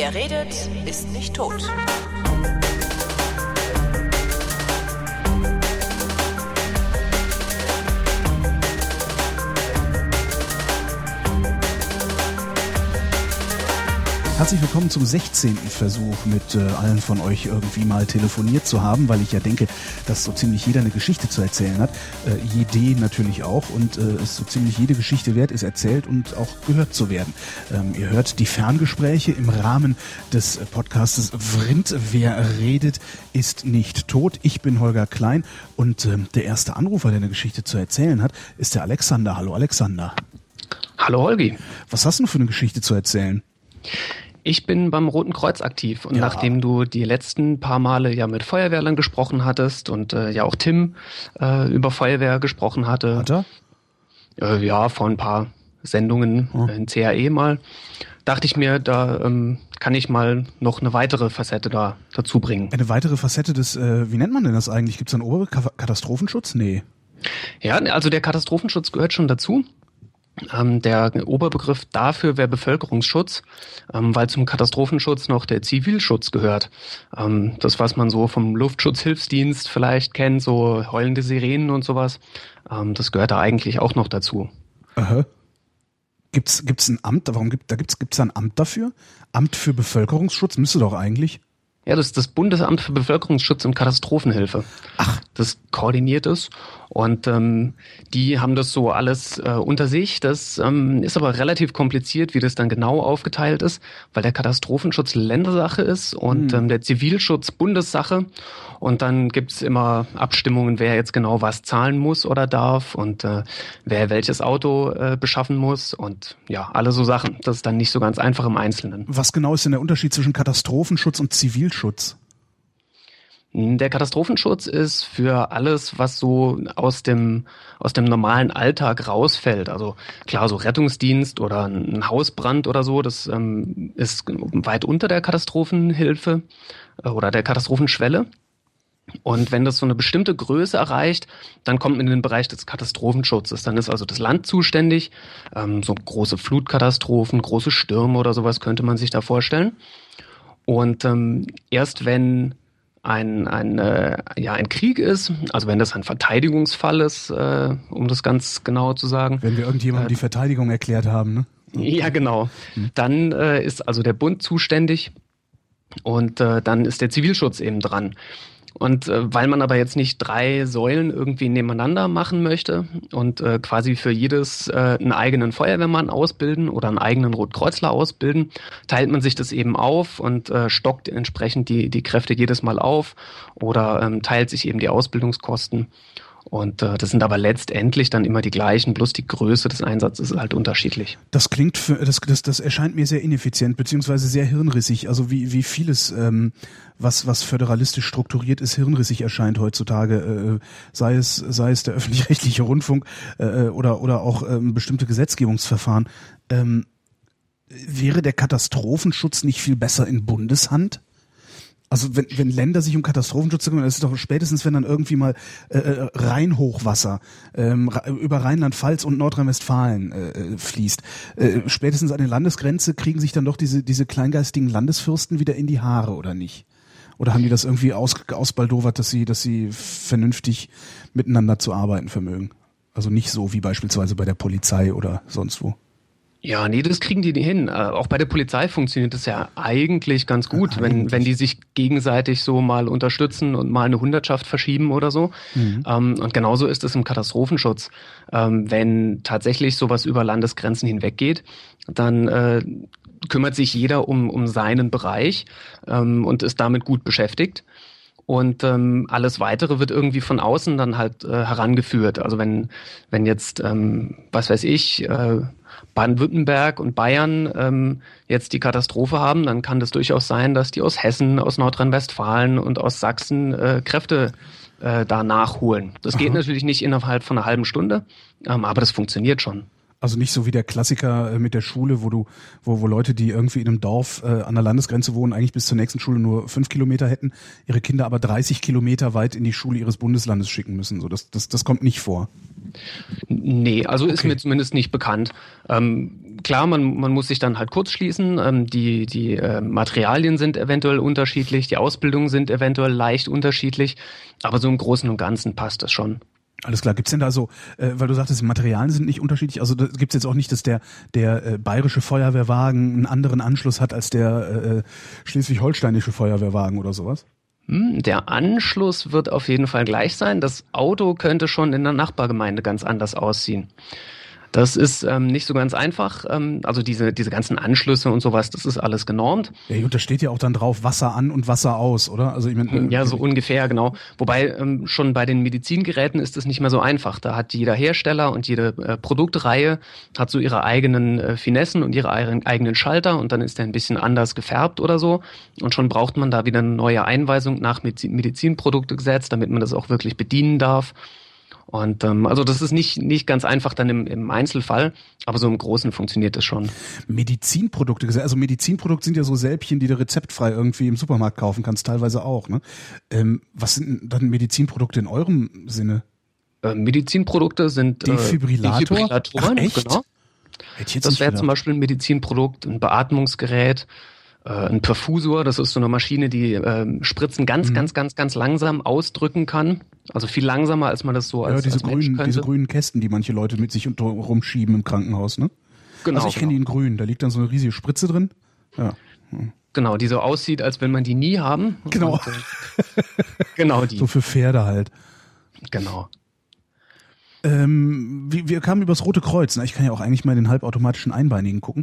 Wer redet, ist nicht tot. Herzlich willkommen zum 16. Versuch, mit allen von euch irgendwie mal telefoniert zu haben, weil ich ja denke, dass so ziemlich jeder eine Geschichte zu erzählen hat. Jede natürlich auch, und es so ziemlich jede Geschichte wert ist, erzählt und auch gehört zu werden. Ihr hört die Ferngespräche im Rahmen des Podcastes Vrind. Wer redet, ist nicht tot. Ich bin Holger Klein und der erste Anrufer, der eine Geschichte zu erzählen hat, ist der Alexander. Hallo Alexander. Hallo Holgi. Was hast du für eine Geschichte zu erzählen? Ich bin beim Roten Kreuz aktiv und nachdem du die letzten paar Male ja mit Feuerwehrlern gesprochen hattest und ja auch Tim über Feuerwehr gesprochen hatte. Hat er? Ja, vor ein paar Sendungen in CAE mal, dachte ich mir, da kann ich mal noch eine weitere Facette dazu bringen. Eine weitere Facette des, wie nennt man denn das eigentlich? Gibt es einen Oberkatastrophenschutz? Nee. Ja, also der Katastrophenschutz gehört schon dazu. Der Oberbegriff dafür wäre Bevölkerungsschutz, weil zum Katastrophenschutz noch der Zivilschutz gehört. Das, was man so vom Luftschutzhilfsdienst vielleicht kennt, so heulende Sirenen und sowas, das gehört da eigentlich auch noch dazu. Aha. Gibt's ein Amt? Gibt's ein Amt dafür? Amt für Bevölkerungsschutz müsste doch eigentlich. Ja, das ist das Bundesamt für Bevölkerungsschutz und Katastrophenhilfe. Ach. Das koordiniert es. Und die haben das so alles unter sich. Das ist aber relativ kompliziert, wie das dann genau aufgeteilt ist, weil der Katastrophenschutz Ländersache ist und der Zivilschutz Bundessache. Und dann gibt's immer Abstimmungen, wer jetzt genau was zahlen muss oder darf und wer welches Auto beschaffen muss und ja, alle so Sachen. Das ist dann nicht so ganz einfach im Einzelnen. Was genau ist denn der Unterschied zwischen Katastrophenschutz und Zivilschutz? Der Katastrophenschutz ist für alles, was so aus dem normalen Alltag rausfällt. Also klar, so Rettungsdienst oder ein Hausbrand oder so, das ist weit unter der Katastrophenhilfe oder der Katastrophenschwelle. Und wenn das so eine bestimmte Größe erreicht, dann kommt man in den Bereich des Katastrophenschutzes. Dann ist also das Land zuständig. So große Flutkatastrophen, große Stürme oder sowas könnte man sich da vorstellen. Und erst wenn ein Krieg ist, also wenn das ein Verteidigungsfall ist, um das ganz genau zu sagen. Wenn wir irgendjemandem die Verteidigung erklärt haben, ne? Ja, genau. Dann ist also der Bund zuständig und dann ist der Zivilschutz eben dran. Und weil man aber jetzt nicht 3 Säulen irgendwie nebeneinander machen möchte und quasi für jedes einen eigenen Feuerwehrmann ausbilden oder einen eigenen Rotkreuzler ausbilden, teilt man sich das eben auf und stockt entsprechend die Kräfte jedes Mal auf oder teilt sich eben die Ausbildungskosten. Und das sind aber letztendlich dann immer die gleichen, bloß die Größe des Einsatzes ist halt unterschiedlich. Das klingt das erscheint mir sehr ineffizient, beziehungsweise sehr hirnrissig. Also wie vieles, was föderalistisch strukturiert ist, hirnrissig erscheint heutzutage, sei es der öffentlich-rechtliche Rundfunk oder auch bestimmte Gesetzgebungsverfahren. Wäre der Katastrophenschutz nicht viel besser in Bundeshand? Also wenn Länder sich um Katastrophenschutz kümmern, das ist doch spätestens, wenn dann irgendwie mal Rheinhochwasser über Rheinland-Pfalz und Nordrhein-Westfalen fließt. Spätestens an der Landesgrenze kriegen sich dann doch diese kleingeistigen Landesfürsten wieder in die Haare, oder nicht? Oder haben die das irgendwie ausbaldowert, dass sie vernünftig miteinander zu arbeiten vermögen? Also nicht so wie beispielsweise bei der Polizei oder sonst wo. Ja, nee, das kriegen die hin. Auch bei der Polizei funktioniert das ja eigentlich ganz gut, wenn die sich gegenseitig so mal unterstützen und mal eine Hundertschaft verschieben oder so. Und genauso ist es im Katastrophenschutz. Wenn tatsächlich sowas über Landesgrenzen hinweggeht, dann kümmert sich jeder um seinen Bereich und ist damit gut beschäftigt. Und alles Weitere wird irgendwie von außen dann halt herangeführt. Also wenn jetzt, was weiß ich, Baden-Württemberg und Bayern jetzt die Katastrophe haben, dann kann das durchaus sein, dass die aus Hessen, aus Nordrhein-Westfalen und aus Sachsen Kräfte da nachholen. Das geht natürlich nicht innerhalb von einer halben Stunde, aber das funktioniert schon. Also nicht so wie der Klassiker mit der Schule, wo Leute, die irgendwie in einem Dorf an der Landesgrenze wohnen, eigentlich bis zur nächsten Schule nur 5 Kilometer hätten, ihre Kinder aber 30 Kilometer weit in die Schule ihres Bundeslandes schicken müssen. So, das kommt nicht vor. Nee, also ist mir zumindest nicht bekannt. klar, man muss sich dann halt kurz schließen. Die Materialien sind eventuell unterschiedlich, die Ausbildungen sind eventuell leicht unterschiedlich, aber so im Großen und Ganzen passt das schon. Alles klar. Gibt's denn da so, weil du sagtest, die Materialien sind nicht unterschiedlich, also gibt's jetzt auch nicht, dass der bayerische Feuerwehrwagen einen anderen Anschluss hat als der schleswig-holsteinische Feuerwehrwagen oder sowas? Der Anschluss wird auf jeden Fall gleich sein. Das Auto könnte schon in der Nachbargemeinde ganz anders aussehen. Das ist nicht so ganz einfach. Also diese ganzen Anschlüsse und sowas, das ist alles genormt. Ja gut, da steht ja auch dann drauf Wasser an und Wasser aus, oder? Also ich meine, ja, so ungefähr, genau. Wobei schon bei den Medizingeräten ist es nicht mehr so einfach. Da hat jeder Hersteller und jede Produktreihe hat so ihre eigenen Finessen und ihre eigenen Schalter und dann ist der ein bisschen anders gefärbt oder so. Und schon braucht man da wieder eine neue Einweisung nach Medizinproduktegesetz, damit man das auch wirklich bedienen darf. Und also das ist nicht ganz einfach dann im Einzelfall, aber so im Großen funktioniert das schon. Medizinprodukte, also Medizinprodukte sind ja so Sälbchen, die du rezeptfrei irgendwie im Supermarkt kaufen kannst, teilweise auch. Ne? Was sind dann Medizinprodukte in eurem Sinne? Medizin-Produkte sind Defibrillator? Defibrillatoren, Ach, echt? genau. Das wäre zum Beispiel ein Medizinprodukt, ein Beatmungsgerät, ein Perfusor, das ist so eine Maschine, die Spritzen ganz langsam ausdrücken kann. Also viel langsamer, als man das so als Mensch könnte. Diese grünen Kästen, die manche Leute mit sich rumschieben im Krankenhaus, ne? Genau. Also ich kenne die in grün, da liegt dann so eine riesige Spritze drin. Ja. Genau, die so aussieht, als wenn man die nie haben. Genau. Und, genau die. So für Pferde halt. Genau. Wir kamen übers Rote Kreuz. Ich kann ja auch eigentlich mal den halbautomatischen Einbeinigen gucken.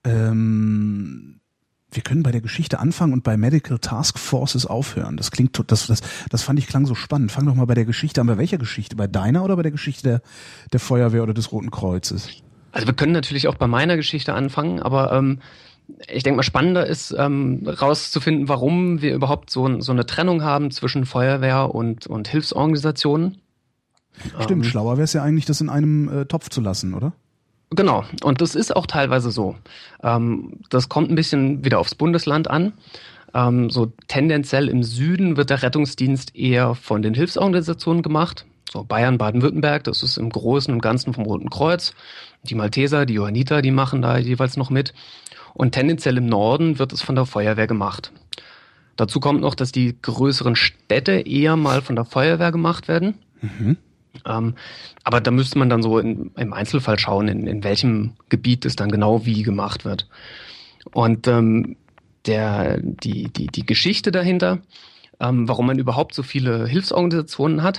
Wir können bei der Geschichte anfangen und bei Medical Task Forces aufhören. Das klingt, das fand ich klang so spannend. Fang doch mal bei der Geschichte an. Bei welcher Geschichte? Bei deiner oder bei der Geschichte der Feuerwehr oder des Roten Kreuzes? Also wir können natürlich auch bei meiner Geschichte anfangen, aber ich denke mal spannender ist rauszufinden, warum wir überhaupt so eine Trennung haben zwischen Feuerwehr und Hilfsorganisationen. Stimmt, schlauer wäre es ja eigentlich, das in einem Topf zu lassen, oder? Genau, und das ist auch teilweise so. Das kommt ein bisschen wieder aufs Bundesland an. So tendenziell im Süden wird der Rettungsdienst eher von den Hilfsorganisationen gemacht. So Bayern, Baden-Württemberg, das ist im Großen und Ganzen vom Roten Kreuz. Die Malteser, die Johanniter, die machen da jeweils noch mit. Und tendenziell im Norden wird es von der Feuerwehr gemacht. Dazu kommt noch, dass die größeren Städte eher mal von der Feuerwehr gemacht werden. Mhm. Aber da müsste man dann so im Einzelfall schauen, in welchem Gebiet es dann genau wie gemacht wird. Und die Geschichte dahinter, warum man überhaupt so viele Hilfsorganisationen hat,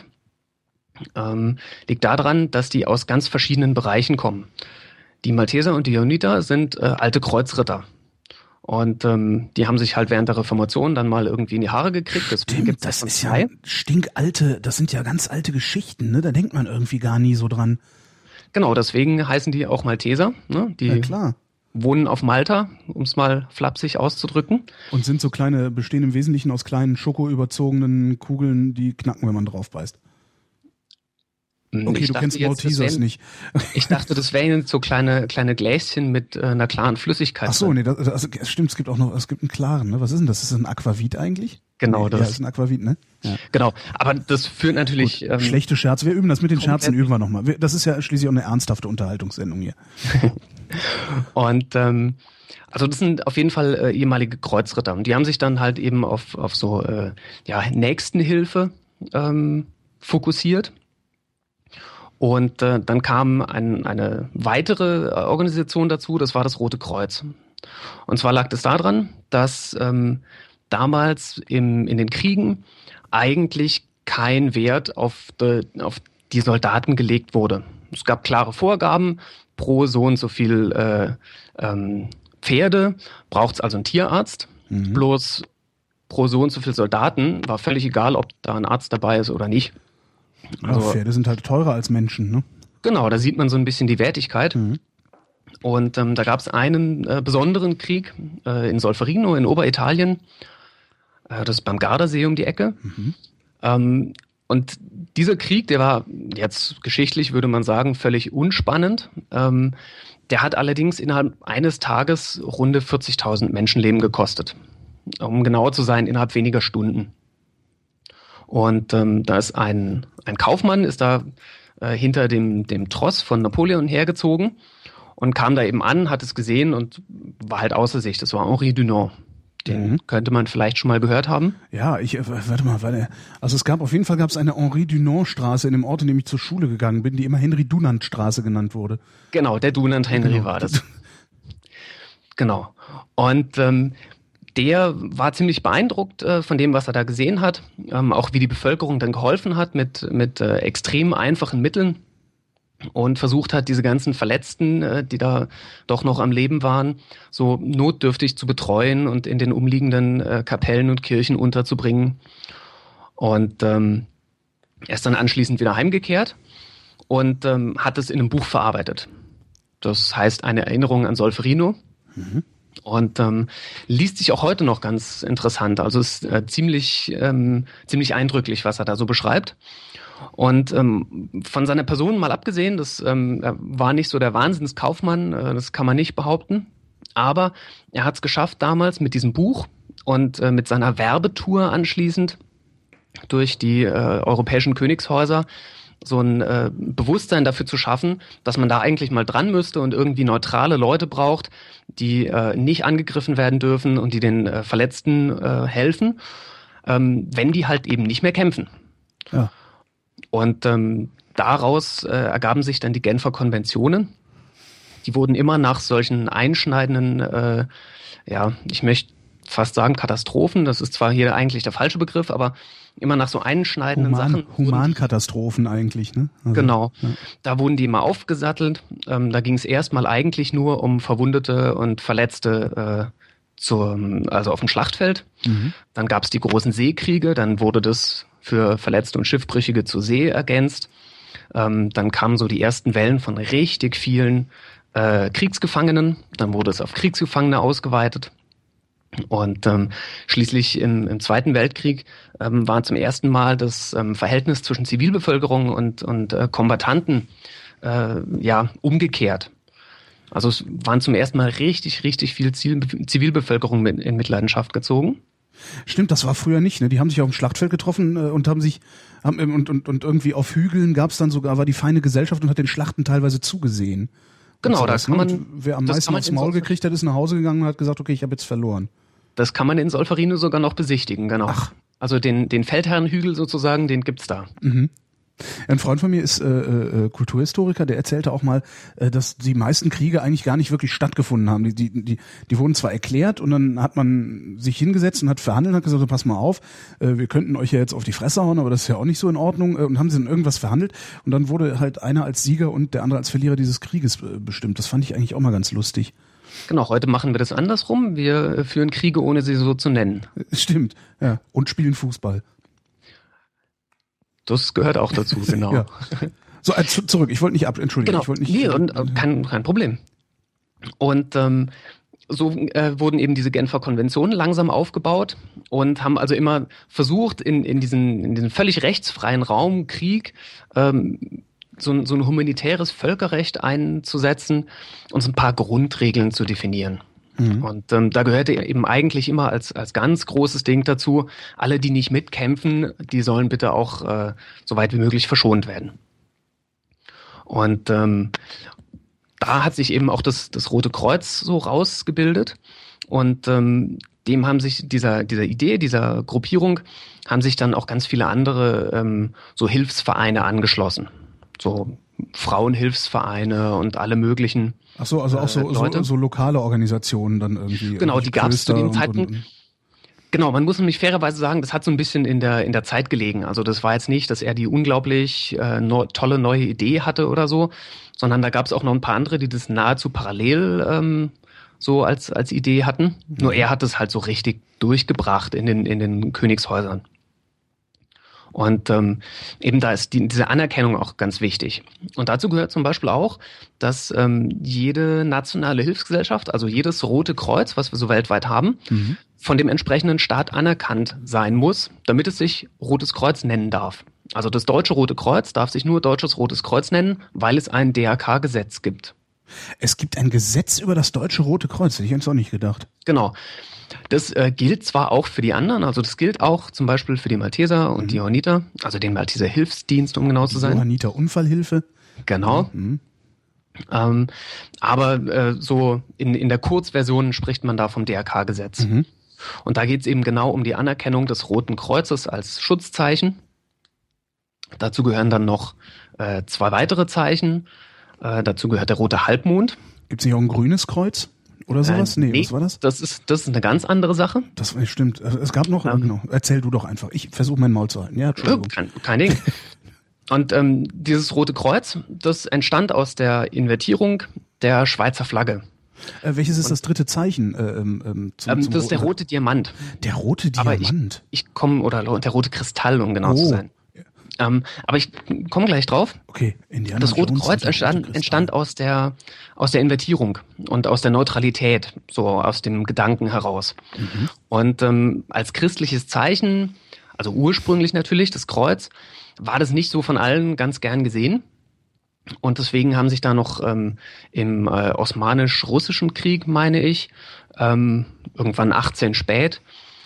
liegt daran, dass die aus ganz verschiedenen Bereichen kommen. Die Malteser und die Johanniter sind alte Kreuzritter. Und die haben sich halt während der Reformation dann mal irgendwie in die Haare gekriegt. Stimmt, das ist ja stinkalte, das sind ja ganz alte Geschichten, ne? Da denkt man irgendwie gar nie so dran. Genau, deswegen heißen die auch Malteser. Ne? Die ja, klar. Wohnen auf Malta, um es mal flapsig auszudrücken. Und sind so bestehen im Wesentlichen aus kleinen schokoüberzogenen Kugeln, die knacken, wenn man drauf beißt. Okay, du kennst Maltesers nicht. Ich dachte, das wären so kleine Gläschen mit einer klaren Flüssigkeit. Ach so, nee, das stimmt, es gibt einen klaren, ne? Was ist denn das? Ist das ein Aquavit eigentlich? Genau, nee, das. Ja, ist ein Aquavit, ne? Ja. Genau, aber das führt natürlich... schlechte Scherze, wir üben das mit den Scherzen, üben wir nochmal. Das ist ja schließlich auch eine ernsthafte Unterhaltungssendung hier. Und also das sind auf jeden Fall ehemalige Kreuzritter. Und die haben sich dann halt eben auf so Nächstenhilfe fokussiert. Und dann kam eine weitere Organisation dazu, das war das Rote Kreuz. Und zwar lag es daran, dass damals in den Kriegen eigentlich kein Wert auf die Soldaten gelegt wurde. Es gab klare Vorgaben, pro so und so viel Pferde braucht es also einen Tierarzt. Mhm. Bloß pro so und so viel Soldaten war völlig egal, ob da ein Arzt dabei ist oder nicht. Also, ja, Pferde sind halt teurer als Menschen, ne? Genau, da sieht man so ein bisschen die Wertigkeit. Mhm. Und da gab es einen besonderen Krieg in Solferino in Oberitalien. Das ist beim Gardasee um die Ecke. Mhm. Und dieser Krieg, der war jetzt geschichtlich, würde man sagen, völlig unspannend. Der hat allerdings innerhalb eines Tages runde 40.000 Menschenleben gekostet. Um genauer zu sein, innerhalb weniger Stunden. Und da ist ein Kaufmann, ist da hinter dem Tross von Napoleon hergezogen und kam da eben an, hat es gesehen und war halt außer sich. Das war Henri Dunant. Den könnte man vielleicht schon mal gehört haben. Ja, also auf jeden Fall gab es eine Henri Dunant Straße in dem Ort, in dem ich zur Schule gegangen bin, die immer Henri Dunant Straße genannt wurde. Genau, der Dunant Henry war das. Genau. Und der war ziemlich beeindruckt von dem, was er da gesehen hat, auch wie die Bevölkerung dann geholfen hat mit extrem einfachen Mitteln und versucht hat, diese ganzen Verletzten, die da doch noch am Leben waren, so notdürftig zu betreuen und in den umliegenden Kapellen und Kirchen unterzubringen. Und er ist dann anschließend wieder heimgekehrt und hat es in einem Buch verarbeitet. Das heißt eine Erinnerung an Solferino. Und liest sich auch heute noch ganz interessant. Also es ist ziemlich eindrücklich, was er da so beschreibt. Und von seiner Person mal abgesehen, er war nicht so der Wahnsinnskaufmann, das kann man nicht behaupten. Aber er hat es geschafft damals mit diesem Buch und mit seiner Werbetour anschließend durch die europäischen Königshäuser so ein Bewusstsein dafür zu schaffen, dass man da eigentlich mal dran müsste und irgendwie neutrale Leute braucht, die nicht angegriffen werden dürfen und die den Verletzten helfen, wenn die halt eben nicht mehr kämpfen. Ja. Und daraus ergaben sich dann die Genfer Konventionen. Die wurden immer nach solchen einschneidenden, ich möchte fast sagen Katastrophen, das ist zwar hier eigentlich der falsche Begriff, aber immer nach so einschneidenden Sachen. Humankatastrophen eigentlich, ne? Also, genau. Ja. Da wurden die immer aufgesattelt. Da ging es erstmal eigentlich nur um Verwundete und Verletzte also auf dem Schlachtfeld. Dann gab es die großen Seekriege, dann wurde das für Verletzte und Schiffbrüchige zur See ergänzt. Dann kamen so die ersten Wellen von richtig vielen Kriegsgefangenen. Dann wurde es auf Kriegsgefangene ausgeweitet. Und schließlich im Zweiten Weltkrieg war zum ersten Mal das Verhältnis zwischen Zivilbevölkerung und Kombattanten umgekehrt. Also es waren zum ersten Mal richtig viel Zivilbevölkerung in Mitleidenschaft gezogen. Stimmt, das war früher nicht, ne? Die haben sich auf dem Schlachtfeld getroffen und haben irgendwie auf Hügeln war die feine Gesellschaft und hat den Schlachten teilweise zugesehen. Genau, da kann man. Wer am meisten aufs Maul gekriegt hat, ist nach Hause gegangen und hat gesagt, okay, ich habe jetzt verloren. Das kann man in Solferino sogar noch besichtigen, genau. Ach. Also den Feldherrenhügel sozusagen, den gibt's da. Ein Freund von mir ist Kulturhistoriker, der erzählte auch mal, dass die meisten Kriege eigentlich gar nicht wirklich stattgefunden haben. Die wurden zwar erklärt und dann hat man sich hingesetzt und hat verhandelt und hat gesagt, so, pass mal auf, wir könnten euch ja jetzt auf die Fresse hauen, aber das ist ja auch nicht so in Ordnung, und haben sie dann irgendwas verhandelt und dann wurde halt einer als Sieger und der andere als Verlierer dieses Krieges bestimmt. Das fand ich eigentlich auch mal ganz lustig. Genau, heute machen wir das andersrum. Wir führen Kriege, ohne sie so zu nennen. Stimmt, ja. Und spielen Fußball. Das gehört auch dazu, genau. Ja. So, zurück. Ich wollte nicht entschuldigen. Genau, kein Problem. Und so wurden eben diese Genfer Konventionen langsam aufgebaut und haben also immer versucht, in diesen völlig rechtsfreien Raum Krieg so ein humanitäres Völkerrecht einzusetzen und so ein paar Grundregeln zu definieren. Und da gehörte eben eigentlich immer als ganz großes Ding dazu, alle, die nicht mitkämpfen, die sollen bitte auch so weit wie möglich verschont werden. Und da hat sich eben auch das Rote Kreuz so rausgebildet und dem haben sich dieser Idee, dieser Gruppierung, haben sich dann auch ganz viele andere so Hilfsvereine angeschlossen. So Frauenhilfsvereine und alle möglichen. Ach so, also auch so lokale Organisationen dann irgendwie. Genau, die gab es zu dem Zeitpunkt. Genau, man muss nämlich fairerweise sagen, das hat so ein bisschen in der Zeit gelegen. Also das war jetzt nicht, dass er die unglaublich tolle neue Idee hatte oder so, sondern da gab es auch noch ein paar andere, die das nahezu parallel so als Idee hatten. Nur er hat es halt so richtig durchgebracht in den Königshäusern. Und eben da ist diese Anerkennung auch ganz wichtig. Und dazu gehört zum Beispiel auch, dass jede nationale Hilfsgesellschaft, also jedes Rote Kreuz, was wir so weltweit haben, von dem entsprechenden Staat anerkannt sein muss, damit es sich Rotes Kreuz nennen darf. Also das Deutsche Rote Kreuz darf sich nur Deutsches Rotes Kreuz nennen, weil es ein DRK-Gesetz gibt. Es gibt ein Gesetz über das Deutsche Rote Kreuz, hätte ich jetzt auch nicht gedacht. Genau. Das gilt zwar auch für die anderen, also das gilt auch zum Beispiel für die Malteser und die Johanniter, also den Malteser Hilfsdienst, um genau zu sein. Johanniter Unfallhilfe. Genau. Aber so in der Kurzversion spricht man da vom DRK-Gesetz. Mhm. Und da geht es eben genau um die Anerkennung des Roten Kreuzes als Schutzzeichen. Dazu gehören dann noch 2 weitere Zeichen. Dazu gehört der rote Halbmond. Gibt es nicht auch ein grünes Kreuz oder sowas? Nee, was war das? Das ist eine ganz andere Sache. Das stimmt. Es gab noch, genau. Erzähl du doch einfach. Ich versuche mein Maul zu halten. Ja, Entschuldigung. Kein Ding. Und dieses Rote Kreuz, das entstand aus der Invertierung der Schweizer Flagge. Welches ist das dritte Zeichen? Das ist der rote Diamant. Der rote Diamant? Oder der rote Kristall, um genau zu sein. Aber ich komme gleich drauf. Okay, Indiana das Rote Jones Kreuz entstand aus der Invertierung und aus der Neutralität, so aus dem Gedanken heraus. Mhm. Und als christliches Zeichen, also ursprünglich natürlich, das Kreuz, war das nicht so von allen ganz gern gesehen. Und deswegen haben sich da noch im Osmanisch-Russischen Krieg, meine ich, irgendwann 18 spät,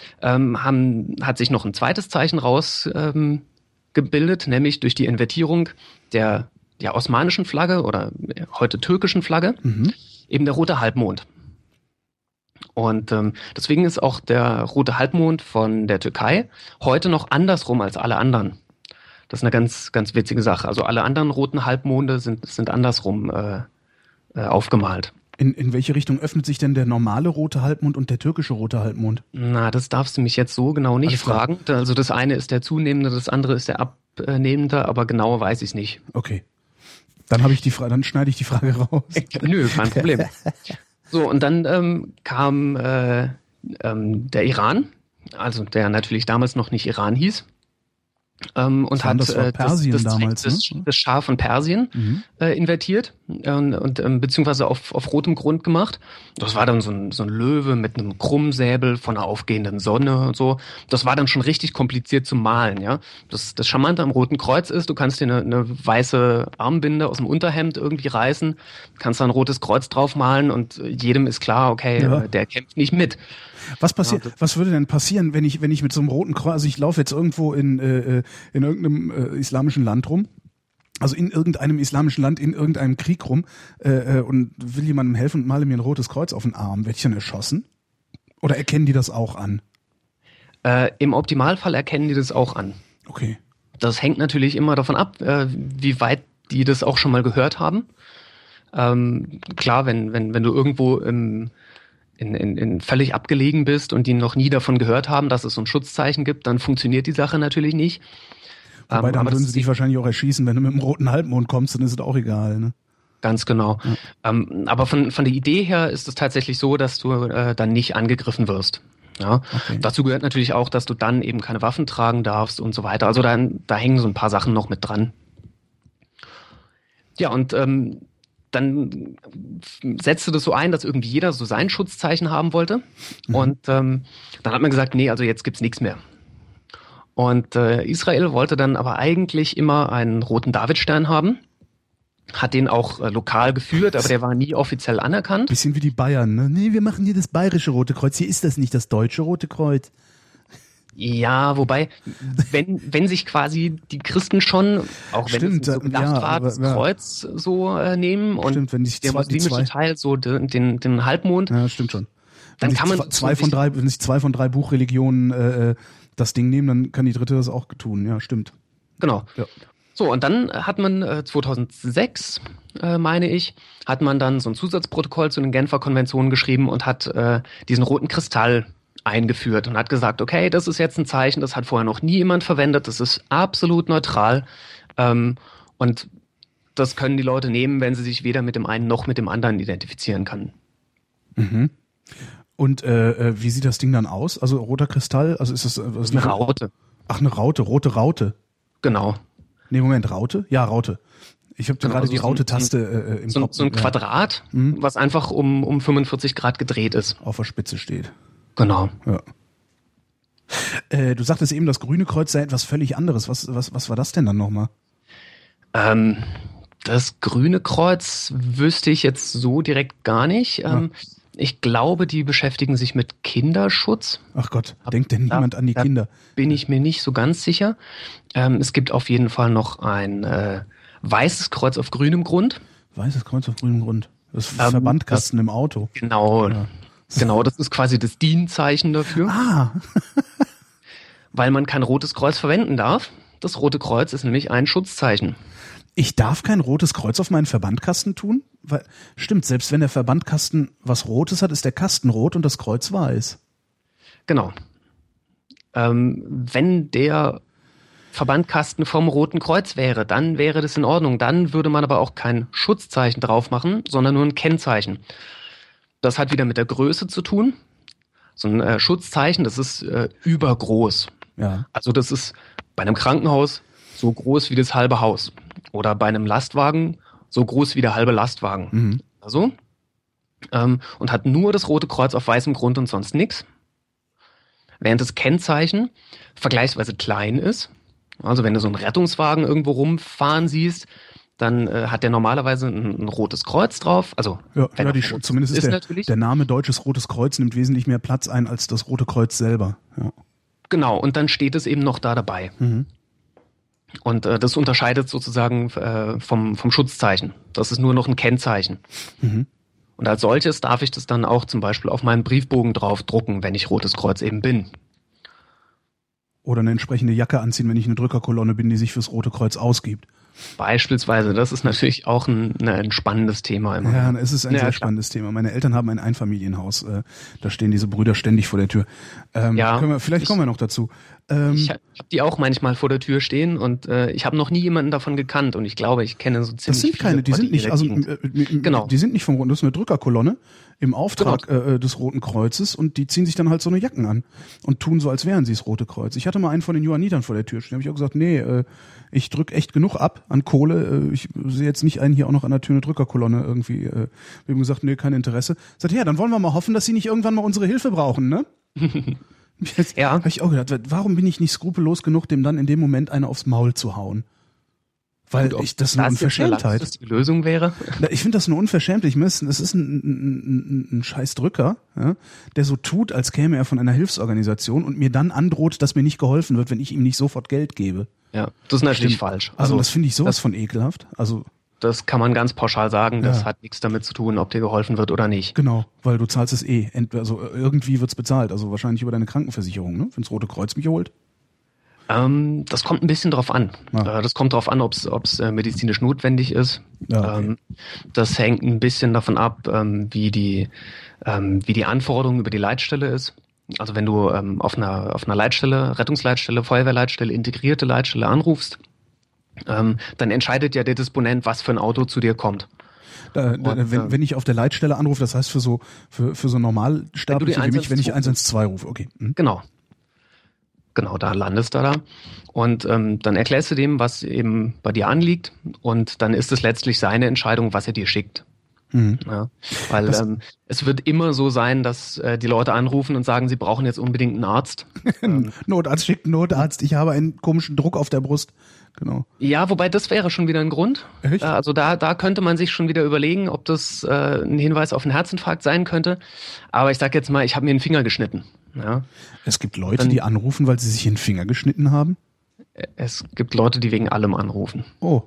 hat sich noch ein zweites Zeichen rausgebildet, nämlich durch die Invertierung der osmanischen Flagge oder heute türkischen Flagge, eben der rote Halbmond. Und deswegen ist auch der rote Halbmond von der Türkei heute noch andersrum als alle anderen. Das ist eine ganz, ganz witzige Sache. Also alle anderen roten Halbmonde sind andersrum aufgemalt. In welche Richtung öffnet sich denn der normale rote Halbmond und der türkische rote Halbmond? Na, das darfst du mich jetzt so genau nicht fragen. Also das eine ist der zunehmende, das andere ist der abnehmende, aber genauer weiß ich es nicht. Okay. Dann schneide ich die Frage raus. Nö, kein Problem. So, und dann kam der Iran, also der natürlich damals noch nicht Iran hieß. Und hat das Schah von Persien invertiert und beziehungsweise auf rotem Grund gemacht. Das war dann so ein Löwe mit einem Krummsäbel von einer aufgehenden Sonne und so. Das war dann schon richtig kompliziert zu malen, ja. Das Charmante am Roten Kreuz ist, du kannst dir eine weiße Armbinde aus dem Unterhemd irgendwie reißen, kannst da ein rotes Kreuz drauf malen und jedem ist klar, okay, der kämpft nicht mit. Was passiert? Was würde denn passieren, wenn ich mit so einem roten Kreuz, also ich laufe jetzt irgendwo in irgendeinem islamischen Land rum, also in irgendeinem islamischen Land, in irgendeinem Krieg rum und will jemandem helfen und male mir ein rotes Kreuz auf den Arm, werde ich dann erschossen? Oder erkennen die das auch an? Im Optimalfall erkennen die das auch an. Okay. Das hängt natürlich immer davon ab, wie weit die das auch schon mal gehört haben. Klar, wenn du irgendwo in völlig abgelegen bist und die noch nie davon gehört haben, dass es so ein Schutzzeichen gibt, dann funktioniert die Sache natürlich nicht. Wobei, dann würden sie dich wahrscheinlich auch erschießen, wenn du mit dem roten Halbmond kommst, dann ist es auch egal, ne? Ganz genau. Ja. Aber von der Idee her ist es tatsächlich so, dass du dann nicht angegriffen wirst. Ja? Okay. Dazu gehört natürlich auch, dass du dann eben keine Waffen tragen darfst und so weiter. Also da hängen so ein paar Sachen noch mit dran. Ja, und dann setzte das so ein, dass irgendwie jeder so sein Schutzzeichen haben wollte. Und dann hat man gesagt, nee, also jetzt gibt's nichts mehr. Und Israel wollte dann aber eigentlich immer einen roten Davidstern haben. Hat den auch lokal geführt, aber der war nie offiziell anerkannt. Bisschen wie die Bayern, ne? Nee, wir machen hier das bayerische Rote Kreuz. Hier ist das nicht das deutsche Rote Kreuz. Ja, wobei, wenn sich quasi die Christen schon, auch wenn es so gedacht war, das Kreuz so nehmen und wenn sich der muslimische Teil so den Halbmond. Ja, stimmt schon. Dann kann man wenn sich 2 von 3 Buchreligionen das Ding nehmen, dann kann die dritte das auch tun. Ja, stimmt. Genau. Ja. So, und dann hat man 2006, meine ich, hat man dann so ein Zusatzprotokoll zu den Genfer Konventionen geschrieben und hat diesen roten Kristall eingeführt und hat gesagt, okay, das ist jetzt ein Zeichen, das hat vorher noch nie jemand verwendet, das ist absolut neutral und das können die Leute nehmen, wenn sie sich weder mit dem einen noch mit dem anderen identifizieren können. Mhm. Und wie sieht das Ding dann aus? Also roter Kristall, also ist das eine Raute. Ach, eine Raute, rote Raute. Genau. Nee, Moment, Raute? Ja, Raute. Ich habe gerade die Raute-Taste im Kopf. So ein Quadrat, was einfach um 45 Grad gedreht ist. Auf der Spitze steht. Genau. Ja. Du sagtest eben, das grüne Kreuz sei etwas völlig anderes. Was war das denn dann nochmal? Das grüne Kreuz wüsste ich jetzt so direkt gar nicht. Ja. Ich glaube, die beschäftigen sich mit Kinderschutz. Ach Gott, denkt denn niemand an die Kinder? Bin ich mir nicht so ganz sicher. Es gibt auf jeden Fall noch ein weißes Kreuz auf grünem Grund. Weißes Kreuz auf grünem Grund. Das Verbandkasten im Auto. Genau. Ja. Genau, das ist quasi das DIN-Zeichen dafür. Ah. Weil man kein rotes Kreuz verwenden darf. Das Rote Kreuz ist nämlich ein Schutzzeichen. Ich darf kein rotes Kreuz auf meinen Verbandkasten tun? Weil, stimmt, selbst wenn der Verbandkasten was Rotes hat, ist der Kasten rot und das Kreuz weiß. Genau. Wenn der Verbandkasten vom Roten Kreuz wäre, dann wäre das in Ordnung. Dann würde man aber auch kein Schutzzeichen drauf machen, sondern nur ein Kennzeichen. Das hat wieder mit der Größe zu tun. So ein Schutzzeichen, das ist übergroß. Ja. Also das ist bei einem Krankenhaus so groß wie das halbe Haus. Oder bei einem Lastwagen so groß wie der halbe Lastwagen. Mhm. Also, und hat nur das Rote Kreuz auf weißem Grund und sonst nichts. Während das Kennzeichen vergleichsweise klein ist. Also wenn du so einen Rettungswagen irgendwo rumfahren siehst, dann hat der normalerweise ein rotes Kreuz drauf. Also zumindest ist der Name Deutsches Rotes Kreuz nimmt wesentlich mehr Platz ein als das Rote Kreuz selber. Ja. Genau, und dann steht es eben noch da dabei. Mhm. Und das unterscheidet sozusagen vom Schutzzeichen. Das ist nur noch ein Kennzeichen. Mhm. Und als solches darf ich das dann auch zum Beispiel auf meinen Briefbogen drauf drucken, wenn ich Rotes Kreuz eben bin. Oder eine entsprechende Jacke anziehen, wenn ich eine Drückerkolonne bin, die sich fürs Rote Kreuz ausgibt. Beispielsweise, das ist natürlich auch ein spannendes Thema. Immer. Ja, es ist ein sehr spannendes Thema. Meine Eltern haben ein Einfamilienhaus, da stehen diese Brüder ständig vor der Tür. Kommen wir noch dazu. Ich habe die auch manchmal vor der Tür stehen und ich habe noch nie jemanden davon gekannt und ich glaube, ich kenne so ziemlich Das sind keine, die sind nicht, also genau. Die sind nicht vom Roten, das ist eine Drückerkolonne im Auftrag des Roten Kreuzes und die ziehen sich dann halt so eine Jacken an und tun so, als wären sie das Rote Kreuz. Ich hatte mal einen von den Johannitern vor der Tür stehen, habe ich auch gesagt, nee, ich drück echt genug ab an Kohle, ich sehe jetzt nicht einen, hier auch noch an der Tür eine Drückerkolonne irgendwie. Wir haben gesagt, nee, kein Interesse. Sagt, ja, dann wollen wir mal hoffen, dass sie nicht irgendwann mal unsere Hilfe brauchen, ne? Jetzt habe ich auch gedacht, warum bin ich nicht skrupellos genug, dem dann in dem Moment eine aufs Maul zu hauen? Weil das eine Unverschämtheit. Das die Lösung wäre? Ich finde das eine Unverschämtheit. Es ist ein scheiß Drücker, ja, der so tut, als käme er von einer Hilfsorganisation und mir dann androht, dass mir nicht geholfen wird, wenn ich ihm nicht sofort Geld gebe. Ja, das ist natürlich falsch. Also das finde ich sowas von ekelhaft. Also das kann man ganz pauschal sagen, das hat nichts damit zu tun, ob dir geholfen wird oder nicht. Genau, weil du zahlst es also irgendwie wird's bezahlt, also wahrscheinlich über deine Krankenversicherung, ne? Wenn das Rote Kreuz mich holt. Das kommt ein bisschen drauf an. Das kommt drauf an, ob es medizinisch notwendig ist. Ja, okay. Das hängt ein bisschen davon ab, wie die Anforderung über die Leitstelle ist. Also wenn du auf einer Leitstelle, Rettungsleitstelle, Feuerwehrleitstelle, integrierte Leitstelle anrufst, dann entscheidet ja der Disponent, was für ein Auto zu dir kommt. Wenn ich auf der Leitstelle anrufe, das heißt für so Normalsterbliche wie mich, wenn ich 112 rufe, okay. Mhm. Genau, da landest du da. Und dann erklärst du dem, was eben bei dir anliegt. Und dann ist es letztlich seine Entscheidung, was er dir schickt. Mhm. Ja, weil es wird immer so sein, dass die Leute anrufen und sagen, sie brauchen jetzt unbedingt einen Arzt. Notarzt schickt einen Notarzt, ich habe einen komischen Druck auf der Brust. Genau. Ja, wobei das wäre schon wieder ein Grund. Echt? Also da könnte man sich schon wieder überlegen, ob das ein Hinweis auf einen Herzinfarkt sein könnte. Aber ich sag jetzt mal, ich habe mir den Finger geschnitten. Ja. Es gibt Leute, die anrufen, weil sie sich den Finger geschnitten haben? Es gibt Leute, die wegen allem anrufen. Oh.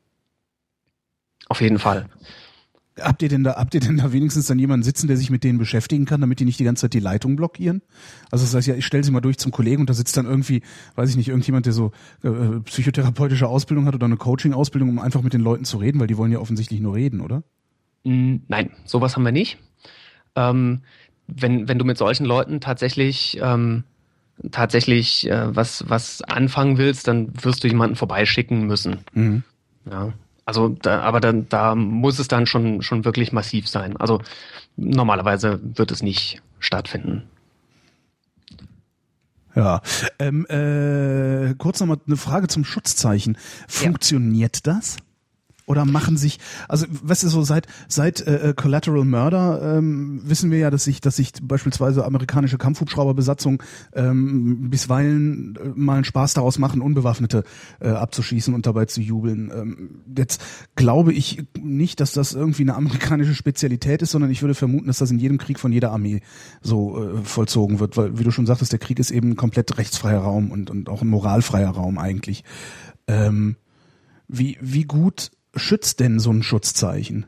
Auf jeden Fall. Habt ihr denn da wenigstens dann jemanden sitzen, der sich mit denen beschäftigen kann, damit die nicht die ganze Zeit die Leitung blockieren? Also das heißt ja, ich stelle sie mal durch zum Kollegen und da sitzt dann irgendwie, weiß ich nicht, irgendjemand, der so psychotherapeutische Ausbildung hat oder eine Coaching-Ausbildung, um einfach mit den Leuten zu reden, weil die wollen ja offensichtlich nur reden, oder? Nein, sowas haben wir nicht. Wenn du mit solchen Leuten tatsächlich was anfangen willst, dann wirst du jemanden vorbeischicken müssen. Mhm. Ja. Also, da muss es dann schon wirklich massiv sein. Also normalerweise wird es nicht stattfinden. Ja. Kurz nochmal eine Frage zum Schutzzeichen. Funktioniert das? Oder machen sich, also weißt du, so seit Collateral Murder wissen wir ja, dass sich beispielsweise amerikanische Kampfhubschrauberbesatzungen bisweilen mal einen Spaß daraus machen, Unbewaffnete abzuschießen und dabei zu jubeln. Jetzt glaube ich nicht, dass das irgendwie eine amerikanische Spezialität ist, sondern ich würde vermuten, dass das in jedem Krieg von jeder Armee so vollzogen wird, weil, wie du schon sagtest, der Krieg ist eben ein komplett rechtsfreier Raum und auch ein moralfreier Raum eigentlich. Wie gut schützt denn so ein Schutzzeichen?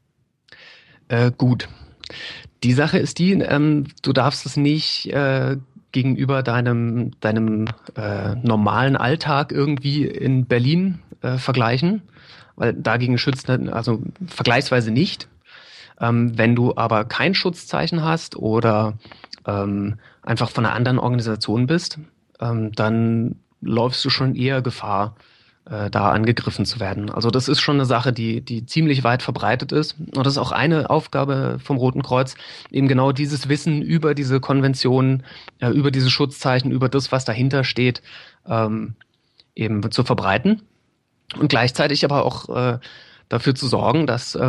Gut. Die Sache ist die, du darfst es nicht gegenüber deinem normalen Alltag irgendwie in Berlin vergleichen, weil dagegen schützt also vergleichsweise nicht. Wenn du aber kein Schutzzeichen hast oder einfach von einer anderen Organisation bist, dann läufst du schon eher Gefahr, da angegriffen zu werden. Also das ist schon eine Sache, die ziemlich weit verbreitet ist. Und das ist auch eine Aufgabe vom Roten Kreuz, eben genau dieses Wissen über diese Konventionen, über diese Schutzzeichen, über das, was dahinter steht, eben zu verbreiten. Und gleichzeitig aber auch dafür zu sorgen, dass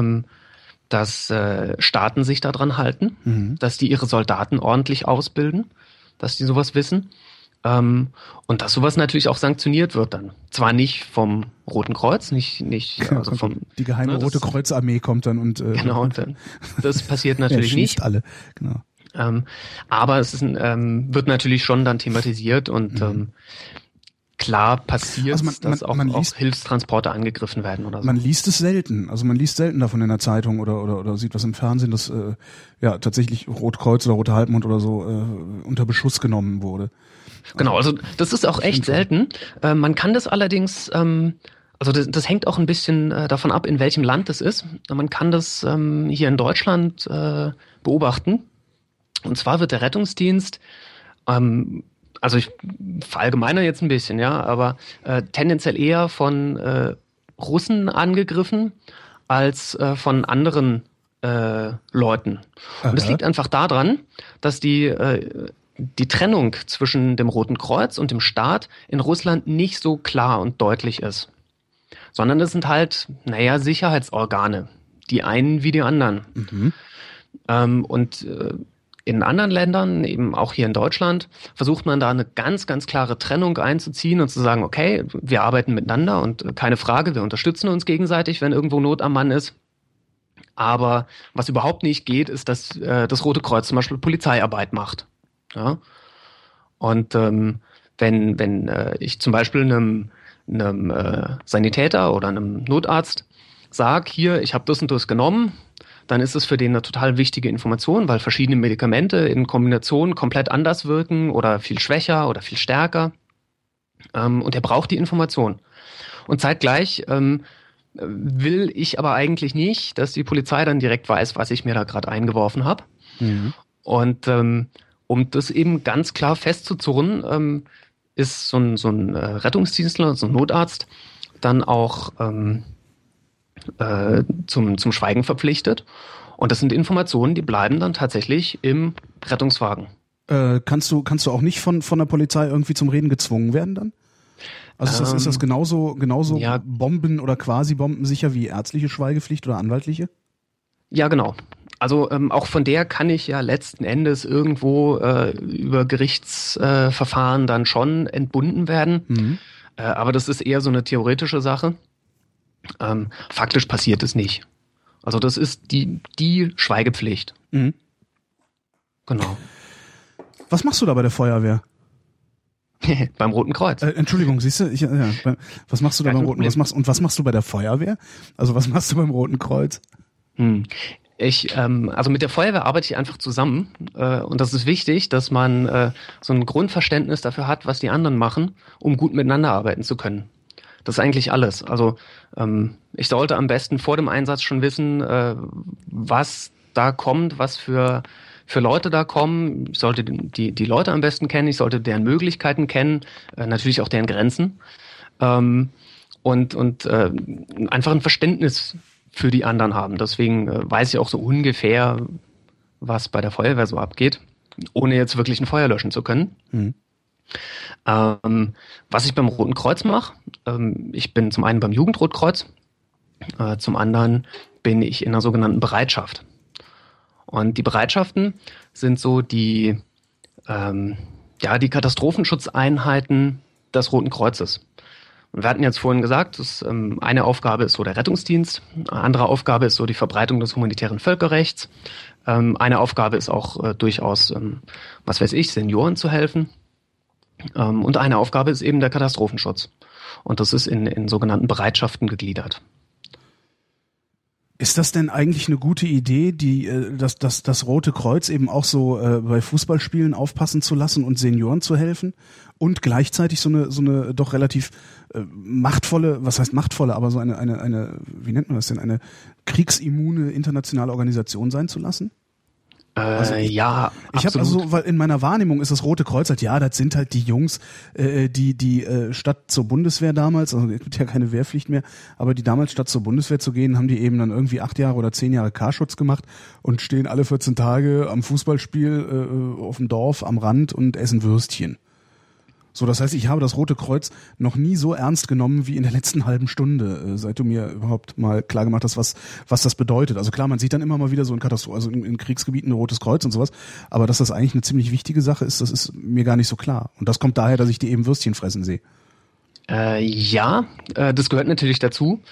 Staaten sich daran halten, dass die ihre Soldaten ordentlich ausbilden, dass die sowas wissen. Und dass sowas natürlich auch sanktioniert wird dann. Zwar nicht vom Roten Kreuz, nicht also vom... Die geheime Rote Kreuz-Armee kommt dann und... Genau, das passiert natürlich nicht. Alle, genau. Aber es ist wird natürlich schon dann thematisiert und klar passiert, also dass auch Hilfstransporte angegriffen werden oder so. Man liest es selten. Also man liest selten davon in der Zeitung oder sieht was im Fernsehen, dass tatsächlich Rotkreuz oder Roter Halbmond oder so unter Beschuss genommen wurde. Genau, also das ist auch echt selten. Man kann das allerdings, also das hängt auch ein bisschen davon ab, in welchem Land es ist. Man kann das hier in Deutschland beobachten. Und zwar wird der Rettungsdienst, also ich verallgemeiner jetzt ein bisschen, ja, aber tendenziell eher von Russen angegriffen als von anderen Leuten. Und das liegt einfach daran, dass die Trennung zwischen dem Roten Kreuz und dem Staat in Russland nicht so klar und deutlich ist. Sondern es sind halt, Sicherheitsorgane. Die einen wie die anderen. Und in anderen Ländern, eben auch hier in Deutschland, versucht man da eine ganz, ganz klare Trennung einzuziehen und zu sagen, okay, wir arbeiten miteinander und keine Frage, wir unterstützen uns gegenseitig, wenn irgendwo Not am Mann ist. Aber was überhaupt nicht geht, ist, dass das Rote Kreuz zum Beispiel Polizeiarbeit macht. Ja? Und wenn ich zum Beispiel einem Sanitäter oder einem Notarzt sage, hier, ich habe das und das genommen, dann ist es für den eine total wichtige Information, weil verschiedene Medikamente in Kombination komplett anders wirken oder viel schwächer oder viel stärker. Und er braucht die Information. Und zeitgleich will ich aber eigentlich nicht, dass die Polizei dann direkt weiß, was ich mir da gerade eingeworfen habe. Und um das eben ganz klar festzuzurren, ist so ein Rettungsdienstler, so ein Notarzt, dann auch zum Schweigen verpflichtet. Und das sind Informationen, die bleiben dann tatsächlich im Rettungswagen. Kannst du auch nicht von der Polizei irgendwie zum Reden gezwungen werden dann? Also ist das genauso bomben- oder quasi bombensicher wie ärztliche Schweigepflicht oder anwaltliche? Ja, genau. Also auch von der kann ich ja letzten Endes irgendwo über Gerichtsverfahren dann schon entbunden werden. Aber das ist eher so eine theoretische Sache. Faktisch passiert es nicht. Also das ist die Schweigepflicht. Genau. Was machst du da bei der Feuerwehr? Beim Roten Kreuz. Entschuldigung, siehst du? Was machst du da beim Roten Kreuz? Was machst du bei der Feuerwehr? Also was machst du beim Roten Kreuz? Also mit der Feuerwehr arbeite ich einfach zusammen und das ist wichtig, dass man so ein Grundverständnis dafür hat, was die anderen machen, um gut miteinander arbeiten zu können. Das ist eigentlich alles. Also ich sollte am besten vor dem Einsatz schon wissen, was da kommt, was für Leute da kommen. Ich sollte die Leute am besten kennen, ich sollte deren Möglichkeiten kennen, natürlich auch deren Grenzen und einfach ein Verständnis für die anderen haben. Deswegen weiß ich auch so ungefähr, was bei der Feuerwehr so abgeht, ohne jetzt wirklich ein Feuer löschen zu können. Was ich beim Roten Kreuz mache, ich bin zum einen beim Jugendrotkreuz, zum anderen bin ich in einer sogenannten Bereitschaft. Und die Bereitschaften sind so die Katastrophenschutzeinheiten des Roten Kreuzes. Wir hatten jetzt vorhin gesagt, dass eine Aufgabe ist so der Rettungsdienst, eine andere Aufgabe ist so die Verbreitung des humanitären Völkerrechts, eine Aufgabe ist auch durchaus, Senioren zu helfen und eine Aufgabe ist eben der Katastrophenschutz. Und das ist in sogenannten Bereitschaften gegliedert. Ist das denn eigentlich eine gute Idee, das Rote Kreuz eben auch so bei Fußballspielen aufpassen zu lassen und Senioren zu helfen und gleichzeitig so eine doch relativ machtvolle, was heißt machtvolle, aber so eine, wie nennt man das denn, eine kriegsimmune internationale Organisation sein zu lassen? Also ja, ich habe also, weil in meiner Wahrnehmung ist das Rote Kreuz halt, ja, das sind halt die Jungs, die statt zur Bundeswehr damals, also es gibt ja keine Wehrpflicht mehr, aber die damals statt zur Bundeswehr zu gehen, haben die eben dann irgendwie 8 Jahre oder 10 Jahre K-Schutz gemacht und stehen alle 14 Tage am Fußballspiel auf dem Dorf am Rand und essen Würstchen. So, das heißt, ich habe das Rote Kreuz noch nie so ernst genommen wie in der letzten halben Stunde, seit du mir überhaupt mal klar gemacht hast, was das bedeutet. Also klar, man sieht dann immer mal wieder so in Katastrophen, also in Kriegsgebieten ein Rotes Kreuz und sowas, aber dass das eigentlich eine ziemlich wichtige Sache ist, das ist mir gar nicht so klar. Und das kommt daher, dass ich die eben Würstchen fressen sehe. Das gehört natürlich dazu.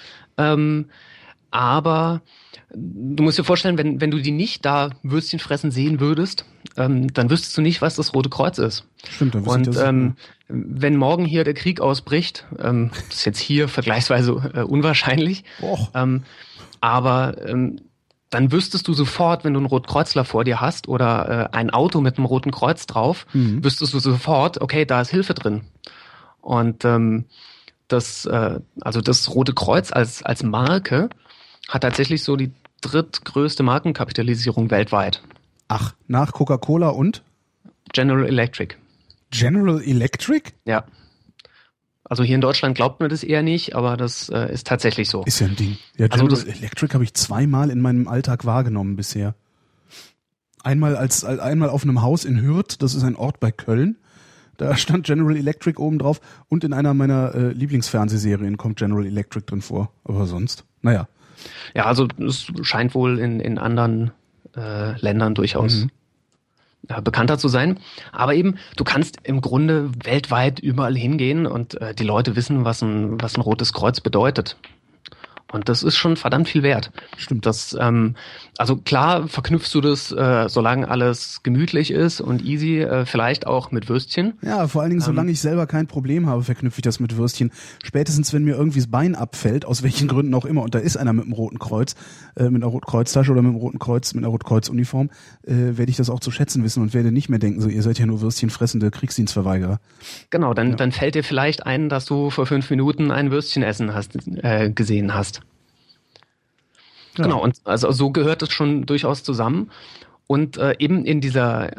Aber du musst dir vorstellen, wenn du die nicht da Würstchen fressen sehen würdest, dann wüsstest du nicht, was das Rote Kreuz ist. Stimmt, dann und wenn morgen hier der Krieg ausbricht, das ist jetzt hier vergleichsweise unwahrscheinlich, aber dann wüsstest du sofort, wenn du einen Rotkreuzler vor dir hast oder ein Auto mit einem Roten Kreuz drauf, wüsstest du sofort, okay, da ist Hilfe drin. Und das Rote Kreuz als Marke hat tatsächlich so die drittgrößte Markenkapitalisierung weltweit. Ach, nach Coca-Cola und? General Electric. General Electric? Ja. Also hier in Deutschland glaubt man das eher nicht, aber das ist tatsächlich so. Ist ja ein Ding. Ja, General Electric habe ich 2-mal in meinem Alltag wahrgenommen bisher. Einmal auf einem Haus in Hürth, das ist ein Ort bei Köln. Da stand General Electric oben drauf und in einer meiner Lieblingsfernsehserien kommt General Electric drin vor. Aber sonst, naja. Ja, also es scheint wohl in anderen Ländern durchaus bekannter zu sein. Aber eben, du kannst im Grunde weltweit überall hingehen und die Leute wissen, was ein Rotes Kreuz bedeutet. Und das ist schon verdammt viel wert. Stimmt. Also klar verknüpfst du das, solange alles gemütlich ist und easy, vielleicht auch mit Würstchen. Ja, vor allen Dingen, solange ich selber kein Problem habe, verknüpfe ich das mit Würstchen. Spätestens, wenn mir irgendwie das Bein abfällt, aus welchen Gründen auch immer, und da ist einer mit einem Roten Kreuz, mit einer Rotkreuztasche oder mit einem Roten Kreuz, mit einer Rotkreuzuniform, werde ich das auch zu schätzen wissen und werde nicht mehr denken, so, ihr seid ja nur würstchenfressende Kriegsdienstverweigerer. Genau, dann fällt dir vielleicht ein, dass du vor 5 Minuten ein Würstchenessen gesehen hast. Ja. Genau, und also so gehört es schon durchaus zusammen. Und eben in diese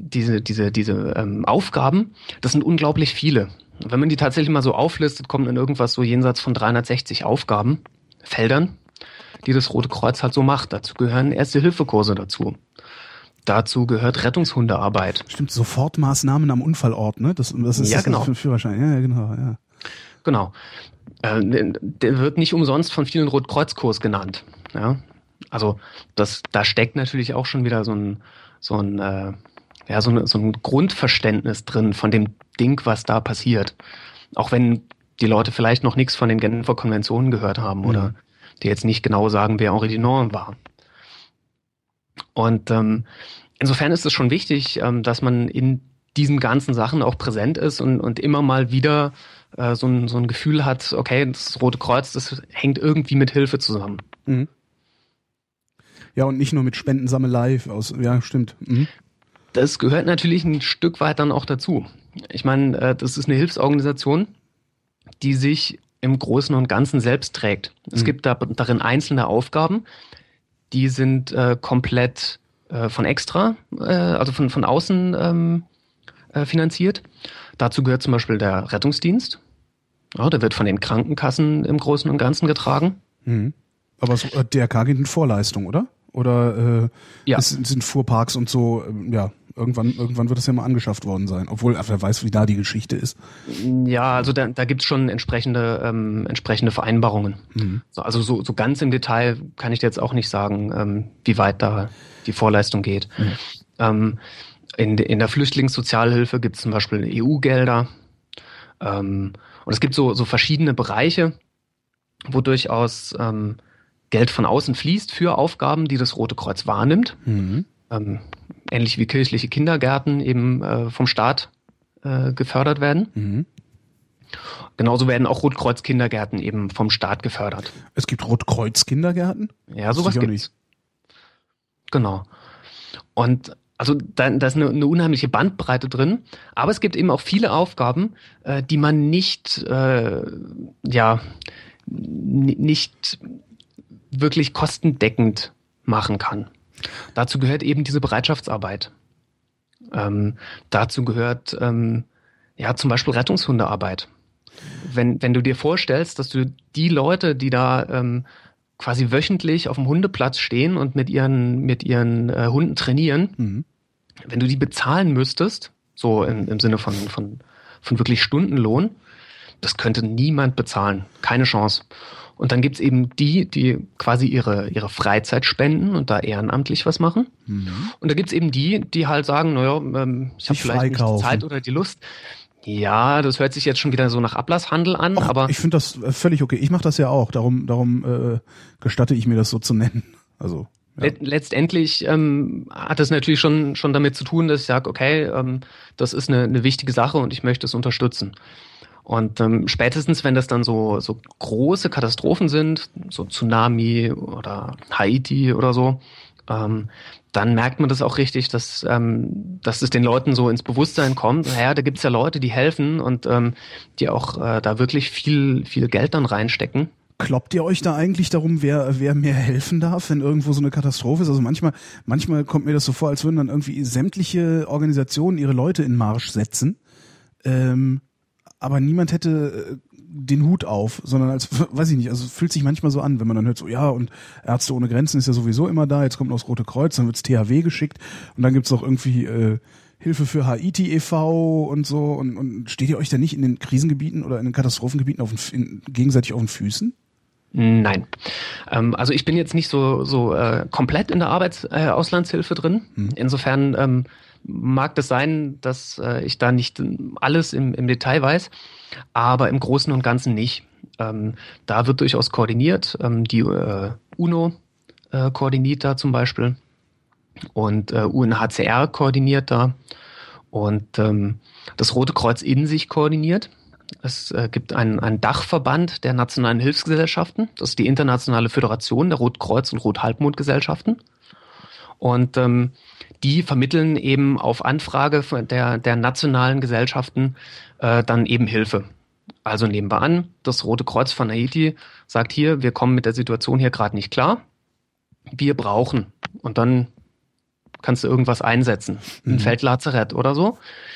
Aufgaben, das sind unglaublich viele. Wenn man die tatsächlich mal so auflistet, kommt dann irgendwas so jenseits von 360 Aufgabenfeldern, die das Rote Kreuz halt so macht. Dazu gehören Erste-Hilfe-Kurse dazu. Dazu gehört Rettungshundearbeit. Stimmt, Sofortmaßnahmen am Unfallort, ne? Das ist ja, genau. Das für den Führerschein. Ja, genau, ja. Genau. Der wird nicht umsonst von vielen Rotkreuzkurs genannt. Ja? Also da steckt natürlich auch schon wieder so ein Grundverständnis drin von dem Ding, was da passiert. Auch wenn die Leute vielleicht noch nichts von den Genfer Konventionen gehört haben oder die jetzt nicht genau sagen, wer Henri Dunant war. Und insofern ist es schon wichtig, dass man in diesen ganzen Sachen auch präsent ist und immer mal wieder so ein Gefühl hat, okay, das Rote Kreuz, das hängt irgendwie mit Hilfe zusammen. Mhm. Ja, und nicht nur mit Spendensammelei ja, stimmt. Mhm. Das gehört natürlich ein Stück weit dann auch dazu. Ich meine, das ist eine Hilfsorganisation, die sich im Großen und Ganzen selbst trägt. Es gibt darin einzelne Aufgaben, die sind komplett von extra, also von außen finanziert. Dazu gehört zum Beispiel der Rettungsdienst. Ja, der wird von den Krankenkassen im Großen und Ganzen getragen. Mhm. Aber DRK geht in Vorleistung, oder? Oder ja. Es sind Fuhrparks und so, ja, irgendwann wird das ja mal angeschafft worden sein. Obwohl, wer weiß, wie da die Geschichte ist. Ja, also da gibt's schon entsprechende Vereinbarungen. Mhm. Also so ganz im Detail kann ich dir jetzt auch nicht sagen, wie weit da die Vorleistung geht. Mhm. In der Flüchtlingssozialhilfe gibt es zum Beispiel EU-Gelder. Und es gibt so verschiedene Bereiche, wo durchaus Geld von außen fließt für Aufgaben, die das Rote Kreuz wahrnimmt. Mhm. Ähnlich wie kirchliche Kindergärten eben vom Staat gefördert werden. Mhm. Genauso werden auch Rotkreuz-Kindergärten eben vom Staat gefördert. Es gibt Rotkreuz-Kindergärten? Ja, sowas gibt's. Genau. Und also da ist eine unheimliche Bandbreite drin, aber es gibt eben auch viele Aufgaben, die man nicht wirklich kostendeckend machen kann. Dazu gehört eben diese Bereitschaftsarbeit. Dazu gehört zum Beispiel Rettungshundearbeit. Wenn du dir vorstellst, dass du die Leute, die da quasi wöchentlich auf dem Hundeplatz stehen und mit ihren Hunden trainieren, wenn du die bezahlen müsstest, so im Sinne von wirklich Stundenlohn, das könnte niemand bezahlen. Keine Chance. Und dann gibt's eben die quasi ihre Freizeit spenden und da ehrenamtlich was machen. Und da gibt's eben die halt sagen, ich habe vielleicht nicht die Zeit oder die Lust. Ja, das hört sich jetzt schon wieder so nach Ablasshandel an, aber ich finde das völlig okay. Ich mache das ja auch, darum gestatte ich mir das so zu nennen. Also ja. Letztendlich hat es natürlich schon damit zu tun, dass ich sage, okay, das ist eine wichtige Sache und ich möchte es unterstützen. Und spätestens, wenn das dann so große Katastrophen sind, so Tsunami oder Haiti oder so, dann merkt man das auch richtig, dass es den Leuten so ins Bewusstsein kommt. Naja, da gibt's ja Leute, die helfen und die auch da wirklich viel Geld dann reinstecken. Kloppt ihr euch da eigentlich darum, wer mehr helfen darf, wenn irgendwo so eine Katastrophe ist? Also manchmal kommt mir das so vor, als würden dann irgendwie sämtliche Organisationen ihre Leute in Marsch setzen. Aber niemand hätte den Hut auf, sondern weiß ich nicht, also fühlt sich manchmal so an, wenn man dann hört so, ja, und Ärzte ohne Grenzen ist ja sowieso immer da, jetzt kommt noch das Rote Kreuz, dann wird's THW geschickt und dann gibt's auch irgendwie Hilfe für Haiti e.V. und so und steht ihr euch da nicht in den Krisengebieten oder in den Katastrophengebieten gegenseitig auf den Füßen? Nein. Also ich bin jetzt nicht so komplett in der Auslandshilfe drin. Insofern mag das sein, dass ich da nicht alles im Detail weiß, aber im Großen und Ganzen nicht. Da wird durchaus koordiniert. Die UNO koordiniert da zum Beispiel und UNHCR koordiniert da und das Rote Kreuz in sich koordiniert. Es gibt einen Dachverband der nationalen Hilfsgesellschaften. Das ist die Internationale Föderation der Rotkreuz- und Rothalbmondgesellschaften. Und die vermitteln eben auf Anfrage der nationalen Gesellschaften dann eben Hilfe. Also nehmen wir an, das Rote Kreuz von Haiti sagt hier, wir kommen mit der Situation hier gerade nicht klar. Wir brauchen. Und dann kannst du irgendwas einsetzen. Ein Feldlazarett oder so.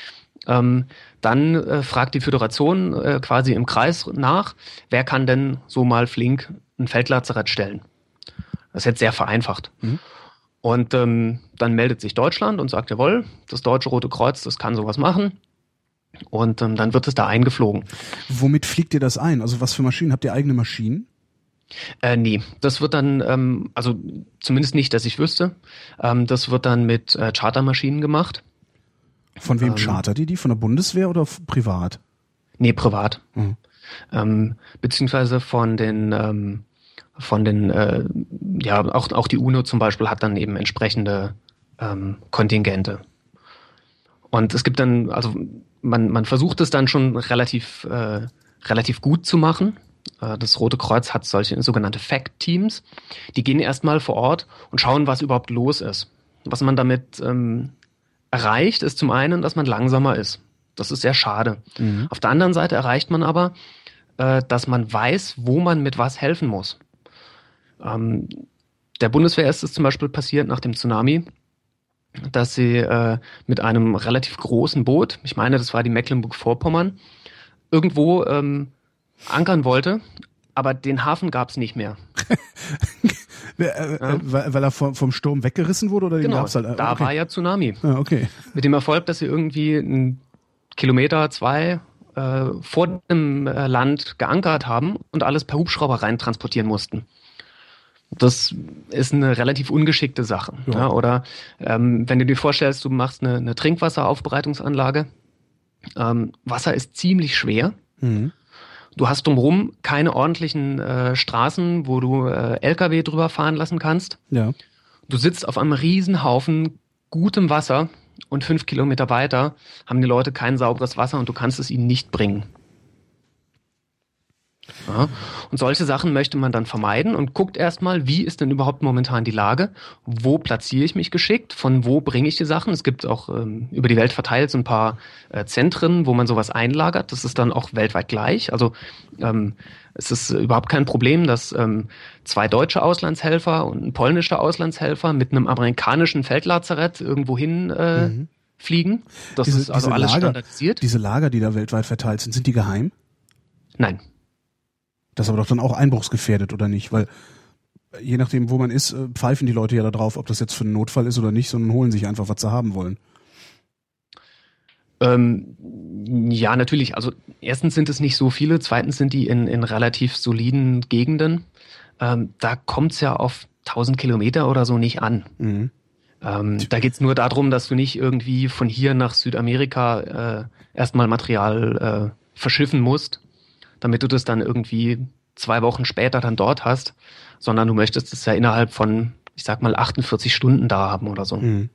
Dann fragt die Föderation quasi im Kreis nach, wer kann denn so mal flink ein Feldlazarett stellen. Das ist jetzt sehr vereinfacht. Und dann meldet sich Deutschland und sagt, jawohl, das Deutsche Rote Kreuz, das kann sowas machen. Und dann wird es da eingeflogen. Womit fliegt ihr das ein? Also was für Maschinen? Habt ihr eigene Maschinen? Nee, das wird dann, also zumindest nicht, dass ich wüsste, das wird dann mit Chartermaschinen gemacht. Von wem chartert ihr die? Von der Bundeswehr oder privat? Nee, privat. Beziehungsweise von den auch die UNO zum Beispiel hat dann eben entsprechende Kontingente. Und es gibt dann, also man versucht es dann schon relativ gut zu machen. Das Rote Kreuz hat solche sogenannte Fact-Teams. Die gehen erstmal vor Ort und schauen, was überhaupt los ist. Was man damit erreicht, ist zum einen, dass man langsamer ist. Das ist sehr schade. Auf der anderen Seite erreicht man aber, dass man weiß, wo man mit was helfen muss. Der Bundeswehr ist es zum Beispiel passiert nach dem Tsunami, dass sie mit einem relativ großen Boot, ich meine, das war die Mecklenburg-Vorpommern, irgendwo ankern wollte, aber den Hafen gab es nicht mehr. Weil er vom Sturm weggerissen wurde oder den genau, gab's halt? Okay. Da war ja Tsunami. Ah, okay. Mit dem Erfolg, dass sie irgendwie 1 Kilometer, 2 vor dem Land geankert haben und alles per Hubschrauber rein transportieren mussten. Das ist eine relativ ungeschickte Sache. Ja. Ja, oder wenn du dir vorstellst, du machst eine Trinkwasseraufbereitungsanlage. Wasser ist ziemlich schwer. Du hast drumherum keine ordentlichen Straßen, wo du LKW drüber fahren lassen kannst. Ja. Du sitzt auf einem Riesenhaufen gutem Wasser und 5 Kilometer weiter haben die Leute kein sauberes Wasser und du kannst es ihnen nicht bringen. Ja, und solche Sachen möchte man dann vermeiden und guckt erstmal, wie ist denn überhaupt momentan die Lage? Wo platziere ich mich geschickt? Von wo bringe ich die Sachen? Es gibt auch über die Welt verteilt so ein paar Zentren, wo man sowas einlagert. Das ist dann auch weltweit gleich. Also es ist überhaupt kein Problem, dass 2 deutsche Auslandshelfer und ein polnischer Auslandshelfer mit einem amerikanischen Feldlazarett irgendwo hin fliegen. Das ist also alles standardisiert. Diese Lager, die da weltweit verteilt sind die geheim? Nein. Das ist aber doch dann auch einbruchsgefährdet, oder nicht? Weil je nachdem, wo man ist, pfeifen die Leute ja da drauf, ob das jetzt für einen Notfall ist oder nicht, sondern holen sich einfach, was sie haben wollen. Ja, natürlich. Also erstens sind es nicht so viele, zweitens sind die in relativ soliden Gegenden. Da kommt es ja auf 1000 Kilometer oder so nicht an. Mhm. Da geht es nur darum, dass du nicht irgendwie von hier nach Südamerika erstmal Material verschiffen musst, damit du das dann irgendwie 2 Wochen später dann dort hast, sondern du möchtest es ja innerhalb von, ich sag mal, 48 Stunden da haben oder so. Mhm.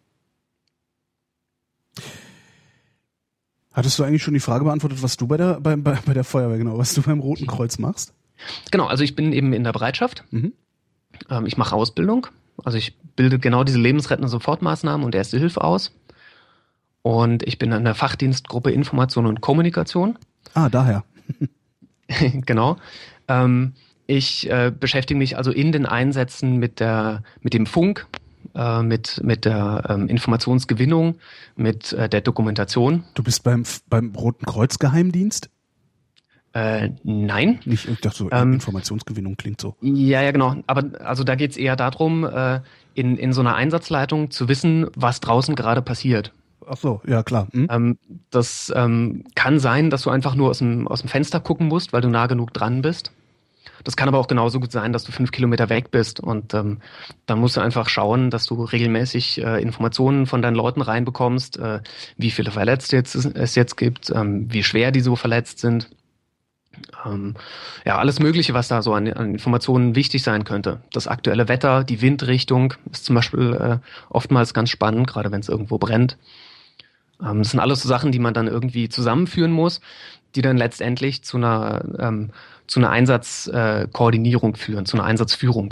Hattest du eigentlich schon die Frage beantwortet, was du bei der Feuerwehr, genau, was du beim Roten Kreuz machst? Genau, also ich bin eben in der Bereitschaft. Mhm. Ich mache Ausbildung. Also ich bilde genau diese lebensrettende Sofortmaßnahmen und Erste Hilfe aus. Und ich bin in der Fachdienstgruppe Information und Kommunikation. Ah, daher. Genau. Ich beschäftige mich also in den Einsätzen mit dem Funk, mit der Informationsgewinnung, mit der Dokumentation. Du bist beim Roten Kreuz Geheimdienst? Nein. Nicht, ich dachte so, Informationsgewinnung klingt so. Ja, genau. Aber also da geht es eher darum, in so einer Einsatzleitung zu wissen, was draußen gerade passiert. Ach so, ja klar. Das kann sein, dass du einfach nur aus dem Fenster gucken musst, weil du nah genug dran bist. Das kann aber auch genauso gut sein, dass du 5 Kilometer weg bist und dann musst du einfach schauen, dass du regelmäßig Informationen von deinen Leuten reinbekommst, wie viele Verletzte es jetzt gibt, wie schwer die so verletzt sind. Ja, alles Mögliche, was da so an Informationen wichtig sein könnte. Das aktuelle Wetter, die Windrichtung ist zum Beispiel oftmals ganz spannend, gerade wenn es irgendwo brennt. Das sind alles so Sachen, die man dann irgendwie zusammenführen muss, die dann letztendlich zu einer Einsatzkoordinierung führen, zu einer Einsatzführung.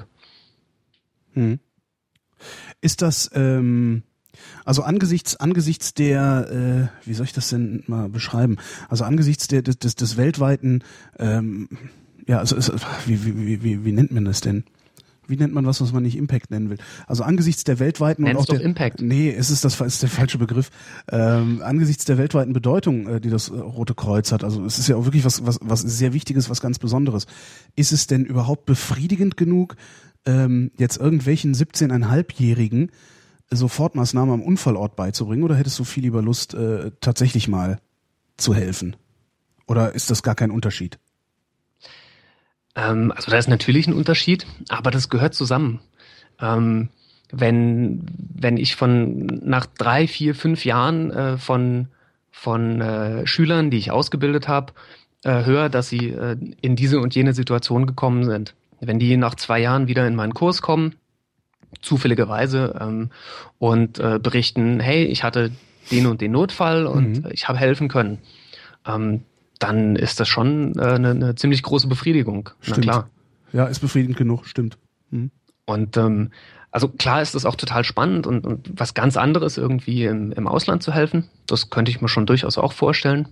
Ist das also angesichts der, wie soll ich das denn mal beschreiben? Also angesichts des weltweiten, ja, also wie nennt man das denn? Wie nennt man was man nicht Impact nennen will? Also angesichts der weltweiten Nenn's und auch doch Impact. Nee, ist der falsche Begriff. Angesichts der weltweiten Bedeutung, die das Rote Kreuz hat, also es ist ja auch wirklich was sehr Wichtiges, was ganz Besonderes. Ist es denn überhaupt befriedigend genug, jetzt irgendwelchen 17,5-Jährigen Sofortmaßnahmen am Unfallort beizubringen, oder hättest du viel lieber Lust, tatsächlich mal zu helfen? Oder ist das gar kein Unterschied? Also da ist natürlich ein Unterschied, aber das gehört zusammen. Wenn ich nach 3, 4, 5 Jahren von Schülern, die ich ausgebildet habe, höre, dass sie in diese und jene Situation gekommen sind. Wenn die nach 2 Jahren wieder in meinen Kurs kommen, zufälligerweise, und berichten, hey, ich hatte den und den Notfall und ich habe helfen können, dann ist das schon eine ziemlich große Befriedigung. Stimmt. Na klar. Ja, ist befriedigend genug, stimmt. Und also klar ist das auch total spannend und was ganz anderes irgendwie im Ausland zu helfen. Das könnte ich mir schon durchaus auch vorstellen.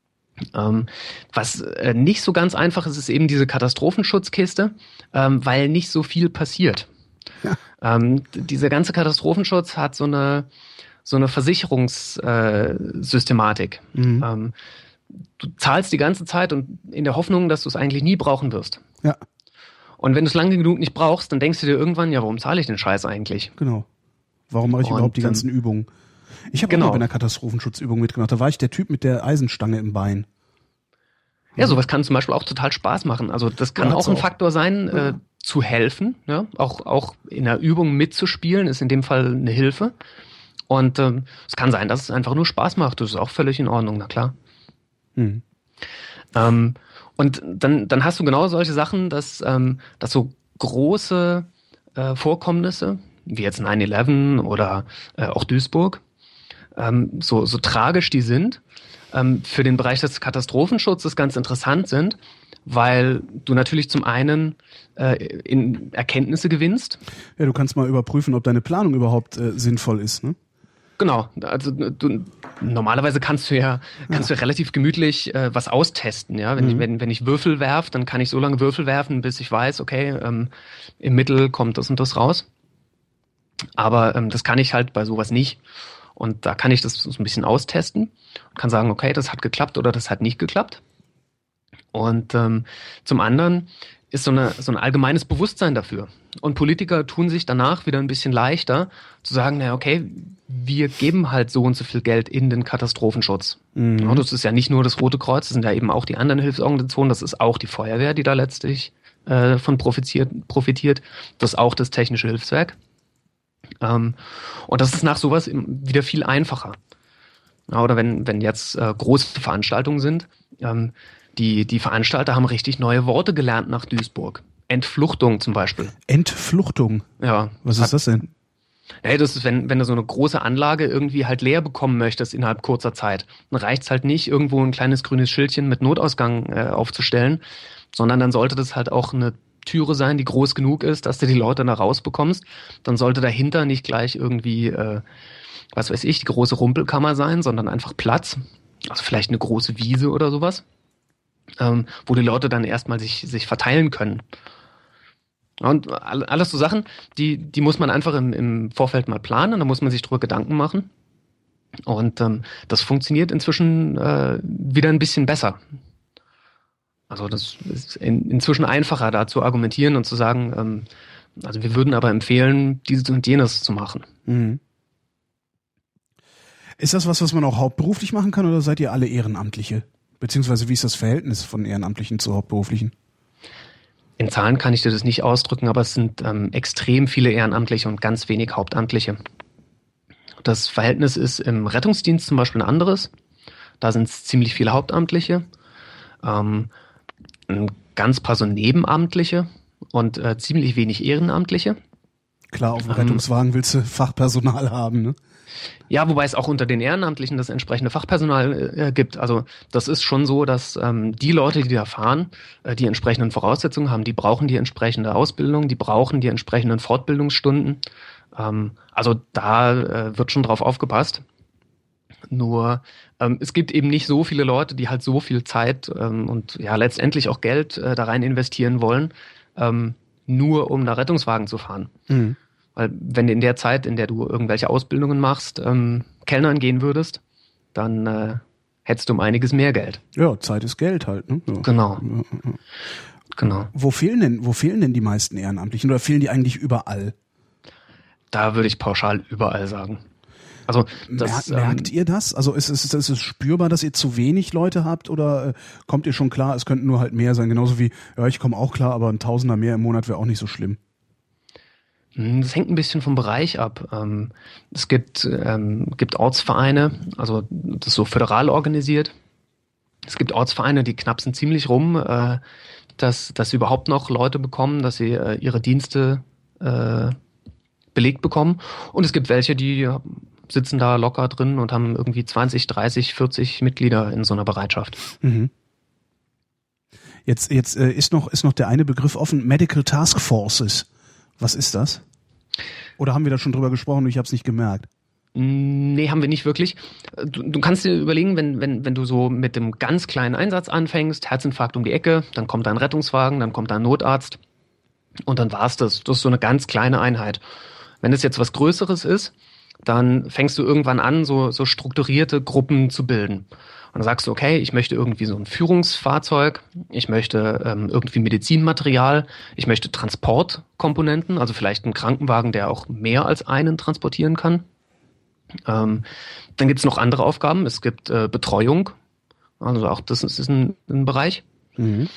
Was nicht so ganz einfach ist, ist eben diese Katastrophenschutzkiste, weil nicht so viel passiert. Ja. Dieser ganze Katastrophenschutz hat so eine Versicherungssystematik. Du zahlst die ganze Zeit und in der Hoffnung, dass du es eigentlich nie brauchen wirst. Ja. Und wenn du es lange genug nicht brauchst, dann denkst du dir irgendwann, ja, warum zahle ich den Scheiß eigentlich? Genau. Warum mache ich überhaupt die ganzen Übungen? Ich habe auch mal bei einer Katastrophenschutzübung mitgemacht. Da war ich der Typ mit der Eisenstange im Bein. Ja, sowas kann zum Beispiel auch total Spaß machen. Also das kann auch ein Faktor sein, zu helfen. Ja? Auch in der Übung mitzuspielen ist in dem Fall eine Hilfe. Und es kann sein, dass es einfach nur Spaß macht. Das ist auch völlig in Ordnung, na klar. Und dann hast du genau solche Sachen, dass so große Vorkommnisse, wie jetzt 9/11 oder auch Duisburg, so tragisch die sind, für den Bereich des Katastrophenschutzes ganz interessant sind, weil du natürlich zum einen in Erkenntnisse gewinnst. Ja, du kannst mal überprüfen, ob deine Planung überhaupt sinnvoll ist, ne? Genau, also normalerweise kannst du ja relativ gemütlich was austesten, ja. Wenn ich Würfel werfe, dann kann ich so lange Würfel werfen, bis ich weiß, okay, im Mittel kommt das und das raus. Aber das kann ich halt bei sowas nicht. Und da kann ich das so ein bisschen austesten und kann sagen, okay, das hat geklappt oder das hat nicht geklappt. Und zum anderen ist so ein allgemeines Bewusstsein dafür. Und Politiker tun sich danach wieder ein bisschen leichter zu sagen, na okay, wir geben halt so und so viel Geld in den Katastrophenschutz. Mhm. Ja, das ist ja nicht nur das Rote Kreuz, das sind ja eben auch die anderen Hilfsorganisationen, das ist auch die Feuerwehr, die da letztlich von profitiert. Das ist auch das Technische Hilfswerk. Und das ist nach sowas wieder viel einfacher. Ja, oder wenn jetzt große Veranstaltungen sind, die Veranstalter haben richtig neue Worte gelernt nach Duisburg. Entfluchtung zum Beispiel. Entfluchtung? Ja. Was ist das denn? Ja, das ist, wenn du so eine große Anlage irgendwie halt leer bekommen möchtest innerhalb kurzer Zeit, dann reicht's halt nicht, irgendwo ein kleines grünes Schildchen mit Notausgang aufzustellen, sondern dann sollte das halt auch eine Türe sein, die groß genug ist, dass du die Leute da rausbekommst. Dann sollte dahinter nicht gleich irgendwie, was weiß ich, die große Rumpelkammer sein, sondern einfach Platz. Also vielleicht eine große Wiese oder sowas, wo die Leute dann erstmal sich verteilen können. Und alles so Sachen, die muss man einfach im Vorfeld mal planen, da muss man sich drüber Gedanken machen. Und das funktioniert inzwischen wieder ein bisschen besser. Also das ist inzwischen einfacher, da zu argumentieren und zu sagen, also wir würden aber empfehlen, dieses und jenes zu machen. Mhm. Ist das was man auch hauptberuflich machen kann oder seid ihr alle Ehrenamtliche? Beziehungsweise wie ist das Verhältnis von Ehrenamtlichen zu Hauptberuflichen? In Zahlen kann ich dir das nicht ausdrücken, aber es sind extrem viele Ehrenamtliche und ganz wenig Hauptamtliche. Das Verhältnis ist im Rettungsdienst zum Beispiel ein anderes. Da sind es ziemlich viele Hauptamtliche, ein ganz paar so Nebenamtliche und ziemlich wenig Ehrenamtliche. Klar, auf dem Rettungswagen willst du Fachpersonal haben, ne? Ja, wobei es auch unter den Ehrenamtlichen das entsprechende Fachpersonal gibt. Also das ist schon so, dass die Leute, die da fahren, die entsprechenden Voraussetzungen haben, die brauchen die entsprechende Ausbildung, die brauchen die entsprechenden Fortbildungsstunden. Also da wird schon drauf aufgepasst. Nur es gibt eben nicht so viele Leute, die halt so viel Zeit und ja letztendlich auch Geld da rein investieren wollen, nur um da Rettungswagen zu fahren. Mhm. Weil wenn du in der Zeit, in der du irgendwelche Ausbildungen machst, Kellnern gehen würdest, dann hättest du um einiges mehr Geld. Ja, Zeit ist Geld halt, ne? Ja. Genau. Ja. Genau. Wo fehlen denn die meisten Ehrenamtlichen oder fehlen die eigentlich überall? Da würde ich pauschal überall sagen. Also merkt ihr das? Also ist es spürbar, dass ihr zu wenig Leute habt oder kommt ihr schon klar, es könnten nur halt mehr sein? Genauso wie, ja, ich komme auch klar, aber ein Tausender mehr im Monat wäre auch nicht so schlimm. Das hängt ein bisschen vom Bereich ab. Es gibt Ortsvereine, also das ist so föderal organisiert. Es gibt Ortsvereine, die knapsen ziemlich rum, dass sie überhaupt noch Leute bekommen, dass sie ihre Dienste belegt bekommen. Und es gibt welche, die sitzen da locker drin und haben irgendwie 20, 30, 40 Mitglieder in so einer Bereitschaft. Mhm. Jetzt ist noch der eine Begriff offen, Medical Task Forces. Was ist das? Oder haben wir da schon drüber gesprochen und ich habe es nicht gemerkt? Nee, haben wir nicht wirklich. Du kannst dir überlegen, wenn du so mit dem ganz kleinen Einsatz anfängst, Herzinfarkt um die Ecke, dann kommt da ein Rettungswagen, dann kommt da ein Notarzt und dann war's das. Das ist so eine ganz kleine Einheit. Wenn es jetzt was Größeres ist, dann fängst du irgendwann an, so strukturierte Gruppen zu bilden. Und dann sagst du, okay, ich möchte irgendwie so ein Führungsfahrzeug, ich möchte irgendwie Medizinmaterial, ich möchte Transportkomponenten, also vielleicht einen Krankenwagen, der auch mehr als einen transportieren kann. Dann gibt es noch andere Aufgaben, es gibt Betreuung, also auch das ist ein Bereich. Mhm.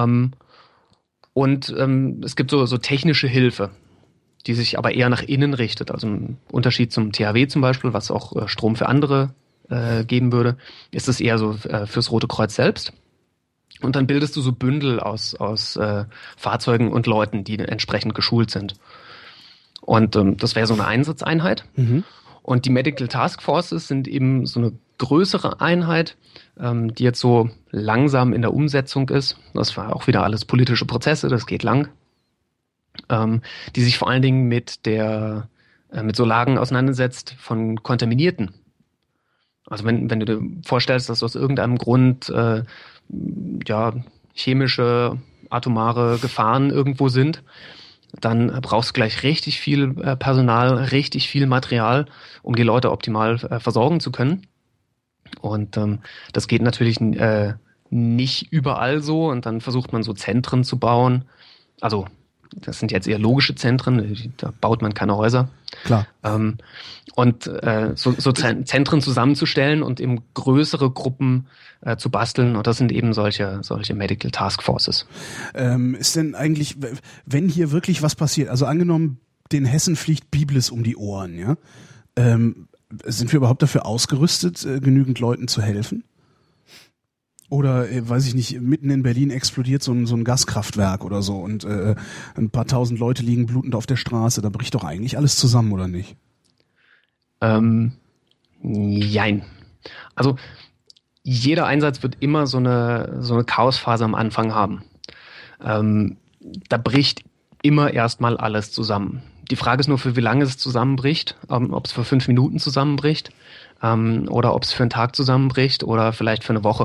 Und es gibt so technische Hilfe, die sich aber eher nach innen richtet, also im Unterschied zum THW zum Beispiel, was auch Strom für andere geben würde, ist es eher so fürs Rote Kreuz selbst. Und dann bildest du so Bündel aus Fahrzeugen und Leuten, die entsprechend geschult sind. Und das wäre so eine Einsatzeinheit. Mhm. Und die Medical Task Forces sind eben so eine größere Einheit, die jetzt so langsam in der Umsetzung ist. Das war auch wieder alles politische Prozesse, das geht lang. Die sich vor allen Dingen mit so Lagen auseinandersetzt von Kontaminierten. Also wenn du dir vorstellst, dass aus irgendeinem Grund chemische, atomare Gefahren irgendwo sind, dann brauchst du gleich richtig viel Personal, richtig viel Material, um die Leute optimal versorgen zu können. Und das geht natürlich nicht überall so. Und dann versucht man so Zentren zu bauen. Also das sind jetzt eher logische Zentren, da baut man keine Häuser. Klar. So Zentren zusammenzustellen und eben größere Gruppen zu basteln. Und das sind eben solche Medical Task Forces. Ist denn eigentlich, wenn hier wirklich was passiert, also angenommen, den Hessen fliegt Biblis um die Ohren, ja? Sind wir überhaupt dafür ausgerüstet, genügend Leuten zu helfen? Oder, weiß ich nicht, mitten in Berlin explodiert so ein Gaskraftwerk oder so und ein paar tausend Leute liegen blutend auf der Straße. Da bricht doch eigentlich alles zusammen, oder nicht? Jein. Also jeder Einsatz wird immer so eine Chaosphase am Anfang haben. Da bricht immer erstmal alles zusammen. Die Frage ist nur, für wie lange es zusammenbricht, ob es für 5 Minuten zusammenbricht oder ob es für einen Tag zusammenbricht oder vielleicht für eine Woche.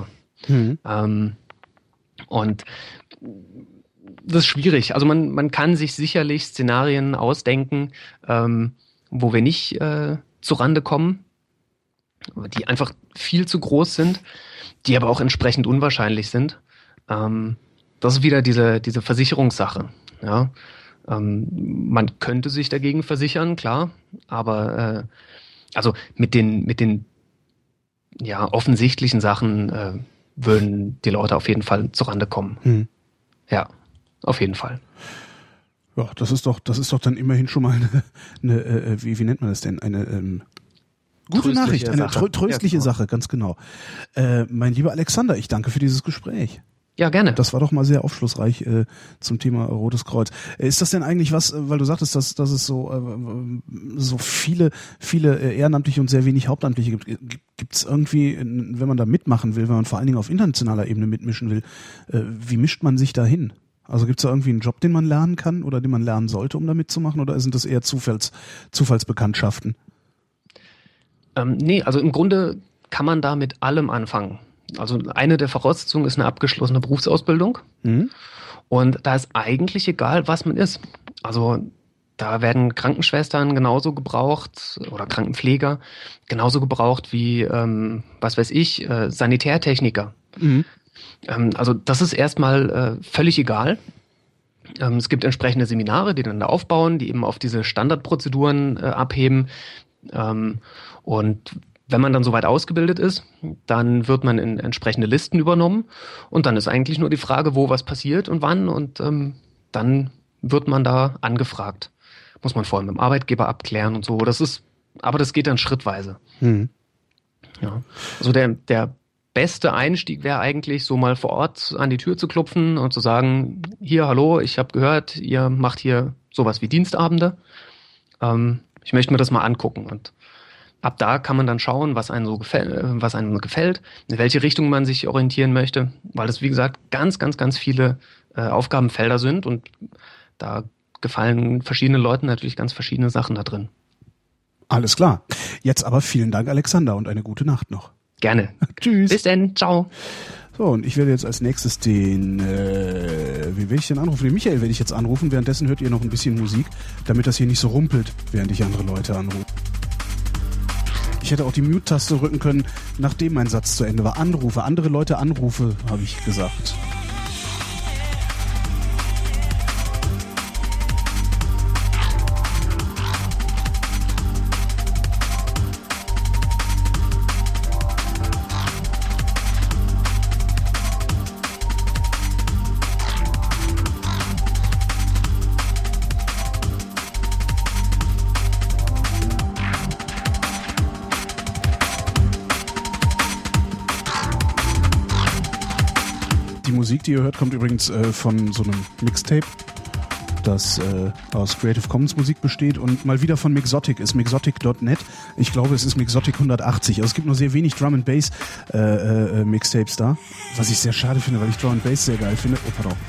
Und das ist schwierig. Also man kann sich sicherlich Szenarien ausdenken, wo wir nicht zurande kommen, die einfach viel zu groß sind, die aber auch entsprechend unwahrscheinlich sind. Das ist wieder diese Versicherungssache. Ja? Man könnte sich dagegen versichern, klar, aber also mit den offensichtlichen Sachen würden die Leute auf jeden Fall zurande kommen. Ja, auf jeden Fall. Ja, das ist doch dann immerhin schon mal eine wie nennt man das denn? Eine gute Nachricht, eine tröstliche Sache, ganz genau. Mein lieber Alexander, ich danke für dieses Gespräch. Ja, gerne. Das war doch mal sehr aufschlussreich zum Thema Rotes Kreuz. Ist das denn eigentlich was, weil du sagtest, dass es so viele Ehrenamtliche und sehr wenig Hauptamtliche gibt? Gibt es irgendwie, wenn man da mitmachen will, wenn man vor allen Dingen auf internationaler Ebene mitmischen will, wie mischt man sich da hin? Also gibt es da irgendwie einen Job, den man lernen kann oder den man lernen sollte, um da mitzumachen, oder sind das eher Zufallsbekanntschaften? Nee, also im Grunde kann man da mit allem anfangen. Also eine der Voraussetzungen ist eine abgeschlossene Berufsausbildung. Und da ist eigentlich egal, was man ist. Also da werden Krankenschwestern genauso gebraucht oder Krankenpfleger genauso gebraucht wie, Sanitärtechniker. Also das ist erstmal völlig egal. Es gibt entsprechende Seminare, die dann da aufbauen, die eben auf diese Standardprozeduren abheben. Und wenn man dann soweit ausgebildet ist, dann wird man in entsprechende Listen übernommen und dann ist eigentlich nur die Frage, wo was passiert und wann, und dann wird man da angefragt. Muss man vorher mit dem Arbeitgeber abklären und so. Aber das geht dann schrittweise. Ja. Also der beste Einstieg wäre eigentlich, so mal vor Ort an die Tür zu klopfen und zu sagen, hier, hallo, ich habe gehört, ihr macht hier sowas wie Dienstabende. Ich möchte mir das mal angucken. Und ab da kann man dann schauen, was einem gefällt, in welche Richtung man sich orientieren möchte, weil das, wie gesagt, ganz, ganz, ganz viele Aufgabenfelder sind und da gefallen verschiedenen Leuten natürlich ganz verschiedene Sachen da drin. Alles klar. Jetzt aber vielen Dank, Alexander, und eine gute Nacht noch. Gerne. Tschüss. Bis dann. Ciao. So, und ich werde jetzt als nächstes wie werde ich denn anrufen? Den Michael werde ich jetzt anrufen. Währenddessen hört ihr noch ein bisschen Musik, damit das hier nicht so rumpelt, während ich andere Leute anrufe. Ich hätte auch die Mute-Taste drücken können, nachdem mein Satz zu Ende war. Anrufe, andere Leute anrufe, habe ich gesagt. Die Musik, die ihr hört, kommt übrigens von so einem Mixtape. das aus Creative Commons Musik besteht und mal wieder von Mixotic ist, mixotic.net. Ich glaube, es ist Mixotic 180. Also es gibt nur sehr wenig Drum and Bass Mixtapes da, was ich sehr schade finde, weil ich Drum and Bass sehr geil finde.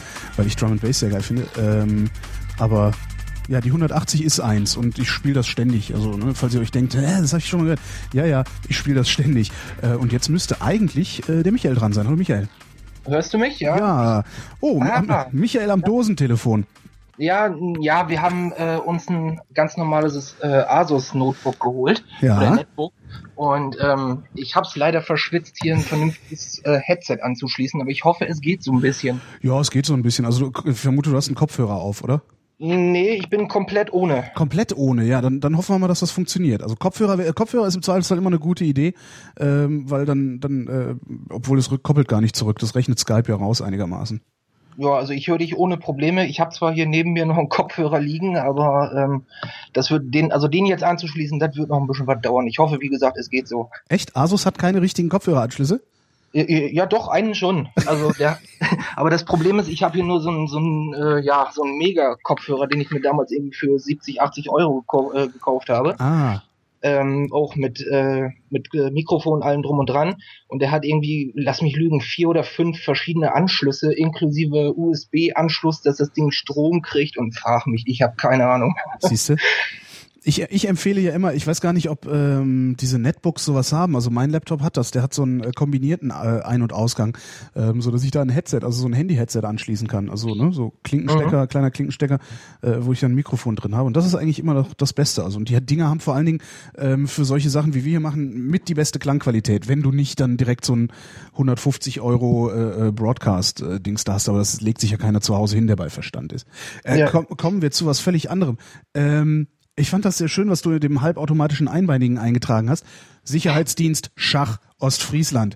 Aber ja, die 180 ist eins und ich spiele das ständig. Also, ne, falls ihr euch denkt, das habe ich schon mal gehört. Ja, ich spiele das ständig. Und jetzt müsste eigentlich der Michael dran sein. Hallo Michael. Hörst du mich? Ja. Ja. Oh, Michael am Dosentelefon. Ja, wir haben uns ein ganz normales Asus Notebook geholt. Ja. Oder Netbook. Und ich habe es leider verschwitzt, hier ein vernünftiges Headset anzuschließen, aber ich hoffe, es geht so ein bisschen. Ja, es geht so ein bisschen. Also ich vermute, du hast einen Kopfhörer auf, oder? Nee, ich bin komplett ohne. Komplett ohne, ja, dann hoffen wir mal, dass das funktioniert. Also Kopfhörer ist im Zweifelsfall immer eine gute Idee, weil dann obwohl es koppelt gar nicht zurück, das rechnet Skype ja raus einigermaßen. Ja, also ich höre dich ohne Probleme. Ich habe zwar hier neben mir noch einen Kopfhörer liegen, aber das wird den jetzt anzuschließen, das wird noch ein bisschen was dauern. Ich hoffe, wie gesagt, es geht so. Echt? Asus hat keine richtigen Kopfhöreranschlüsse? Ja, doch, einen schon. Also aber das Problem ist, ich habe hier nur so einen Mega-Kopfhörer, den ich mir damals irgendwie für 70, 80 Euro gekauft habe. Ah. Auch mit Mikrofon, allem drum und dran. Und der hat irgendwie, lass mich lügen, 4 oder 5 verschiedene Anschlüsse, inklusive USB-Anschluss, dass das Ding Strom kriegt und frag mich, ich habe keine Ahnung. Siehste? Ich empfehle ja immer, ich weiß gar nicht, ob diese Netbooks sowas haben, also mein Laptop hat das, der hat so einen kombinierten Ein- und Ausgang, so dass ich da ein Headset, also so ein Handy-Headset anschließen kann, also ne, so Klinkenstecker, kleiner Klinkenstecker, wo ich dann ein Mikrofon drin habe und das ist eigentlich immer noch das Beste, also und die Dinger haben vor allen Dingen für solche Sachen, wie wir hier machen, mit die beste Klangqualität, wenn du nicht dann direkt so ein 150 Euro Broadcast-Dings da hast, aber das legt sich ja keiner zu Hause hin, der bei Verstand ist. Kommen wir zu was völlig anderem. Ich fand das sehr schön, was du mit dem halbautomatischen Einbeinigen eingetragen hast. Sicherheitsdienst Schach Ostfriesland.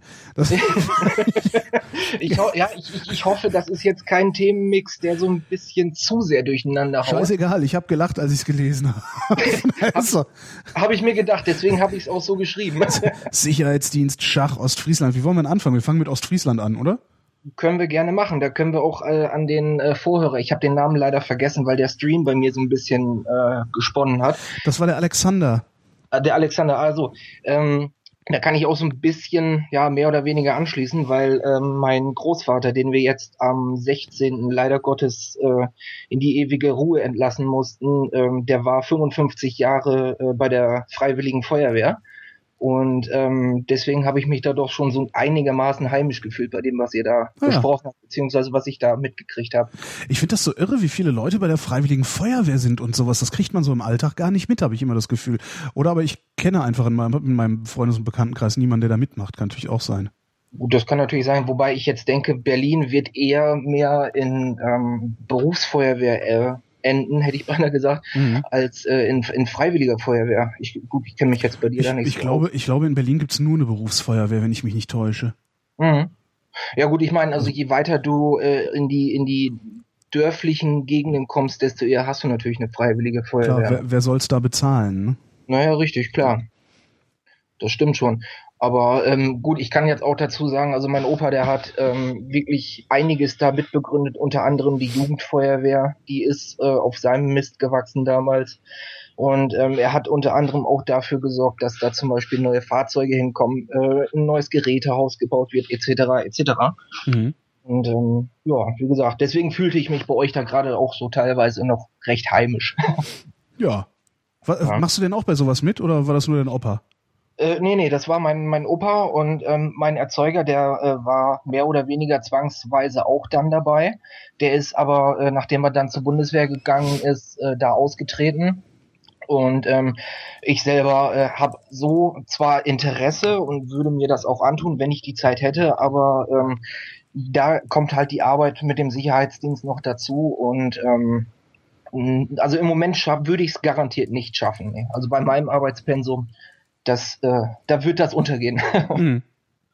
Ich hoffe, das ist jetzt kein Themenmix, der so ein bisschen zu sehr durcheinander haut. Scheißegal, ich habe gelacht, als ich es gelesen habe. Also. Habe ich mir gedacht, deswegen habe ich es auch so geschrieben. Sicherheitsdienst Schach Ostfriesland. Wie wollen wir denn anfangen? Wir fangen mit Ostfriesland an, oder? Können wir gerne machen. Da können wir auch an den Vorhörer. Ich habe den Namen leider vergessen, weil der Stream bei mir so ein bisschen gesponnen hat. Das war der Alexander. Der Alexander, also da kann ich auch so ein bisschen mehr oder weniger anschließen, weil mein Großvater, den wir jetzt am 16. leider Gottes in die ewige Ruhe entlassen mussten, der war 55 Jahre bei der Freiwilligen Feuerwehr. Und deswegen habe ich mich da doch schon so einigermaßen heimisch gefühlt bei dem, was ihr da besprochen habt, beziehungsweise was ich da mitgekriegt habe. Ich finde das so irre, wie viele Leute bei der Freiwilligen Feuerwehr sind und sowas. Das kriegt man so im Alltag gar nicht mit, habe ich immer das Gefühl. Oder aber ich kenne einfach in meinem Freundes- und Bekanntenkreis niemanden, der da mitmacht. Kann natürlich auch sein. Gut, das kann natürlich sein, wobei ich jetzt denke, Berlin wird eher mehr in Berufsfeuerwehr enden, hätte ich beinahe gesagt, als in freiwilliger Feuerwehr. Ich kenne mich jetzt bei dir da nicht ich glaube, in Berlin gibt's nur eine Berufsfeuerwehr, wenn ich mich nicht täusche. Mhm. Ja gut, ich meine, also je weiter du in die dörflichen Gegenden kommst, desto eher hast du natürlich eine freiwillige Feuerwehr. Klar, wer soll's da bezahlen? Ne? Naja, richtig, klar. Das stimmt schon. Aber gut, ich kann jetzt auch dazu sagen, also mein Opa, der hat wirklich einiges da mitbegründet, unter anderem die Jugendfeuerwehr, die ist auf seinem Mist gewachsen damals. Und er hat unter anderem auch dafür gesorgt, dass da zum Beispiel neue Fahrzeuge hinkommen, ein neues Gerätehaus gebaut wird, etc. etc. Mhm. Und wie gesagt, deswegen fühlte ich mich bei euch da gerade auch so teilweise noch recht heimisch. Ja. Machst du denn auch bei sowas mit oder war das nur dein Opa? Nee, das war mein Opa und mein Erzeuger, der war mehr oder weniger zwangsweise auch dann dabei. Der ist aber, nachdem er dann zur Bundeswehr gegangen ist, da ausgetreten. Und ich selber habe so zwar Interesse und würde mir das auch antun, wenn ich die Zeit hätte, aber da kommt halt die Arbeit mit dem Sicherheitsdienst noch dazu und also im Moment würde ich es garantiert nicht schaffen. Nee. Also bei meinem Arbeitspensum, da wird das untergehen. Mhm.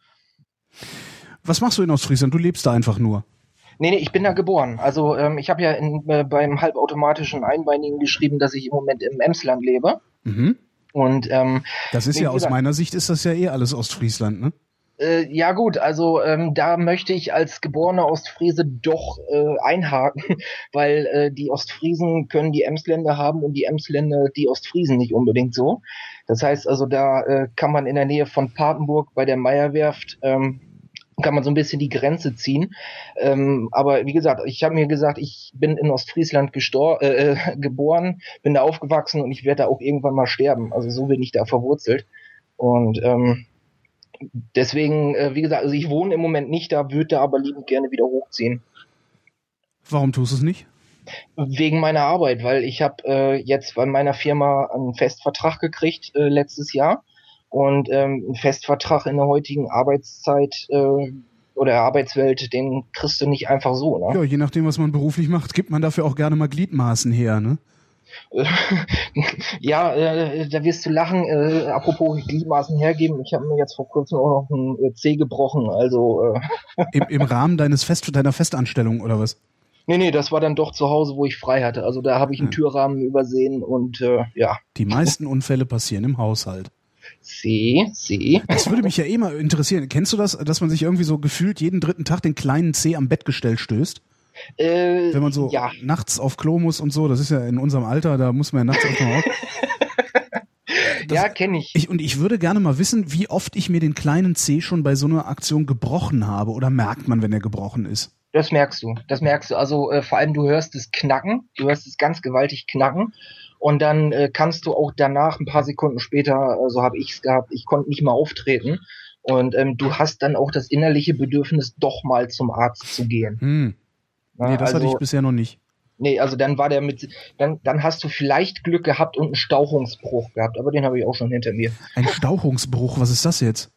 Was machst du in Ostfriesland? Du lebst da einfach nur. Nee, ich bin da geboren. Also ich habe ja beim halbautomatischen Einbeinigen geschrieben, dass ich im Moment im Emsland lebe. Mhm. Und das ist ja aus meiner Sicht ist das ja alles Ostfriesland, ne? Ja gut, also da möchte ich als geborener Ostfriese doch einhaken, weil die Ostfriesen können die Emsländer haben und die Emsländer die Ostfriesen nicht unbedingt so. Das heißt also, da kann man in der Nähe von Papenburg bei der Meierwerft kann man so ein bisschen die Grenze ziehen. Aber wie gesagt, ich habe mir gesagt, ich bin in Ostfriesland geboren, bin da aufgewachsen und ich werde da auch irgendwann mal sterben. Also so bin ich da verwurzelt. Und deswegen, wie gesagt, also ich wohne im Moment nicht da, würde da aber liebend gerne wieder hochziehen. Warum tust du es nicht? Wegen meiner Arbeit, weil ich habe jetzt bei meiner Firma einen Festvertrag gekriegt letztes Jahr. Und ein Festvertrag in der heutigen Arbeitszeit oder Arbeitswelt, den kriegst du nicht einfach so, ne? Ja, je nachdem, was man beruflich macht, gibt man dafür auch gerne mal Gliedmaßen her, ne? Ja, da wirst du lachen. Apropos Gliedmaßen hergeben, ich habe mir jetzt vor kurzem auch noch ein Zeh gebrochen, also Im Rahmen deiner Festanstellung oder was? Nee, das war dann doch zu Hause, wo ich frei hatte. Also da habe ich einen Türrahmen übersehen und ja. Die meisten Unfälle passieren im Haushalt. C. Das würde mich ja eh mal interessieren. Kennst du das, dass man sich irgendwie so gefühlt jeden dritten Tag den kleinen C am Bettgestell stößt? Wenn man so nachts auf Klo muss und so, das ist ja in unserem Alter, da muss man ja nachts auch noch auf. Ja, kenne ich. Und ich würde gerne mal wissen, wie oft ich mir den kleinen C schon bei so einer Aktion gebrochen habe. Oder merkt man, wenn er gebrochen ist? Das merkst du. Also vor allem du hörst es knacken, du hörst es ganz gewaltig knacken. Und dann kannst du auch danach, ein paar Sekunden später, so habe ich es gehabt, ich konnte nicht mehr auftreten. Und du hast dann auch das innerliche Bedürfnis, doch mal zum Arzt zu gehen. Nee, das hatte ich bisher noch nicht. Nee, also dann war dann hast du vielleicht Glück gehabt und einen Stauchungsbruch gehabt, aber den habe ich auch schon hinter mir. Ein Stauchungsbruch, was ist das jetzt?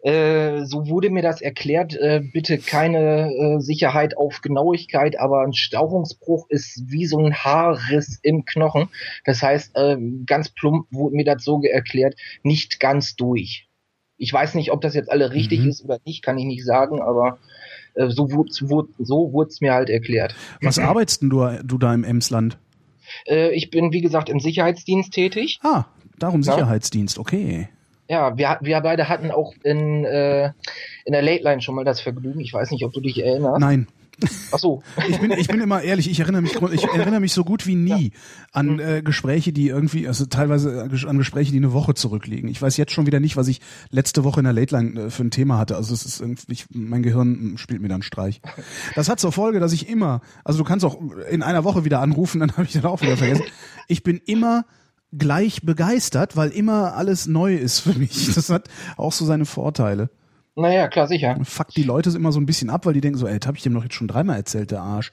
So wurde mir das erklärt, bitte keine Sicherheit auf Genauigkeit, aber ein Stauchungsbruch ist wie so ein Haarriss im Knochen. Das heißt, ganz plump wurde mir das so erklärt, nicht ganz durch. Ich weiß nicht, ob das jetzt alle richtig ist oder nicht, kann ich nicht sagen, aber so wurde es mir halt erklärt. Was arbeitest denn du da im Emsland? Ich bin, wie gesagt, im Sicherheitsdienst tätig. Ah, darum Sicherheitsdienst, okay. Ja, wir beide hatten auch in der Late Line schon mal das Vergnügen. Ich weiß nicht, ob du dich erinnerst. Nein. Ach so. Ich bin immer ehrlich, ich erinnere mich so gut wie nie an Gespräche, die irgendwie, also teilweise an Gespräche, die eine Woche zurückliegen. Ich weiß jetzt schon wieder nicht, was ich letzte Woche in der Late Line für ein Thema hatte. Also es ist irgendwie, mein Gehirn spielt mir dann Streich. Das hat zur Folge, dass ich immer, also du kannst auch in einer Woche wieder anrufen, dann habe ich dann auch wieder vergessen. Ich bin immer gleich begeistert, weil immer alles neu ist für mich. Das hat auch so seine Vorteile. Naja, klar, sicher. Fuck die Leute immer so ein bisschen ab, weil die denken so, das habe ich dem doch jetzt schon dreimal erzählt, der Arsch.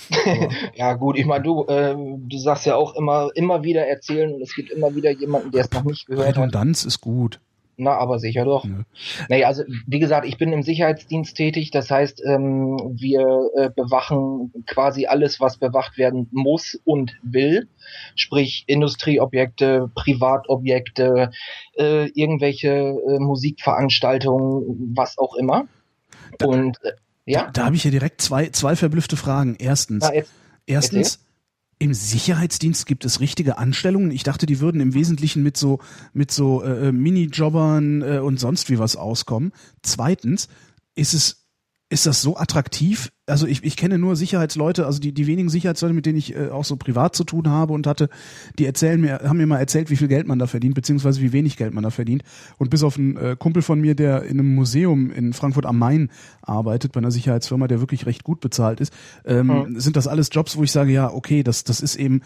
Ja gut, ich meine, du sagst ja auch immer wieder erzählen und es gibt immer wieder jemanden, der es noch nicht gehört hat. Redundanz ist gut. Na, aber sicher doch. Nö. Naja, also wie gesagt, ich bin im Sicherheitsdienst tätig, das heißt, wir bewachen quasi alles, was bewacht werden muss und will, sprich Industrieobjekte, Privatobjekte, irgendwelche Musikveranstaltungen, was auch immer. Da habe ich ja direkt zwei verblüffte Fragen. Erstens, im Sicherheitsdienst gibt es richtige Anstellungen. Ich dachte, die würden im Wesentlichen mit so Minijobbern und sonst wie was auskommen. Zweitens, ist das so attraktiv? Also ich kenne nur Sicherheitsleute, also die wenigen Sicherheitsleute, mit denen ich auch so privat zu tun habe und hatte, die haben mir mal erzählt, wie viel Geld man da verdient, beziehungsweise wie wenig Geld man da verdient. Und bis auf einen Kumpel von mir, der in einem Museum in Frankfurt am Main arbeitet, bei einer Sicherheitsfirma, der wirklich recht gut bezahlt ist, sind das alles Jobs, wo ich sage, ja, okay, das ist eben,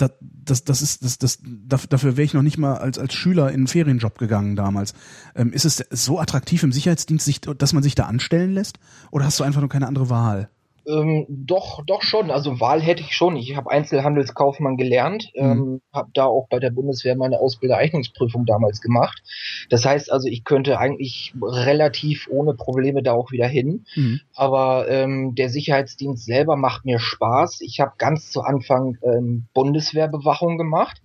dafür wäre ich noch nicht mal als Schüler in einen Ferienjob gegangen damals. Ist es so attraktiv im Sicherheitsdienst, dass man sich da anstellen lässt? Oder hast du einfach nur keine andere Wahl? Doch schon. Also Wahl hätte ich schon. Ich habe Einzelhandelskaufmann gelernt, habe da auch bei der Bundeswehr meine Ausbildereignungsprüfung damals gemacht. Das heißt also, ich könnte eigentlich relativ ohne Probleme da auch wieder hin. Aber der Sicherheitsdienst selber macht mir Spaß. Ich habe ganz zu Anfang Bundeswehrbewachung gemacht.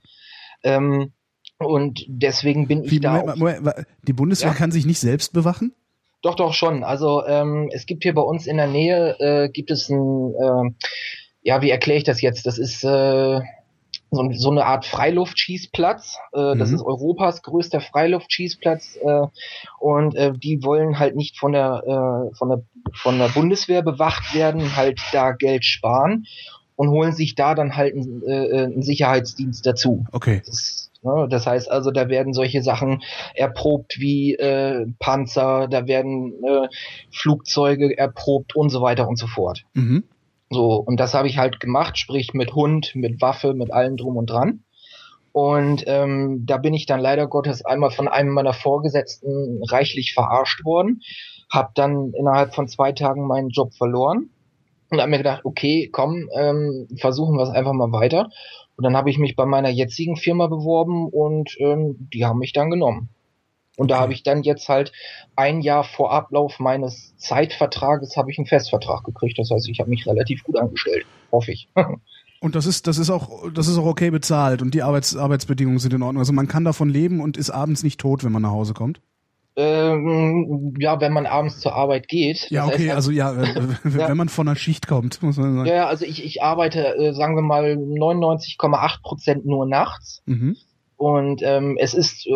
Und deswegen bin ich da. Moment, die Bundeswehr kann sich nicht selbst bewachen? Doch schon. Also es gibt hier bei uns in der Nähe gibt es ein, wie erkläre ich das jetzt? Das ist so so eine Art Freiluftschießplatz. Das ist Europas größter Freiluftschießplatz. Und die wollen halt nicht von der Bundeswehr bewacht werden, halt da Geld sparen und holen sich da dann halt einen Sicherheitsdienst dazu. Okay. Das heißt also, da werden solche Sachen erprobt wie Panzer, da werden Flugzeuge erprobt und so weiter und so fort. Mhm. So, und das habe ich halt gemacht, sprich mit Hund, mit Waffe, mit allem drum und dran. Und da bin ich dann leider Gottes einmal von einem meiner Vorgesetzten reichlich verarscht worden, habe dann innerhalb von 2 Tagen meinen Job verloren und habe mir gedacht, okay, komm, versuchen wir es einfach mal weiter. Und dann habe ich mich bei meiner jetzigen Firma beworben und die haben mich dann genommen. Und da habe ich dann jetzt halt 1 Jahr vor Ablauf meines Zeitvertrages habe ich einen Festvertrag gekriegt. Das heißt, ich habe mich relativ gut angestellt, hoffe ich. Und das ist auch okay bezahlt und die Arbeitsbedingungen sind in Ordnung. Also man kann davon leben und ist abends nicht tot, wenn man nach Hause kommt. Ja, wenn man abends zur Arbeit geht. Ja, okay, also wenn man von einer Schicht kommt, muss man sagen. Ja, also ich arbeite, sagen wir mal, 99,8% nur nachts. Mhm. Und es ist,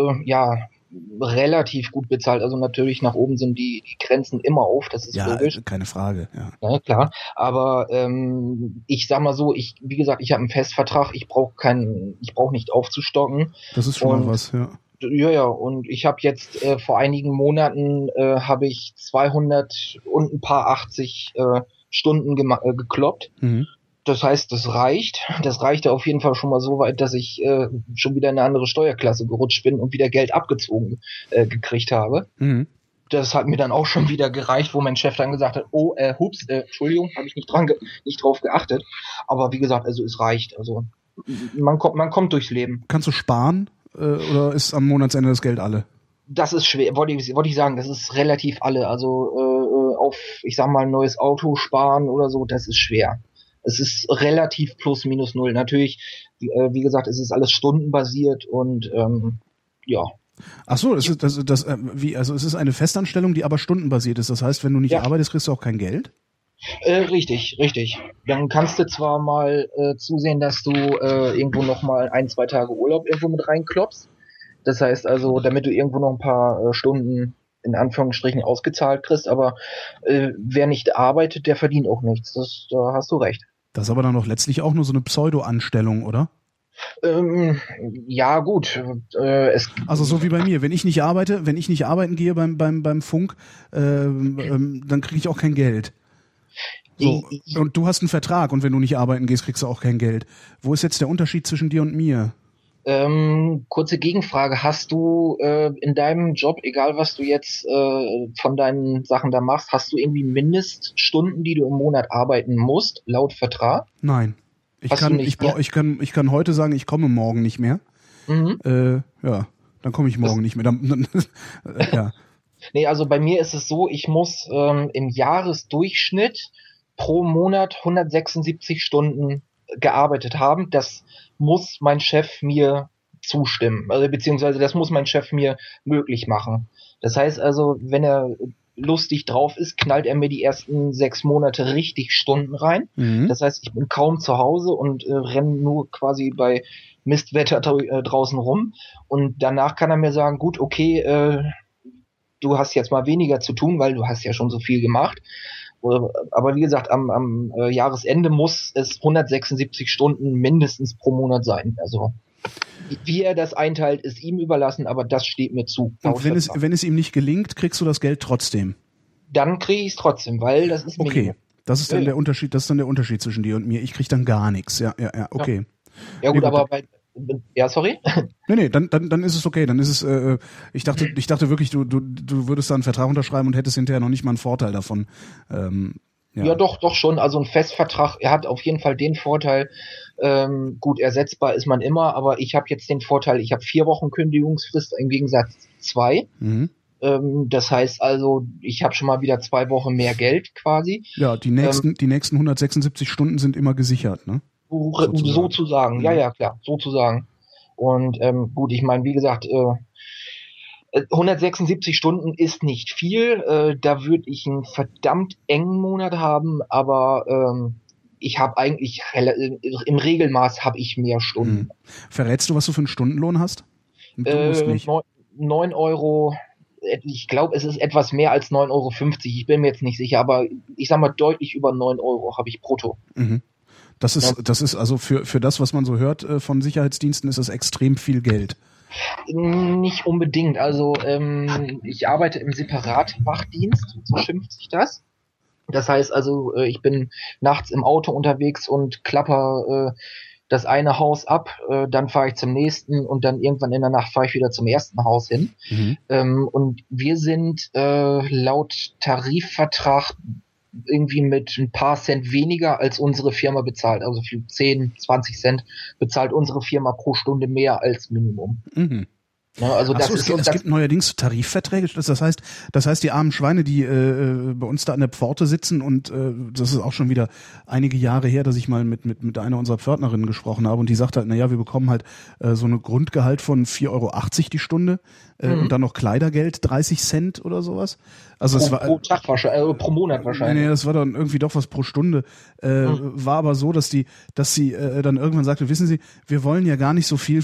relativ gut bezahlt. Also natürlich nach oben sind die Grenzen immer auf, das ist logisch. Keine Frage, Ja, klar. Aber ich sag mal so, wie gesagt, ich habe einen Festvertrag, ich brauche nicht aufzustocken. Das ist schon mal was, ja. Ja, und ich habe jetzt vor einigen Monaten habe ich 200 und ein paar 80 Stunden gekloppt. Mhm. Das heißt, das reicht. Das reichte auf jeden Fall schon mal so weit, dass ich schon wieder in eine andere Steuerklasse gerutscht bin und wieder Geld abgezogen gekriegt habe. Mhm. Das hat mir dann auch schon wieder gereicht, wo mein Chef dann gesagt hat, hups, Entschuldigung, habe ich nicht drauf geachtet. Aber wie gesagt, also es reicht. Also man kommt durchs Leben. Kannst du sparen oder ist am Monatsende das Geld alle? Das ist schwer, wollte ich sagen, das ist relativ alle. Also auf, ich sag mal, ein neues Auto sparen oder so, das ist schwer. Es ist relativ plus minus null. Natürlich, wie gesagt, es ist alles stundenbasiert und ja. Ach so, es ist eine Festanstellung, die aber stundenbasiert ist. Das heißt, wenn du nicht arbeitest, kriegst du auch kein Geld? Richtig. Dann kannst du zwar mal zusehen, dass du irgendwo noch mal 1-2 Tage Urlaub irgendwo mit reinklopfst. Das heißt also, damit du irgendwo noch ein paar Stunden in Anführungsstrichen ausgezahlt kriegst, aber wer nicht arbeitet, der verdient auch nichts. Da hast du recht. Das ist aber dann doch letztlich auch nur so eine Pseudo-Anstellung, oder? Ja, gut. Also so wie bei mir, wenn ich nicht arbeiten gehe beim Funk, dann kriege ich auch kein Geld. So. Und du hast einen Vertrag und wenn du nicht arbeiten gehst, kriegst du auch kein Geld. Wo ist jetzt der Unterschied zwischen dir und mir? Kurze Gegenfrage. Hast du in deinem Job, egal was du jetzt von deinen Sachen da machst, hast du irgendwie Mindeststunden, die du im Monat arbeiten musst, laut Vertrag? Nein. Ich kann heute sagen, ich komme morgen nicht mehr. Mhm. Dann komme ich morgen nicht mehr. Ja. Nee, also bei mir ist es so, ich muss im Jahresdurchschnitt pro Monat 176 Stunden gearbeitet haben. Das muss mein Chef mir zustimmen. Also beziehungsweise das muss mein Chef mir möglich machen. Das heißt also, wenn er lustig drauf ist, knallt er mir die ersten 6 Monate richtig Stunden rein. Mhm. Das heißt, ich bin kaum zu Hause und renne nur quasi bei Mistwetter draußen rum. Und danach kann er mir sagen, gut, okay, du hast jetzt mal weniger zu tun, weil du hast ja schon so viel gemacht. Aber wie gesagt, am Jahresende muss es 176 Stunden mindestens pro Monat sein. Also wie er das einteilt, ist ihm überlassen, aber das steht mir zu. Und wenn es ihm nicht gelingt, kriegst du das Geld trotzdem? Dann kriege ich es trotzdem, weil das ist Minimum. Okay, das ist dann der Unterschied. Das ist dann der Unterschied zwischen dir und mir. Ich krieg dann gar nichts. Ja, okay. Ja gut, aber sorry? Nee, dann ist es okay. Dann ist es. Ich dachte wirklich, du würdest da einen Vertrag unterschreiben und hättest hinterher noch nicht mal einen Vorteil davon. Ja, doch schon. Also ein Festvertrag, er hat auf jeden Fall den Vorteil, gut, ersetzbar ist man immer, aber ich habe jetzt den Vorteil, ich habe 4 Wochen Kündigungsfrist im Gegensatz 2. Mhm. Das heißt also, ich habe schon mal wieder 2 Wochen mehr Geld quasi. Ja, die nächsten 176 Stunden sind immer gesichert, ne? Sozusagen. Ja, klar, sozusagen. Und gut, ich meine, wie gesagt, 176 Stunden ist nicht viel. Da würde ich einen verdammt engen Monat haben, aber ich habe eigentlich im Regelmaß habe ich mehr Stunden. Verrätst du, was du für einen Stundenlohn hast? Du musst nicht. 9 Euro, ich glaube, es ist etwas mehr als 9,50 Euro. Ich bin mir jetzt nicht sicher, aber ich sag mal, deutlich über 9 Euro habe ich brutto. Mhm. Das ist also für das, was man so hört von Sicherheitsdiensten, ist das extrem viel Geld. Nicht unbedingt. Also ich arbeite im Separatwachdienst, so schimpft sich das. Das heißt also, ich bin nachts im Auto unterwegs und klapper das eine Haus ab, dann fahre ich zum nächsten und dann irgendwann in der Nacht fahre ich wieder zum ersten Haus hin. Und wir sind laut Tarifvertrag irgendwie mit ein paar Cent weniger als unsere Firma bezahlt. Also für 10, 20 Cent bezahlt unsere Firma pro Stunde mehr als Minimum. Ja, also es gibt neuerdings Tarifverträge. Das heißt, die armen Schweine, die bei uns da an der Pforte sitzen und das ist auch schon wieder einige Jahre her, dass ich mal mit einer unserer Pförtnerinnen gesprochen habe und die sagt halt, naja, wir bekommen halt so eine Grundgehalt von 4,80 Euro die Stunde und dann noch Kleidergeld, 30 Cent oder sowas. Also pro Tag wahrscheinlich, pro Monat wahrscheinlich. Nee, das war dann irgendwie doch was pro Stunde. War aber so, dass sie dann irgendwann sagte, wissen Sie, wir wollen ja gar nicht so viel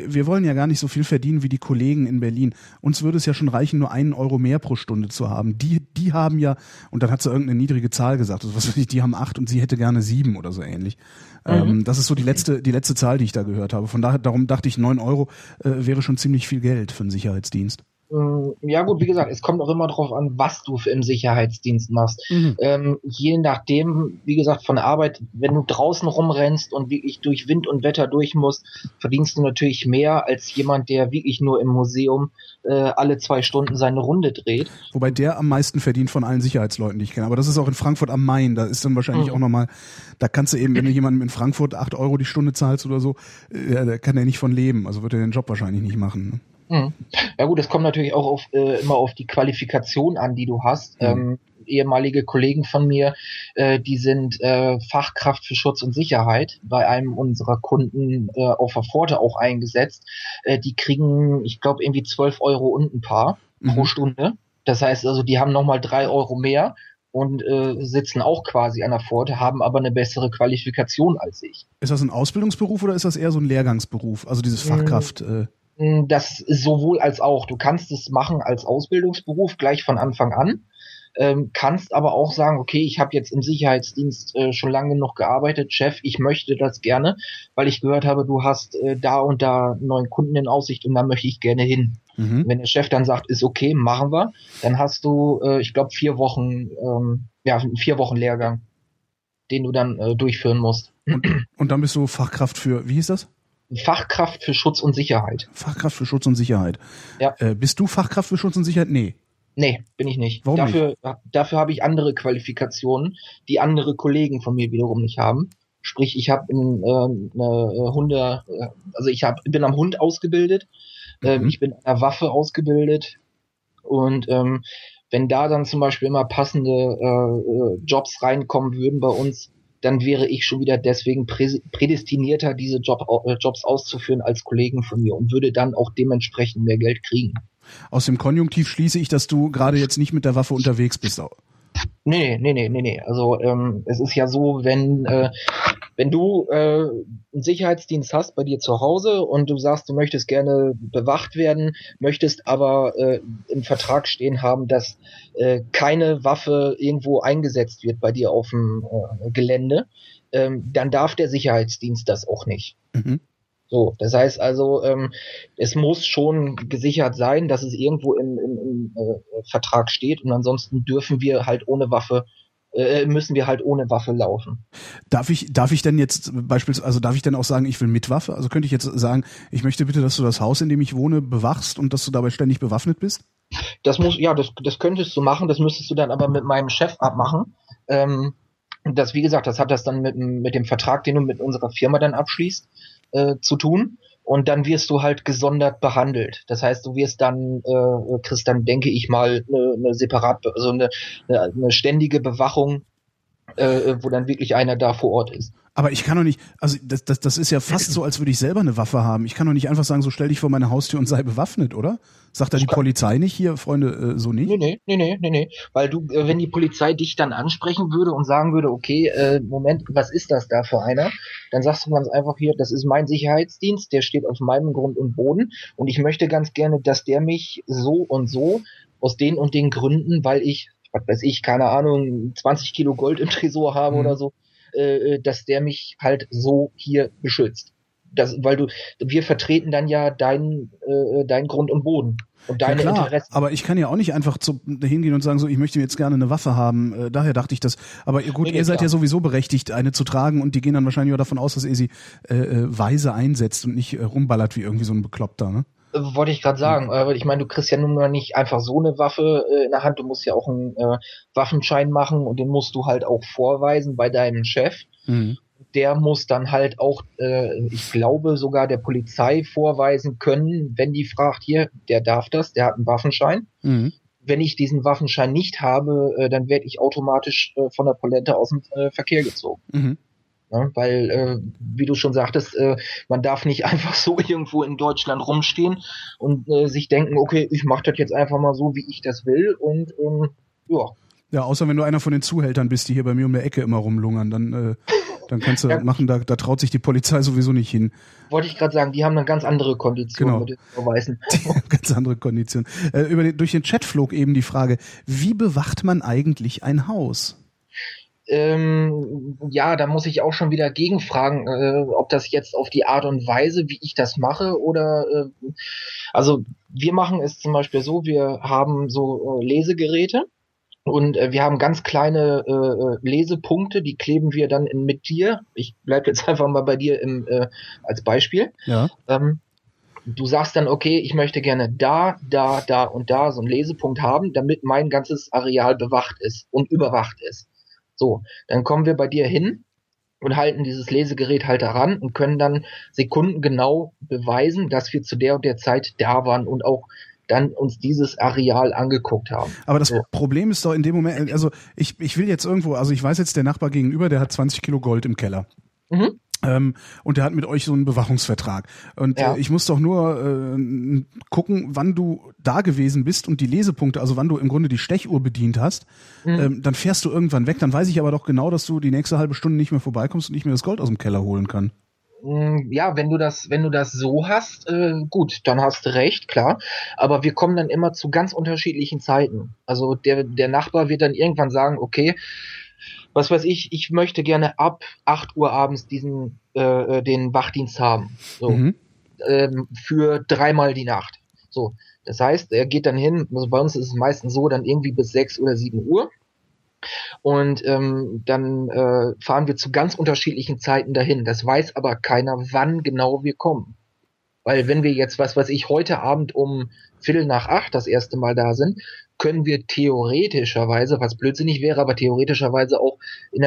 verdienen wie die Kollegen in Berlin. Uns würde es ja schon reichen, nur 1 Euro mehr pro Stunde zu haben. Die haben ja, und dann hat sie irgendeine niedrige Zahl gesagt, also was weiß ich, die haben 8 und sie hätte gerne 7 oder so ähnlich. Das ist so die letzte Zahl, die ich da gehört habe. Darum dachte ich, 9 Euro wäre schon ziemlich viel Geld für einen Sicherheitsdienst. Ja gut, wie gesagt, es kommt auch immer drauf an, was du im Sicherheitsdienst machst. Je nachdem, wie gesagt, von der Arbeit, wenn du draußen rumrennst und wirklich durch Wind und Wetter durch musst, verdienst du natürlich mehr als jemand, der wirklich nur im Museum alle 2 Stunden seine Runde dreht. Wobei der am meisten verdient von allen Sicherheitsleuten, die ich kenne. Aber das ist auch in Frankfurt am Main. Da ist dann wahrscheinlich auch nochmal, da kannst du eben, wenn du jemandem in Frankfurt 8 Euro die Stunde zahlst oder so, da kann der nicht von leben. Also wird er den Job wahrscheinlich nicht machen. Ne? Ja gut, es kommt natürlich auch immer auf die Qualifikation an, die du hast. Ehemalige Kollegen von mir, die sind Fachkraft für Schutz und Sicherheit bei einem unserer Kunden auf der Pforte auch eingesetzt. Die kriegen, ich glaube, irgendwie 12 Euro und ein paar pro Stunde. Das heißt also, die haben nochmal 3 Euro mehr und sitzen auch quasi an der Pforte, haben aber eine bessere Qualifikation als ich. Ist das ein Ausbildungsberuf oder ist das eher so ein Lehrgangsberuf? Also dieses Fachkraft... Das ist sowohl als auch. Du kannst es machen als Ausbildungsberuf gleich von Anfang an, kannst aber auch sagen, okay, ich habe jetzt im Sicherheitsdienst schon lange genug gearbeitet, Chef, ich möchte das gerne, weil ich gehört habe, du hast da und da einen neuen Kunden in Aussicht und da möchte ich gerne hin. Wenn der Chef dann sagt, ist okay, machen wir, dann hast du, ich glaube, 4 Wochen, 4 Wochen Lehrgang, den du dann durchführen musst. Und dann bist du Fachkraft für, wie hieß das? Fachkraft für Schutz und Sicherheit. Fachkraft für Schutz und Sicherheit. Ja. Bist du Fachkraft für Schutz und Sicherheit? Nee. Nee, bin ich nicht. Warum nicht? Dafür habe ich andere Qualifikationen, die andere Kollegen von mir wiederum nicht haben. Sprich, ich habe bin am Hund ausgebildet, ich bin an der Waffe ausgebildet und wenn da dann zum Beispiel immer passende Jobs reinkommen würden bei uns, dann wäre ich schon wieder deswegen prädestinierter, diese Jobs auszuführen als Kollegen von mir und würde dann auch dementsprechend mehr Geld kriegen. Aus dem Konjunktiv schließe ich, dass du gerade jetzt nicht mit der Waffe unterwegs bist. Nee. Also es ist ja so, wenn du einen Sicherheitsdienst hast bei dir zu Hause und du sagst, du möchtest gerne bewacht werden, möchtest aber im Vertrag stehen haben, dass keine Waffe irgendwo eingesetzt wird bei dir auf dem Gelände, dann darf der Sicherheitsdienst das auch nicht. So, das heißt also, es muss schon gesichert sein, dass es irgendwo im Vertrag steht und ansonsten müssen wir halt ohne Waffe laufen. Darf ich denn jetzt beispielsweise, darf ich denn auch sagen, ich will mit Waffe? Also könnte ich jetzt sagen, ich möchte bitte, dass du das Haus, in dem ich wohne, bewachst und dass du dabei ständig bewaffnet bist? Das könntest du machen, das müsstest du dann aber mit meinem Chef abmachen. Das, wie gesagt, das hat das dann mit dem Vertrag, den du mit unserer Firma dann abschließt, zu tun. Und dann wirst du halt gesondert behandelt. Das heißt, du wirst dann, kriegst dann, denke ich mal, eine ständige Bewachung, wo dann wirklich einer da vor Ort ist. Aber ich kann doch nicht, also das ist ja fast so, als würde ich selber eine Waffe haben. Ich kann doch nicht einfach sagen, so stell dich vor meine Haustür und sei bewaffnet, oder? Sagt da die Polizei nicht hier, Freunde, so nicht? Nee. Weil du, wenn die Polizei dich dann ansprechen würde und sagen würde, okay, Moment, was ist das da für einer? Dann sagst du ganz einfach hier, das ist mein Sicherheitsdienst, der steht auf meinem Grund und Boden und ich möchte ganz gerne, dass der mich so und so aus den und den Gründen, weil ich, was weiß ich, keine Ahnung, 20 Kilo Gold im Tresor habe oder so, dass der mich halt so hier beschützt. Weil wir vertreten dann ja deinen Grund und Boden und deine Interessen. Aber ich kann ja auch nicht einfach hingehen und sagen, so, ich möchte jetzt gerne eine Waffe haben. Daher dachte ich das. Aber gut, ihr seid ja sowieso berechtigt, eine zu tragen und die gehen dann wahrscheinlich auch davon aus, dass ihr sie weise einsetzt und nicht rumballert wie irgendwie so ein Bekloppter, ne? Wollte ich gerade sagen, aber ich meine, du kriegst ja nun mal nicht einfach so eine Waffe in der Hand, du musst ja auch einen Waffenschein machen und den musst du halt auch vorweisen bei deinem Chef. Mhm. Der muss dann halt auch, ich glaube sogar der Polizei vorweisen können, wenn die fragt, hier, der darf das, der hat einen Waffenschein. Mhm. Wenn ich diesen Waffenschein nicht habe, dann werde ich automatisch von der Polente aus dem Verkehr gezogen. Mhm. Ja, weil, wie du schon sagtest, man darf nicht einfach so irgendwo in Deutschland rumstehen und sich denken, okay, ich mache das jetzt einfach mal so, wie ich das will und ja. Ja, außer wenn du einer von den Zuhältern bist, die hier bei mir um der Ecke immer rumlungern, dann kannst du das machen, da traut sich die Polizei sowieso nicht hin. Wollte ich gerade sagen, die haben eine ganz andere Kondition mit den Verweisen. Ganz andere Kondition. Durch den Chat flog eben die Frage, wie bewacht man eigentlich ein Haus? Ja, da muss ich auch schon wieder gegenfragen, ob das jetzt auf die Art und Weise, wie ich das mache, oder also wir machen es zum Beispiel so, wir haben so Lesegeräte und wir haben ganz kleine Lesepunkte, die kleben wir dann mit dir. Ich bleib jetzt einfach mal bei dir als Beispiel. Ja. Du sagst dann, okay, ich möchte gerne da und da so einen Lesepunkt haben, damit mein ganzes Areal bewacht ist und überwacht ist. So, dann kommen wir bei dir hin und halten dieses Lesegerät halt daran und können dann sekundengenau beweisen, dass wir zu der und der Zeit da waren und auch dann uns dieses Areal angeguckt haben. Aber das Problem ist doch in dem Moment, also ich will jetzt irgendwo, also ich weiß jetzt, der Nachbar gegenüber, der hat 20 Kilo Gold im Keller. Mhm. Und der hat mit euch so einen Bewachungsvertrag. Und ich muss doch nur gucken, wann du da gewesen bist und die Lesepunkte, also wann du im Grunde die Stechuhr bedient hast. Dann fährst du irgendwann weg. Dann weiß ich aber doch genau, dass du die nächste halbe Stunde nicht mehr vorbeikommst und nicht mehr das Gold aus dem Keller holen kann. Ja, wenn du das so hast, gut, dann hast du recht, klar. Aber wir kommen dann immer zu ganz unterschiedlichen Zeiten. Also der Nachbar wird dann irgendwann sagen, okay, was weiß ich möchte gerne ab 8 Uhr abends den Wachdienst haben. So. Mhm. Für 3-mal die Nacht. So. Das heißt, er geht dann hin, also bei uns ist es meistens so, dann irgendwie bis 6 oder 7 Uhr. Und dann fahren wir zu ganz unterschiedlichen Zeiten dahin. Das weiß aber keiner, wann genau wir kommen. Weil wenn wir jetzt, was weiß ich, heute Abend um 7:45 das erste Mal da sind, können wir theoretischerweise, was blödsinnig wäre, aber theoretischerweise auch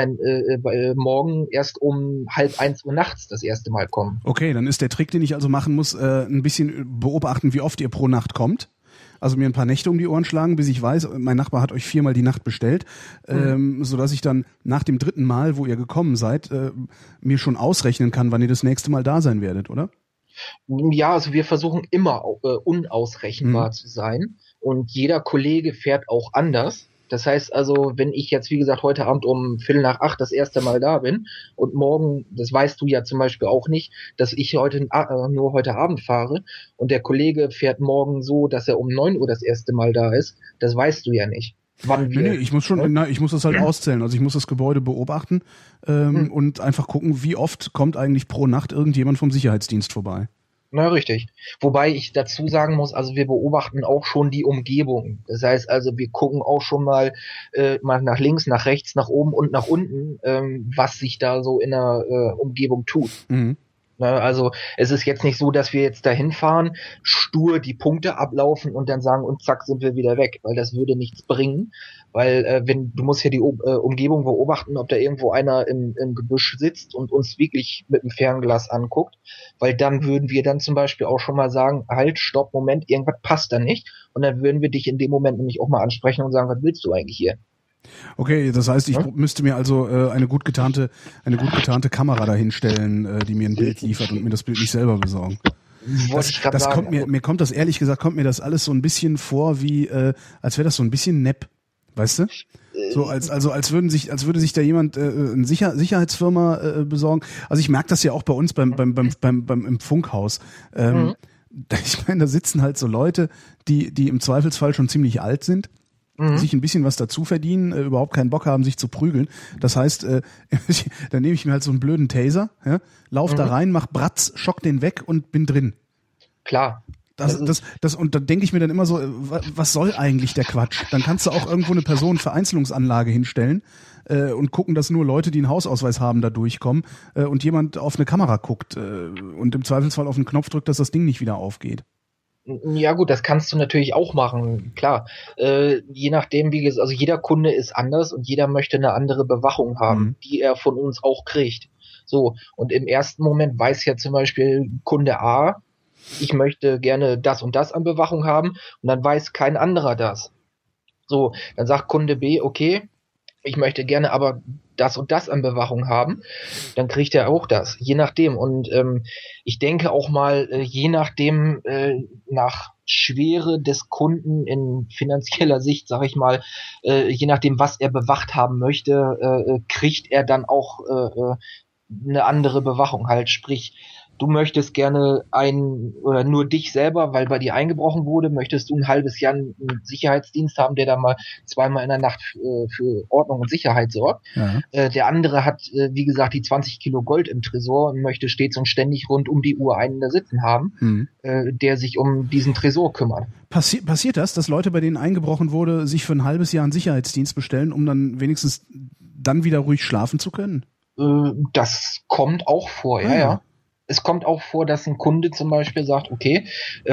morgen erst um 12:30 Uhr nachts das erste Mal kommen. Okay, dann ist der Trick, den ich also machen muss, ein bisschen beobachten, wie oft ihr pro Nacht kommt. Also mir ein paar Nächte um die Ohren schlagen, bis ich weiß, mein Nachbar hat euch 4-mal die Nacht bestellt, sodass ich dann nach dem 3. Mal, wo ihr gekommen seid, mir schon ausrechnen kann, wann ihr das nächste Mal da sein werdet, oder? Ja, also wir versuchen immer unausrechenbar zu sein und jeder Kollege fährt auch anders. Das heißt also, wenn ich jetzt, wie gesagt, heute Abend um 7:45 das erste Mal da bin und morgen, das weißt du ja zum Beispiel auch nicht, dass ich nur heute Abend fahre und der Kollege fährt morgen so, dass er um 9 Uhr das erste Mal da ist, das weißt du ja nicht. Wann wir, nee, ich muss das halt auszählen. Also ich muss das Gebäude beobachten und einfach gucken, wie oft kommt eigentlich pro Nacht irgendjemand vom Sicherheitsdienst vorbei. Na, richtig. Wobei ich dazu sagen muss, also wir beobachten auch schon die Umgebung. Das heißt also, wir gucken auch schon mal nach links, nach rechts, nach oben und nach unten, was sich da so in der Umgebung tut. Mhm. Na, also es ist jetzt nicht so, dass wir jetzt dahin fahren, stur die Punkte ablaufen und dann sagen, und zack, sind wir wieder weg, weil das würde nichts bringen. Weil du musst ja die Umgebung beobachten, ob da irgendwo einer im Gebüsch sitzt und uns wirklich mit dem Fernglas anguckt, weil dann würden wir dann zum Beispiel auch schon mal sagen, halt, stopp, Moment, irgendwas passt da nicht und dann würden wir dich in dem Moment nämlich auch mal ansprechen und sagen, was willst du eigentlich hier? Okay, das heißt, ich müsste mir also eine gut getarnte Kamera dahinstellen, die mir ein Bild liefert und mir das Bild nicht selber besorgen. Das kommt mir kommt das ehrlich gesagt, kommt mir das alles so ein bisschen vor wie, als wäre das so ein bisschen nepp, weißt du? So als würde sich da jemand eine Sicherheitsfirma besorgen. Also ich merke das ja auch bei uns beim im Funkhaus. Ich meine, da sitzen halt so Leute, die im Zweifelsfall schon ziemlich alt sind, sich ein bisschen was dazu verdienen, überhaupt keinen Bock haben, sich zu prügeln. Das heißt, dann nehme ich mir halt so einen blöden Taser, ja, lauf da rein, mach Bratz, schock den weg und bin drin. Klar. Und da denke ich mir dann immer so, was soll eigentlich der Quatsch? Dann kannst du auch irgendwo eine Personenvereinzelungsanlage hinstellen und gucken, dass nur Leute, die einen Hausausweis haben, da durchkommen und jemand auf eine Kamera guckt und im Zweifelsfall auf den Knopf drückt, dass das Ding nicht wieder aufgeht. Ja gut, das kannst du natürlich auch machen, klar. Je nachdem, wie gesagt, also jeder Kunde ist anders und jeder möchte eine andere Bewachung haben, die er von uns auch kriegt. So, und im ersten Moment weiß ja zum Beispiel Kunde A, ich möchte gerne das und das an Bewachung haben und dann weiß kein anderer das. So, dann sagt Kunde B, okay, ich möchte gerne aber das und das an Bewachung haben, dann kriegt er auch das, je nachdem. Und ich denke auch mal, je nachdem, nach Schwere des Kunden in finanzieller Sicht, sag ich mal, je nachdem, was er bewacht haben möchte, kriegt er dann auch eine andere Bewachung halt, sprich, du möchtest gerne oder nur dich selber, weil bei dir eingebrochen wurde, möchtest du ein halbes Jahr einen Sicherheitsdienst haben, der da mal zweimal in der Nacht für Ordnung und Sicherheit sorgt. Ja. Der andere hat, wie gesagt, die 20 Kilo Gold im Tresor und möchte stets und ständig rund um die Uhr einen da sitzen haben, der sich um diesen Tresor kümmert. Passiert das, dass Leute, bei denen eingebrochen wurde, sich für ein halbes Jahr einen Sicherheitsdienst bestellen, um dann wenigstens dann wieder ruhig schlafen zu können? Das kommt auch vor, ja. Es kommt auch vor, dass ein Kunde zum Beispiel sagt, okay,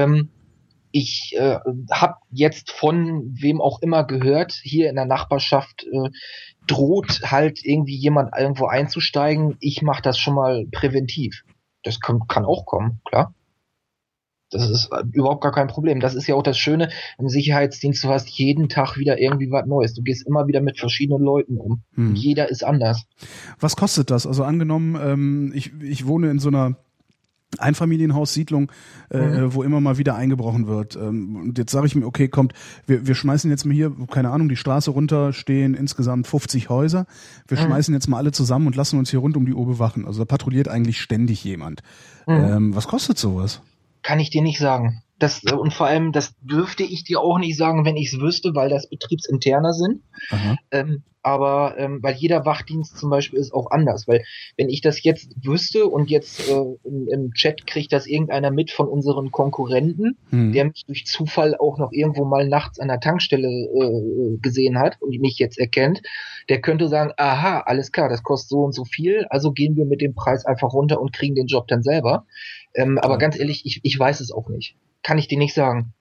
ich habe jetzt von wem auch immer gehört, hier in der Nachbarschaft droht halt irgendwie jemand irgendwo einzusteigen, ich mache das schon mal präventiv. Das kann auch kommen, klar. Das ist überhaupt gar kein Problem. Das ist ja auch das Schöne im Sicherheitsdienst, du hast jeden Tag wieder irgendwie was Neues. Du gehst immer wieder mit verschiedenen Leuten um. Und jeder ist anders. Was kostet das? Also angenommen, ich wohne in so einer Einfamilienhaussiedlung, wo immer mal wieder eingebrochen wird. Und jetzt sage ich mir, okay, kommt, wir schmeißen jetzt mal hier, keine Ahnung, die Straße runter, stehen insgesamt 50 Häuser. Wir schmeißen jetzt mal alle zusammen und lassen uns hier rund um die Uhr bewachen. Also da patrouilliert eigentlich ständig jemand. Was kostet sowas? Kann ich dir nicht sagen. Und vor allem, das dürfte ich dir auch nicht sagen, wenn ich es wüsste, weil das betriebsinterner sind. Aber weil jeder Wachdienst zum Beispiel ist auch anders. Weil wenn ich das jetzt wüsste und jetzt im Chat kriegt das irgendeiner mit von unseren Konkurrenten, der mich durch Zufall auch noch irgendwo mal nachts an der Tankstelle gesehen hat und mich jetzt erkennt, der könnte sagen, aha, alles klar, das kostet so und so viel, also gehen wir mit dem Preis einfach runter und kriegen den Job dann selber. Aber ganz ehrlich, ich weiß es auch nicht. Kann ich dir nicht sagen.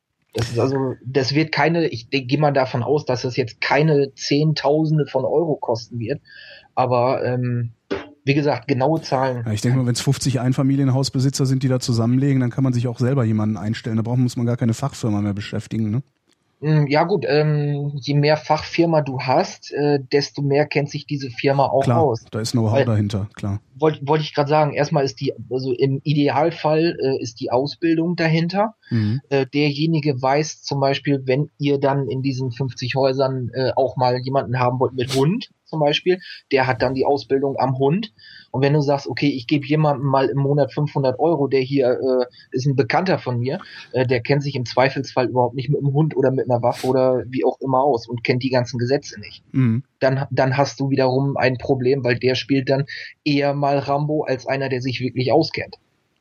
Das wird ich gehe mal davon aus, dass es jetzt keine Zehntausende von Euro kosten wird. Aber wie gesagt, genaue Zahlen. Ja, ich denke mal, wenn es 50 Einfamilienhausbesitzer sind, die da zusammenlegen, dann kann man sich auch selber jemanden einstellen. Da muss man gar keine Fachfirma mehr beschäftigen, ne? Ja gut, je mehr Fachfirma du hast, desto mehr kennt sich diese Firma auch klar, aus. Da ist Know-how dahinter, klar. Wollte ich gerade sagen, erstmal ist also im Idealfall ist die Ausbildung dahinter. Derjenige weiß zum Beispiel, wenn ihr dann in diesen 50 Häusern auch mal jemanden haben wollt mit Hund zum Beispiel, der hat dann die Ausbildung am Hund. Und wenn du sagst, okay, ich gebe jemandem mal im Monat 500 Euro, der hier ist ein Bekannter von mir, der kennt sich im Zweifelsfall überhaupt nicht mit einem Hund oder mit einer Waffe oder wie auch immer aus und kennt die ganzen Gesetze nicht. Dann hast du wiederum ein Problem, weil der spielt dann eher mal Rambo als einer, der sich wirklich auskennt.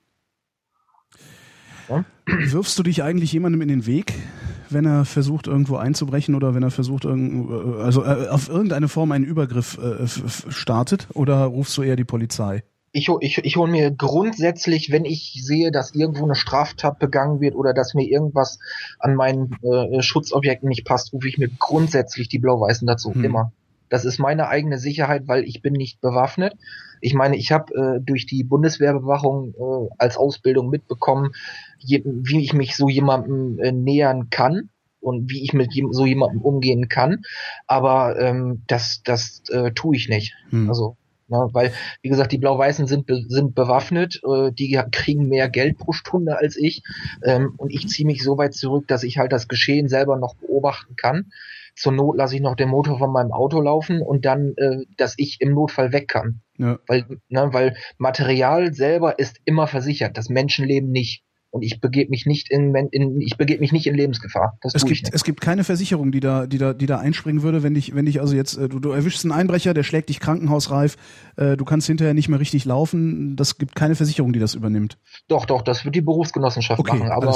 Ja? Wirfst du dich eigentlich jemandem in den Weg, wenn er versucht, irgendwo einzubrechen oder wenn er versucht, auf irgendeine Form einen Übergriff startet, oder rufst du eher die Polizei? Ich hole mir grundsätzlich, wenn ich sehe, dass irgendwo eine Straftat begangen wird oder dass mir irgendwas an meinen Schutzobjekten nicht passt, rufe ich mir grundsätzlich die Blau-Weißen dazu, immer. Das ist meine eigene Sicherheit, weil ich bin nicht bewaffnet. Ich meine, ich habe durch die Bundeswehrbewachung als Ausbildung mitbekommen, wie ich mich so jemandem nähern kann. und wie ich mit so jemandem umgehen kann, aber das tue ich nicht. Also, weil, wie gesagt, die Blau-Weißen sind bewaffnet, die kriegen mehr Geld pro Stunde als ich, und ich ziehe mich so weit zurück, dass ich halt das Geschehen selber noch beobachten kann. Zur Not lasse ich noch den Motor von meinem Auto laufen und dann, dass ich im Notfall weg kann. Ja. Weil Material selber ist immer versichert, das Menschenleben nicht. Und ich begebe mich nicht in Lebensgefahr. Es gibt keine Versicherung, die da einspringen würde, wenn dich also jetzt, du erwischst einen Einbrecher, der schlägt dich krankenhausreif, du kannst hinterher nicht mehr richtig laufen. Das gibt keine Versicherung, die das übernimmt. Doch, das wird die Berufsgenossenschaft machen. Aber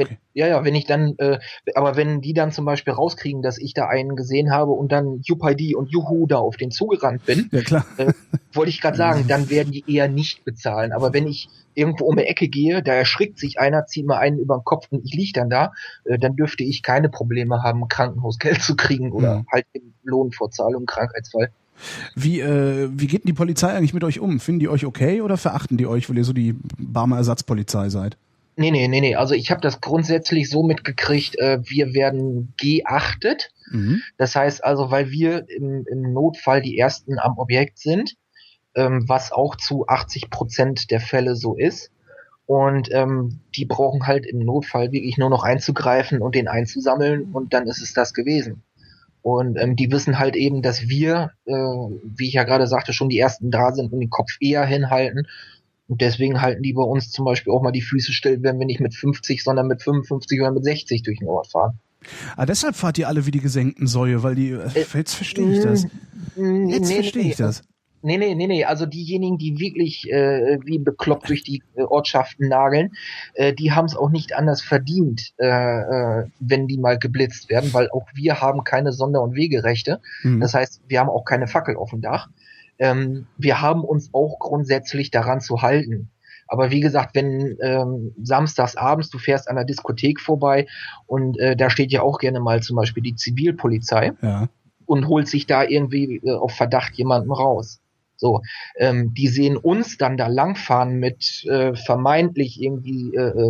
wenn die dann zum Beispiel rauskriegen, dass ich da einen gesehen habe und dann Juppidi und Juhu da auf den zugerannt bin, ja, klar. Wollte ich gerade sagen, dann werden die eher nicht bezahlen. Aber wenn ich irgendwo um die Ecke gehe, da erschrickt sich einer, zieht mir einen über den Kopf und ich liege dann da, dann dürfte ich keine Probleme haben, Krankenhausgeld zu kriegen oder halt Lohnfortzahlung im Krankheitsfall. Wie geht denn die Polizei eigentlich mit euch um? Finden die euch okay oder verachten die euch, weil ihr so die Barmer Ersatzpolizei seid? Nee. Also ich habe das grundsätzlich so mitgekriegt, wir werden geachtet. Das heißt also, weil wir im Notfall die Ersten am Objekt sind, was auch zu 80% der Fälle so ist. Und die brauchen halt im Notfall wirklich nur noch einzugreifen und den einzusammeln und dann ist es das gewesen. Und die wissen halt eben, dass wir, wie ich ja gerade sagte, schon die Ersten da sind und den Kopf eher hinhalten. Und deswegen halten die bei uns zum Beispiel auch mal die Füße still, wenn wir nicht mit 50, sondern mit 55 oder mit 60 durch den Ort fahren. Deshalb fahrt ihr alle wie die gesenkten Säue, weil jetzt verstehe ich das. Jetzt verstehe ich das. Nee. Also diejenigen, die wirklich wie bekloppt durch die Ortschaften nageln, die haben es auch nicht anders verdient, wenn die mal geblitzt werden, weil auch wir haben keine Sonder- und Wegerechte. Das heißt, wir haben auch keine Fackel auf dem Dach. Wir haben uns auch grundsätzlich daran zu halten. Aber wie gesagt, wenn samstags abends du fährst an der Diskothek vorbei und da steht ja auch gerne mal zum Beispiel die Zivilpolizei und holt sich da irgendwie auf Verdacht jemanden raus. So, die sehen uns dann da langfahren mit vermeintlich irgendwie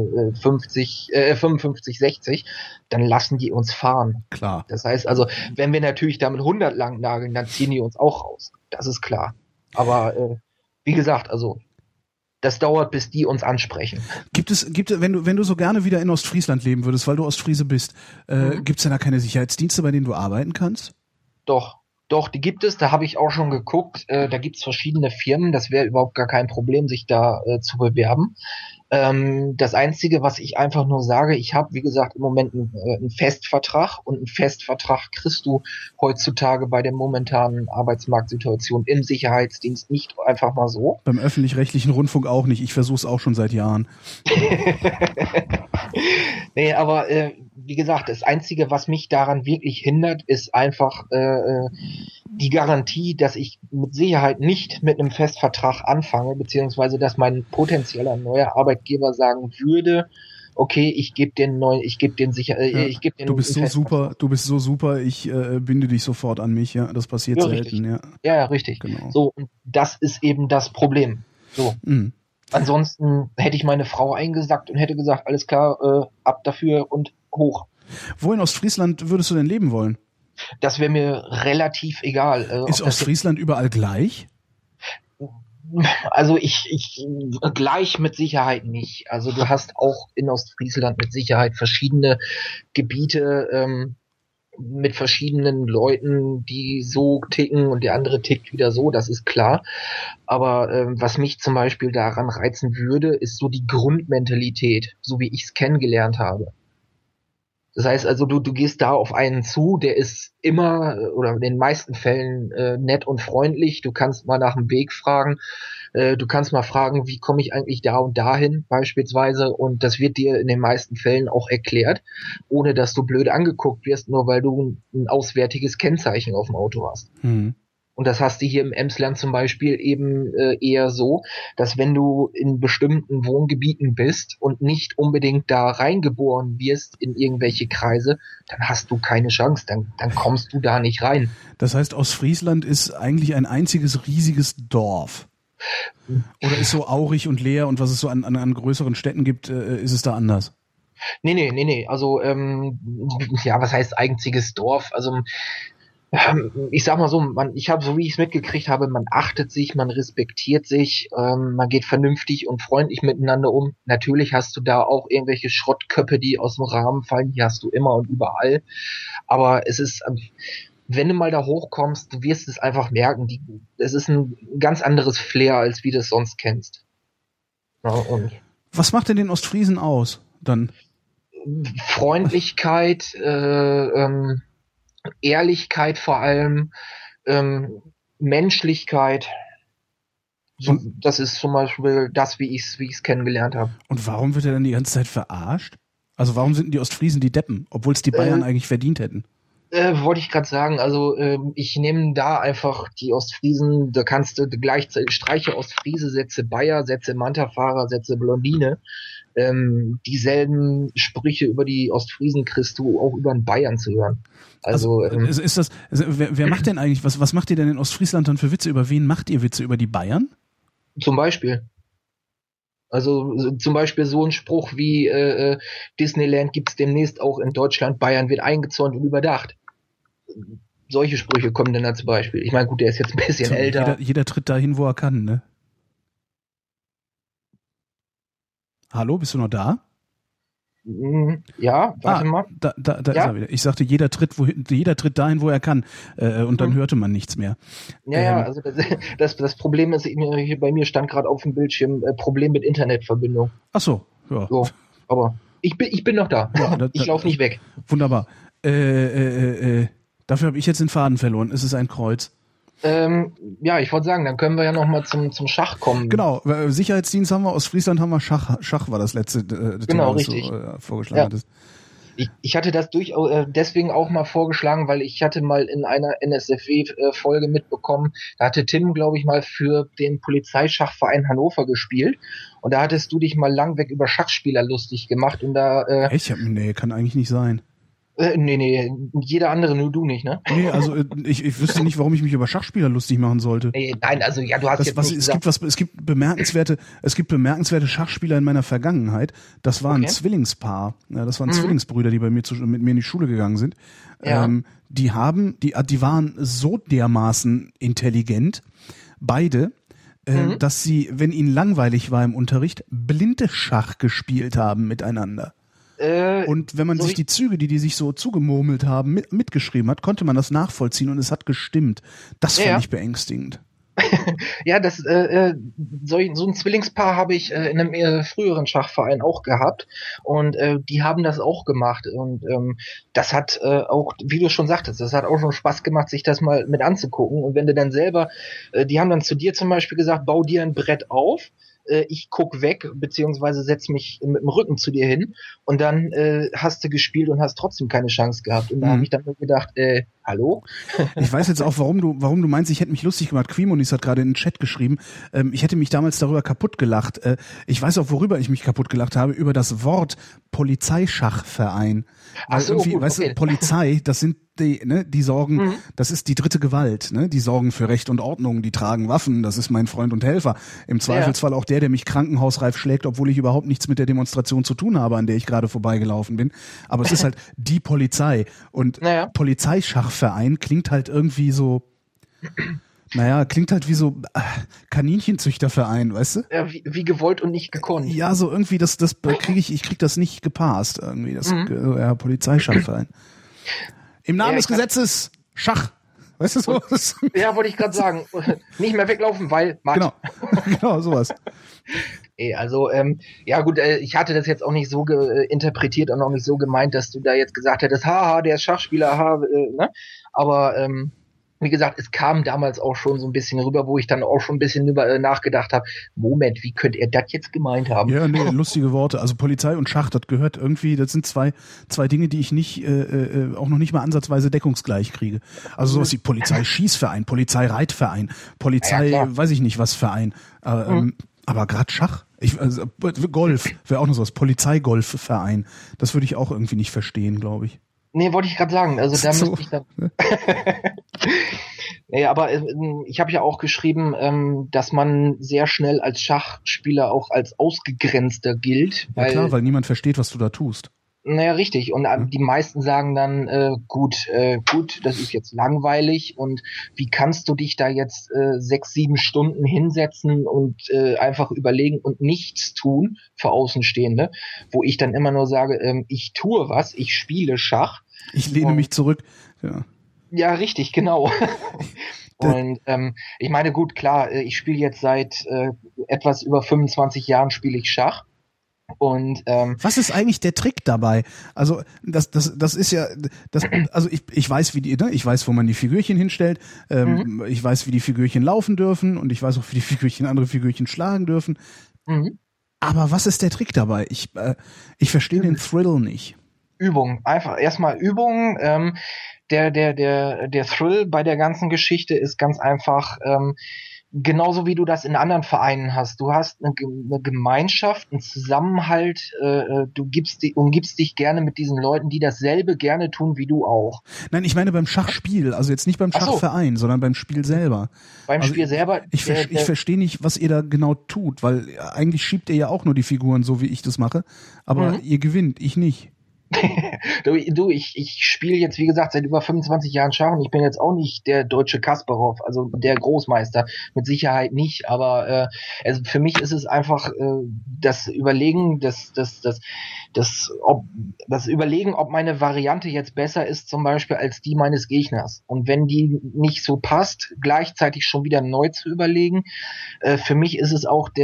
55, 60, dann lassen die uns fahren. Klar. Das heißt also, wenn wir natürlich da mit 100 lang nageln, dann ziehen die uns auch raus. Das ist klar. Aber wie gesagt, also das dauert, bis die uns ansprechen. Gibt es, wenn du so gerne wieder in Ostfriesland leben würdest, weil du Ostfriese bist, gibt es denn da keine Sicherheitsdienste, bei denen du arbeiten kannst? Doch, die gibt es, da habe ich auch schon geguckt, da gibt es verschiedene Firmen, das wäre überhaupt gar kein Problem, sich da zu bewerben. Das Einzige, was ich einfach nur sage, ich habe, wie gesagt, im Moment einen Festvertrag und einen Festvertrag kriegst du heutzutage bei der momentanen Arbeitsmarktsituation im Sicherheitsdienst nicht einfach mal so. Beim öffentlich-rechtlichen Rundfunk auch nicht, ich versuche es auch schon seit Jahren. Nee, aber wie gesagt, das Einzige, was mich daran wirklich hindert, ist einfach die Garantie, dass ich mit Sicherheit nicht mit einem Festvertrag anfange, beziehungsweise dass mein potenzieller neuer Arbeitgeber sagen würde, okay, ich gebe den. Du bist so super, ich binde dich sofort an mich, ja, das passiert ja, selten, richtig. ja. Ja, richtig. Genau. So, und das ist eben das Problem. So. Ansonsten hätte ich meine Frau eingesackt und hätte gesagt, alles klar, ab dafür und hoch. Wo in Ostfriesland würdest du denn leben wollen? Das wäre mir relativ egal. Ist Ostfriesland überall gleich? Also ich gleich mit Sicherheit nicht. Also du hast auch in Ostfriesland mit Sicherheit verschiedene Gebiete mit verschiedenen Leuten, die so ticken und der andere tickt wieder so, das ist klar. Aber was mich zum Beispiel daran reizen würde, ist so die Grundmentalität, so wie ich es kennengelernt habe. Das heißt also, du gehst da auf einen zu, der ist immer oder in den meisten Fällen nett und freundlich. Du kannst mal nach dem Weg fragen. Du kannst mal fragen, wie komme ich eigentlich da und dahin beispielsweise. Und das wird dir in den meisten Fällen auch erklärt, ohne dass du blöd angeguckt wirst, nur weil du ein auswärtiges Kennzeichen auf dem Auto hast. Und das hast du hier im Emsland zum Beispiel eben eher so, dass wenn du in bestimmten Wohngebieten bist und nicht unbedingt da reingeboren wirst in irgendwelche Kreise, dann hast du keine Chance, dann kommst du da nicht rein. Das heißt, Ostfriesland ist eigentlich ein einziges riesiges Dorf. Oder ist so aurig und leer und was es so an größeren Städten gibt, ist es da anders? Nee. Also, ja, was heißt einziges Dorf? Also, ich sag mal so, ich habe, so wie ich es mitgekriegt habe, man achtet sich, man respektiert sich, man geht vernünftig und freundlich miteinander um. Natürlich hast du da auch irgendwelche Schrottköpfe, die aus dem Rahmen fallen, die hast du immer und überall. Aber es ist, wenn du mal da hochkommst, du wirst es einfach merken, es ist ein ganz anderes Flair, als wie du es sonst kennst. Ja, und was macht denn den Ostfriesen aus, dann? Freundlichkeit, Ehrlichkeit vor allem, Menschlichkeit. So, das ist zum Beispiel das, wie ich's kennengelernt habe. Und warum wird er dann die ganze Zeit verarscht? Also warum sind die Ostfriesen die Deppen, obwohl es die Bayern eigentlich verdient hätten? Wollte ich gerade sagen, also ich nehme da einfach die Ostfriesen, da kannst du gleichzeitig streiche Ostfriese, setze Bayer, setze Mantafahrer, setze Blondine. Dieselben Sprüche über die Ostfriesen kriegst du auch über den Bayern zu hören. Also ist das, wer macht denn eigentlich, was macht ihr denn in Ostfriesland dann für Witze? Über wen macht ihr Witze? Über die Bayern? Zum Beispiel. Also zum Beispiel so ein Spruch wie Disneyland gibt's demnächst auch in Deutschland, Bayern wird eingezäunt und überdacht. Solche Sprüche kommen dann da zum Beispiel. Ich meine, gut, der ist jetzt ein bisschen älter. Jeder tritt dahin, wo er kann, ne? Hallo, bist du noch da? Ja, warte mal. Da ist er wieder. Ich sagte, jeder tritt dahin, wo er kann. Und dann hörte man nichts mehr. Ja, also das Problem ist, hier bei mir stand gerade auf dem Bildschirm Problem mit Internetverbindung. Ach so, ja. So, aber ich bin noch da. Ja, ich laufe nicht weg. Wunderbar. Dafür habe ich jetzt den Faden verloren. Es ist ein Kreuz. Ja, ich wollte sagen, dann können wir ja noch mal zum Schach kommen. Genau, Sicherheitsdienst haben wir, aus Friesland haben wir Schach. Schach war das letzte Thema, das du vorgeschlagen hattest. Ich hatte das deswegen auch mal vorgeschlagen, weil ich hatte mal in einer NSFW-Folge mitbekommen, da hatte Tim, glaube ich, mal für den Polizeischachverein Hannover gespielt und da hattest du dich mal langweg über Schachspieler lustig gemacht und da... Nee, kann eigentlich nicht sein. Nee, jeder andere, nur du nicht, ne? Nee, also ich wüsste nicht, warum ich mich über Schachspieler lustig machen sollte. Nein, also ja, du hast es gibt bemerkenswerte Schachspieler in meiner Vergangenheit. Das war ein Zwillingspaar. Ja, das waren Zwillingsbrüder, die mit mir in die Schule gegangen sind. Ja. Die waren so dermaßen intelligent, beide, dass sie, wenn ihnen langweilig war im Unterricht, blinde Schach gespielt haben miteinander. Und wenn man sich die Züge, die sich so zugemurmelt haben, mitgeschrieben hat, konnte man das nachvollziehen und es hat gestimmt. Das fand ich beängstigend. Ja, so ein Zwillingspaar habe ich in einem früheren Schachverein auch gehabt und die haben das auch gemacht und das hat auch, wie du schon sagtest, das hat auch schon Spaß gemacht, sich das mal mit anzugucken und wenn du dann selber, die haben dann zu dir zum Beispiel gesagt, bau dir ein Brett auf, ich guck weg, beziehungsweise setz mich mit dem Rücken zu dir hin und dann hast du gespielt und hast trotzdem keine Chance gehabt. Und da habe ich dann nur gedacht, hallo? Ich weiß jetzt auch, warum du meinst, ich hätte mich lustig gemacht. Quimonis hat gerade in den Chat geschrieben, ich hätte mich damals darüber kaputt gelacht. Ich weiß auch, worüber ich mich kaputt gelacht habe, über das Wort Polizeischachverein. Ach so, irgendwie, gut, weißt du, Polizei, das sind die sorgen, das ist die dritte Gewalt, ne? Die sorgen für Recht und Ordnung, die tragen Waffen, das ist mein Freund und Helfer. Im Zweifelsfall auch der mich krankenhausreif schlägt, obwohl ich überhaupt nichts mit der Demonstration zu tun habe, an der ich gerade vorbeigelaufen bin. Aber es ist halt die Polizei. Und Polizeischachverein klingt halt irgendwie so, klingt halt wie so Kaninchenzüchterverein, weißt du? Ja, wie gewollt und nicht gekonnt. Ja, so irgendwie, ich krieg das nicht gepasst irgendwie, Polizeischachverein. Im Namen des Gesetzes Schach. Weißt du so? Ja, wollte ich gerade sagen. Nicht mehr weglaufen, weil Matt. Genau, sowas. Also, ja gut, ich hatte das jetzt auch nicht so interpretiert und auch nicht so gemeint, dass du da jetzt gesagt hättest, haha, der ist Schachspieler, ne? Aber, wie gesagt, es kam damals auch schon so ein bisschen rüber, wo ich dann auch schon ein bisschen nachgedacht habe, Moment, wie könnte er das jetzt gemeint haben? Ja, nee, lustige Worte. Also Polizei und Schach, das gehört irgendwie, das sind zwei Dinge, die ich nicht, auch noch nicht mal ansatzweise deckungsgleich kriege. Also sowas wie Polizeischießverein, Polizeireitverein, weiß ich nicht was Verein. Aber gerade Schach, Golf wäre auch noch sowas, Polizeigolfverein. Das würde ich auch irgendwie nicht verstehen, glaube ich. Nee, wollte ich gerade sagen. Also da müsste ich dann. Ja, aber ich habe ja auch geschrieben, dass man sehr schnell als Schachspieler auch als Ausgegrenzter gilt. Ja klar, weil niemand versteht, was du da tust. Naja, richtig. Und die meisten sagen dann, gut, das ist jetzt langweilig und wie kannst du dich da jetzt 6, 7 Stunden hinsetzen und einfach überlegen und nichts tun für Außenstehende, wo ich dann immer nur sage, ich tue was, ich spiele Schach. Ich lehne mich zurück. Ja. Ja, richtig, genau. Und ich meine, gut, klar, ich spiele jetzt seit etwas über 25 Jahren spiele ich Schach. Und was ist eigentlich der Trick dabei? Also das ist ja, also ich weiß, ich weiß, wo man die Figürchen hinstellt, ich weiß, wie die Figürchen laufen dürfen und ich weiß auch, wie die Figürchen andere Figürchen schlagen dürfen. Aber was ist der Trick dabei? Ich verstehe den Thrill nicht. Übung, einfach erstmal Übung. Der Thrill bei der ganzen Geschichte ist ganz einfach, genauso wie du das in anderen Vereinen hast. Du hast eine Gemeinschaft, einen Zusammenhalt, du umgibst dich gerne mit diesen Leuten, die dasselbe gerne tun wie du auch. Nein, ich meine beim Schachspiel, also jetzt nicht beim Schachverein, sondern beim Spiel selber. Beim Spiel selber. Ich verstehe nicht, was ihr da genau tut, weil eigentlich schiebt ihr ja auch nur die Figuren, so wie ich das mache, aber ihr gewinnt, ich nicht. Ich spiele jetzt, wie gesagt, seit über 25 Jahren Schach und ich bin jetzt auch nicht der deutsche Kasparov, also der Großmeister, mit Sicherheit nicht, aber also für mich ist es einfach das Überlegen, das Überlegen, ob meine Variante jetzt besser ist, zum Beispiel als die meines Gegners. Und wenn die nicht so passt, gleichzeitig schon wieder neu zu überlegen. Für mich ist es auch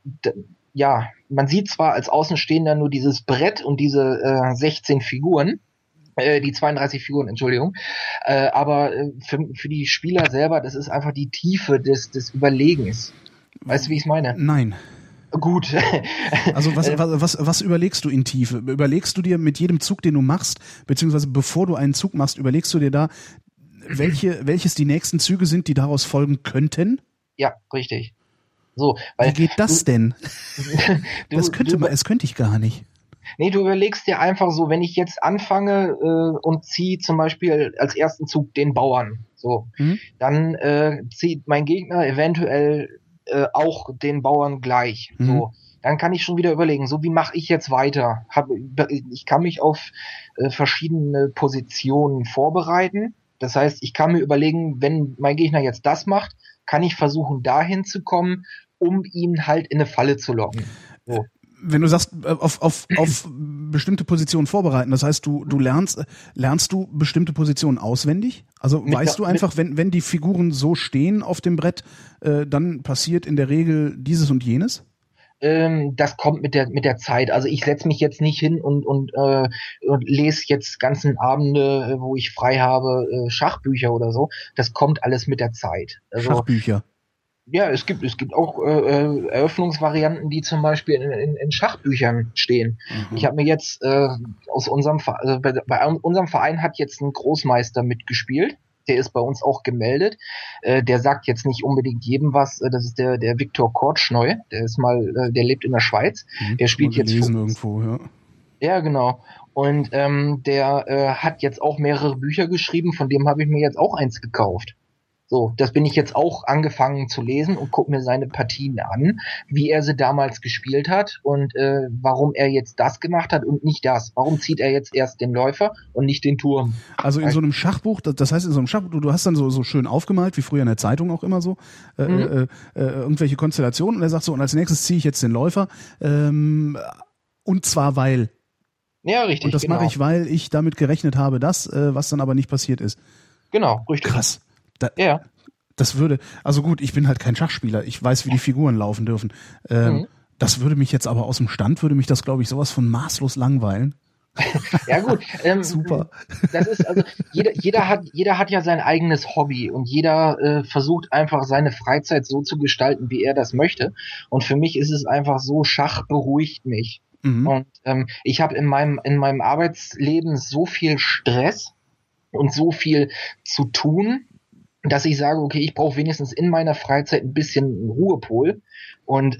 ja, man sieht zwar als Außenstehender nur dieses Brett und diese 16 Figuren, die 32 Figuren, Entschuldigung, aber für die Spieler selber, das ist einfach die Tiefe des Überlegens. Weißt du, wie ich es meine? Nein. Gut. Also was überlegst du in Tiefe? Überlegst du dir mit jedem Zug, den du machst, beziehungsweise bevor du einen Zug machst, überlegst du dir da, welches die nächsten Züge sind, die daraus folgen könnten? Ja, richtig. So, weil wie geht das denn? Das könnte ich gar nicht. Nee, du überlegst dir einfach so, wenn ich jetzt anfange und ziehe zum Beispiel als ersten Zug den Bauern, so, dann zieht mein Gegner eventuell auch den Bauern gleich, so. Dann kann ich schon wieder überlegen, so wie mache ich jetzt weiter? Ich kann mich auf verschiedene Positionen vorbereiten. Das heißt, ich kann mir überlegen, wenn mein Gegner jetzt das macht, kann ich versuchen, dahin zu kommen, um ihn halt in eine Falle zu locken. So. Wenn du sagst, auf bestimmte Positionen vorbereiten, das heißt, du lernst du bestimmte Positionen auswendig? Also weißt du einfach, wenn die Figuren so stehen auf dem Brett, dann passiert in der Regel dieses und jenes? Das kommt mit der Zeit. Also ich setze mich jetzt nicht hin und lese jetzt ganzen Abende, wo ich frei habe, Schachbücher oder so. Das kommt alles mit der Zeit. Also, Schachbücher? Ja, es gibt auch Eröffnungsvarianten, die zum Beispiel in Schachbüchern stehen. Ich habe mir jetzt bei unserem Verein hat jetzt ein Großmeister mitgespielt. Der ist bei uns auch gemeldet. Der sagt jetzt nicht unbedingt jedem was. Das ist der Viktor Kortschneu. Der lebt in der Schweiz. Der spielt jetzt irgendwo, ja. Ja, genau. Und der hat jetzt auch mehrere Bücher geschrieben. Von dem habe ich mir jetzt auch eins gekauft. So, das bin ich jetzt auch angefangen zu lesen und gucke mir seine Partien an, wie er sie damals gespielt hat und warum er jetzt das gemacht hat und nicht das. Warum zieht er jetzt erst den Läufer und nicht den Turm? Also in so einem Schachbuch, das heißt in so einem Schachbuch, du hast dann so schön aufgemalt, wie früher in der Zeitung auch immer so, irgendwelche Konstellationen und er sagt so, und als nächstes ziehe ich jetzt den Läufer und zwar weil. Ja, richtig. Und das mache ich, weil ich damit gerechnet habe, was dann aber nicht passiert ist. Genau, richtig. Krass. Ja. Das würde, also gut, ich bin halt kein Schachspieler, ich weiß, wie die Figuren laufen dürfen. Das würde mich jetzt aber aus dem Stand, glaube ich, sowas von maßlos langweilen. Ja gut, super. Das ist also jeder hat ja sein eigenes Hobby und jeder versucht einfach seine Freizeit so zu gestalten, wie er das möchte. Und für mich ist es einfach so, Schach beruhigt mich. Und ich habe in meinem Arbeitsleben so viel Stress und so viel zu tun, dass ich sage, okay, ich brauche wenigstens in meiner Freizeit ein bisschen Ruhepol und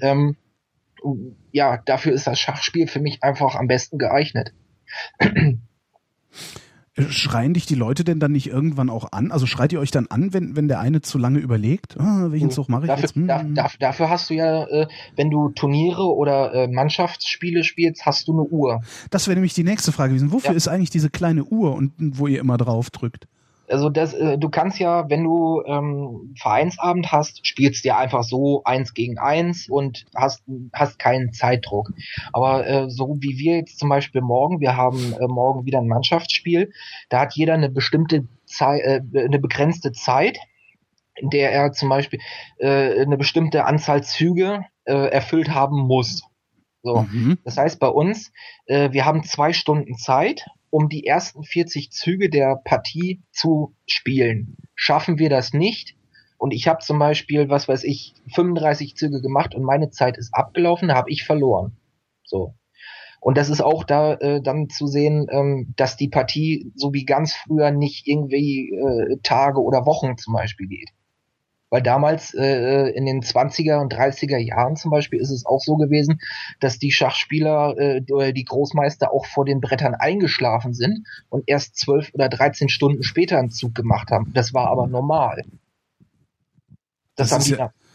ja, dafür ist das Schachspiel für mich einfach am besten geeignet. Schreien dich die Leute denn dann nicht irgendwann auch an? Also schreit ihr euch dann an, wenn der eine zu lange überlegt? Welchen Zug mache ich jetzt? Dafür hast du ja, wenn du Turniere oder Mannschaftsspiele spielst, hast du eine Uhr. Das wäre nämlich die nächste Frage gewesen. Wofür ist eigentlich diese kleine Uhr und wo ihr immer drauf drückt? Also du kannst ja, wenn du Vereinsabend hast, spielst du ja einfach so 1 gegen 1 und hast keinen Zeitdruck. Aber so wie wir jetzt zum Beispiel morgen, wir haben morgen wieder ein Mannschaftsspiel, da hat jeder eine bestimmte Zeit, eine begrenzte Zeit, in der er zum Beispiel eine bestimmte Anzahl Züge erfüllt haben muss. So, Das heißt bei uns, wir haben 2 Stunden Zeit, um die ersten 40 Züge der Partie zu spielen. Schaffen wir das nicht, und ich habe zum Beispiel, 35 Züge gemacht und meine Zeit ist abgelaufen, da habe ich verloren. So. Und das ist auch da dann zu sehen, dass die Partie so wie ganz früher nicht irgendwie Tage oder Wochen zum Beispiel geht. Weil damals in den 20er und 30er Jahren zum Beispiel ist es auch so gewesen, dass die Schachspieler oder die Großmeister auch vor den Brettern eingeschlafen sind und erst 12 oder 13 Stunden später einen Zug gemacht haben. Das war aber normal. Das ist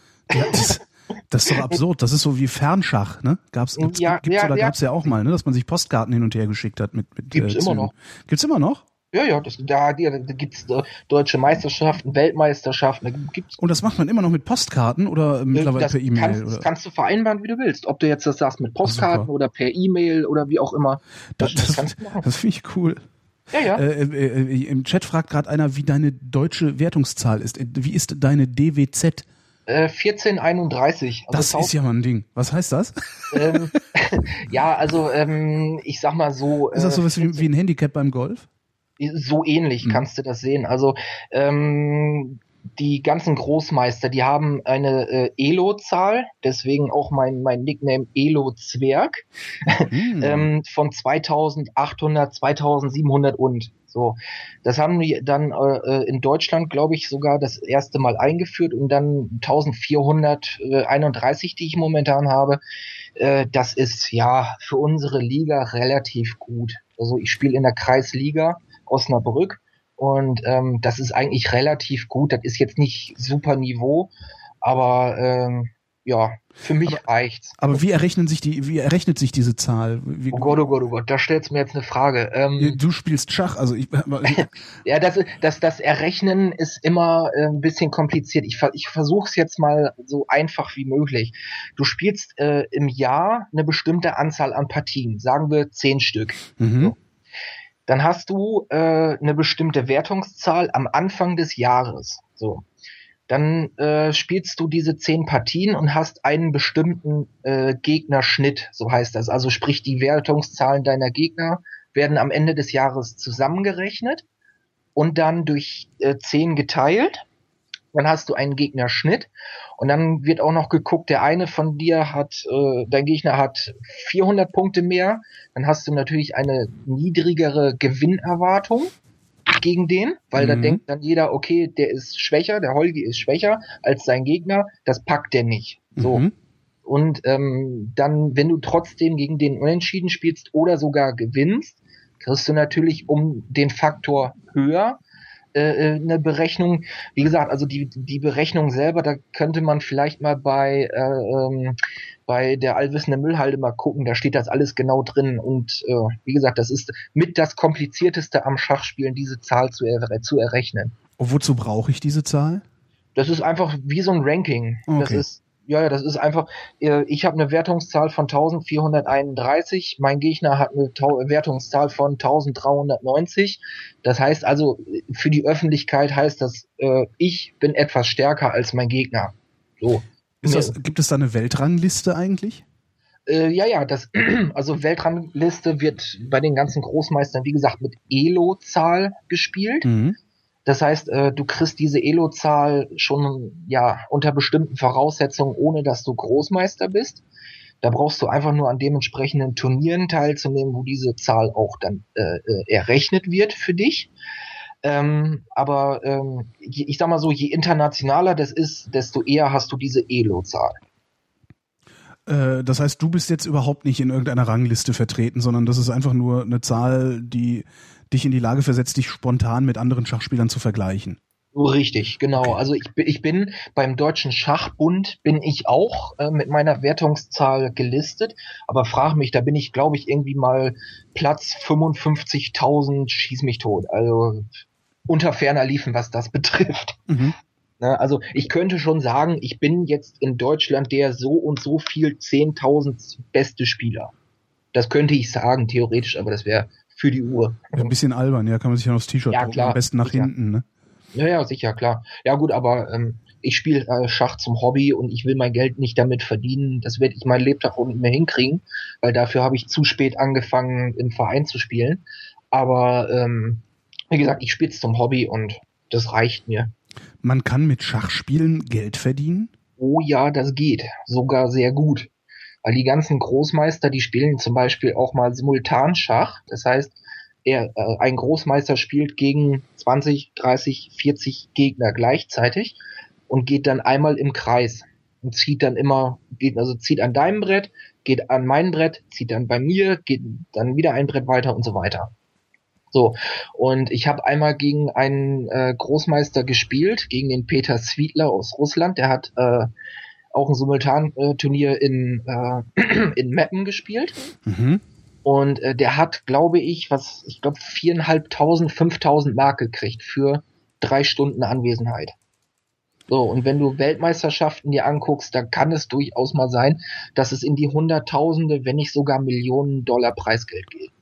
doch absurd. Das ist so wie Fernschach, ne? Gab's ja auch mal, ne? Dass man sich Postkarten hin und her geschickt hat mit Gibt's immer noch. Gibt's immer noch? Ja, da gibt's deutsche Meisterschaften, Weltmeisterschaften, da gibt's. Und das macht man immer noch mit Postkarten oder mittlerweile per E-Mail? Das kannst du vereinbaren, wie du willst. Ob du jetzt das sagst mit Postkarten oder per E-Mail oder wie auch immer. Das kannst du machen. Das finde ich cool. Ja. Im Chat fragt gerade einer, wie deine deutsche Wertungszahl ist. Wie ist deine DWZ? 1431. Also das ist ja mal ein Ding. Was heißt das? Ja, also ich sag mal so. Ist das sowas wie ein Handicap beim Golf? So ähnlich kannst du das sehen. Also die ganzen Großmeister, die haben eine Elo-Zahl, deswegen auch mein Nickname Elo-Zwerg, von 2800, 2700 und so. Das haben wir dann in Deutschland, glaube ich, sogar das erste Mal eingeführt und dann 1431, die ich momentan habe. Das ist ja für unsere Liga relativ gut. Also ich spiele in der Kreisliga Osnabrück und das ist eigentlich relativ gut. Das ist jetzt nicht super Niveau, aber ja, für mich reicht's. Aber wie errechnet sich diese Zahl? Oh Gott, da stellst du mir jetzt eine Frage. Du spielst Schach, also ja, das Errechnen ist immer ein bisschen kompliziert. Ich versuche es jetzt mal so einfach wie möglich. Du spielst im Jahr eine bestimmte Anzahl an Partien, sagen wir 10 Stück. So. Dann hast du eine bestimmte Wertungszahl am Anfang des Jahres. So. Dann spielst du diese 10 Partien und hast einen bestimmten Gegnerschnitt, so heißt das. Also sprich, die Wertungszahlen deiner Gegner werden am Ende des Jahres zusammengerechnet und dann durch 10 geteilt. Dann hast du einen Gegnerschnitt und dann wird auch noch geguckt, dein Gegner hat 400 Punkte mehr, dann hast du natürlich eine niedrigere Gewinnerwartung gegen den, weil da denkt dann jeder, okay, der ist schwächer, der Holgi ist schwächer als sein Gegner, das packt der nicht. So. Und dann, wenn du trotzdem gegen den unentschieden spielst oder sogar gewinnst, kriegst du natürlich um den Faktor höher eine Berechnung. Wie gesagt, also die Berechnung selber, da könnte man vielleicht mal bei der allwissende Müllhalde mal gucken, da steht das alles genau drin und wie gesagt, das ist mit das Komplizierteste am Schachspielen, diese Zahl zu errechnen. Und wozu brauche ich diese Zahl? Das ist einfach wie so ein Ranking. Okay. Das ist einfach, ich habe eine Wertungszahl von 1431, mein Gegner hat eine Wertungszahl von 1390. Das heißt also, für die Öffentlichkeit heißt das, ich bin etwas stärker als mein Gegner. So. Gibt es da eine Weltrangliste eigentlich? Also Weltrangliste wird bei den ganzen Großmeistern, wie gesagt, mit Elo-Zahl gespielt. Das heißt, du kriegst diese Elo-Zahl schon unter bestimmten Voraussetzungen, ohne dass du Großmeister bist. Da brauchst du einfach nur an dementsprechenden Turnieren teilzunehmen, wo diese Zahl auch dann errechnet wird für dich. Ich sag mal so, je internationaler das ist, desto eher hast du diese Elo-Zahl. Das heißt, du bist jetzt überhaupt nicht in irgendeiner Rangliste vertreten, sondern das ist einfach nur eine Zahl, die dich in die Lage versetzt, dich spontan mit anderen Schachspielern zu vergleichen. Richtig, genau. Okay. Also ich bin beim Deutschen Schachbund bin ich auch mit meiner Wertungszahl gelistet, aber frag mich, da bin ich, glaube ich, irgendwie mal Platz 55.000, schieß mich tot. Also unter ferner Liefen, was das betrifft. Mhm. Also ich könnte schon sagen, ich bin jetzt in Deutschland der so und so viel 10.000 beste Spieler. Das könnte ich sagen, theoretisch, aber das wäre für die Uhr. Ja, ein bisschen albern, ja, kann man sich ja aufs T-Shirt drucken, klar, am besten nach sicher. hinten, ne? Ja, sicher, klar. Ja gut, aber ich spiele Schach zum Hobby und ich will mein Geld nicht damit verdienen. Das werde ich mein Lebtag auch nicht mehr hinkriegen, weil dafür habe ich zu spät angefangen, im Verein zu spielen. Aber wie gesagt, ich spiele es zum Hobby und das reicht mir. Man kann mit Schachspielen Geld verdienen? Oh ja, das geht. Sogar sehr gut. Weil die ganzen Großmeister, die spielen zum Beispiel auch mal Simultanschach. Das heißt, ein Großmeister spielt gegen 20, 30, 40 Gegner gleichzeitig und geht dann einmal im Kreis und zieht dann zieht an deinem Brett, geht an mein Brett, zieht dann bei mir, geht dann wieder ein Brett weiter und so weiter. So, und ich habe einmal gegen einen Großmeister gespielt, gegen den Peter Sviedler aus Russland. Der hat auch ein Simultanturnier in Meppen gespielt. Mhm. Und der hat, glaube ich, 4.500, 5.000 Mark gekriegt für 3 Stunden Anwesenheit. So, und wenn du Weltmeisterschaften dir anguckst, dann kann es durchaus mal sein, dass es in die Hunderttausende, wenn nicht sogar Millionen $, Preisgeld geht.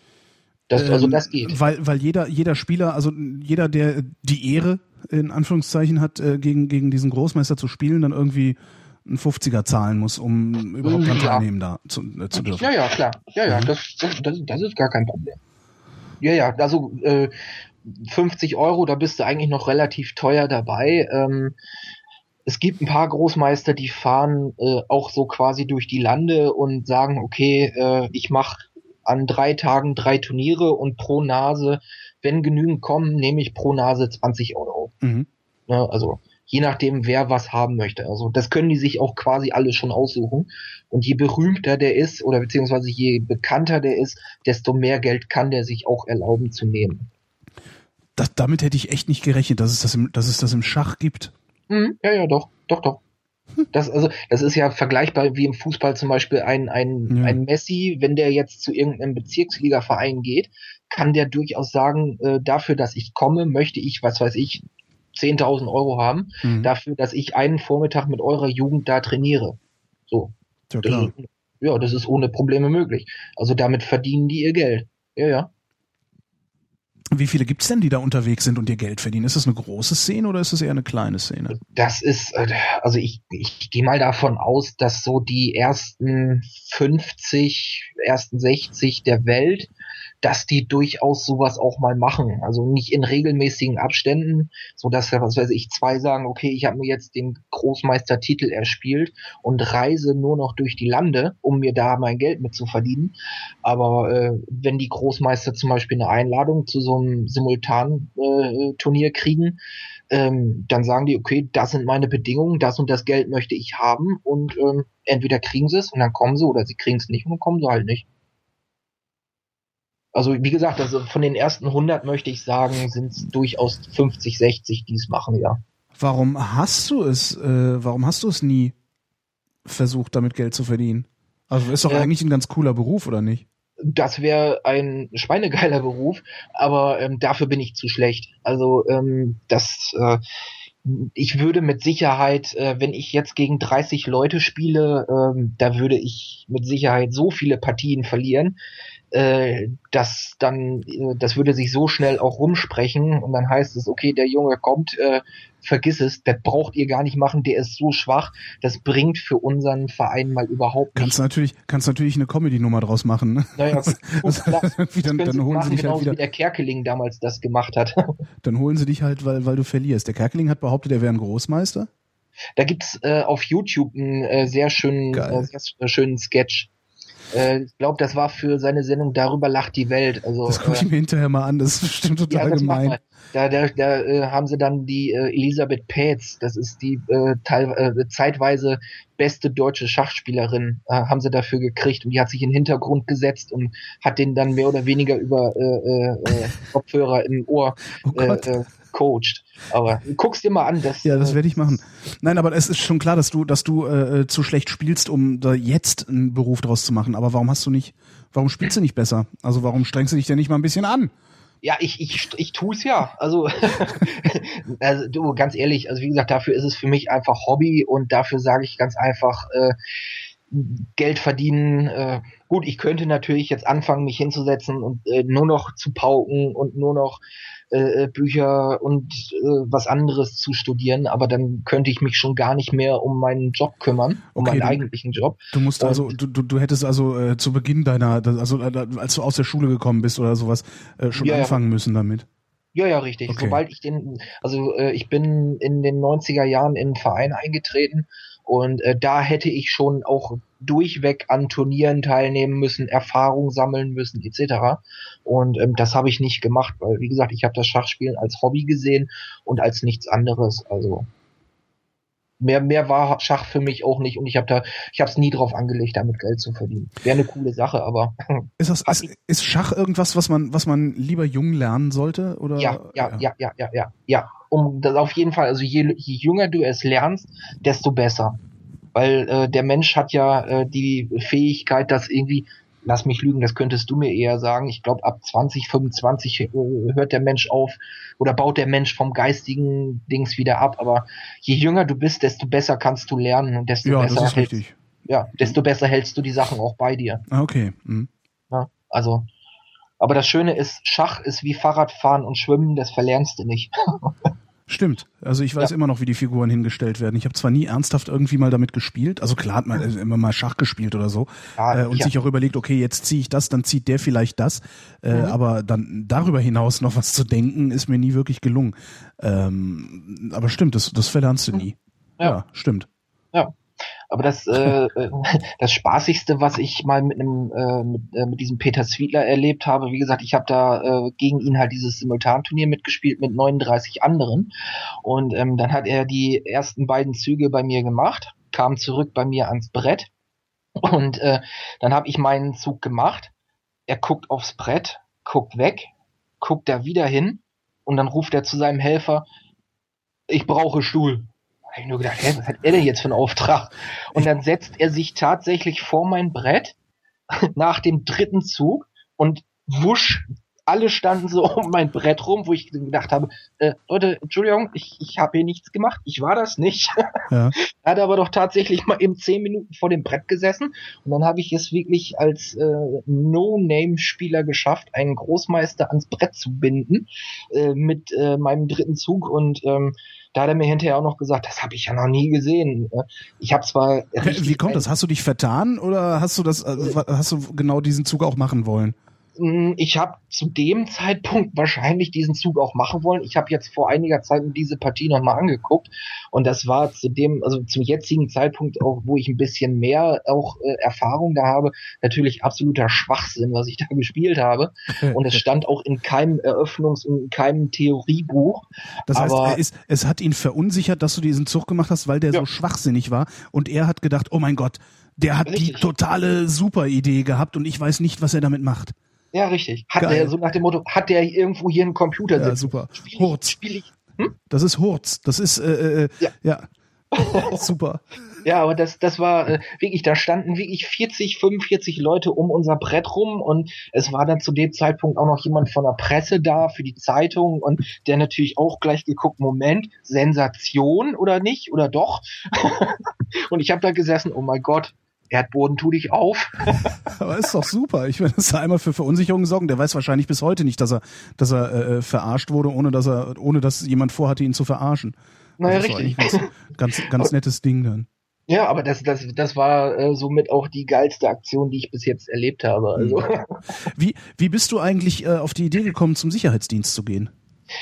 Das geht. Weil jeder Spieler, also jeder, der die Ehre in Anführungszeichen hat, gegen diesen Großmeister zu spielen, dann irgendwie einen 50er zahlen muss, um überhaupt dran teilnehmen da zu dürfen. Ja, klar. Ja, das ist gar kein Problem. Ja, also 50 €, da bist du eigentlich noch relativ teuer dabei. Es gibt ein paar Großmeister, die fahren auch so quasi durch die Lande und sagen, okay, ich mache an 3 Tagen 3 Turniere und pro Nase, wenn genügend kommen, nehme ich pro Nase 20 €. Mhm. Ja, also je nachdem, wer was haben möchte. Also das können die sich auch quasi alle schon aussuchen. Und je berühmter der ist, oder beziehungsweise je bekannter der ist, desto mehr Geld kann der sich auch erlauben zu nehmen. Damit hätte ich echt nicht gerechnet, dass es das im Schach gibt. Ja, doch. Das ist ja vergleichbar wie im Fußball zum Beispiel ein Messi, wenn der jetzt zu irgendeinem Bezirksligaverein geht, kann der durchaus sagen, dafür, dass ich komme, möchte ich, 10.000 € haben, dafür, dass ich einen Vormittag mit eurer Jugend da trainiere. So. Ja, klar. Das ist ohne Probleme möglich. Also damit verdienen die ihr Geld. Ja. Wie viele gibt's denn, die da unterwegs sind und ihr Geld verdienen? Ist das eine große Szene oder ist das eher eine kleine Szene? Das ist, also ich gehe mal davon aus, dass so die ersten 50, ersten 60 der Welt, dass die durchaus sowas auch mal machen. Also nicht in regelmäßigen Abständen, so dass ja, 2 sagen, okay, ich habe mir jetzt den Großmeistertitel erspielt und reise nur noch durch die Lande, um mir da mein Geld mit zu verdienen. Aber wenn die Großmeister zum Beispiel eine Einladung zu so einem Simultan-Turnier kriegen, dann sagen die, okay, das sind meine Bedingungen, das und das Geld möchte ich haben und entweder kriegen sie es und dann kommen sie oder sie kriegen es nicht und dann kommen sie halt nicht. Also wie gesagt, also von den ersten 100 möchte ich sagen, sind es durchaus 50, 60, die es machen, ja. Warum hast du es nie versucht, damit Geld zu verdienen? Also ist doch eigentlich ein ganz cooler Beruf, oder nicht? Das wäre ein schweinegeiler Beruf, aber dafür bin ich zu schlecht. Also ich würde mit Sicherheit, wenn ich jetzt gegen 30 Leute spiele, da würde ich mit Sicherheit so viele Partien verlieren, das würde sich so schnell auch rumsprechen und dann heißt es, okay, der Junge kommt, vergiss es, das braucht ihr gar nicht machen, der ist so schwach, das bringt für unseren Verein mal überhaupt nichts. Kannst natürlich eine Comedy-Nummer draus machen, ne? Naja, dann holen sie dich halt wieder. Wie der Kerkeling damals das gemacht hat. Dann holen sie dich halt, weil du verlierst. Der Kerkeling hat behauptet, er wäre ein Großmeister. Da gibt's auf YouTube einen sehr schönen Sketch. Ich glaube, das war für seine Sendung Darüber lacht die Welt. Also, das gucke ich mir hinterher mal an, das ist bestimmt total gemein. Da haben sie dann die Elisabeth Pähtz, das ist die zeitweise beste deutsche Schachspielerin haben sie dafür gekriegt und die hat sich in den Hintergrund gesetzt und hat den dann mehr oder weniger über Kopfhörer im Ohr coacht. Aber guck's dir mal an. Das werde ich machen. Nein, aber es ist schon klar, dass du zu schlecht spielst, um da jetzt einen Beruf draus zu machen. Aber warum spielst du nicht besser? Also warum strengst du dich denn nicht mal ein bisschen an? Ja, ich tu's ja. Also, du, ganz ehrlich, also wie gesagt, dafür ist es für mich einfach Hobby und dafür sage ich ganz einfach, Geld verdienen. Gut, ich könnte natürlich jetzt anfangen, mich hinzusetzen und nur noch zu pauken und nur noch Bücher und was anderes zu studieren, aber dann könnte ich mich schon gar nicht mehr um meinen Job kümmern, um meinen eigentlichen Job. Du musst du hättest also zu Beginn als du aus der Schule gekommen bist oder sowas, schon anfangen müssen damit. Ja, richtig. Okay. Sobald ich ich bin in den 90er Jahren in einen Verein eingetreten und da hätte ich schon auch durchweg an Turnieren teilnehmen müssen, Erfahrung sammeln müssen, etc. Und das habe ich nicht gemacht, weil, wie gesagt, ich habe das Schachspielen als Hobby gesehen und als nichts anderes. Also mehr war Schach für mich auch nicht und ich habe es nie drauf angelegt, damit Geld zu verdienen. Wäre eine coole Sache, aber ist Schach irgendwas, was man lieber jung lernen sollte? Oder? Ja. Auf jeden Fall, also je jünger du es lernst, desto besser. Weil der Mensch hat ja die Fähigkeit, dass irgendwie, lass mich lügen, das könntest du mir eher sagen, ich glaube ab 20, 25 hört der Mensch auf oder baut der Mensch vom geistigen Dings wieder ab. Aber je jünger du bist, desto besser kannst du lernen und desto besser hältst du die Sachen auch bei dir. Okay. Mhm. Ja, also, aber das Schöne ist, Schach ist wie Fahrradfahren und Schwimmen, das verlernst du nicht. Stimmt. Also ich weiß immer noch, wie die Figuren hingestellt werden. Ich habe zwar nie ernsthaft irgendwie mal damit gespielt, also klar hat man immer mal Schach gespielt oder so und sich auch überlegt, okay, jetzt ziehe ich das, dann zieht der vielleicht das, aber dann darüber hinaus noch was zu denken, ist mir nie wirklich gelungen. Aber stimmt, das verlernst du nie. Ja, stimmt. Ja. Aber das Spaßigste, was ich mal mit diesem Peter Swiedler erlebt habe, wie gesagt, ich habe da gegen ihn halt dieses Simultanturnier mitgespielt mit 39 anderen und dann hat er die ersten beiden Züge bei mir gemacht, kam zurück bei mir ans Brett und dann habe ich meinen Zug gemacht. Er guckt aufs Brett, guckt weg, guckt da wieder hin und dann ruft er zu seinem Helfer, ich brauche Stuhl. Da habe ich nur gedacht, was hat er denn jetzt für einen Auftrag? Und dann setzt er sich tatsächlich vor mein Brett nach dem dritten Zug und wusch, alle standen so um mein Brett rum, wo ich gedacht habe, Leute, Entschuldigung, ich habe hier nichts gemacht, ich war das nicht. Ja. Er hat aber doch tatsächlich mal eben 10 Minuten vor dem Brett gesessen und dann habe ich es wirklich als No-Name-Spieler geschafft, einen Großmeister ans Brett zu binden mit meinem dritten Zug und da hat er mir hinterher auch noch gesagt, das habe ich ja noch nie gesehen. Ich habe zwar... Wie kommt das? Hast du dich vertan oder hast du genau diesen Zug auch machen wollen? Ich habe zu dem Zeitpunkt wahrscheinlich diesen Zug auch machen wollen. Ich habe jetzt vor einiger Zeit diese Partie nochmal angeguckt und das war zum jetzigen Zeitpunkt auch, wo ich ein bisschen mehr auch Erfahrung da habe, natürlich absoluter Schwachsinn, was ich da gespielt habe. Und es stand auch in keinem Eröffnungs- und in keinem Theoriebuch. Das heißt, es hat ihn verunsichert, dass du diesen Zug gemacht hast, weil der so schwachsinnig war und er hat gedacht, oh mein Gott, der hat die totale Super-Idee gehabt und ich weiß nicht, was er damit macht. Ja, richtig. Hat der so nach dem Motto, hat der irgendwo hier einen Computer sitzen? Ja, super. Hurz. Das ist Hurz. Das ist, ja. Super. Ja, aber das war wirklich, da standen wirklich 40, 45 Leute um unser Brett rum und es war dann zu dem Zeitpunkt auch noch jemand von der Presse da für die Zeitung und der natürlich auch gleich geguckt, Moment, Sensation oder nicht oder doch? Und ich habe da gesessen, oh mein Gott, Erdboden, tu dich auf. Aber ist doch super. Ich will das einmal für Verunsicherung sorgen. Der weiß wahrscheinlich bis heute nicht, dass er verarscht wurde, ohne dass jemand vorhatte, ihn zu verarschen. Naja, richtig. Ganz nettes Ding dann. Ja, aber das war somit auch die geilste Aktion, die ich bis jetzt erlebt habe. Also. Wie bist du eigentlich auf die Idee gekommen, zum Sicherheitsdienst zu gehen?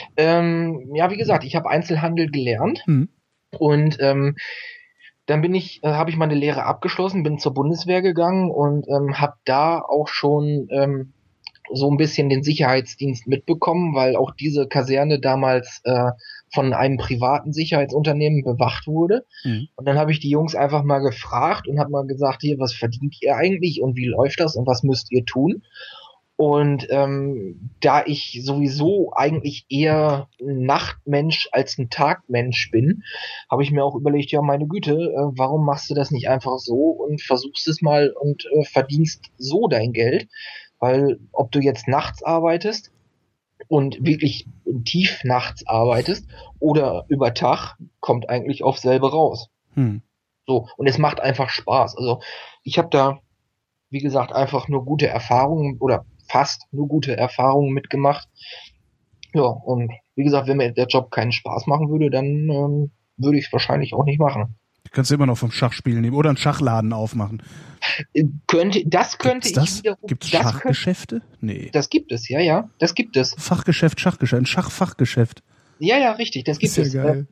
Ja, wie gesagt, ich habe Einzelhandel gelernt und dann habe ich meine Lehre abgeschlossen, bin zur Bundeswehr gegangen und habe da auch schon so ein bisschen den Sicherheitsdienst mitbekommen, weil auch diese Kaserne damals von einem privaten Sicherheitsunternehmen bewacht wurde. Mhm. Und dann habe ich die Jungs einfach mal gefragt und habe mal gesagt, hier, was verdient ihr eigentlich und wie läuft das und was müsst ihr tun? Und da ich sowieso eigentlich eher ein Nachtmensch als ein Tagmensch bin, habe ich mir auch überlegt, ja meine Güte, warum machst du das nicht einfach so und versuchst es mal und verdienst so dein Geld? Weil ob du jetzt nachts arbeitest und wirklich tief nachts arbeitest oder über Tag, kommt eigentlich auf selbe raus. So, und es macht einfach Spaß. Also ich habe da, wie gesagt, einfach nur gute Erfahrungen oder fast nur gute Erfahrungen mitgemacht. Ja, und wie gesagt, wenn mir der Job keinen Spaß machen würde, dann würde ich es wahrscheinlich auch nicht machen. Du kannst immer noch vom Schachspielen nehmen oder einen Schachladen aufmachen. Könnte Gibt's ich wiederum... Gibt es Schachgeschäfte? Nee. Das gibt es, ja, das gibt es. Fachgeschäft, Schachgeschäft, ein Schachfachgeschäft. Ja, richtig, das gibt es. Ja geil.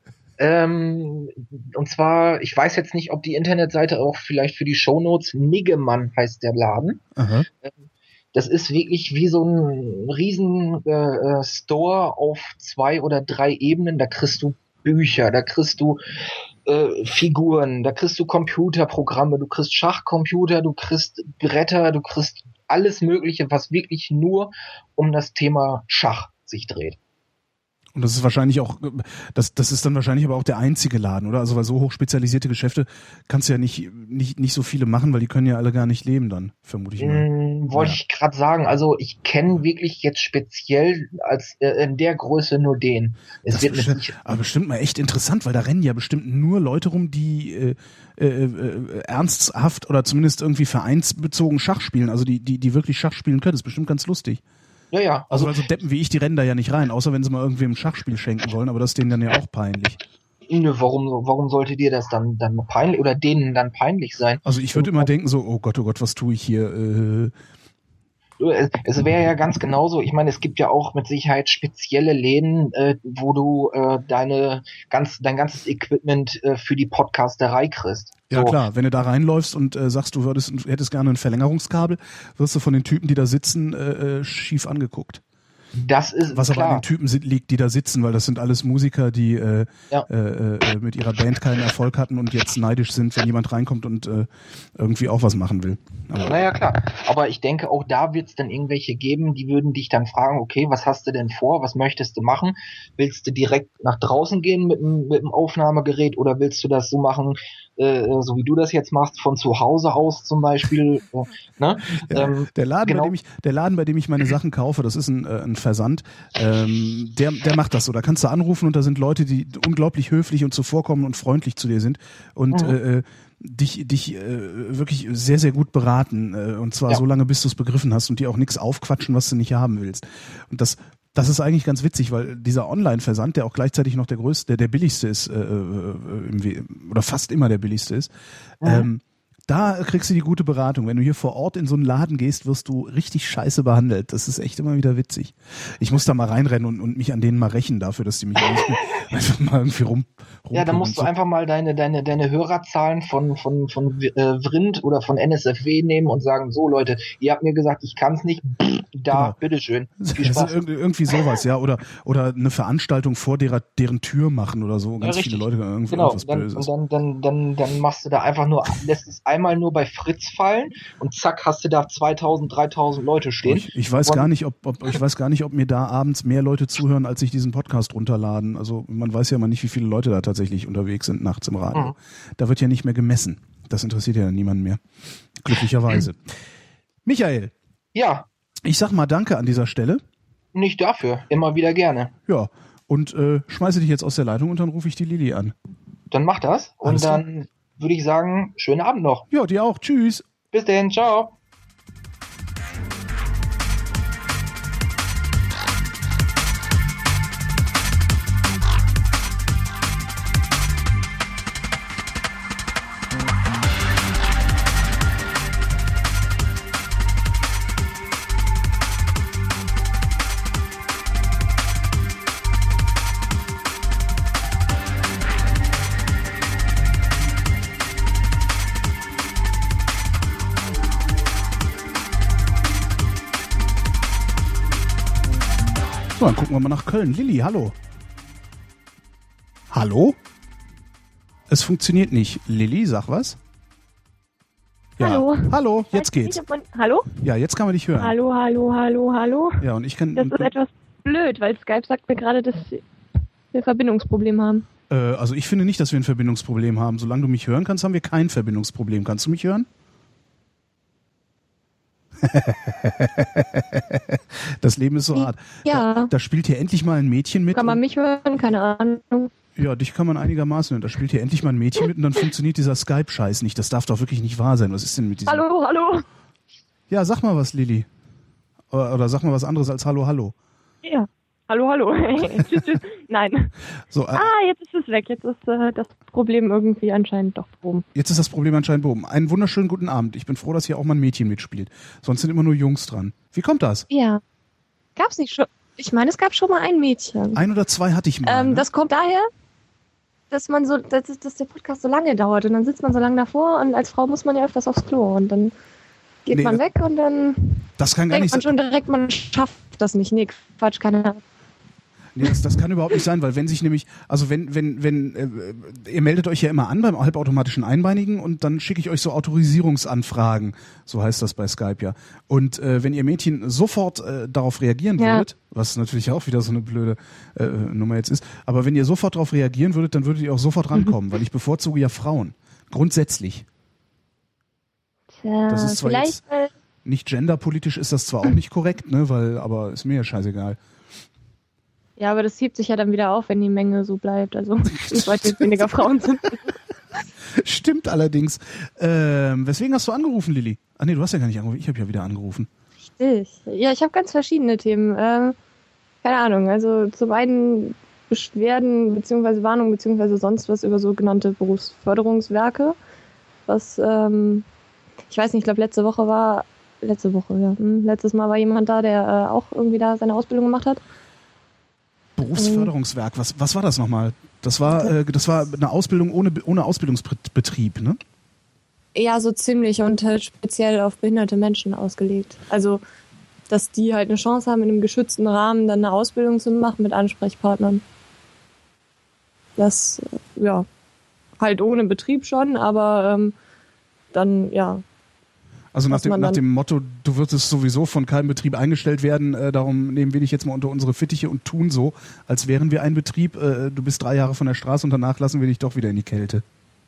Und zwar, ich weiß jetzt nicht, ob die Internetseite auch vielleicht für die Shownotes, Niggemann heißt der Laden. Aha. Das ist wirklich wie so ein riesen Store auf 2 oder 3 Ebenen. Da kriegst du Bücher, da kriegst du Figuren, da kriegst du Computerprogramme, du kriegst Schachcomputer, du kriegst Bretter, du kriegst alles Mögliche, was wirklich nur um das Thema Schach sich dreht. Und das ist wahrscheinlich auch, das ist dann wahrscheinlich aber auch der einzige Laden, oder? Also weil so hochspezialisierte Geschäfte kannst du ja nicht so viele machen, weil die können ja alle gar nicht leben dann, vermute ich mal. Wollte ich gerade sagen, also ich kenne wirklich jetzt speziell als in der Größe nur den. Aber bestimmt mal echt interessant, weil da rennen ja bestimmt nur Leute rum, die ernsthaft oder zumindest irgendwie vereinsbezogen Schach spielen, also die wirklich Schach spielen können. Das ist bestimmt ganz lustig. Ja. Also Deppen wie ich, die rennen da ja nicht rein, außer wenn sie mal irgendwem ein Schachspiel schenken wollen, aber das ist denen dann ja auch peinlich. Nö, warum sollte dir das dann peinlich oder denen dann peinlich sein? Also ich würde immer denken so, oh Gott, was tue ich hier? Es wäre ja ganz genauso, ich meine, es gibt ja auch mit Sicherheit spezielle Läden, wo du dein ganzes Equipment für die Podcasterei kriegst. Ja klar, wenn du da reinläufst und sagst, du hättest gerne ein Verlängerungskabel, wirst du von den Typen, die da sitzen, schief angeguckt. Das ist was klar. Aber an den Typen liegt, die da sitzen, weil das sind alles Musiker, die mit ihrer Band keinen Erfolg hatten und jetzt neidisch sind, wenn jemand reinkommt und irgendwie auch was machen will. Naja, klar. Aber ich denke, auch da wird es dann irgendwelche geben, die würden dich dann fragen, okay, was hast du denn vor? Was möchtest du machen? Willst du direkt nach draußen gehen mit dem Aufnahmegerät oder willst du das so machen, so wie du das jetzt machst, von zu Hause aus zum Beispiel? Ne? Ja, der Laden, bei dem ich meine Sachen kaufe, das ist ein Versand, der macht das so. Da kannst du anrufen und da sind Leute, die unglaublich höflich und zuvorkommen und freundlich zu dir sind und dich wirklich sehr, sehr gut beraten und zwar so lange, bis du es begriffen hast und dir auch nichts aufquatschen, was du nicht haben willst. Und das ist eigentlich ganz witzig, weil dieser Online-Versand, der auch gleichzeitig noch der größte, der billigste ist, oder fast immer der billigste ist, da kriegst du die gute Beratung. Wenn du hier vor Ort in so einen Laden gehst, wirst du richtig scheiße behandelt. Das ist echt immer wieder witzig. Ich muss da mal reinrennen und mich an denen mal rächen dafür, dass die mich einfach mal irgendwie rum. Ja, dann musst du einfach mal deine Hörerzahlen von Vrind oder von NSFW nehmen und sagen, so Leute, ihr habt mir gesagt, ich kann's nicht, genau. Bitteschön. Viel Spaß. Irgendwie sowas, ja, oder eine Veranstaltung vor deren Tür machen oder so, ganz viele Leute irgendwas Böses. Und dann machst du da einfach nur, lässt es einmal nur bei Fritz fallen und zack, hast du da 2000, 3000 Leute stehen. Ich weiß gar nicht, ob mir da abends mehr Leute zuhören, als sich diesen Podcast runterladen. Also man weiß ja mal nicht, wie viele Leute da tatsächlich unterwegs sind nachts im Radio. Da wird ja nicht mehr gemessen. Das interessiert ja niemanden mehr. Glücklicherweise. Michael. Ja. Ich sag mal danke an dieser Stelle. Nicht dafür, immer wieder gerne. Ja, und schmeiße dich jetzt aus der Leitung und dann rufe ich die Lilly an. Dann mach das und Alles klar. Dann würde ich sagen, schönen Abend noch. Ja, dir auch. Tschüss. Bis denn, ciao. So, dann gucken wir mal nach Köln. Lilly, hallo. Hallo? Es funktioniert nicht. Lilly, sag was. Ja. Hallo. Hallo, jetzt geht's. Hallo? Ja, jetzt kann man dich hören. Hallo, hallo, hallo, hallo. Ja, und ich kann... Das ist etwas blöd, weil Skype sagt mir gerade, dass wir ein Verbindungsproblem haben. Also ich finde nicht, dass wir ein Verbindungsproblem haben. Solange du mich hören kannst, haben wir kein Verbindungsproblem. Kannst du mich hören? Das Leben ist so hart. Ja. Da spielt hier endlich mal ein Mädchen mit. Kann man mich hören? Keine Ahnung. Ja, dich kann man einigermaßen hören. Da spielt hier endlich mal ein Mädchen mit und dann funktioniert dieser Skype-Scheiß nicht. Das darf doch wirklich nicht wahr sein. Was ist denn mit diesem... Hallo, hallo. Ja, sag mal was, Lilly. Oder sag mal was anderes als Hallo, hallo. Ja. Hallo, hallo. Tschüss, tschüss. Nein. So, jetzt ist es weg. Jetzt ist das Problem irgendwie anscheinend doch behoben. Jetzt ist das Problem anscheinend behoben. Einen wunderschönen guten Abend. Ich bin froh, dass hier auch mal ein Mädchen mitspielt. Sonst sind immer nur Jungs dran. Wie kommt das? Ja. Gab's nicht schon? Ich meine, es gab schon mal ein Mädchen. 1 oder 2 hatte ich mal. Ne? Das kommt daher, dass der Podcast so lange dauert und dann sitzt man so lange davor und als Frau muss man ja öfters aufs Klo und dann geht man weg und dann das kann gar denkt nicht man schon direkt, man schafft das nicht. Nee, Quatsch, keine Ahnung. Nee, das kann überhaupt nicht sein, weil wenn sich nämlich, also wenn ihr meldet euch ja immer an beim halbautomatischen Einbeinigen und dann schicke ich euch so Autorisierungsanfragen, so heißt das bei Skype ja. Und wenn ihr Mädchen sofort darauf reagieren würdet, was natürlich auch wieder so eine blöde Nummer jetzt ist, aber wenn ihr sofort darauf reagieren würdet, dann würdet ihr auch sofort rankommen, weil ich bevorzuge ja Frauen. Grundsätzlich. Tja, das ist zwar jetzt nicht genderpolitisch, ist das zwar auch nicht korrekt, ne, aber ist mir ja scheißegal. Ja, aber das hebt sich ja dann wieder auf, wenn die Menge so bleibt. Also, weil jetzt weniger Frauen sind. Stimmt allerdings. Weswegen hast du angerufen, Lilly? Ah nee, du hast ja gar nicht angerufen. Ich habe ja wieder angerufen. Richtig. Ja, ich habe ganz verschiedene Themen. Keine Ahnung. Also zum einen Beschwerden beziehungsweise Warnungen beziehungsweise sonst was über sogenannte Berufsförderungswerke. Was, ich weiß nicht, ich glaube letztes Mal war jemand da, der auch irgendwie da seine Ausbildung gemacht hat. Berufsförderungswerk, was war das nochmal? Das war eine Ausbildung ohne Ausbildungsbetrieb, ne? Ja, so ziemlich und halt speziell auf behinderte Menschen ausgelegt. Also, dass die halt eine Chance haben, in einem geschützten Rahmen dann eine Ausbildung zu machen mit Ansprechpartnern. Das, ja, halt ohne Betrieb schon, aber dann, ja. Also nach dem Motto, du würdest sowieso von keinem Betrieb eingestellt werden, darum nehmen wir dich jetzt mal unter unsere Fittiche und tun so, als wären wir ein Betrieb, du bist 3 Jahre von der Straße und danach lassen wir dich doch wieder in die Kälte.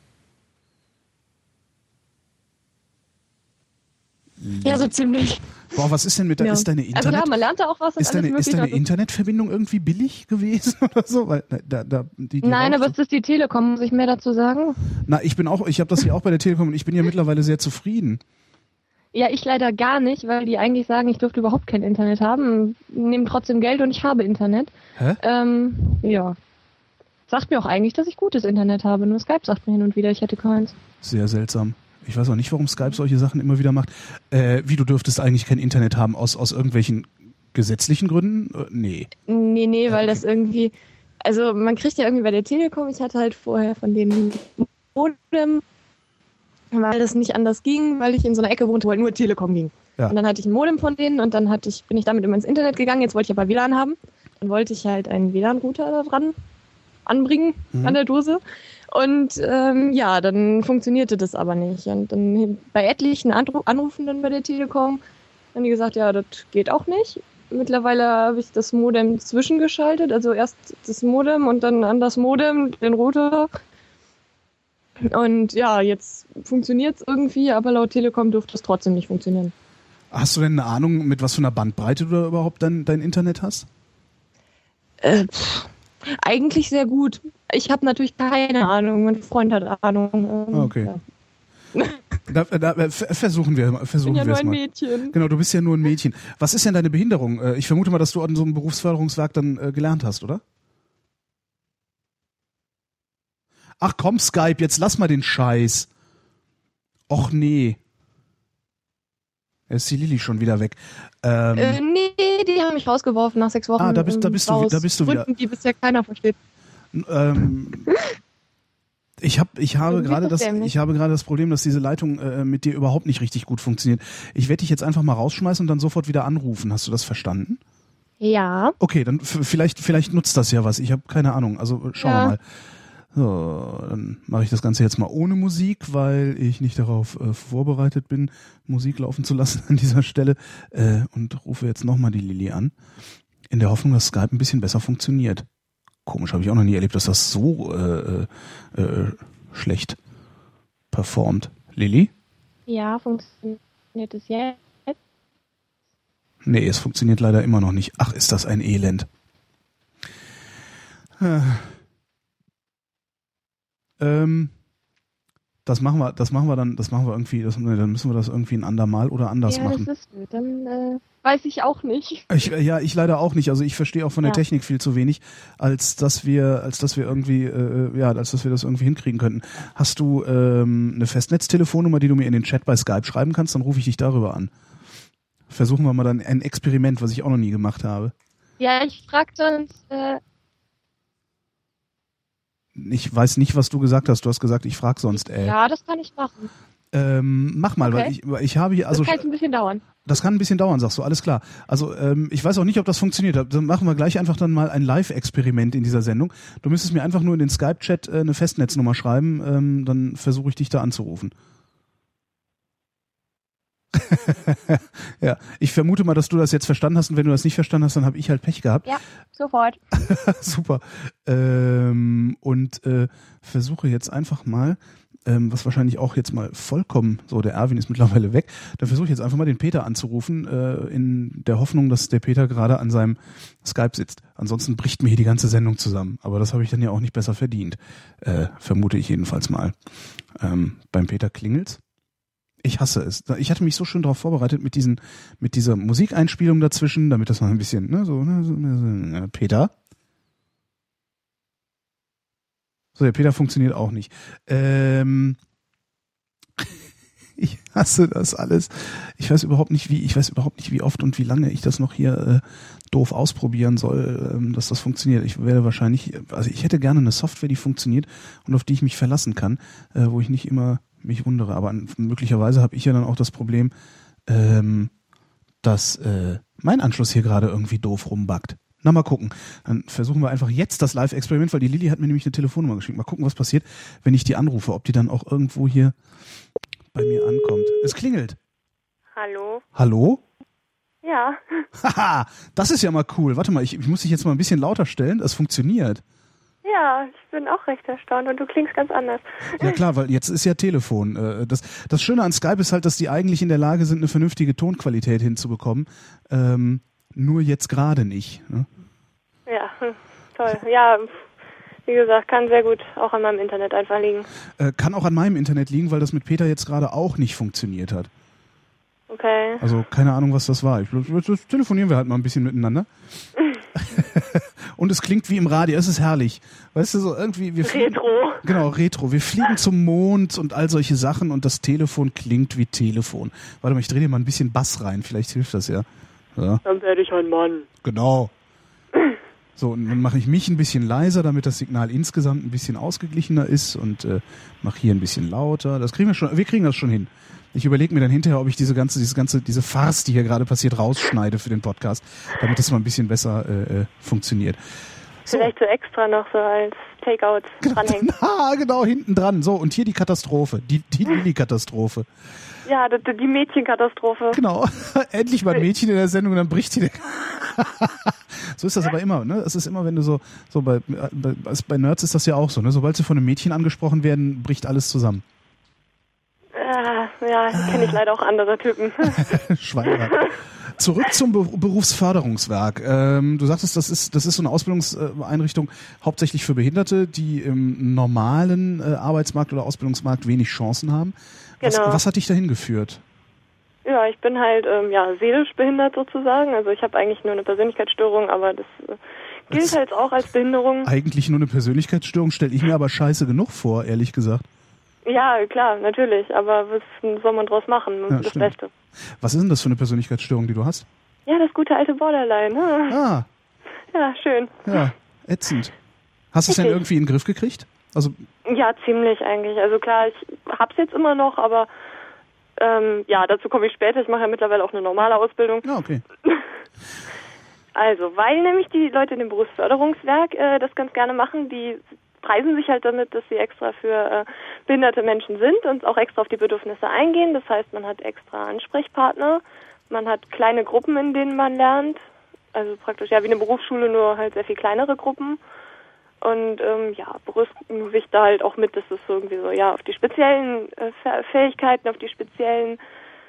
Ja, so ziemlich. Boah, was ist denn mit ist deine Internet? Also ja, man lernt da auch was. Ist deine Internetverbindung irgendwie billig gewesen oder so? Weil, nein, aber es ist die Telekom, muss ich mehr dazu sagen? Na, ich habe das hier auch bei der Telekom und ich bin ja mittlerweile sehr zufrieden. Ja, ich leider gar nicht, weil die eigentlich sagen, ich dürfte überhaupt kein Internet haben, nehmen trotzdem Geld und ich habe Internet. Hä? Ja. Sagt mir auch eigentlich, dass ich gutes Internet habe, nur Skype sagt mir hin und wieder, ich hätte keins. Sehr seltsam. Ich weiß auch nicht, warum Skype solche Sachen immer wieder macht. Wie, du dürftest eigentlich kein Internet haben, aus irgendwelchen gesetzlichen Gründen? Nee. Nee, weil das irgendwie, also man kriegt ja irgendwie bei der Telekom, ich hatte halt vorher von denen Modem, weil das nicht anders ging, weil ich in so einer Ecke wohnte, wo halt nur Telekom ging. Ja. Und dann hatte ich ein Modem von denen und dann bin ich damit immer ins Internet gegangen. Jetzt wollte ich aber WLAN haben. Dann wollte ich halt einen WLAN-Router da dran anbringen an der Dose. Und dann funktionierte das aber nicht. Und dann bei etlichen Anrufen dann bei der Telekom haben die gesagt, ja, das geht auch nicht. Mittlerweile habe ich das Modem zwischengeschaltet. Also erst das Modem und dann an das Modem den Router. Und ja, jetzt funktioniert es irgendwie, aber laut Telekom dürfte es trotzdem nicht funktionieren. Hast du denn eine Ahnung, mit was für einer Bandbreite du da überhaupt dein Internet hast? Eigentlich sehr gut. Ich habe natürlich keine Ahnung. Mein Freund hat Ahnung. Okay. Ja. Versuchen wir es mal. Ich bin ja nur ein Mädchen. Genau, du bist ja nur ein Mädchen. Was ist denn deine Behinderung? Ich vermute mal, dass du an so einem Berufsförderungswerk dann gelernt hast, oder? Ach komm, Skype, jetzt lass mal den Scheiß. Och nee. Ist die Lilly schon wieder weg. Nee, die haben mich rausgeworfen nach 6 Wochen. Ah, da bist du wieder. Die bisher keiner versteht. Ich habe gerade das Problem, dass diese Leitung mit dir überhaupt nicht richtig gut funktioniert. Ich werde dich jetzt einfach mal rausschmeißen und dann sofort wieder anrufen. Hast du das verstanden? Ja. Okay, dann vielleicht nutzt das ja was. Ich habe keine Ahnung. Also schauen wir mal. So, dann mache ich das Ganze jetzt mal ohne Musik, weil ich nicht darauf vorbereitet bin, Musik laufen zu lassen an dieser Stelle. Und rufe jetzt nochmal die Lilly an, in der Hoffnung, dass Skype ein bisschen besser funktioniert. Komisch, habe ich auch noch nie erlebt, dass das so schlecht performt. Lilly? Ja, funktioniert es jetzt? Nee, es funktioniert leider immer noch nicht. Ach, ist das ein Elend. Das machen wir irgendwie, dann müssen wir das irgendwie ein andermal oder anders machen. Ja, das ist blöd. Dann weiß ich auch nicht. Ich leider auch nicht. Also ich verstehe auch von der Technik viel zu wenig, als dass wir das irgendwie hinkriegen könnten. Hast du eine Festnetztelefonnummer, die du mir in den Chat bei Skype schreiben kannst? Dann rufe ich dich darüber an. Versuchen wir mal dann ein Experiment, was ich auch noch nie gemacht habe. Ja, ich frage sonst. Ich weiß nicht, was du gesagt hast. Du hast gesagt, ich frage sonst. Ja, das kann ich machen. Mach mal, Okay. weil ich habe hier also. Das kann ein bisschen dauern. Das kann ein bisschen dauern, sagst du, alles klar. Also ich weiß auch nicht, ob das funktioniert. Dann machen wir gleich einfach dann mal ein Live-Experiment in dieser Sendung. Du müsstest mir einfach nur in den Skype-Chat eine Festnetznummer schreiben, dann versuche ich dich da anzurufen. Ja, ich vermute mal, dass du das jetzt verstanden hast und wenn du das nicht verstanden hast, dann habe ich halt Pech gehabt. Ja, sofort. Super. Versuche jetzt einfach mal, was wahrscheinlich auch jetzt mal vollkommen, so der Erwin ist mittlerweile weg, dann versuche ich jetzt einfach mal den Peter anzurufen, in der Hoffnung, dass der Peter gerade an seinem Skype sitzt. Ansonsten bricht mir hier die ganze Sendung zusammen. Aber das habe ich dann ja auch nicht besser verdient. Vermute ich jedenfalls mal. Beim Peter klingelt's. Ich hasse es. Ich hatte mich so schön darauf vorbereitet mit dieser Musikeinspielung dazwischen, damit das mal ein bisschen, Peter? So, der Peter funktioniert auch nicht. Ich hasse das alles. Ich weiß überhaupt nicht, wie oft und wie lange ich das noch hier doof ausprobieren soll, dass das funktioniert. Ich hätte gerne eine Software, die funktioniert und auf die ich mich verlassen kann, wo ich nicht immer mich wundere. Aber möglicherweise habe ich ja dann auch das Problem, dass mein Anschluss hier gerade irgendwie doof rumbackt. Na, mal gucken. Dann versuchen wir einfach jetzt das Live-Experiment, weil die Lilly hat mir nämlich eine Telefonnummer geschickt. Mal gucken, was passiert, wenn ich die anrufe, ob die dann auch irgendwo hier bei mir ankommt. Es klingelt. Hallo? Hallo? Ja. Haha, das ist ja mal cool. Warte mal, ich muss dich jetzt mal ein bisschen lauter stellen. Das funktioniert. Ja, ich bin auch recht erstaunt und du klingst ganz anders. Ja klar, weil jetzt ist ja Telefon. Das Schöne an Skype ist halt, dass die eigentlich in der Lage sind, eine vernünftige Tonqualität hinzubekommen. Nur jetzt gerade nicht. Ne? Ja, toll. Ja, wie gesagt, kann sehr gut auch an meinem Internet einfach liegen. Kann auch an meinem Internet liegen, weil das mit Peter jetzt gerade auch nicht funktioniert hat. Okay. Also keine Ahnung, was das war. Jetzt telefonieren wir halt mal ein bisschen miteinander. Und es klingt wie im Radio, es ist herrlich. Weißt du, so irgendwie... Retro. Genau, Retro. Wir fliegen zum Mond und all solche Sachen und das Telefon klingt wie Telefon. Warte mal, ich drehe dir mal ein bisschen Bass rein, vielleicht hilft das ja. Ja. Dann werde ich ein Mann. Genau. So, und dann mache ich mich ein bisschen leiser, damit das Signal insgesamt ein bisschen ausgeglichener ist und mache hier ein bisschen lauter. Wir kriegen das schon hin. Ich überlege mir dann hinterher, ob ich diese Farce, die hier gerade passiert, rausschneide für den Podcast, damit das mal ein bisschen besser funktioniert. So. Vielleicht so extra noch so als Takeout dranhängen. Genau, hinten dran. So, und hier die Katastrophe, die Lilly-Katastrophe. Ja, die Mädchenkatastrophe. Genau, endlich mal ein Mädchen in der Sendung und dann bricht sie. So ist das aber immer, ne? Es ist immer, wenn du bei Nerds ist das ja auch so, ne? Sobald sie von einem Mädchen angesprochen werden, bricht alles zusammen. Ja, kenne ich leider auch andere Typen. Schweine. Zurück zum Berufsförderungswerk. Du sagtest, das ist so eine Ausbildungseinrichtung hauptsächlich für Behinderte, die im normalen Arbeitsmarkt oder Ausbildungsmarkt wenig Chancen haben. Genau. Was hat dich dahin geführt? Ja, ich bin halt seelisch behindert sozusagen. Also ich habe eigentlich nur eine Persönlichkeitsstörung, aber das gilt halt auch als Behinderung. Eigentlich nur eine Persönlichkeitsstörung, stelle ich mir aber scheiße genug vor, ehrlich gesagt. Ja, klar, natürlich. Aber was soll man draus machen? Ja, das stimmt. Beste. Was ist denn das für eine Persönlichkeitsstörung, die du hast? Ja, das gute alte Borderline. Ne? Ah. Ja, schön. Ja, ätzend. Hast du es denn irgendwie in den Griff gekriegt? Also ja, ziemlich eigentlich. Also klar, ich hab's jetzt immer noch, aber dazu komme ich später. Ich mache ja mittlerweile auch eine normale Ausbildung. Ja, okay. Also, weil nämlich die Leute in dem Berufsförderungswerk das ganz gerne machen, die preisen sich halt damit, dass sie extra für behinderte Menschen sind und auch extra auf die Bedürfnisse eingehen. Das heißt, man hat extra Ansprechpartner, man hat kleine Gruppen, in denen man lernt. Also praktisch ja wie eine Berufsschule, nur halt sehr viel kleinere Gruppen. Und berüsten sich da halt auch mit, dass es irgendwie so, ja, auf die speziellen Fähigkeiten, auf die speziellen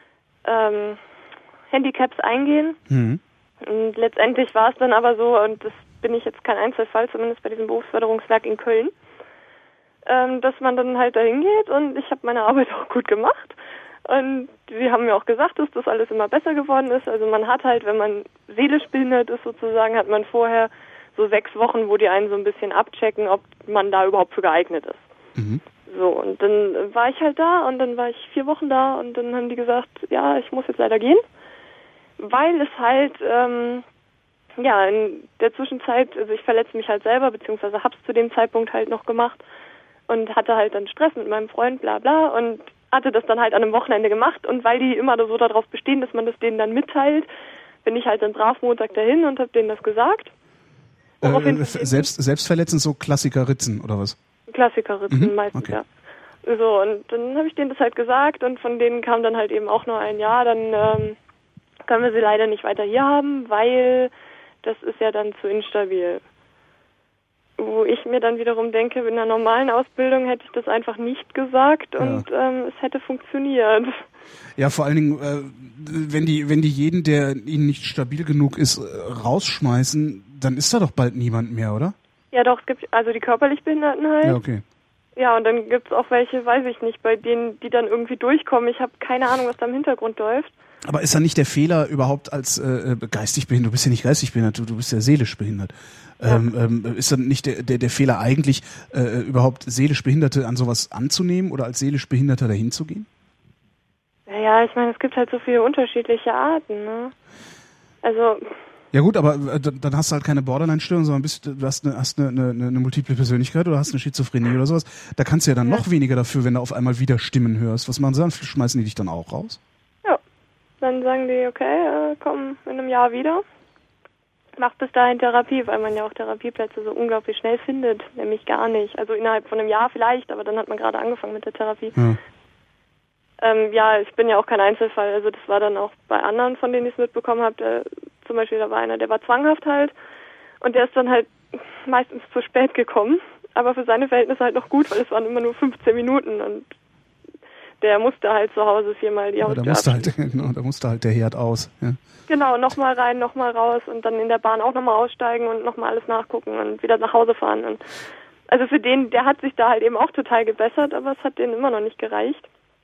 Handicaps eingehen. Mhm. Und letztendlich war es dann aber so, und das bin ich jetzt kein Einzelfall, zumindest bei diesem Berufsförderungswerk in Köln, dass man dann halt dahin geht und ich habe meine Arbeit auch gut gemacht. Und sie haben mir auch gesagt, dass das alles immer besser geworden ist. Also man hat halt, wenn man seelisch behindert ist sozusagen, hat man vorher so 6 Wochen, wo die einen so ein bisschen abchecken, ob man da überhaupt für geeignet ist. Mhm. So, und dann war ich halt da und dann war ich 4 Wochen da und dann haben die gesagt, ja, ich muss jetzt leider gehen, weil es halt, in der Zwischenzeit, also ich verletze mich halt selber, beziehungsweise hab's zu dem Zeitpunkt halt noch gemacht und hatte halt dann Stress mit meinem Freund, bla bla, und hatte das dann halt an einem Wochenende gemacht und weil die immer so darauf bestehen, dass man das denen dann mitteilt, bin ich halt dann brav Montag dahin und habe denen das gesagt. Selbstverletzend, so Klassiker-Ritzen oder was? Klassiker-Ritzen meistens, okay. Ja. So, und dann habe ich denen das halt gesagt und von denen kam dann halt eben auch nur ein Jahr, dann können wir sie leider nicht weiter hier haben, weil das ist ja dann zu instabil. Wo ich mir dann wiederum denke, in einer normalen Ausbildung hätte ich das einfach nicht gesagt und es hätte funktioniert. Ja, vor allen Dingen, wenn die jeden, der ihnen nicht stabil genug ist, rausschmeißen, dann ist da doch bald niemand mehr, oder? Ja doch, es gibt also die körperlich Behinderten halt. Ja, okay. Ja, und dann gibt's auch welche, weiß ich nicht, bei denen, die dann irgendwie durchkommen. Ich habe keine Ahnung, was da im Hintergrund läuft. Aber ist da nicht der Fehler überhaupt als geistig behindert, du bist ja nicht geistig behindert, du bist ja seelisch behindert. Ja. Ist dann nicht der Fehler eigentlich, überhaupt seelisch Behinderte an sowas anzunehmen oder als seelisch Behinderter dahin zu gehen? Ja, ich meine, es gibt halt so viele unterschiedliche Arten, ne? Also... Ja gut, aber dann hast du halt keine Borderline-Störung, sondern du hast eine multiple Persönlichkeit oder hast eine Schizophrenie oder sowas. Da kannst du ja dann noch weniger dafür, wenn du auf einmal wieder Stimmen hörst. Was machen sie dann? Schmeißen die dich dann auch raus? Ja, dann sagen die, okay, komm in einem Jahr wieder. Mach bis dahin Therapie, weil man ja auch Therapieplätze so unglaublich schnell findet. Nämlich gar nicht. Also innerhalb von einem Jahr vielleicht, aber dann hat man gerade angefangen mit der Therapie. Ja. Ich bin ja auch kein Einzelfall. Also das war dann auch bei anderen, von denen ich es mitbekommen habe. Zum Beispiel, da war einer, der war zwanghaft halt und der ist dann halt meistens zu spät gekommen, aber für seine Verhältnisse halt noch gut, weil es waren immer nur 15 Minuten und der musste halt zu Hause 4-mal die Haustür abschließen. Da musste halt der Herd aus. Ja. Genau, nochmal rein, nochmal raus und dann in der Bahn auch nochmal aussteigen und nochmal alles nachgucken und wieder nach Hause fahren. Und also für den, der hat sich da halt eben auch total gebessert, aber es hat denen immer noch nicht gereicht.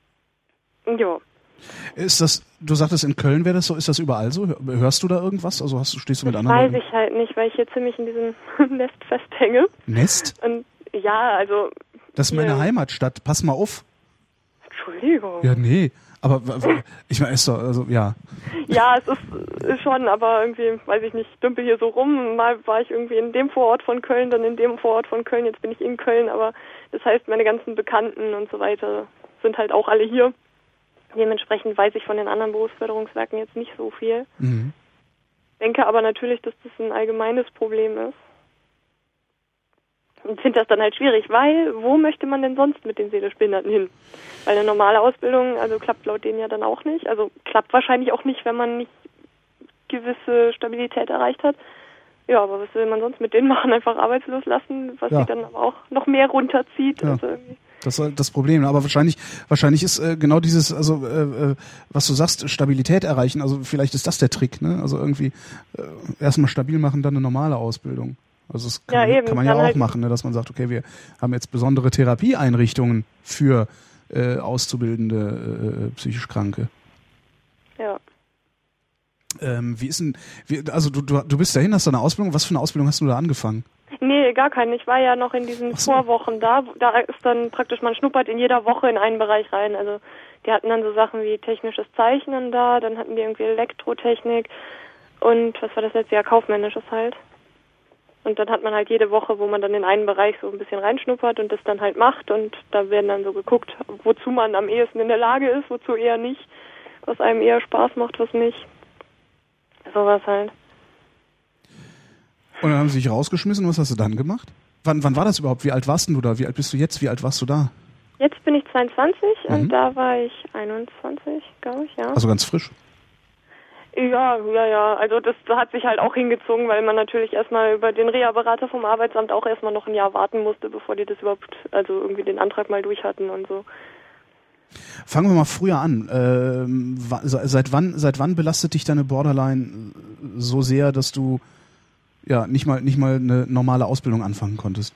Jo. Ist das, du sagtest, in Köln wäre das so, ist das überall so? Hörst du da irgendwas? Also stehst du mit anderen Leuten? Weiß ich halt nicht, weil ich hier ziemlich in diesem Nest festhänge. Nest? Und ja, also... Das ist meine Heimatstadt, pass mal auf. Entschuldigung. Ja, nee, aber ich meine, ist doch, also, ja. Ja, es ist schon, aber irgendwie, weiß ich nicht, dümpel hier so rum. Mal war ich irgendwie in dem Vorort von Köln, dann in dem Vorort von Köln, jetzt bin ich in Köln, aber das heißt, meine ganzen Bekannten und so weiter sind halt auch alle hier. Dementsprechend weiß ich von den anderen Berufsförderungswerken jetzt nicht so viel. Mhm. Denke aber natürlich, dass das ein allgemeines Problem ist. Und finde das dann halt schwierig, weil wo möchte man denn sonst mit den seelisch Behinderten hin? Weil eine normale Ausbildung, also klappt laut denen ja dann auch nicht. Also klappt wahrscheinlich auch nicht, wenn man nicht gewisse Stabilität erreicht hat. Ja, aber was will man sonst mit denen machen? Einfach arbeitslos lassen, was sie dann aber auch noch mehr runterzieht. Ja. Also irgendwie. Das ist das Problem. Aber wahrscheinlich ist genau dieses, also was du sagst, Stabilität erreichen. Also vielleicht ist das der Trick, ne? Also irgendwie erstmal stabil machen, dann eine normale Ausbildung. Also das kann man ja auch halt machen, ne? Dass man sagt, okay, wir haben jetzt besondere Therapieeinrichtungen für auszubildende psychisch Kranke. Ja. Wie ist denn, also du bist dahin, hast du eine Ausbildung. Was für eine Ausbildung hast du da angefangen? Nee, gar keine. Ich war ja noch in diesen Vorwochen da. Da ist dann praktisch, man schnuppert in jeder Woche in einen Bereich rein. Also die hatten dann so Sachen wie technisches Zeichnen da, dann hatten die irgendwie Elektrotechnik und was war das letzte Jahr? Kaufmännisches halt. Und dann hat man halt jede Woche, wo man dann in einen Bereich so ein bisschen reinschnuppert und das dann halt macht und da werden dann so geguckt, wozu man am ehesten in der Lage ist, wozu eher nicht, was einem eher Spaß macht, was nicht. Sowas halt. Und dann haben sie dich rausgeschmissen. Was hast du dann gemacht? Wann war das überhaupt? Wie alt warst du da? Wie alt bist du jetzt? Wie alt warst du da? Jetzt bin ich 22 und da war ich 21, glaube ich, ja. Also ganz frisch. Ja. Also das hat sich halt auch hingezogen, weil man natürlich erstmal über den Reha-Berater vom Arbeitsamt auch erstmal noch ein Jahr warten musste, bevor die das überhaupt, also irgendwie den Antrag mal durch hatten und so. Fangen wir mal früher an. Seit wann belastet dich deine Borderline so sehr, dass du ja nicht mal eine normale Ausbildung anfangen konntest?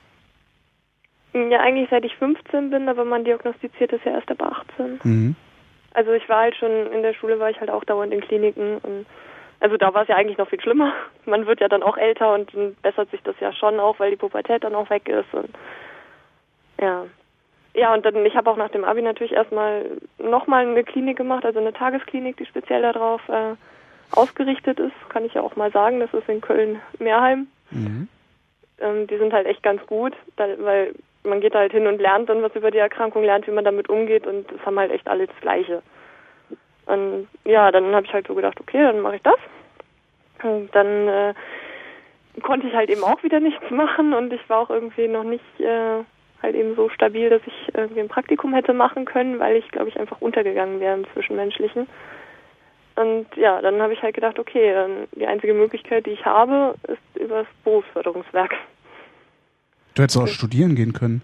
Ja, eigentlich seit ich 15 bin, aber man diagnostiziert es ja erst ab 18. Mhm. Also ich war halt schon, in der Schule war ich halt auch dauernd in Kliniken und also da war es ja eigentlich noch viel schlimmer. Man wird ja dann auch älter und dann bessert sich das ja schon auch, weil die Pubertät dann auch weg ist und ja. Ja, und dann, ich habe auch nach dem Abi natürlich erstmal nochmal eine Klinik gemacht, also eine Tagesklinik, die speziell darauf ausgerichtet ist, kann ich ja auch mal sagen, das ist in Köln-Meerheim. Mhm. Die sind halt echt ganz gut, weil man geht halt hin und lernt dann was über die Erkrankung, lernt, wie man damit umgeht und das haben halt echt alle das Gleiche. Und ja, dann habe ich halt so gedacht, okay, dann mache ich das. Und dann konnte ich halt eben auch wieder nichts machen und ich war auch irgendwie noch nicht halt eben so stabil, dass ich irgendwie ein Praktikum hätte machen können, weil ich, glaube ich, einfach untergegangen wäre im Zwischenmenschlichen. Und ja, dann habe ich halt gedacht, okay, die einzige Möglichkeit, die ich habe, ist über das Berufsförderungswerk. Du hättest auch studieren gehen können.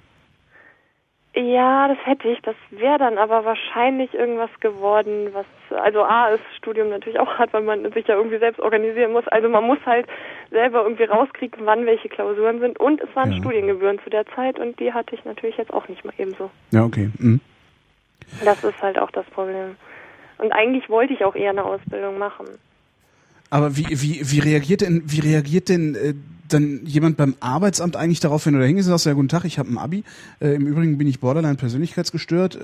Ja, das hätte ich. Das wäre dann aber wahrscheinlich irgendwas geworden, was, also A, ist Studium natürlich auch hart, weil man sich ja irgendwie selbst organisieren muss. Also man muss halt selber irgendwie rauskriegen, wann welche Klausuren sind. Und es waren Studiengebühren zu der Zeit und die hatte ich natürlich jetzt auch nicht mal ebenso. Ja, okay. Mhm. Das ist halt auch das Problem. Und eigentlich wollte ich auch eher eine Ausbildung machen. Aber wie reagiert denn dann jemand beim Arbeitsamt eigentlich darauf, wenn du da hingehst und sagst, ja, guten Tag, ich habe ein Abi, im Übrigen bin ich Borderline-Persönlichkeitsgestört,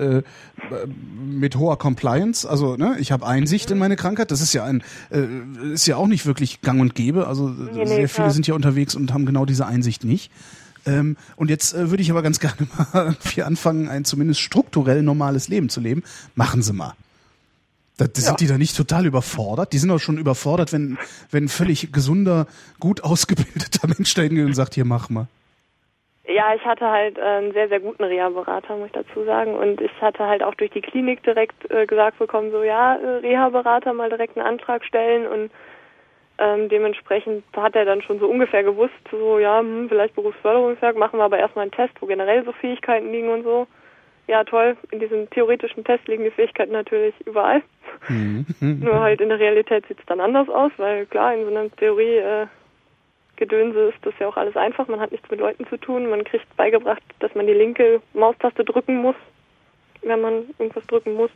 mit hoher Compliance, also ne, ich habe Einsicht in meine Krankheit, das ist ja ist ja auch nicht wirklich gang und gäbe, also sehr viele sind ja unterwegs und haben genau diese Einsicht nicht. Und jetzt würde ich aber ganz gerne mal anfangen, ein zumindest strukturell normales Leben zu leben. Machen Sie mal. Sind die da nicht total überfordert? Die sind doch schon überfordert, wenn ein völlig gesunder, gut ausgebildeter Mensch da hingeht und sagt, hier, mach mal. Ja, ich hatte halt einen sehr, sehr guten Reha-Berater, muss ich dazu sagen. Und ich hatte halt auch durch die Klinik direkt gesagt bekommen, so ja, Reha-Berater mal direkt einen Antrag stellen. Und dementsprechend hat er dann schon so ungefähr gewusst, so ja, vielleicht Berufsförderungswerk, machen wir aber erstmal einen Test, wo generell so Fähigkeiten liegen und so. Ja, toll. In diesem theoretischen Test liegen die Fähigkeiten natürlich überall. Nur halt in der Realität sieht es dann anders aus, weil klar, in so einer Theorie-Gedönse ist das ja auch alles einfach. Man hat nichts mit Leuten zu tun. Man kriegt beigebracht, dass man die linke Maustaste drücken muss, wenn man irgendwas drücken muss.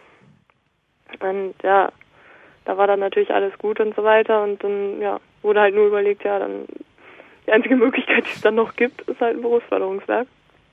Und ja, da war dann natürlich alles gut und so weiter. Und dann ja, wurde halt nur überlegt, ja, dann die einzige Möglichkeit, die es dann noch gibt, ist halt ein Berufsförderungswerk.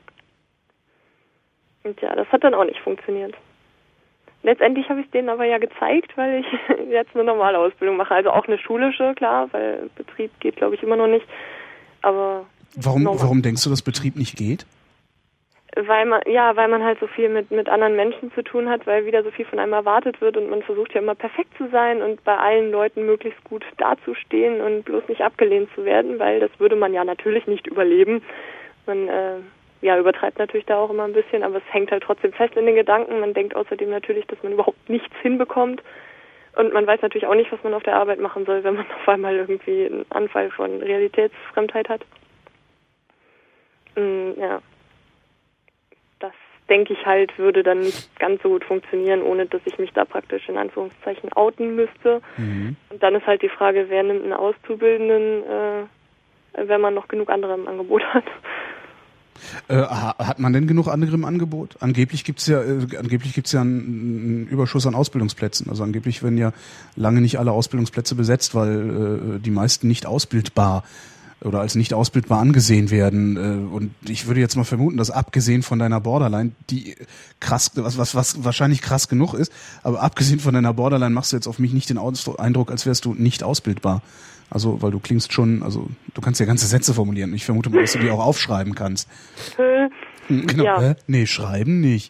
Und ja, das hat dann auch nicht funktioniert. Letztendlich habe ich es denen aber ja gezeigt, weil ich jetzt eine normale Ausbildung mache. Also auch eine schulische, klar, weil Betrieb geht, glaube ich, immer noch nicht. Aber Warum denkst du, dass Betrieb nicht geht? Weil man halt so viel mit anderen Menschen zu tun hat, weil wieder so viel von einem erwartet wird und man versucht ja immer perfekt zu sein und bei allen Leuten möglichst gut dazustehen und bloß nicht abgelehnt zu werden, weil das würde man ja natürlich nicht überleben. Man übertreibt natürlich da auch immer ein bisschen, aber es hängt halt trotzdem fest in den Gedanken. Man denkt außerdem natürlich, dass man überhaupt nichts hinbekommt und man weiß natürlich auch nicht, was man auf der Arbeit machen soll, wenn man auf einmal irgendwie einen Anfall von Realitätsfremdheit hat. Ja, das denke ich halt, würde dann nicht ganz so gut funktionieren, ohne dass ich mich da praktisch in Anführungszeichen outen müsste. Und dann ist halt die Frage, wer nimmt einen Auszubildenden, wenn man noch genug andere im Angebot hat. Hat man denn genug andere im Angebot? Angeblich gibt's ja einen Überschuss an Ausbildungsplätzen. Also angeblich werden ja lange nicht alle Ausbildungsplätze besetzt, weil die meisten nicht ausbildbar oder als nicht ausbildbar angesehen werden. Und ich würde jetzt mal vermuten, dass abgesehen von deiner Borderline, die krass, was wahrscheinlich krass genug ist, aber abgesehen von deiner Borderline machst du jetzt auf mich nicht den Eindruck, als wärst du nicht ausbildbar. Also, weil du klingst schon, also du kannst ja ganze Sätze formulieren. Ich vermute mal, dass du die auch aufschreiben kannst. Genau. Ja. Nee, schreiben nicht.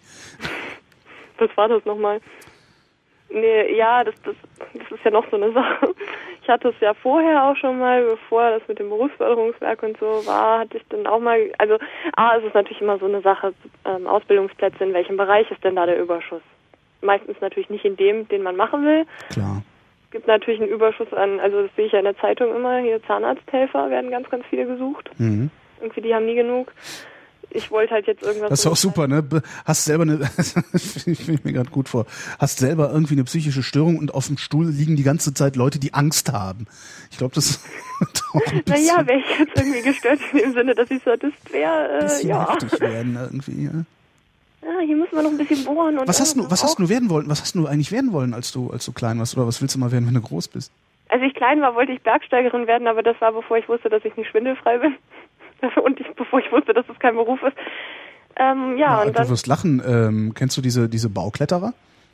Was war das nochmal? Nee, ja, das ist ja noch so eine Sache. ich hatte es ja vorher auch schon mal, bevor das mit dem Berufsförderungswerk und so war, hatte ich dann auch mal, also es ist natürlich immer so eine Sache, Ausbildungsplätze, in welchem Bereich ist denn da der Überschuss? Meistens natürlich nicht in dem, den man machen will. Klar. Es gibt natürlich einen Überschuss an, also das sehe ich ja in der Zeitung immer, hier Zahnarzthelfer werden ganz, ganz viele gesucht. Mhm. Irgendwie, die haben nie genug. Ich wollte halt jetzt irgendwas... Das ist auch super, ne? Hast selber eine, finde ich mir gerade gut vor, hast selber irgendwie eine psychische Störung und auf dem Stuhl liegen die ganze Zeit Leute, die Angst haben. Ich glaube, das naja, wäre ich jetzt irgendwie gestört in dem Sinne, dass ich Sadist wäre, ja. heftig werden irgendwie, ja. Ja, hier müssen wir noch ein bisschen bohren. Und was hast du werden wollen? Was hast du eigentlich werden wollen, als du klein warst? Oder was willst du mal werden, wenn du groß bist? Als ich klein war, wollte ich Bergsteigerin werden, aber das war, bevor ich wusste, dass ich nicht schwindelfrei bin. Und bevor ich wusste, dass das kein Beruf ist. Und dann... Du wirst lachen. Kennst du diese Baukletterer?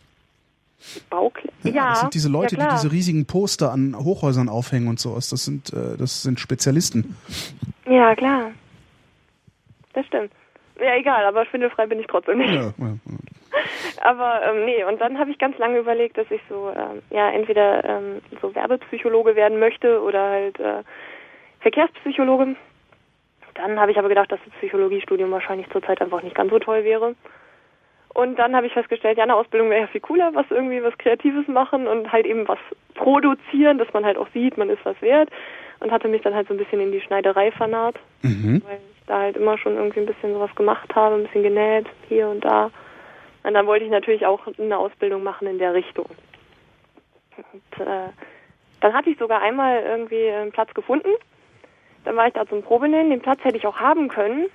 Ja, das sind diese Leute, ja, die diese riesigen Poster an Hochhäusern aufhängen und sowas. Das sind Spezialisten. Ja, klar. Das stimmt. Ja, egal, aber schwindelfrei bin ich trotzdem nicht. Ja. Aber nee, und dann habe ich ganz lange überlegt, dass ich so entweder so Werbepsychologe werden möchte oder halt Verkehrspsychologe. Dann habe ich aber gedacht, dass das Psychologiestudium wahrscheinlich zurzeit einfach nicht ganz so toll wäre. Und dann habe ich festgestellt, ja, eine Ausbildung wäre ja viel cooler, was Kreatives machen und halt eben was produzieren, dass man halt auch sieht, man ist was wert. Und hatte mich dann halt so ein bisschen in die Schneiderei vernarrt, weil ich da halt immer schon irgendwie ein bisschen sowas gemacht habe, ein bisschen genäht, hier und da. Und dann wollte ich natürlich auch eine Ausbildung machen in der Richtung. Und dann hatte ich sogar einmal irgendwie einen Platz gefunden. Dann war ich da zum Probenähen. Den Platz hätte ich auch haben können.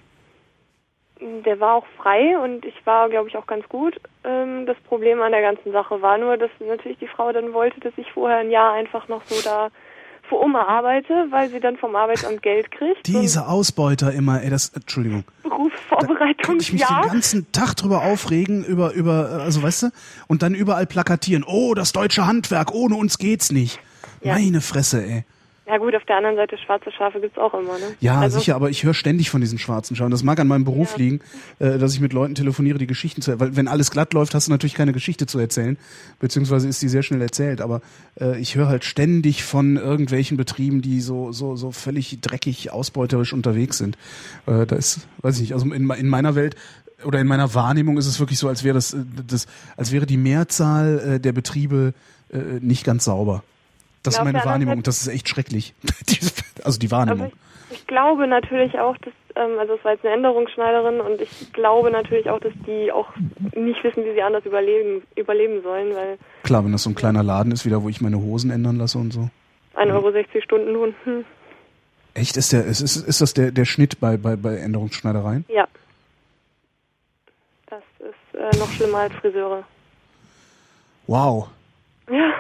Der war auch frei und ich war, glaube ich, auch ganz gut. Das Problem an der ganzen Sache war nur, dass natürlich die Frau dann wollte, dass ich vorher ein Jahr einfach noch so da vor Oma arbeite, weil sie dann vom Arbeitsamt Geld kriegt. Diese Ausbeuter immer, Entschuldigung. Berufsvorbereitungsjahr. Da könnte ich mich den ganzen Tag drüber aufregen, also weißt du, und dann überall plakatieren, oh, das deutsche Handwerk, ohne uns geht's nicht. Ja. Meine Fresse, ey. Ja gut, auf der anderen Seite schwarze Schafe gibt's auch immer, ne? Ja, sicher, aber ich höre ständig von diesen schwarzen Schafen. Das mag an meinem Beruf liegen, dass ich mit Leuten telefoniere, die Geschichten zu erzählen. Weil wenn alles glatt läuft, hast du natürlich keine Geschichte zu erzählen, beziehungsweise ist die sehr schnell erzählt. Aber ich höre halt ständig von irgendwelchen Betrieben, die so völlig dreckig, ausbeuterisch unterwegs sind. Da ist, weiß ich nicht, also in meiner Welt oder in meiner Wahrnehmung ist es wirklich so, als wäre als wäre die Mehrzahl der Betriebe nicht ganz sauber. Das ist meine Wahrnehmung und das ist echt schrecklich. Also die Wahrnehmung. Aber ich glaube natürlich auch, dass, also es war jetzt eine Änderungsschneiderin und ich glaube natürlich auch, dass die auch nicht wissen, wie sie anders überleben sollen, weil... Klar, wenn das so ein kleiner Laden ist, wieder wo ich meine Hosen ändern lasse und so. 1,60 € Stundenlohn. Echt? Ist das der Schnitt bei Änderungsschneidereien? Ja. Das ist noch schlimmer als Friseure. Wow. Ja.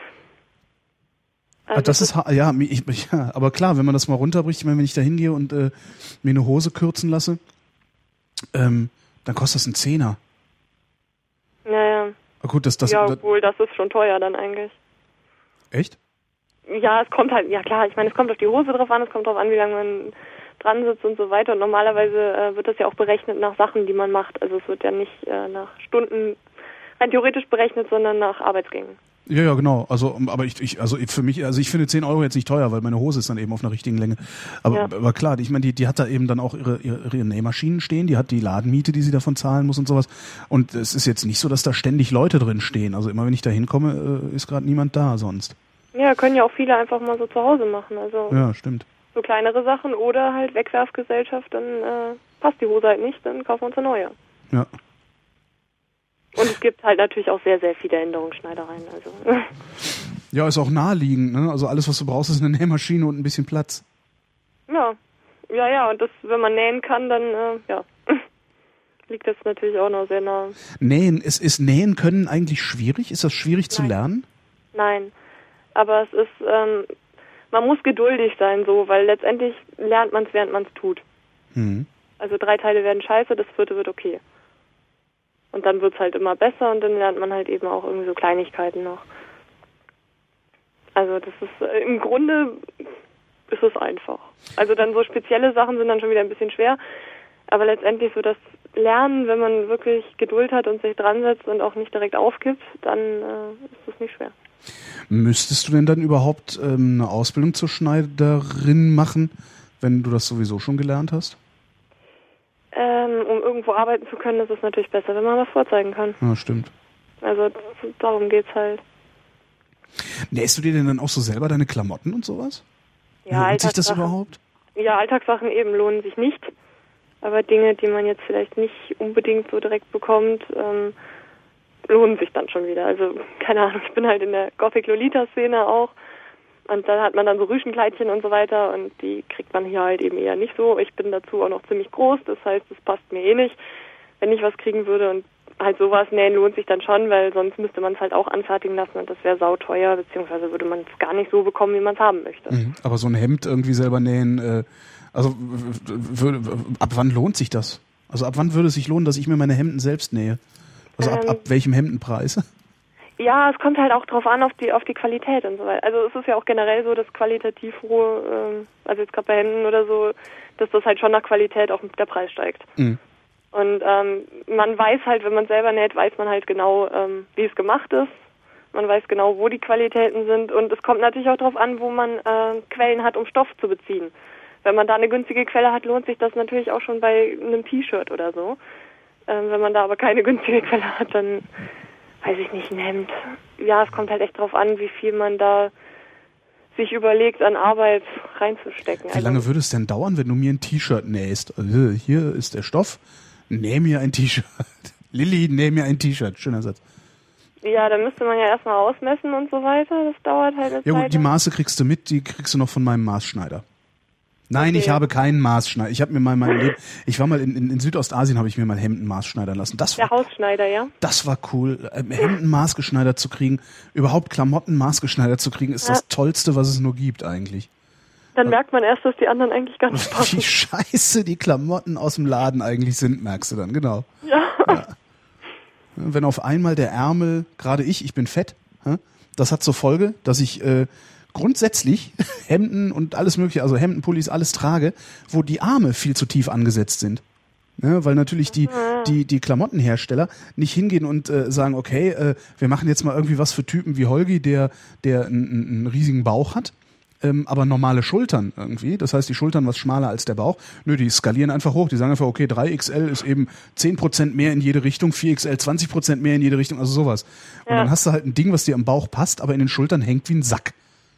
Also das ist, aber klar, wenn man das mal runterbricht, ich meine, wenn ich da hingehe und mir eine Hose kürzen lasse, dann kostet das einen Zehner. Ja. Gut, das ist schon teuer dann eigentlich. Echt? Ja, es kommt halt, ja klar, ich meine, es kommt auf die Hose drauf an, es kommt drauf an, wie lange man dran sitzt und so weiter. Und normalerweise wird das ja auch berechnet nach Sachen, die man macht. Also es wird ja nicht nach Stunden rein theoretisch berechnet, sondern nach Arbeitsgängen. Ja, genau. Also, aber ich finde 10 € jetzt nicht teuer, weil meine Hose ist dann eben auf einer richtigen Länge. Aber klar, ich meine, die hat da eben dann auch ihre Nähmaschinen stehen, die hat die Ladenmiete, die sie davon zahlen muss und sowas. Und es ist jetzt nicht so, dass da ständig Leute drin stehen. Also immer wenn ich da hinkomme, ist gerade niemand da sonst. Ja, können ja auch viele einfach mal so zu Hause machen. Also ja, stimmt. So kleinere Sachen oder halt Wegwerfgesellschaft, dann passt die Hose halt nicht, dann kaufen wir uns eine neue. Ja. Und es gibt halt natürlich auch sehr, sehr viele Änderungsschneidereien. Also. Ja, ist auch naheliegend, ne? Also alles, was du brauchst, ist eine Nähmaschine und ein bisschen Platz. Ja, und das, wenn man nähen kann, dann, liegt das natürlich auch noch sehr nah. Ist Nähen können eigentlich schwierig? Ist das schwierig zu lernen? Nein, aber es ist, man muss geduldig sein, so, weil letztendlich lernt man es, während man es tut. Also 3 Teile werden scheiße, das 4. wird okay. Und dann wird's halt immer besser und dann lernt man halt eben auch irgendwie so Kleinigkeiten noch. Also das ist, im Grunde ist es einfach. Also dann so spezielle Sachen sind dann schon wieder ein bisschen schwer, aber letztendlich so das Lernen, wenn man wirklich Geduld hat und sich dran setzt und auch nicht direkt aufgibt, dann ist das nicht schwer. Müsstest du denn dann überhaupt eine Ausbildung zur Schneiderin machen, wenn du das sowieso schon gelernt hast? Um irgendwo arbeiten zu können, ist es natürlich besser, wenn man was vorzeigen kann. Ja, stimmt. Also darum geht's halt. Nähst du dir denn dann auch so selber deine Klamotten und sowas? Ja, lohnt sich das überhaupt? Ja, Alltagssachen eben lohnen sich nicht. Aber Dinge, die man jetzt vielleicht nicht unbedingt so direkt bekommt, lohnen sich dann schon wieder. Also, keine Ahnung, ich bin halt in der Gothic-Lolita-Szene auch. Und dann hat man dann so Rüschenkleidchen und so weiter und die kriegt man hier halt eben eher nicht so. Ich bin dazu auch noch ziemlich groß, das heißt, das passt mir eh nicht, wenn ich was kriegen würde. Und halt sowas nähen lohnt sich dann schon, weil sonst müsste man es halt auch anfertigen lassen und das wäre sauteuer, beziehungsweise würde man es gar nicht so bekommen, wie man es haben möchte. Aber so ein Hemd irgendwie selber nähen, ab wann lohnt sich das? Also ab wann würde es sich lohnen, dass ich mir meine Hemden selbst nähe? Also ab welchem Hemdenpreis? Ja, es kommt halt auch drauf an, auf die Qualität und so weiter. Also es ist ja auch generell so, dass qualitativ hohe, also jetzt gerade bei Hemden oder so, dass das halt schon nach Qualität auch der Preis steigt. Mhm. Und man weiß halt, wenn man selber näht, weiß man halt genau, wie es gemacht ist. Man weiß genau, wo die Qualitäten sind. Und es kommt natürlich auch darauf an, wo man Quellen hat, um Stoff zu beziehen. Wenn man da eine günstige Quelle hat, lohnt sich das natürlich auch schon bei einem T-Shirt oder so. Wenn man da aber keine günstige Quelle hat, dann weiß ich nicht, ein Hemd. Ja, es kommt halt echt drauf an, wie viel man da sich überlegt, an Arbeit reinzustecken. Wie lange würde es denn dauern, wenn du mir ein T-Shirt nähst? Also hier ist der Stoff, näh mir ein T-Shirt. Lilly, näh mir ein T-Shirt. Schöner Satz. Ja, dann müsste man ja erstmal ausmessen und so weiter. Das dauert halt eine Zeit. Ja gut, die Maße kriegst du mit, die kriegst du noch von meinem Maßschneider. Nein, okay. Ich habe keinen Maßschneider. Ich habe mir mal ich war mal in Südostasien, habe ich mir mal Hemden maßschneidern lassen. Das war, der Hausschneider, ja? Das war cool. Hemden maßgeschneidert zu kriegen, überhaupt Klamotten maßgeschneidert zu kriegen, ist das Tollste, was es nur gibt eigentlich. Dann merkt man erst, dass die anderen eigentlich gar nicht passen. Wie scheiße die Klamotten aus dem Laden eigentlich sind, merkst du dann, genau. Ja. Wenn auf einmal der Ärmel, gerade ich bin fett, das hat zur Folge, dass ich grundsätzlich Hemden und alles mögliche, also Hemden, Pullis, alles trage, wo die Arme viel zu tief angesetzt sind. Ja, weil natürlich die Klamottenhersteller nicht hingehen und sagen, okay, wir machen jetzt mal irgendwie was für Typen wie Holgi, der einen riesigen Bauch hat, aber normale Schultern irgendwie. Das heißt, die Schultern was schmaler als der Bauch. Nö, die skalieren einfach hoch. Die sagen einfach, okay, 3XL ist eben 10% mehr in jede Richtung, 4XL 20% mehr in jede Richtung, also sowas. Und dann hast du halt ein Ding, was dir am Bauch passt, aber in den Schultern hängt wie ein Sack.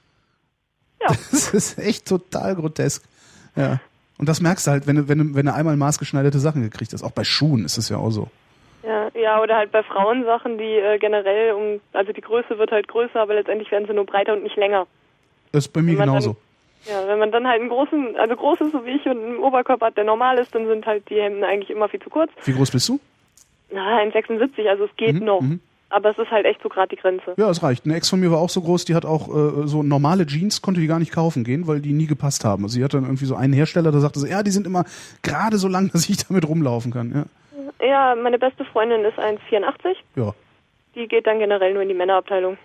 Ja. Das ist echt total grotesk. Ja. Und das merkst du halt, wenn du einmal maßgeschneiderte Sachen gekriegt hast. Auch bei Schuhen ist es ja auch so. Ja, oder halt bei Frauensachen, die generell also die Größe wird halt größer, aber letztendlich werden sie nur breiter und nicht länger. Das ist bei mir genauso. Wenn man dann halt groß ist, so wie ich, und einen Oberkörper hat, der normal ist, dann sind halt die Hemden eigentlich immer viel zu kurz. Wie groß bist du? 1,76, also es geht noch. Aber es ist halt echt so gerade die Grenze. Ja, es reicht. Eine Ex von mir war auch so groß, die hat auch so normale Jeans, konnte die gar nicht kaufen gehen, weil die nie gepasst haben. Also sie hat dann irgendwie so einen Hersteller, der sagte so, ja, die sind immer gerade so lang, dass ich damit rumlaufen kann. Ja, meine beste Freundin ist 1,84. Ja. Die geht dann generell nur in die Männerabteilung.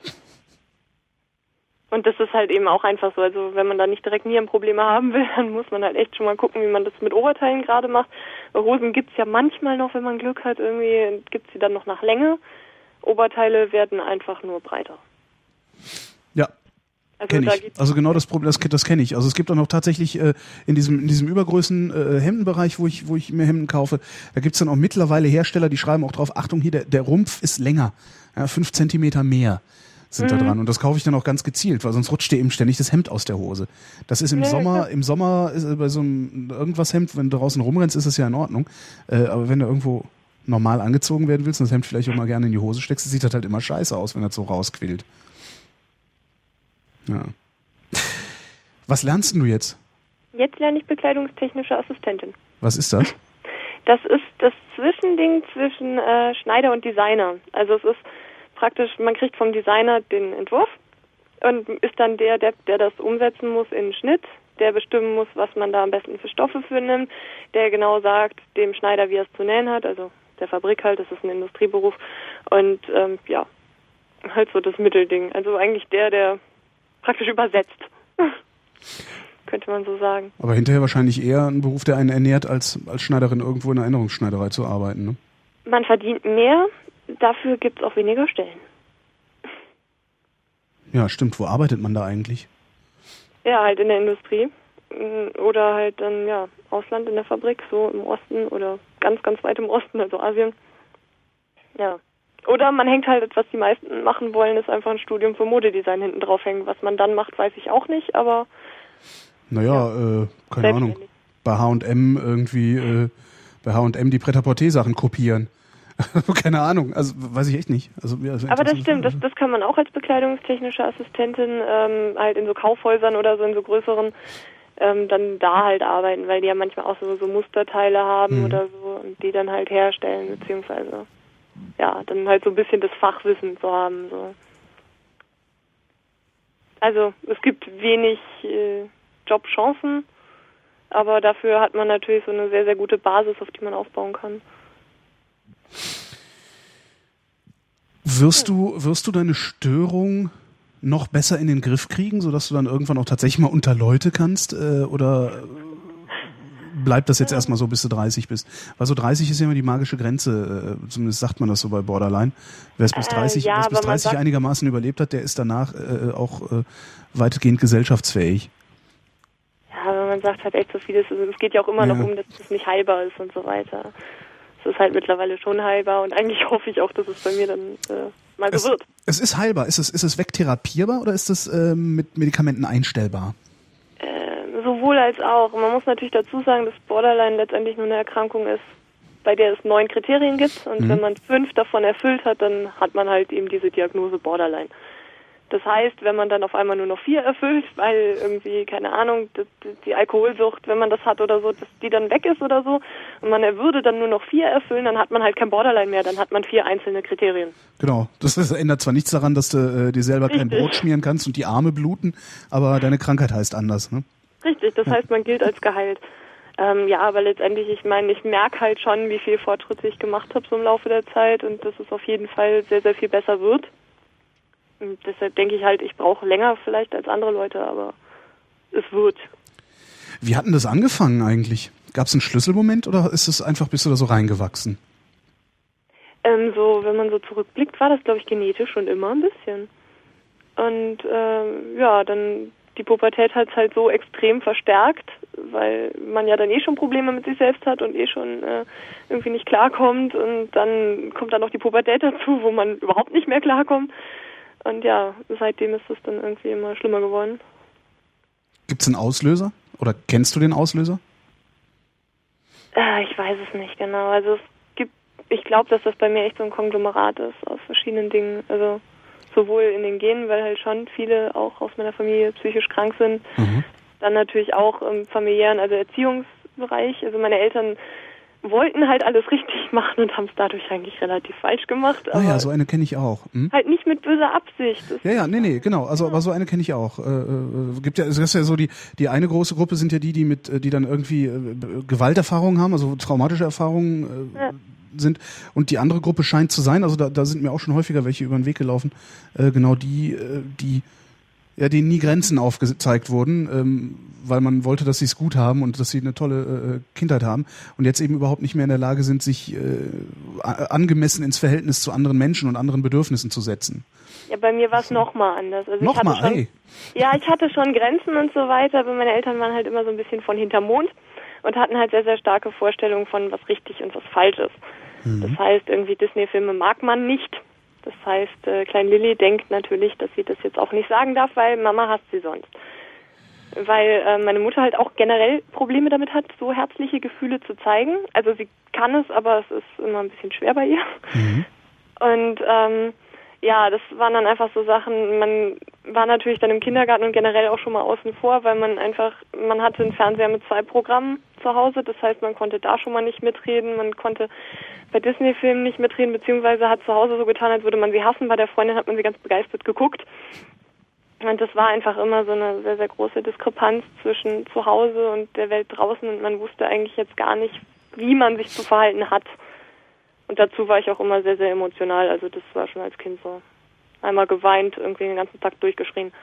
Und das ist halt eben auch einfach so. Also wenn man da nicht direkt Nierenprobleme haben will, dann muss man halt echt schon mal gucken, wie man das mit Oberteilen gerade macht. Hosen gibt's ja manchmal noch, wenn man Glück hat, irgendwie gibt's sie dann noch nach Länge. Oberteile werden einfach nur breiter. Ja, kenne ich. Also genau das Problem, das kenne ich. Also es gibt auch noch tatsächlich in diesem Übergrößen Hemdenbereich, wo ich mir Hemden kaufe, da gibt's dann auch mittlerweile Hersteller, die schreiben auch drauf, Achtung hier, der Rumpf ist länger, 5 Zentimeter mehr sind da dran. Und das kaufe ich dann auch ganz gezielt, weil sonst rutscht dir eben ständig das Hemd aus der Hose. Das ist im Sommer ist bei so einem irgendwas Hemd, wenn du draußen rumrennst, ist es ja in Ordnung. Aber wenn du irgendwo normal angezogen werden willst und das Hemd vielleicht auch mal gerne in die Hose steckst, sieht das halt immer scheiße aus, wenn das so rausquillt. Ja. Was lernst du jetzt? Jetzt lerne ich bekleidungstechnische Assistentin. Was ist das? Das ist das Zwischending zwischen Schneider und Designer. Also es ist praktisch, man kriegt vom Designer den Entwurf und ist dann der das umsetzen muss in Schnitt, der bestimmen muss, was man da am besten für Stoffe für nimmt, der genau sagt dem Schneider, wie er es zu nähen hat, also der Fabrik halt, das ist ein Industrieberuf und halt so das Mittelding. Also eigentlich der praktisch übersetzt, könnte man so sagen. Aber hinterher wahrscheinlich eher ein Beruf, der einen ernährt, als Schneiderin irgendwo in einer Erinnerungsschneiderei zu arbeiten, ne? Man verdient mehr, dafür gibt es auch weniger Stellen. Ja, stimmt. Wo arbeitet man da eigentlich? Ja, halt in der Industrie. Oder halt dann, ja, Ausland in der Fabrik, so im Osten oder ganz, ganz weit im Osten, also Asien. Ja. Oder man hängt halt, was die meisten machen wollen, ist einfach ein Studium für Modedesign hinten draufhängen. Was man dann macht, weiß ich auch nicht, aber... Naja, keine Ahnung. Bei H&M irgendwie, bei H&M die Pret-à-Porter-Sachen kopieren. Keine Ahnung, also weiß ich echt nicht. Also, ja, aber das stimmt, das kann man auch als bekleidungstechnische Assistentin halt in so Kaufhäusern oder so in so größeren dann da halt arbeiten, weil die ja manchmal auch so Musterteile haben oder so und die dann halt herstellen, beziehungsweise ja, dann halt so ein bisschen das Fachwissen zu haben. So. Also es gibt wenig Jobchancen, aber dafür hat man natürlich so eine sehr, sehr gute Basis, auf die man aufbauen kann. Wirst du deine Störung noch besser in den Griff kriegen, sodass du dann irgendwann auch tatsächlich mal unter Leute kannst? Oder bleibt das jetzt erstmal so, bis du 30 bist? Weil so 30 ist ja immer die magische Grenze, zumindest sagt man das so bei Borderline. Wer es bis 30, einigermaßen überlebt hat, der ist danach auch weitgehend gesellschaftsfähig. Ja, aber man sagt halt echt so vieles. Also es geht ja auch immer noch um, dass es nicht heilbar ist und so weiter. Es ist halt mittlerweile schon heilbar und eigentlich hoffe ich auch, dass es bei mir dann mal so wird. Es ist heilbar. Ist es wegtherapierbar oder ist es mit Medikamenten einstellbar? Sowohl als auch. Man muss natürlich dazu sagen, dass Borderline letztendlich nur eine Erkrankung ist, bei der es 9 Kriterien gibt und wenn man 5 davon erfüllt hat, dann hat man halt eben diese Diagnose Borderline. Das heißt, wenn man dann auf einmal nur noch 4 erfüllt, weil irgendwie, keine Ahnung, die Alkoholsucht, wenn man das hat oder so, dass die dann weg ist oder so, und man würde dann nur noch 4 erfüllen, dann hat man halt kein Borderline mehr, dann hat man 4 einzelne Kriterien. Genau, das ändert zwar nichts daran, dass du dir selber kein Brot schmieren kannst und die Arme bluten, aber deine Krankheit heißt anders, ne? Richtig, das heißt, man gilt als geheilt. Ja, aber letztendlich, ich meine, ich merke halt schon, wie viel Fortschritte ich gemacht habe so im Laufe der Zeit und dass es auf jeden Fall sehr, sehr viel besser wird. Und deshalb denke ich halt, ich brauche länger vielleicht als andere Leute, aber es wird. Wie hat denn das angefangen eigentlich? Gab es einen Schlüsselmoment oder ist es einfach, bist du da so reingewachsen? Wenn man so zurückblickt, war das, glaube ich, genetisch schon immer ein bisschen. Und ja, dann die Pubertät hat es halt so extrem verstärkt, weil man ja dann schon Probleme mit sich selbst hat und schon irgendwie nicht klarkommt und dann kommt dann noch die Pubertät dazu, wo man überhaupt nicht mehr klarkommt. Und ja, seitdem ist es dann irgendwie immer schlimmer geworden. Gibt es einen Auslöser? Oder kennst du den Auslöser? Ich weiß es nicht genau. Also ich glaube, dass das bei mir echt so ein Konglomerat ist aus verschiedenen Dingen. Also sowohl in den Genen, weil halt schon viele auch aus meiner Familie psychisch krank sind. Dann natürlich auch im familiären, also Erziehungsbereich. Also meine Eltern wollten halt alles richtig machen und haben es dadurch eigentlich relativ falsch gemacht. Aber so eine kenne ich auch. Halt nicht mit böser Absicht. Nee, genau. Also, aber so eine kenne ich auch. Es ist ja so die eine große Gruppe sind ja die dann irgendwie Gewalterfahrungen haben, also traumatische Erfahrungen sind. Und die andere Gruppe scheint zu sein, also da sind mir auch schon häufiger welche über den Weg gelaufen, genau denen nie Grenzen aufgezeigt wurden, weil man wollte, dass sie es gut haben und dass sie eine tolle Kindheit haben und jetzt eben überhaupt nicht mehr in der Lage sind, sich angemessen ins Verhältnis zu anderen Menschen und anderen Bedürfnissen zu setzen. Ja, bei mir war es nochmal anders. Also ich hatte schon Grenzen und so weiter, aber meine Eltern waren halt immer so ein bisschen von hinterm Mond und hatten halt sehr, sehr starke Vorstellungen von, was richtig und was falsch ist. Das heißt, irgendwie Disney-Filme mag man nicht. Das heißt, Klein Lilly denkt natürlich, dass sie das jetzt auch nicht sagen darf, weil Mama hasst sie sonst. Weil meine Mutter halt auch generell Probleme damit hat, so herzliche Gefühle zu zeigen. Also sie kann es, aber es ist immer ein bisschen schwer bei ihr. Und das waren dann einfach so Sachen, man war natürlich dann im Kindergarten und generell auch schon mal außen vor, weil man hatte einen Fernseher mit 2 Programmen zu Hause, das heißt, man konnte da schon mal nicht mitreden, man konnte bei Disney-Filmen nicht mitreden, beziehungsweise hat zu Hause so getan, als würde man sie hassen, bei der Freundin hat man sie ganz begeistert geguckt. Und das war einfach immer so eine sehr, sehr große Diskrepanz zwischen zu Hause und der Welt draußen und man wusste eigentlich jetzt gar nicht, wie man sich zu verhalten hat. Und dazu war ich auch immer sehr, sehr emotional, also das war schon als Kind so. Einmal geweint, irgendwie den ganzen Tag durchgeschrien.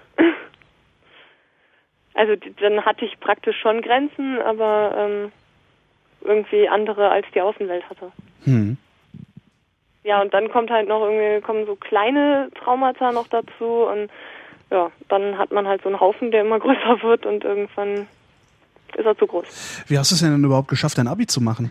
Also dann hatte ich praktisch schon Grenzen, aber irgendwie andere als die Außenwelt hatte. Ja, und dann kommen so kleine Traumata noch dazu und ja, dann hat man halt so einen Haufen, der immer größer wird und irgendwann ist er zu groß. Wie hast du es denn überhaupt geschafft, dein Abi zu machen?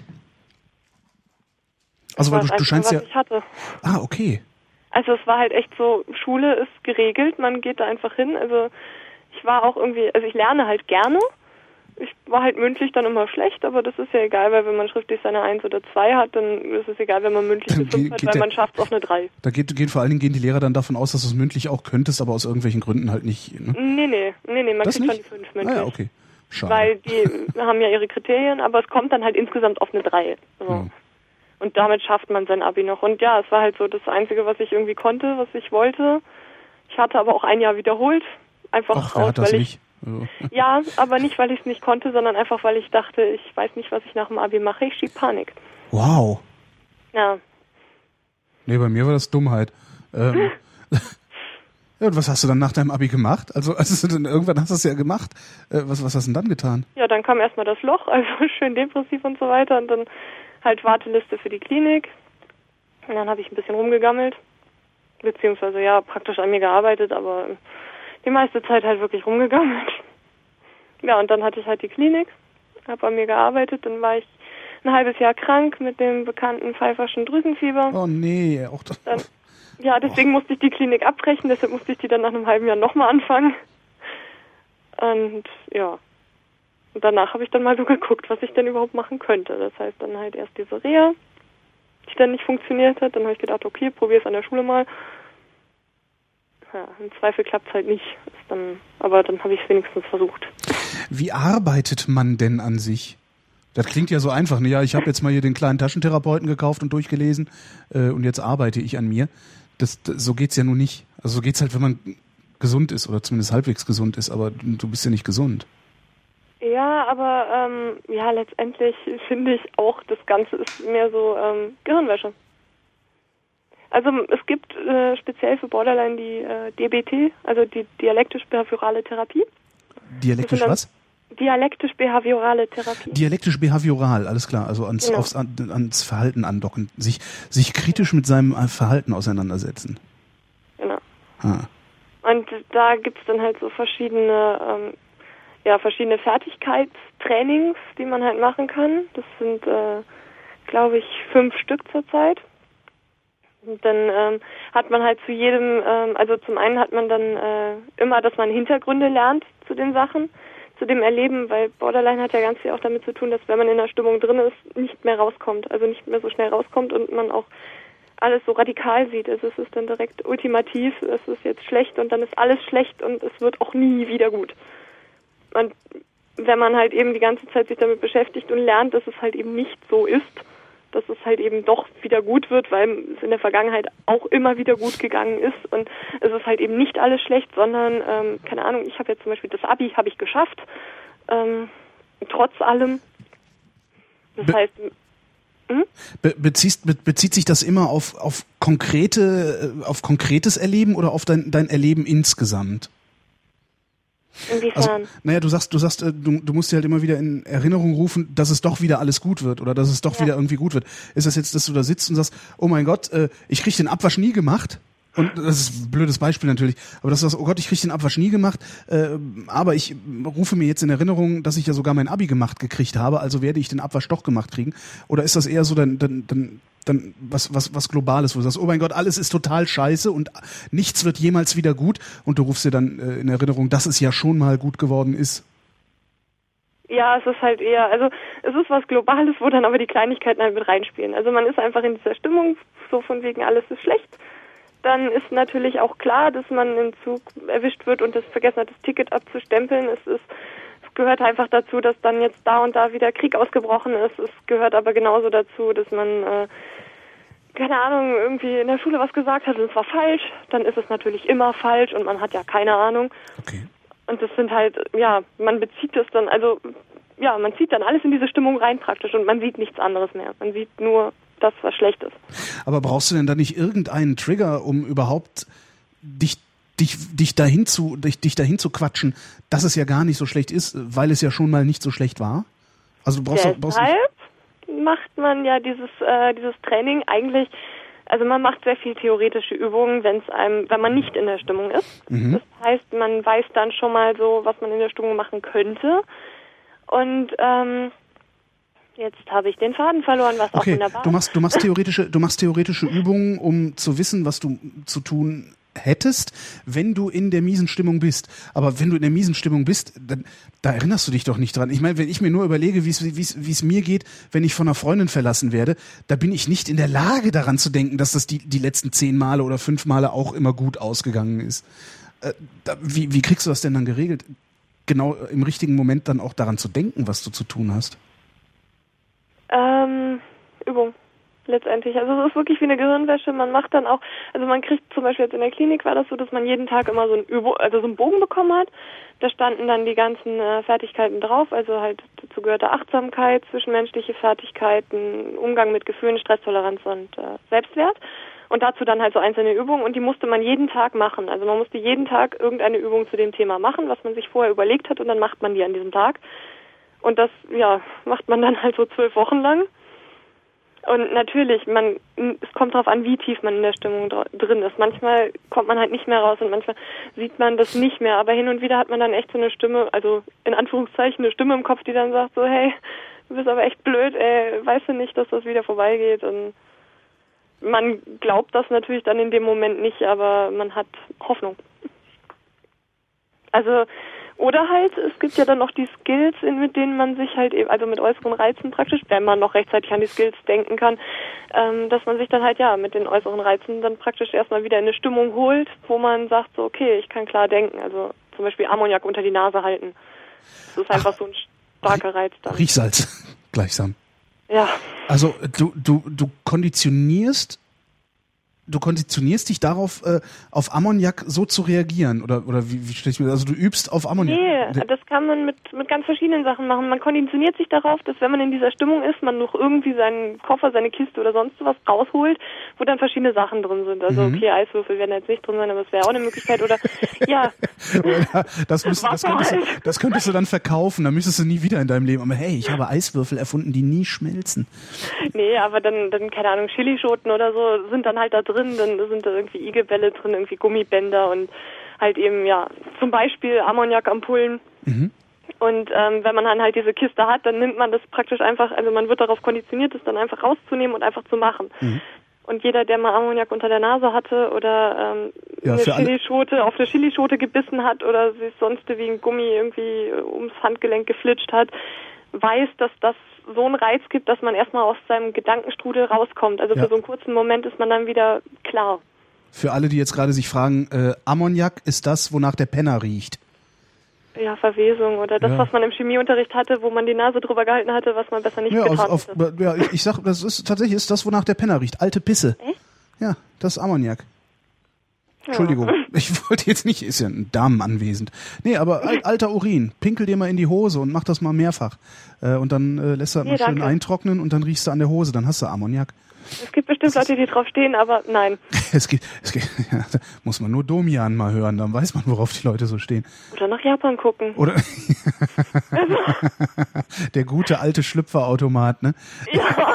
Also weil du scheinst was ich hatte. Ah, okay. Also es war halt echt so, Schule ist geregelt, man geht da einfach hin. Also ich war auch irgendwie, also ich lerne halt gerne. Ich war halt mündlich dann immer schlecht, aber das ist ja egal, weil wenn man schriftlich seine 1 oder 2 hat, dann ist es egal, wenn man mündlich eine 5 hat, weil man schafft es auf eine 3. Da gehen vor allen Dingen die Lehrer dann davon aus, dass du es mündlich auch könntest, aber aus irgendwelchen Gründen halt nicht. Ne? Nee, man das kriegt nicht? schon die 5 mündlich. Ah ja, okay. Schade. Weil die haben ja ihre Kriterien, aber es kommt dann halt insgesamt auf eine 3. So. Ja. Und damit schafft man sein Abi noch. Und ja, es war halt so das Einzige, was ich irgendwie konnte, was ich wollte. Ich hatte aber auch ein Jahr wiederholt. Einfach wer hat das nicht? Ja, aber nicht, weil ich es nicht konnte, sondern einfach, weil ich dachte, ich weiß nicht, was ich nach dem Abi mache. Ich schieb Panik. Wow. Ja. Nee, bei mir war das Dummheit. Ja, und was hast du dann nach deinem Abi gemacht? Also irgendwann hast du es ja gemacht. Was hast du denn dann getan? Ja, dann kam erstmal das Loch, also schön depressiv und so weiter. Und dann halt Warteliste für die Klinik. Und dann habe ich ein bisschen rumgegammelt. Beziehungsweise ja, praktisch an mir gearbeitet, aber die meiste Zeit halt wirklich rumgegammelt. Ja, und dann hatte ich halt die Klinik, habe an mir gearbeitet, dann war ich ein halbes Jahr krank mit dem bekannten Pfeifferschen Drüsenfieber. Oh nee, auch das. Dann, ja, deswegen musste ich die Klinik abbrechen, deshalb musste ich die dann nach einem halben Jahr nochmal anfangen. Und ja, und danach habe ich dann mal so geguckt, was ich denn überhaupt machen könnte. Das heißt dann halt erst diese Reha, die dann nicht funktioniert hat. Dann habe ich gedacht, okay, probier's an der Schule mal. Ja, im Zweifel klappt es halt nicht. Aber dann habe ich es wenigstens versucht. Wie arbeitet man denn an sich? Das klingt ja so einfach. Ne? Ja, ich habe jetzt mal hier den kleinen Taschentherapeuten gekauft und durchgelesen und jetzt arbeite ich an mir. So geht's ja nun nicht. Also so geht's halt, wenn man gesund ist oder zumindest halbwegs gesund ist, aber du bist ja nicht gesund. Ja, aber ja, letztendlich finde ich auch, das Ganze ist mehr so Gehirnwäsche. Also es gibt speziell für Borderline die DBT, also die dialektisch-behaviorale Therapie. Dialektisch was? Dialektisch-behaviorale Therapie. Dialektisch-behavioral, alles klar. Also ans Verhalten andocken. Sich kritisch mit seinem Verhalten auseinandersetzen. Genau. Ah. Und da gibt es dann halt so verschiedene Fertigkeitstrainings, die man halt machen kann. Das sind, glaube ich, 5 Stück zurzeit. Und dann hat man halt zu jedem, also zum einen hat man dann immer, dass man Hintergründe lernt zu den Sachen, zu dem Erleben, weil Borderline hat ja ganz viel auch damit zu tun, dass wenn man in der Stimmung drin ist, nicht mehr rauskommt, also nicht mehr so schnell rauskommt und man auch alles so radikal sieht. Also es ist dann direkt ultimativ, es ist jetzt schlecht und dann ist alles schlecht und es wird auch nie wieder gut. Und wenn man halt eben die ganze Zeit sich damit beschäftigt und lernt, dass es halt eben nicht so ist, dass es halt eben doch wieder gut wird, weil es in der Vergangenheit auch immer wieder gut gegangen ist und es ist halt eben nicht alles schlecht, sondern, keine Ahnung, ich habe jetzt zum Beispiel das Abi habe ich geschafft, trotz allem. Das heißt... Bezieht sich das immer auf konkretes Erleben oder auf dein Erleben insgesamt? Inwiefern? Also, du musst dir halt immer wieder in Erinnerung rufen, dass es doch wieder alles gut wird oder dass es doch wieder irgendwie gut wird. Ist das jetzt, dass du da sitzt und sagst, oh mein Gott, ich krieg den Abwasch nie gemacht? Und das ist ein blödes Beispiel natürlich, aber dass du sagst, oh Gott, ich krieg den Abwasch nie gemacht, aber ich rufe mir jetzt in Erinnerung, dass ich ja sogar mein Abi gemacht gekriegt habe, also werde ich den Abwasch doch gemacht kriegen. Oder ist das eher so dann was Globales, wo du sagst, oh mein Gott, alles ist total scheiße und nichts wird jemals wieder gut und du rufst dir dann in Erinnerung, dass es ja schon mal gut geworden ist? Ja, es ist halt eher, also es ist was Globales, wo dann aber die Kleinigkeiten halt mit reinspielen. Also man ist einfach in dieser Stimmung, so von wegen alles ist schlecht. Dann ist natürlich auch klar, dass man im Zug erwischt wird und das vergessen hat, das Ticket abzustempeln. Es gehört einfach dazu, dass dann jetzt da und da wieder Krieg ausgebrochen ist. Es gehört aber genauso dazu, dass man, keine Ahnung, irgendwie in der Schule was gesagt hat und es war falsch. Dann ist es natürlich immer falsch und man hat ja keine Ahnung. Okay. Und das sind halt, ja, man bezieht das dann, also, ja, man zieht dann alles in diese Stimmung rein praktisch und man sieht nichts anderes mehr. Man sieht nur das, was schlecht ist. Aber brauchst du denn da nicht irgendeinen Trigger, um überhaupt dich dahin zu quatschen, dass es ja gar nicht so schlecht ist, weil es ja schon mal nicht so schlecht war? Also du brauchst macht man ja dieses Training eigentlich, Also man macht sehr viel theoretische Übungen, wenn man nicht in der Stimmung ist. Mhm. Das heißt, man weiß dann schon mal so, was man in der Stimmung machen könnte. Und jetzt habe ich den Faden verloren, was auch wunderbar ist. Du machst theoretische Übungen, um zu wissen, was du zu tun hättest, wenn du in der miesen Stimmung bist. Aber wenn du in der miesen Stimmung bist, dann da erinnerst du dich doch nicht dran. Ich meine, wenn ich mir nur überlege, wie es mir geht, wenn ich von einer Freundin verlassen werde, da bin ich nicht in der Lage, daran zu denken, dass das die letzten 10 Male oder 5 Male auch immer gut ausgegangen ist. Wie kriegst du das denn dann geregelt? Genau im richtigen Moment dann auch daran zu denken, was du zu tun hast? Übung. Letztendlich. Also es ist wirklich wie eine Gehirnwäsche. Man macht dann auch, also man kriegt zum Beispiel jetzt in der Klinik war das so, dass man jeden Tag immer so einen Bogen bekommen hat. Da standen dann die ganzen Fertigkeiten drauf, also halt dazu gehörte Achtsamkeit, zwischenmenschliche Fertigkeiten, Umgang mit Gefühlen, Stresstoleranz und Selbstwert. Und dazu dann halt so einzelne Übungen und die musste man jeden Tag machen. Also man musste jeden Tag irgendeine Übung zu dem Thema machen, was man sich vorher überlegt hat und dann macht man die an diesem Tag. Und das, macht man dann halt so 12 Wochen lang. Und natürlich, es kommt darauf an, wie tief man in der Stimmung drin ist. Manchmal kommt man halt nicht mehr raus und manchmal sieht man das nicht mehr. Aber hin und wieder hat man dann echt so eine Stimme, also in Anführungszeichen eine Stimme im Kopf, die dann sagt so, hey, du bist aber echt blöd, weißt du nicht, dass das wieder vorbeigeht? Und man glaubt das natürlich dann in dem Moment nicht, aber man hat Hoffnung. Also, oder halt, es gibt ja dann noch die Skills, mit denen man sich halt eben, also mit äußeren Reizen praktisch, wenn man noch rechtzeitig an die Skills denken kann, dass man sich dann halt mit den äußeren Reizen dann praktisch erstmal wieder in eine Stimmung holt, wo man sagt so, okay, ich kann klar denken, also zum Beispiel Ammoniak unter die Nase halten. Das ist einfach so ein starker Reiz dann. Riechsalz, gleichsam. Ja. Also du konditionierst dich darauf, auf Ammoniak so zu reagieren? Oder wie stelle ich mir das? Also du übst auf Ammoniak? Nee, das kann man mit ganz verschiedenen Sachen machen. Man konditioniert sich darauf, dass wenn man in dieser Stimmung ist, man noch irgendwie seinen Koffer, seine Kiste oder sonst was rausholt, wo dann verschiedene Sachen drin sind. Also okay, Eiswürfel werden jetzt nicht drin sein, aber es wäre auch eine Möglichkeit. Oder das könntest du dann verkaufen, dann müsstest du nie wieder in deinem Leben. Aber hey, ich habe Eiswürfel erfunden, die nie schmelzen. Nee, aber dann keine Ahnung, Chilischoten oder so sind dann halt da drin, dann sind da irgendwie Igelbälle drin, irgendwie Gummibänder und halt eben, zum Beispiel Ammoniakampullen. Mhm. Und wenn man dann halt diese Kiste hat, dann nimmt man das praktisch einfach, also man wird darauf konditioniert, das dann einfach rauszunehmen und einfach zu machen. Mhm. Und jeder, der mal Ammoniak unter der Nase hatte oder auf eine Chilischote gebissen hat oder sich sonst wie ein Gummi irgendwie ums Handgelenk geflitscht hat, weiß, dass das so einen Reiz gibt, dass man erstmal aus seinem Gedankenstrudel rauskommt. Also für so einen kurzen Moment ist man dann wieder klar. Für alle, die jetzt gerade sich fragen, Ammoniak ist das, wonach der Penner riecht. Ja, Verwesung oder das, was man im Chemieunterricht hatte, wo man die Nase drüber gehalten hatte, was man besser nicht getan hatte. Ich sag, das ist tatsächlich das, wonach der Penner riecht. Alte Pisse. Echt? Ja, das ist Ammoniak. Entschuldigung, ich wollte jetzt nicht, ist ja ein Damen anwesend. Nee, aber alter Urin, pinkel dir mal in die Hose und mach das mal mehrfach. Und dann lässt du das mal schön eintrocknen und dann riechst du an der Hose, dann hast du Ammoniak. Es gibt bestimmt Leute, die drauf stehen, aber nein. Es gibt da muss man nur Domian mal hören, dann weiß man, worauf die Leute so stehen. Oder nach Japan gucken. Oder der gute alte Schlüpferautomat, ne? Ja.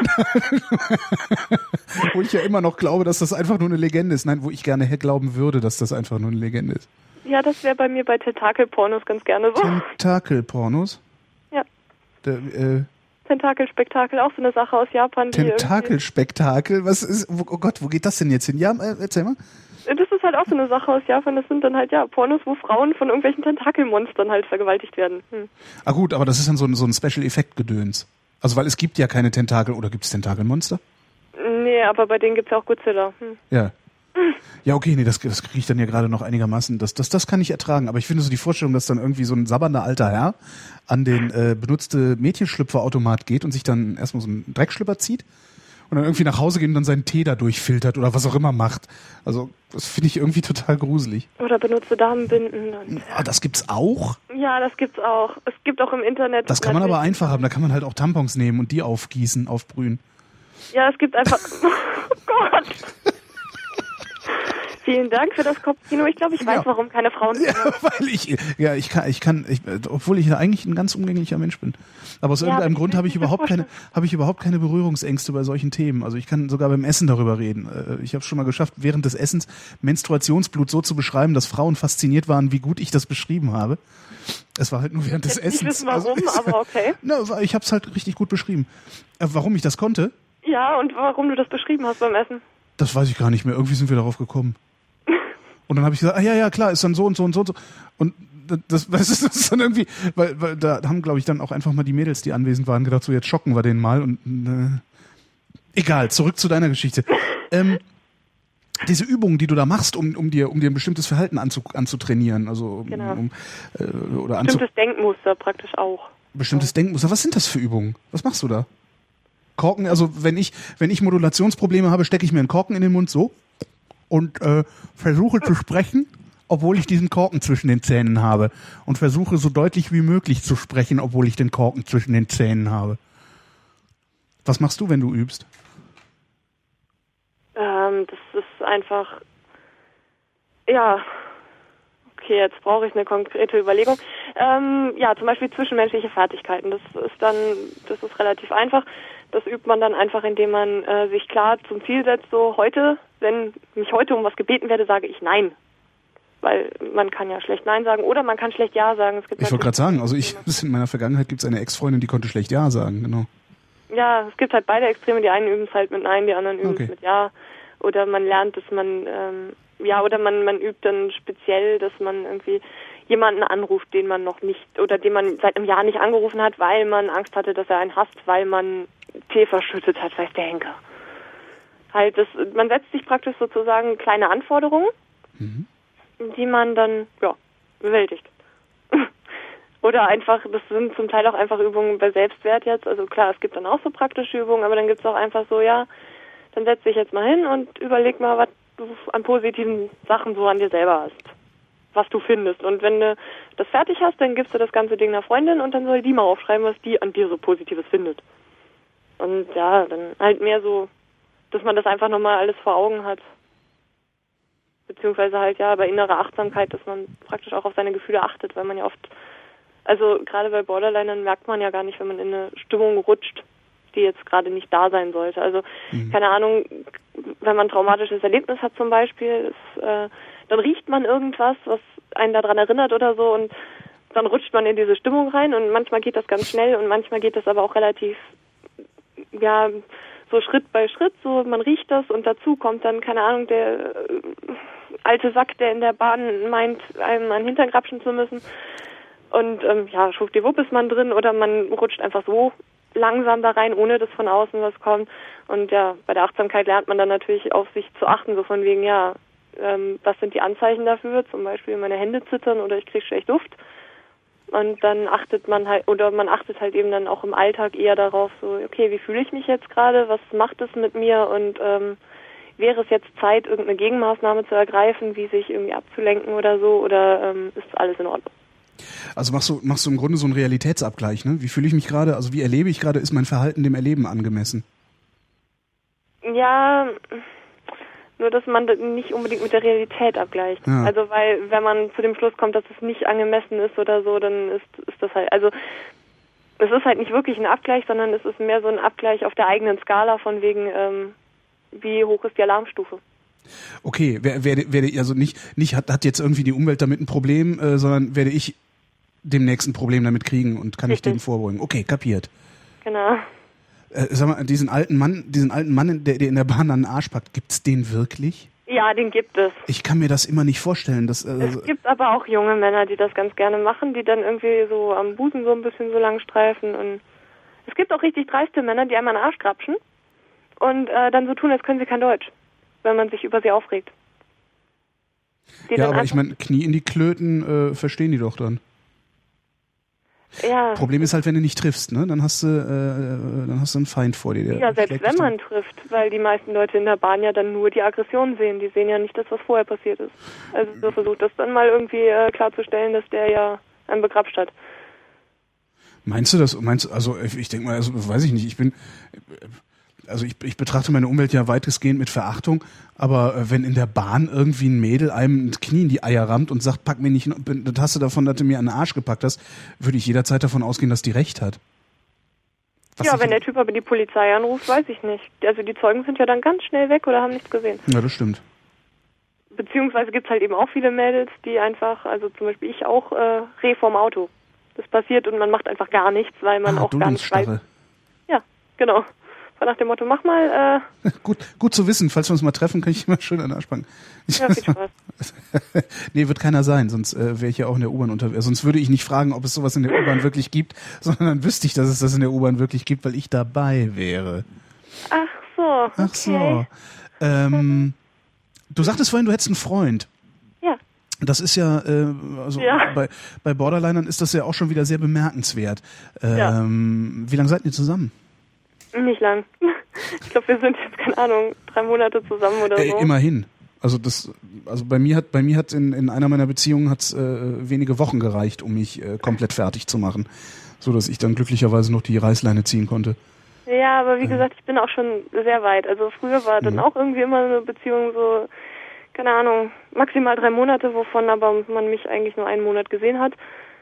Wo ich ja immer noch glaube, dass das einfach nur eine Legende ist. Nein, wo ich gerne glauben würde, dass das einfach nur eine Legende ist. Ja, das wäre bei mir bei Tentakelpornos ganz gerne so. Tentakelpornos? Ja. Tentakelspektakel, auch so eine Sache aus Japan. Tentakelspektakel? Was ist, oh Gott, wo geht das denn jetzt hin? Ja, erzähl mal. Das ist halt auch so eine Sache aus Japan. Das sind dann halt, Pornos, wo Frauen von irgendwelchen Tentakelmonstern halt vergewaltigt werden. Ah gut, aber das ist dann so ein Special-Effekt-Gedöns. Also, weil es gibt ja keine Tentakel, oder gibt es Tentakelmonster? Nee, aber bei denen gibt es ja auch Godzilla. Ja. Ja, okay, nee, das kriege ich dann ja gerade noch einigermaßen. Das kann ich ertragen. Aber ich finde so die Vorstellung, dass dann irgendwie so ein sabbernder alter Herr an den benutzte Mädchenschlüpferautomat geht und sich dann erstmal so einen Dreckschlüpper zieht und dann irgendwie nach Hause geht und dann seinen Tee da durchfiltert oder was auch immer macht. Also, das finde ich irgendwie total gruselig. Oder benutzte Damenbinden. Das gibt's auch? Ja, das gibt's auch. Es gibt auch im Internet. Das kann man aber einfach haben. Da kann man halt auch Tampons nehmen und die aufgießen, aufbrühen. Ja, es gibt einfach... Oh Gott! Vielen Dank für das Kopfkino. Ich glaube, ich weiß, warum keine Frauen. Ja, weil ich kann, obwohl ich eigentlich ein ganz umgänglicher Mensch bin. Aber aus irgendeinem Grund habe ich überhaupt keine Berührungsängste bei solchen Themen. Also ich kann sogar beim Essen darüber reden. Ich habe es schon mal geschafft, während des Essens Menstruationsblut so zu beschreiben, dass Frauen fasziniert waren, wie gut ich das beschrieben habe. Es war halt nur während des Essens. Ich wissen warum, aber okay. Ich habe es halt richtig gut beschrieben. Warum ich das konnte? Ja, und warum du das beschrieben hast beim Essen? Das weiß ich gar nicht mehr. Irgendwie sind wir darauf gekommen. Und dann habe ich gesagt, ja, klar, ist dann so und so und so und so. Und das ist dann irgendwie, weil da haben, glaube ich, dann auch einfach mal die Mädels, die anwesend waren, gedacht, so jetzt schocken wir den mal. Und egal, zurück zu deiner Geschichte. Diese Übungen, die du da machst, um dir ein bestimmtes Verhalten anzutrainieren, also genau. Oder bestimmtes Denkmuster praktisch auch. Bestimmtes Denkmuster. Was sind das für Übungen? Was machst du da? Korken, also wenn ich Modulationsprobleme habe, stecke ich mir einen Korken in den Mund so und versuche zu sprechen, obwohl ich diesen Korken zwischen den Zähnen habe. Und versuche so deutlich wie möglich zu sprechen, obwohl ich den Korken zwischen den Zähnen habe. Was machst du, wenn du übst? Das ist einfach, ja, okay, jetzt brauche ich eine konkrete Überlegung. Zum Beispiel zwischenmenschliche Fertigkeiten. Das ist relativ einfach. Das übt man dann einfach, indem man sich klar zum Ziel setzt, so heute, wenn mich heute um was gebeten werde, sage ich Nein. Weil man kann ja schlecht Nein sagen oder man kann schlecht Ja sagen. Ich wollte gerade sagen, in meiner Vergangenheit gibt es eine Ex-Freundin, die konnte schlecht Ja sagen, genau. Ja, es gibt halt beide Extreme. Die einen üben es halt mit Nein, die anderen üben es mit Ja. Oder man lernt, dass man, oder man übt dann speziell, dass man irgendwie jemanden anruft, den man noch nicht, oder den man seit einem Jahr nicht angerufen hat, weil man Angst hatte, dass er einen hasst, weil man Tee verschüttet hat, weiß der Henker. Halt, man setzt sich praktisch sozusagen kleine Anforderungen, die man dann, bewältigt. Oder einfach, das sind zum Teil auch einfach Übungen bei Selbstwert jetzt, also klar, es gibt dann auch so praktische Übungen, aber dann gibt es auch einfach so, dann setz dich jetzt mal hin und überleg mal, was du an positiven Sachen so an dir selber hast. Was du findest. Und wenn du das fertig hast, dann gibst du das ganze Ding einer Freundin und dann soll die mal aufschreiben, was die an dir so Positives findet. Und dann halt mehr so, dass man das einfach nochmal alles vor Augen hat. Beziehungsweise halt bei innerer Achtsamkeit, dass man praktisch auch auf seine Gefühle achtet, weil man ja oft, also gerade bei Borderlinern merkt man ja gar nicht, wenn man in eine Stimmung rutscht, die jetzt gerade nicht da sein sollte. Also, keine Ahnung, wenn man ein traumatisches Erlebnis hat zum Beispiel, dann riecht man irgendwas, was einen daran erinnert oder so und dann rutscht man in diese Stimmung rein und manchmal geht das ganz schnell und manchmal geht das aber auch relativ, so Schritt bei Schritt, so man riecht das und dazu kommt dann, keine Ahnung, der alte Sack, der in der Bahn meint, einem an den Hintern grapschen zu müssen und schwuppdiwupp ist man drin oder man rutscht einfach so langsam da rein, ohne dass von außen was kommt. Und bei der Achtsamkeit lernt man dann natürlich auf sich zu achten, so von wegen, was sind die Anzeichen dafür? Zum Beispiel meine Hände zittern oder ich kriege schlecht Luft. Und dann achtet man halt eben dann auch im Alltag eher darauf, so, okay, wie fühle ich mich jetzt gerade? Was macht es mit mir? Und wäre es jetzt Zeit, irgendeine Gegenmaßnahme zu ergreifen, wie sich irgendwie abzulenken oder so? Oder ist alles in Ordnung? Also machst du im Grunde so einen Realitätsabgleich, ne? Wie fühle ich mich gerade, also wie erlebe ich gerade, ist mein Verhalten dem Erleben angemessen? Ja, nur dass man das nicht unbedingt mit der Realität abgleicht. Ja. Also weil, wenn man zu dem Schluss kommt, dass es nicht angemessen ist oder so, dann ist das halt, also es ist halt nicht wirklich ein Abgleich, sondern es ist mehr so ein Abgleich auf der eigenen Skala von wegen, wie hoch ist die Alarmstufe. Okay, werde also nicht hat jetzt irgendwie die Umwelt damit ein Problem, sondern werde ich demnächst ein Problem damit kriegen und kann ich dem vorbeugen. Okay, kapiert. Genau. Sag mal, diesen alten Mann, der in der Bahn an den Arsch packt, gibt's den wirklich? Ja, den gibt es. Ich kann mir das immer nicht vorstellen. Es gibt aber auch junge Männer, die das ganz gerne machen, die dann irgendwie so am Busen so ein bisschen so lang streifen. Und es gibt auch richtig dreiste Männer, die einmal an den Arsch grapschen und dann so tun, als können sie kein Deutsch, wenn man sich über sie aufregt. Ja, aber ich meine, Knie in die Klöten verstehen die doch dann. Ja. Problem ist halt, wenn du nicht triffst, ne? Dann hast du einen Feind vor dir. Ja, selbst wenn man trifft, weil die meisten Leute in der Bahn ja dann nur die Aggression sehen. Die sehen ja nicht das, was vorher passiert ist. Also so versucht das dann mal irgendwie klarzustellen, dass der ja einen begrapscht hat. Meinst du das? Also ich denke mal, also weiß ich nicht. also ich betrachte meine Umwelt ja weitestgehend mit Verachtung, aber wenn in der Bahn irgendwie ein Mädel einem das Knie in die Eier rammt und sagt, pack mir nicht eine Tasse davon, dass du mir an den Arsch gepackt hast, würde ich jederzeit davon ausgehen, dass die recht hat. Wenn der Typ aber die Polizei anruft, weiß ich nicht. Also die Zeugen sind ja dann ganz schnell weg oder haben nichts gesehen. Ja, das stimmt. Beziehungsweise gibt es halt eben auch viele Mädels, die einfach, also zum Beispiel ich auch, Reh vorm Auto. Das passiert und man macht einfach gar nichts, weil man auch gar nicht weiß. Ja, genau. Nach dem Motto, mach mal. Gut zu wissen, falls wir uns mal treffen, kann ich immer schön an den Arsch packen. Ja, viel Spaß. Nee, wird keiner sein, sonst wäre ich ja auch in der U-Bahn unterwegs. Sonst würde ich nicht fragen, ob es sowas in der U-Bahn wirklich gibt, sondern dann wüsste ich, dass es das in der U-Bahn wirklich gibt, weil ich dabei wäre. Ach so. Ach so. Du sagtest vorhin, du hättest einen Freund. Ja. Das ist ja, bei Borderlinern ist das ja auch schon wieder sehr bemerkenswert. Wie lange seid ihr zusammen? Nicht lang. Ich glaube, wir sind jetzt, keine Ahnung, 3 Monate zusammen oder so. Immerhin. Also bei mir hat in einer meiner Beziehungen hat's wenige Wochen gereicht, um mich komplett fertig zu machen, so dass ich dann glücklicherweise noch die Reißleine ziehen konnte. Ja, aber wie gesagt, ich bin auch schon sehr weit. Also früher war dann auch irgendwie immer eine Beziehung so, keine Ahnung, maximal 3 Monate, wovon aber man mich eigentlich nur 1 Monat gesehen hat.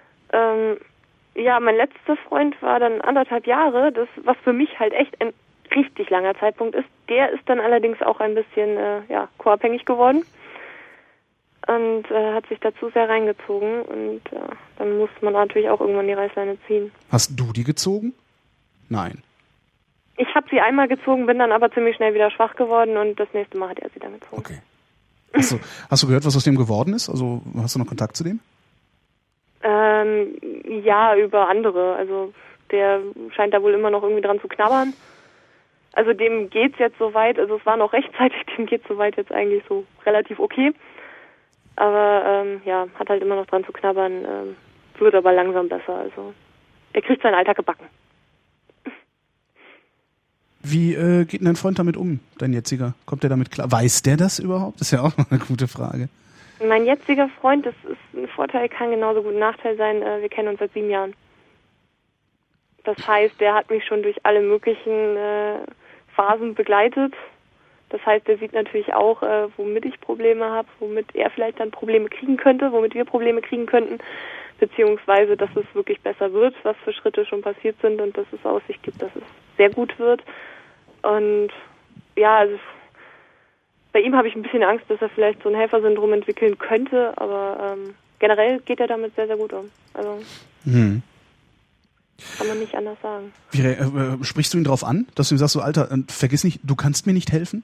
Mein letzter Freund war dann 1,5 Jahre, das was für mich halt echt ein richtig langer Zeitpunkt ist. Der ist dann allerdings auch ein bisschen co-abhängig geworden und hat sich dazu sehr reingezogen und dann muss man natürlich auch irgendwann die Reißleine ziehen. Hast du die gezogen? Nein. Ich habe sie einmal gezogen, bin dann aber ziemlich schnell wieder schwach geworden und das nächste Mal hat er sie dann gezogen. Okay. Hast du gehört, was aus dem geworden ist? Also hast du noch Kontakt zu dem? Ja, über andere. Also der scheint da wohl immer noch irgendwie dran zu knabbern. Also dem geht's jetzt soweit, also es war noch rechtzeitig, dem geht's soweit jetzt eigentlich so relativ okay. Aber hat halt immer noch dran zu knabbern, wird aber langsam besser. Also er kriegt seinen Alltag gebacken. Wie geht denn dein Freund damit um, dein jetziger? Kommt der damit klar? Weiß der das überhaupt? Das ist ja auch mal eine gute Frage. Mein jetziger Freund, das ist ein Vorteil, kann genauso gut ein Nachteil sein. Wir kennen uns seit 7 Jahren. Das heißt, der hat mich schon durch alle möglichen Phasen begleitet. Das heißt, er sieht natürlich auch, womit ich Probleme habe, womit er vielleicht dann Probleme kriegen könnte, womit wir Probleme kriegen könnten, beziehungsweise, dass es wirklich besser wird, was für Schritte schon passiert sind und dass es Aussicht gibt, dass es sehr gut wird. Und ja, also bei ihm habe ich ein bisschen Angst, dass er vielleicht so ein Helfersyndrom entwickeln könnte, aber generell geht er damit sehr, sehr gut um. Also kann man nicht anders sagen. Wie sprichst du ihn drauf an, dass du ihm sagst, so Alter, vergiss nicht, du kannst mir nicht helfen?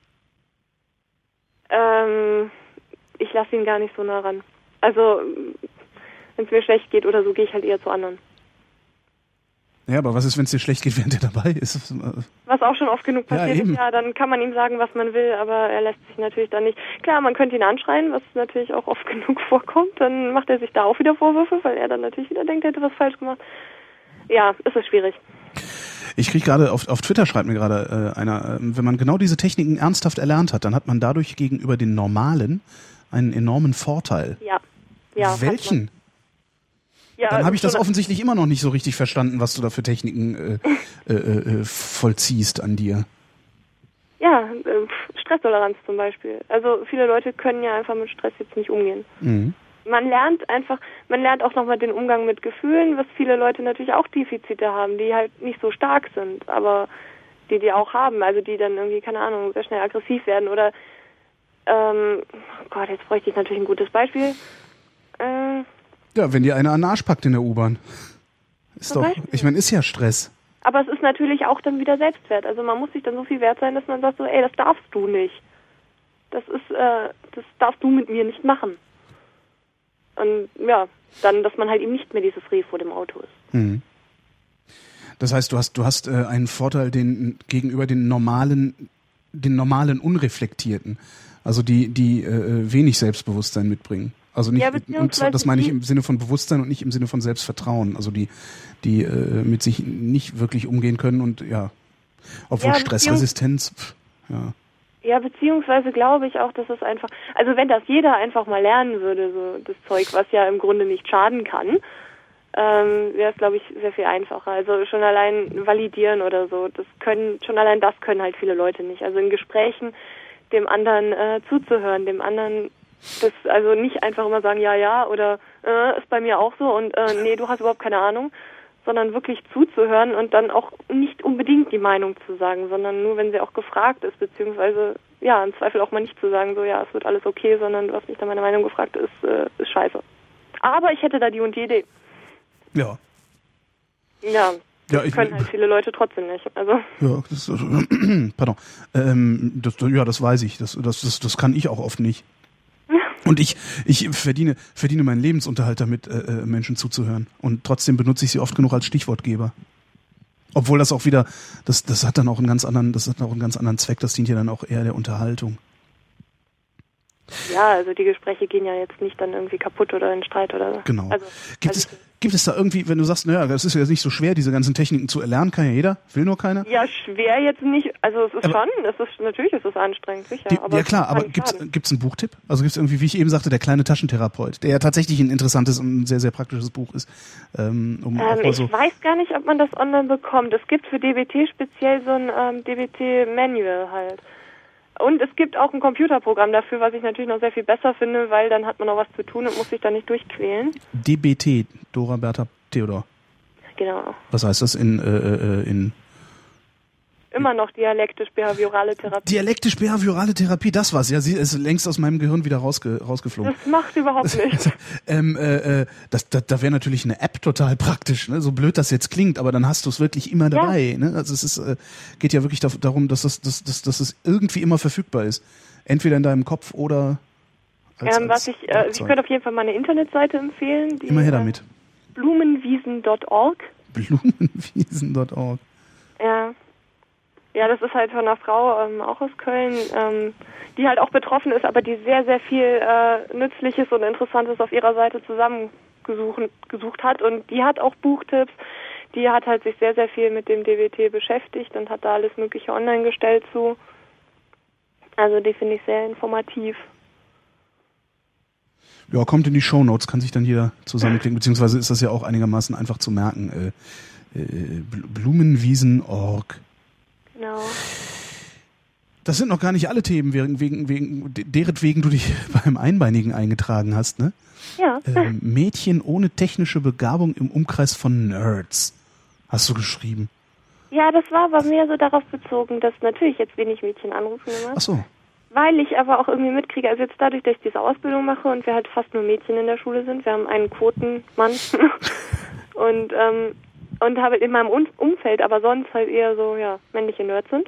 Ich lasse ihn gar nicht so nah ran. Also wenn es mir schlecht geht oder so, gehe ich halt eher zu anderen. Ja, aber was ist, wenn es dir schlecht geht, während er dabei ist? Was auch schon oft genug passiert ist, dann kann man ihm sagen, was man will, aber er lässt sich natürlich dann nicht. Klar, man könnte ihn anschreien, was natürlich auch oft genug vorkommt, dann macht er sich da auch wieder Vorwürfe, weil er dann natürlich wieder denkt, er hätte was falsch gemacht. Ja, es ist schwierig. Ich kriege gerade, auf Twitter schreibt mir gerade einer, wenn man genau diese Techniken ernsthaft erlernt hat, dann hat man dadurch gegenüber den Normalen einen enormen Vorteil. Ja. Welchen? Ja, dann habe ich das offensichtlich immer noch nicht so richtig verstanden, was du da für Techniken vollziehst an dir. Ja, Stresstoleranz zum Beispiel. Also viele Leute können ja einfach mit Stress jetzt nicht umgehen. Mhm. Man lernt auch nochmal den Umgang mit Gefühlen, was viele Leute natürlich auch Defizite haben, die halt nicht so stark sind, aber die auch haben, also die dann irgendwie, keine Ahnung, sehr schnell aggressiv werden oder jetzt bräuchte ich natürlich ein gutes Beispiel. Ja, wenn dir einer an den Arsch packt in der U-Bahn. Ist ja Stress. Aber es ist natürlich auch dann wieder Selbstwert. Also man muss sich dann so viel wert sein, dass man sagt so, ey, das darfst du nicht. Das darfst du mit mir nicht machen. Und ja, dann, dass man halt eben nicht mehr dieses Reh vor dem Auto ist. Mhm. Das heißt, du hast einen Vorteil gegenüber den normalen Unreflektierten. Also die wenig Selbstbewusstsein mitbringen. Also nicht, und das meine ich im Sinne von Bewusstsein und nicht im Sinne von Selbstvertrauen. Also die mit sich nicht wirklich umgehen können und obwohl Stressresistenz, Ja, beziehungsweise glaube ich auch, dass es einfach, also wenn das jeder einfach mal lernen würde, so das Zeug, was ja im Grunde nicht schaden kann, wäre es, glaube ich, sehr viel einfacher. Also schon allein validieren oder so, das können halt viele Leute nicht. Also in Gesprächen dem anderen zuzuhören, dem anderen das also nicht einfach immer sagen, ja oder ist bei mir auch so und nee, du hast überhaupt keine Ahnung, sondern wirklich zuzuhören und dann auch nicht unbedingt die Meinung zu sagen, sondern nur, wenn sie auch gefragt ist, beziehungsweise ja, im Zweifel auch mal nicht zu sagen, so ja, es wird alles okay, sondern du hast mich nach meiner Meinung gefragt, ist scheiße. Aber ich hätte da die und die Idee. Ja. Ja, das können halt viele Leute trotzdem nicht. Also. Ja, pardon. Das weiß ich. Das kann ich auch oft nicht. Und ich verdiene meinen Lebensunterhalt damit, Menschen zuzuhören. Und trotzdem benutze ich sie oft genug als Stichwortgeber. Obwohl das auch wieder, das hat dann auch einen ganz anderen Zweck. Das dient ja dann auch eher der Unterhaltung. Ja, also die Gespräche gehen ja jetzt nicht dann irgendwie kaputt oder in Streit oder so. Genau. Gibt es da irgendwie, wenn du sagst, naja, das ist ja jetzt nicht so schwer, diese ganzen Techniken zu erlernen, kann ja jeder, will nur keiner? Ja, schwer jetzt nicht, also es ist natürlich ist es anstrengend, sicher. Ja klar, aber gibt's einen Buchtipp? Also gibt's irgendwie, wie ich eben sagte, der kleine Taschentherapeut, der ja tatsächlich ein interessantes und sehr, sehr praktisches Buch ist. Ich weiß gar nicht, ob man das online bekommt. Es gibt für DBT speziell so ein DBT-Manual halt. Und es gibt auch ein Computerprogramm dafür, was ich natürlich noch sehr viel besser finde, weil dann hat man noch was zu tun und muss sich da nicht durchquälen. DBT, Dora Bertha Theodor. Genau. Was heißt das in Immer noch dialektisch-behaviorale Therapie. Dialektisch-behaviorale Therapie, das war's. Ja, sie ist längst aus meinem Gehirn wieder rausgeflogen. Das macht überhaupt nichts. Da wäre natürlich eine App total praktisch, ne? So blöd das jetzt klingt, aber dann hast du es wirklich immer dabei. Ja. Ne? Also es ist, geht ja wirklich darum, dass es irgendwie immer verfügbar ist. Entweder in deinem Kopf oder ich könnte auf jeden Fall mal eine Internetseite empfehlen. Die, immer her damit. Blumenwiesen.org. Blumenwiesen.org. Ja. Ja, das ist halt von einer Frau, auch aus Köln, die halt auch betroffen ist, aber die sehr, sehr viel Nützliches und Interessantes auf ihrer Seite zusammengesucht hat. Und die hat auch Buchtipps. Die hat halt sich sehr, sehr viel mit dem DBT beschäftigt und hat da alles Mögliche online gestellt zu. Also die finde ich sehr informativ. Ja, kommt in die Shownotes, kann sich dann jeder zusammenklicken, beziehungsweise ist das ja auch einigermaßen einfach zu merken. Blumenwiesen.org. Genau. Das sind noch gar nicht alle Themen, deretwegen du dich beim Einbeinigen eingetragen hast, ne? Ja. Mädchen ohne technische Begabung im Umkreis von Nerds, hast du geschrieben. Ja, das war aber mehr so darauf bezogen, dass natürlich jetzt wenig Mädchen anrufen immer. Ach so. Weil ich aber auch irgendwie mitkriege, also jetzt dadurch, dass ich diese Ausbildung mache und wir halt fast nur Mädchen in der Schule sind, wir haben einen Quotenmann und habe in meinem Umfeld, aber sonst halt eher so, ja, männliche Nerds sind,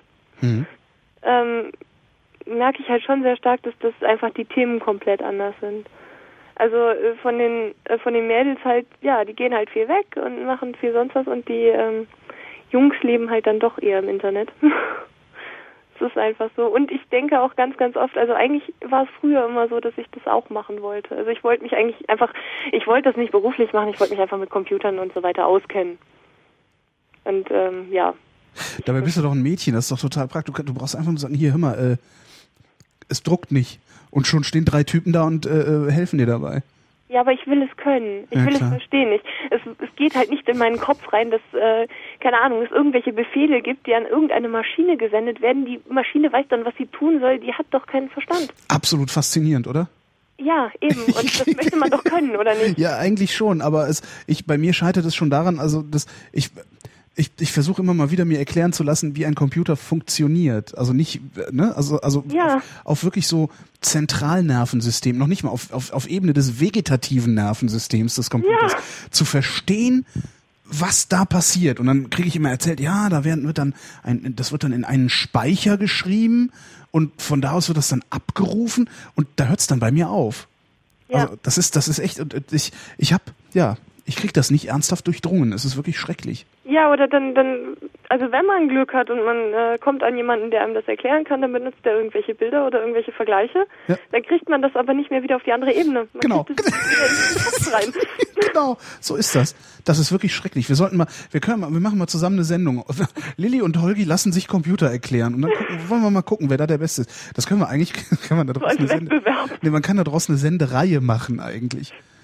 merke ich halt schon sehr stark, dass das einfach die Themen komplett anders sind. Also von den Mädels halt, ja, die gehen halt viel weg und machen viel sonst was und die Jungs leben halt dann doch eher im Internet. Das ist einfach so. Und ich denke auch ganz, ganz oft, also eigentlich war es früher immer so, dass ich das auch machen wollte. Also ich wollte mich eigentlich ich wollte das nicht beruflich machen, ich wollte mich einfach mit Computern und so weiter auskennen. Und ja. Dabei bist du doch ein Mädchen, das ist doch total praktisch. Du brauchst einfach nur sagen, hier, hör mal, es druckt nicht. Und schon stehen 3 Typen da und helfen dir dabei. Ja, aber ich will es können. Ich will es verstehen. Es geht halt nicht in meinen Kopf rein, dass, keine Ahnung, es irgendwelche Befehle gibt, die an irgendeine Maschine gesendet werden. Die Maschine weiß dann, was sie tun soll. Die hat doch keinen Verstand. Absolut faszinierend, oder? Ja, eben. Und das möchte man doch können, oder nicht? Ja, eigentlich schon. Aber bei mir scheitert es schon daran, also ich versuche immer mal wieder mir erklären zu lassen, wie ein Computer funktioniert. Also nicht, ne, also ja. auf wirklich so Zentralnervensystem, noch nicht mal auf Ebene des vegetativen Nervensystems des Computers, zu verstehen, was da passiert. Und dann kriege ich immer erzählt, ja, das wird dann in einen Speicher geschrieben und von da aus wird das dann abgerufen und da hört es dann bei mir auf. Ja. Also das ist echt, und ich krieg das nicht ernsthaft durchdrungen. Es ist wirklich schrecklich. Ja, oder dann, also wenn man Glück hat und man kommt an jemanden, der einem das erklären kann, dann benutzt er irgendwelche Bilder oder irgendwelche Vergleiche. Ja. Dann kriegt man das aber nicht mehr wieder auf die andere Ebene. Man genau. Kriegt das wieder in den Kopf rein. Genau, so ist das. Das ist wirklich schrecklich. Wir machen mal zusammen eine Sendung. Lilly und Holgi lassen sich Computer erklären und dann wollen wir mal gucken, wer da der Beste ist. Das können wir eigentlich, man kann da draußen eine Sendereihe machen eigentlich.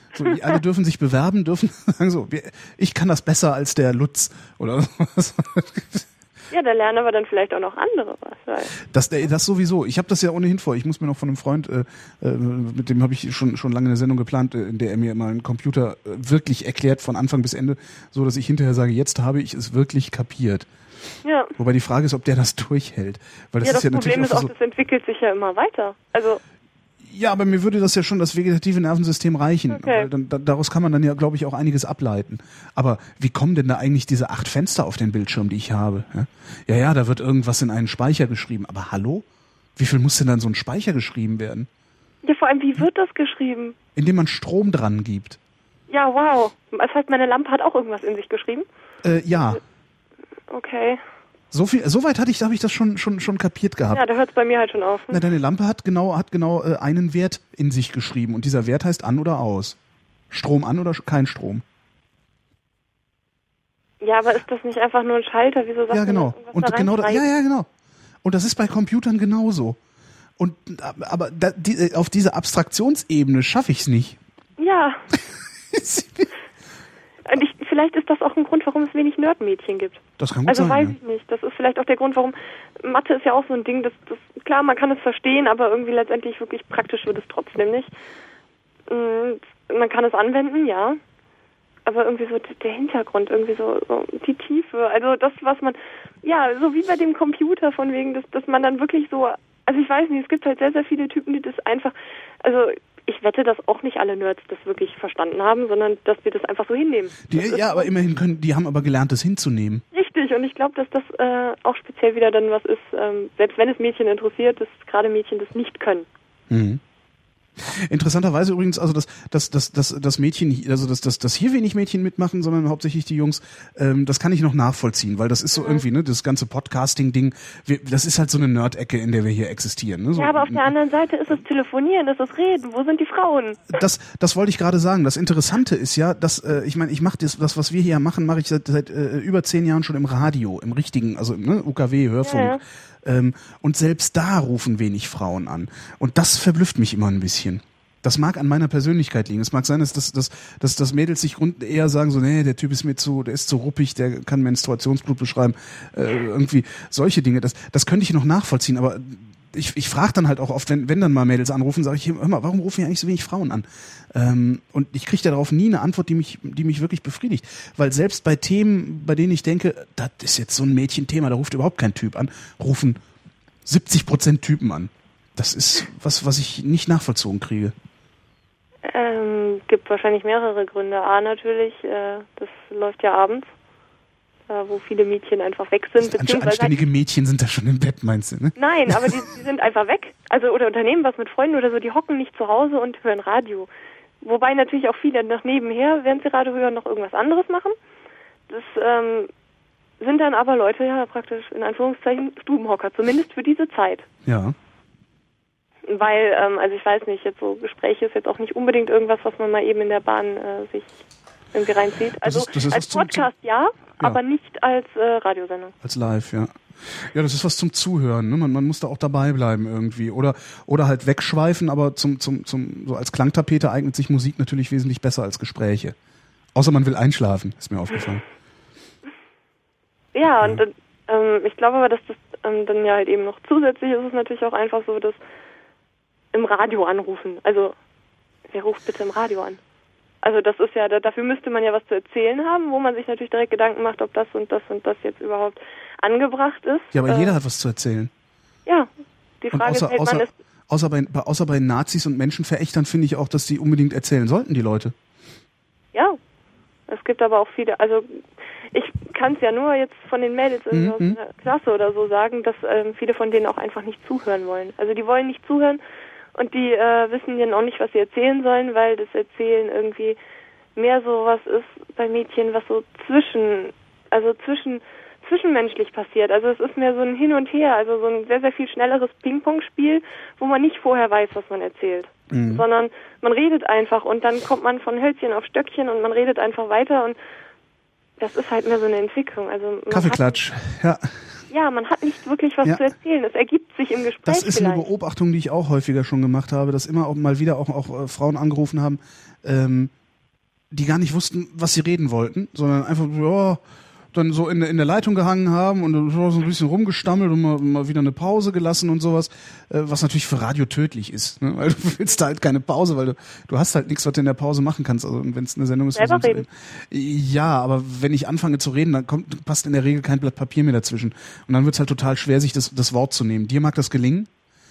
So, alle dürfen sich bewerben, dürfen sagen so, ich kann das besser als der Lutz oder sowas. Ja, da lernen aber dann vielleicht auch noch andere was. Das sowieso. Ich habe das ja ohnehin vor. Ich muss mir noch von einem Freund, mit dem habe ich schon lange eine Sendung geplant, in der er mir mal einen Computer wirklich erklärt von Anfang bis Ende, so dass ich hinterher sage, jetzt habe ich es wirklich kapiert. Ja. Wobei die Frage ist, ob der das durchhält. Weil das ist ja Problem ist auch, das entwickelt sich ja immer weiter. Also ja, aber mir würde das ja schon das vegetative Nervensystem reichen. Okay. Weil daraus kann man dann ja, glaube ich, auch einiges ableiten. Aber wie kommen denn da eigentlich diese 8 Fenster auf den Bildschirm, die ich habe? Ja, da wird irgendwas in einen Speicher geschrieben. Aber hallo? Wie viel muss denn dann so ein Speicher geschrieben werden? Ja, vor allem, wie wird das geschrieben? Indem man Strom dran gibt. Ja, wow. Das heißt, meine Lampe hat auch irgendwas in sich geschrieben? Ja. Okay. So weit habe ich das schon kapiert gehabt. Ja, da hört es bei mir halt schon auf. Na, deine Lampe hat genau einen Wert in sich geschrieben und dieser Wert heißt an oder aus. Strom an oder kein Strom. Ja, aber ist das nicht einfach nur ein Schalter? Wieso sagt ja, genau. man Und genau, ja, genau. Und das ist bei Computern genauso. Und aber auf dieser Abstraktionsebene schaffe ich es nicht. Ja. Und vielleicht ist das auch ein Grund, warum es wenig Nerdmädchen gibt. Das kann gut sein. Also weiß ich nicht. Das ist vielleicht auch der Grund, warum Mathe ist ja auch so ein Ding, das klar, man kann es verstehen, aber irgendwie letztendlich wirklich praktisch wird es trotzdem nicht. Man kann es anwenden, ja. Aber irgendwie so der Hintergrund, irgendwie so die Tiefe, also das, was man, ja, so wie bei dem Computer von wegen, dass man dann wirklich so, also ich weiß nicht, es gibt halt sehr, sehr viele Typen, die das einfach, also ich wette, dass auch nicht alle Nerds das wirklich verstanden haben, sondern dass wir das einfach so hinnehmen. Ja, aber immerhin die haben aber gelernt, das hinzunehmen. Richtig, und ich glaube, dass das auch speziell wieder dann was ist, selbst wenn es Mädchen interessiert, dass gerade Mädchen das nicht können. Mhm. Interessanterweise übrigens, also das Mädchen, also dass hier wenig Mädchen mitmachen, sondern hauptsächlich die Jungs, das kann ich noch nachvollziehen, weil das ist so irgendwie, ne, das ganze Podcasting-Ding, das ist halt so eine Nerd-Ecke, in der wir hier existieren. Ne? So, ja, aber auf der anderen Seite ist es Telefonieren, ist es Reden, wo sind die Frauen? Das wollte ich gerade sagen. Das Interessante ist ja, dass, ich meine, ich mache das, was wir hier machen, mache ich seit über 10 Jahren schon im Radio, im richtigen, also im UKW, Hörfunk. Ja. Und selbst da rufen wenig Frauen an. Und das verblüfft mich immer ein bisschen. Das mag an meiner Persönlichkeit liegen. Es mag sein, dass Mädels sich eher sagen, so, nee, der Typ ist der ist zu ruppig, der kann Menstruationsblut beschreiben. Irgendwie solche Dinge. Das könnte ich noch nachvollziehen, aber ich frage dann halt auch oft, wenn dann mal Mädels anrufen, sage ich, hör mal, warum rufen hier eigentlich so wenig Frauen an? Und ich kriege darauf nie eine Antwort, die mich wirklich befriedigt. Weil selbst bei Themen, bei denen ich denke, das ist jetzt so ein Mädchenthema, da ruft überhaupt kein Typ an, rufen 70% Typen an. Das ist was ich nicht nachvollzogen kriege. Gibt wahrscheinlich mehrere Gründe. A, natürlich, das läuft ja abends, wo viele Mädchen einfach weg sind. Also anständige Mädchen sind da schon im Bett, meinst du, ne? Nein, aber die sind einfach weg. Also, oder unternehmen was mit Freunden oder so, die hocken nicht zu Hause und hören Radio. Wobei natürlich auch viele noch nebenher, während sie Radio hören, noch irgendwas anderes machen. Das sind dann aber Leute, ja, praktisch in Anführungszeichen Stubenhocker, zumindest für diese Zeit. Ja. Weil, also ich weiß nicht, jetzt so Gespräche ist jetzt auch nicht unbedingt irgendwas, was man mal eben in der Bahn sich irgendwie reinzieht. Also das ist als Podcast ja, aber nicht als Radiosendung. Als Live, ja. Ja, das ist was zum Zuhören, ne? Man muss da auch dabei bleiben irgendwie. Oder halt wegschweifen, aber so als Klangtapete eignet sich Musik natürlich wesentlich besser als Gespräche. Außer man will einschlafen, ist mir aufgefallen. Ja, und ich glaube aber, dass das dann ja halt eben noch zusätzlich ist es natürlich auch einfach so, dass im Radio anrufen. Also, wer ruft bitte im Radio an? Also das ist ja, dafür müsste man ja was zu erzählen haben, wo man sich natürlich direkt Gedanken macht, ob das und das und das jetzt überhaupt angebracht ist. Ja, aber jeder hat was zu erzählen. Ja, die Frage ist, hält man es... Außer bei Nazis und Menschenverächtern finde ich auch, dass die unbedingt erzählen sollten, die Leute. Ja, es gibt aber auch viele, also ich kann es ja nur jetzt von den Mädels aus der Klasse oder so sagen, dass viele von denen auch einfach nicht zuhören wollen. Also die wollen nicht zuhören und die wissen dann auch nicht, was sie erzählen sollen, weil das Erzählen irgendwie mehr so was ist bei Mädchen, was so zwischenmenschlich passiert. Also es ist mehr so ein Hin und Her, also so ein sehr, sehr viel schnelleres Ping-Pong-Spiel, wo man nicht vorher weiß, was man erzählt. Sondern man redet einfach und dann kommt man von Hölzchen auf Stöckchen und man redet einfach weiter und das ist halt mehr so eine Entwicklung. Also Kaffeeklatsch, ja. Ja, man hat nicht wirklich was zu erzählen. Es ergibt sich im Gespräch. Das ist vielleicht eine Beobachtung, die ich auch häufiger schon gemacht habe, dass immer auch mal wieder auch Frauen angerufen haben, die gar nicht wussten, was sie reden wollten, sondern einfach dann so in der Leitung gehangen haben und dann so ein bisschen rumgestammelt und mal wieder eine Pause gelassen und sowas, was natürlich für Radio tödlich ist, ne? Weil du willst da halt keine Pause, weil du hast halt nichts, was du in der Pause machen kannst, also wenn es eine Sendung ist. Selber reden. Ja, aber wenn ich anfange zu reden, dann passt in der Regel kein Blatt Papier mehr dazwischen und dann wird's halt total schwer, sich das Wort zu nehmen. Dir mag das gelingen,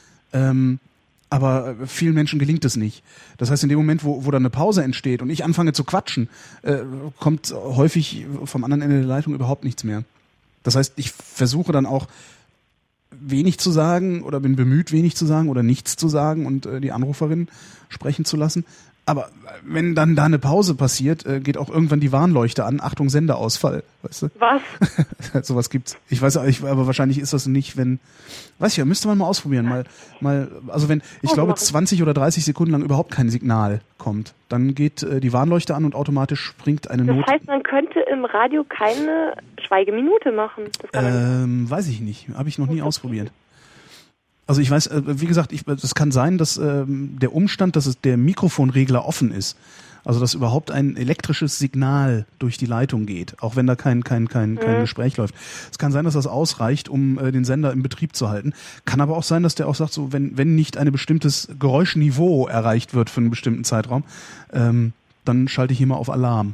aber vielen Menschen gelingt es nicht. Das heißt, in dem Moment, wo dann eine Pause entsteht und ich anfange zu quatschen, kommt häufig vom anderen Ende der Leitung überhaupt nichts mehr. Das heißt, ich versuche dann auch wenig zu sagen oder bin bemüht, wenig zu sagen oder nichts zu sagen und die Anruferin sprechen zu lassen. Aber wenn dann da eine Pause passiert, geht auch irgendwann die Warnleuchte an. Achtung, Senderausfall. Weißt du? Was? Sowas gibt's. Ich weiß, aber wahrscheinlich ist das nicht, weiß ich ja, müsste man mal ausprobieren. Also wenn, ich glaube, 20 oder 30 Sekunden lang überhaupt kein Signal kommt, dann geht die Warnleuchte an und automatisch springt eine Not. Das heißt, man könnte im Radio keine Schweigeminute machen. Das kann weiß ich nicht. Habe ich noch nie ausprobiert. Also ich weiß, wie gesagt, es kann sein, dass der Umstand, dass der Mikrofonregler offen ist, also dass überhaupt ein elektrisches Signal durch die Leitung geht, auch wenn da kein Gespräch läuft. Es kann sein, dass das ausreicht, um den Sender im Betrieb zu halten. Kann aber auch sein, dass der auch sagt, so wenn nicht ein bestimmtes Geräuschniveau erreicht wird für einen bestimmten Zeitraum, dann schalte ich hier mal auf Alarm.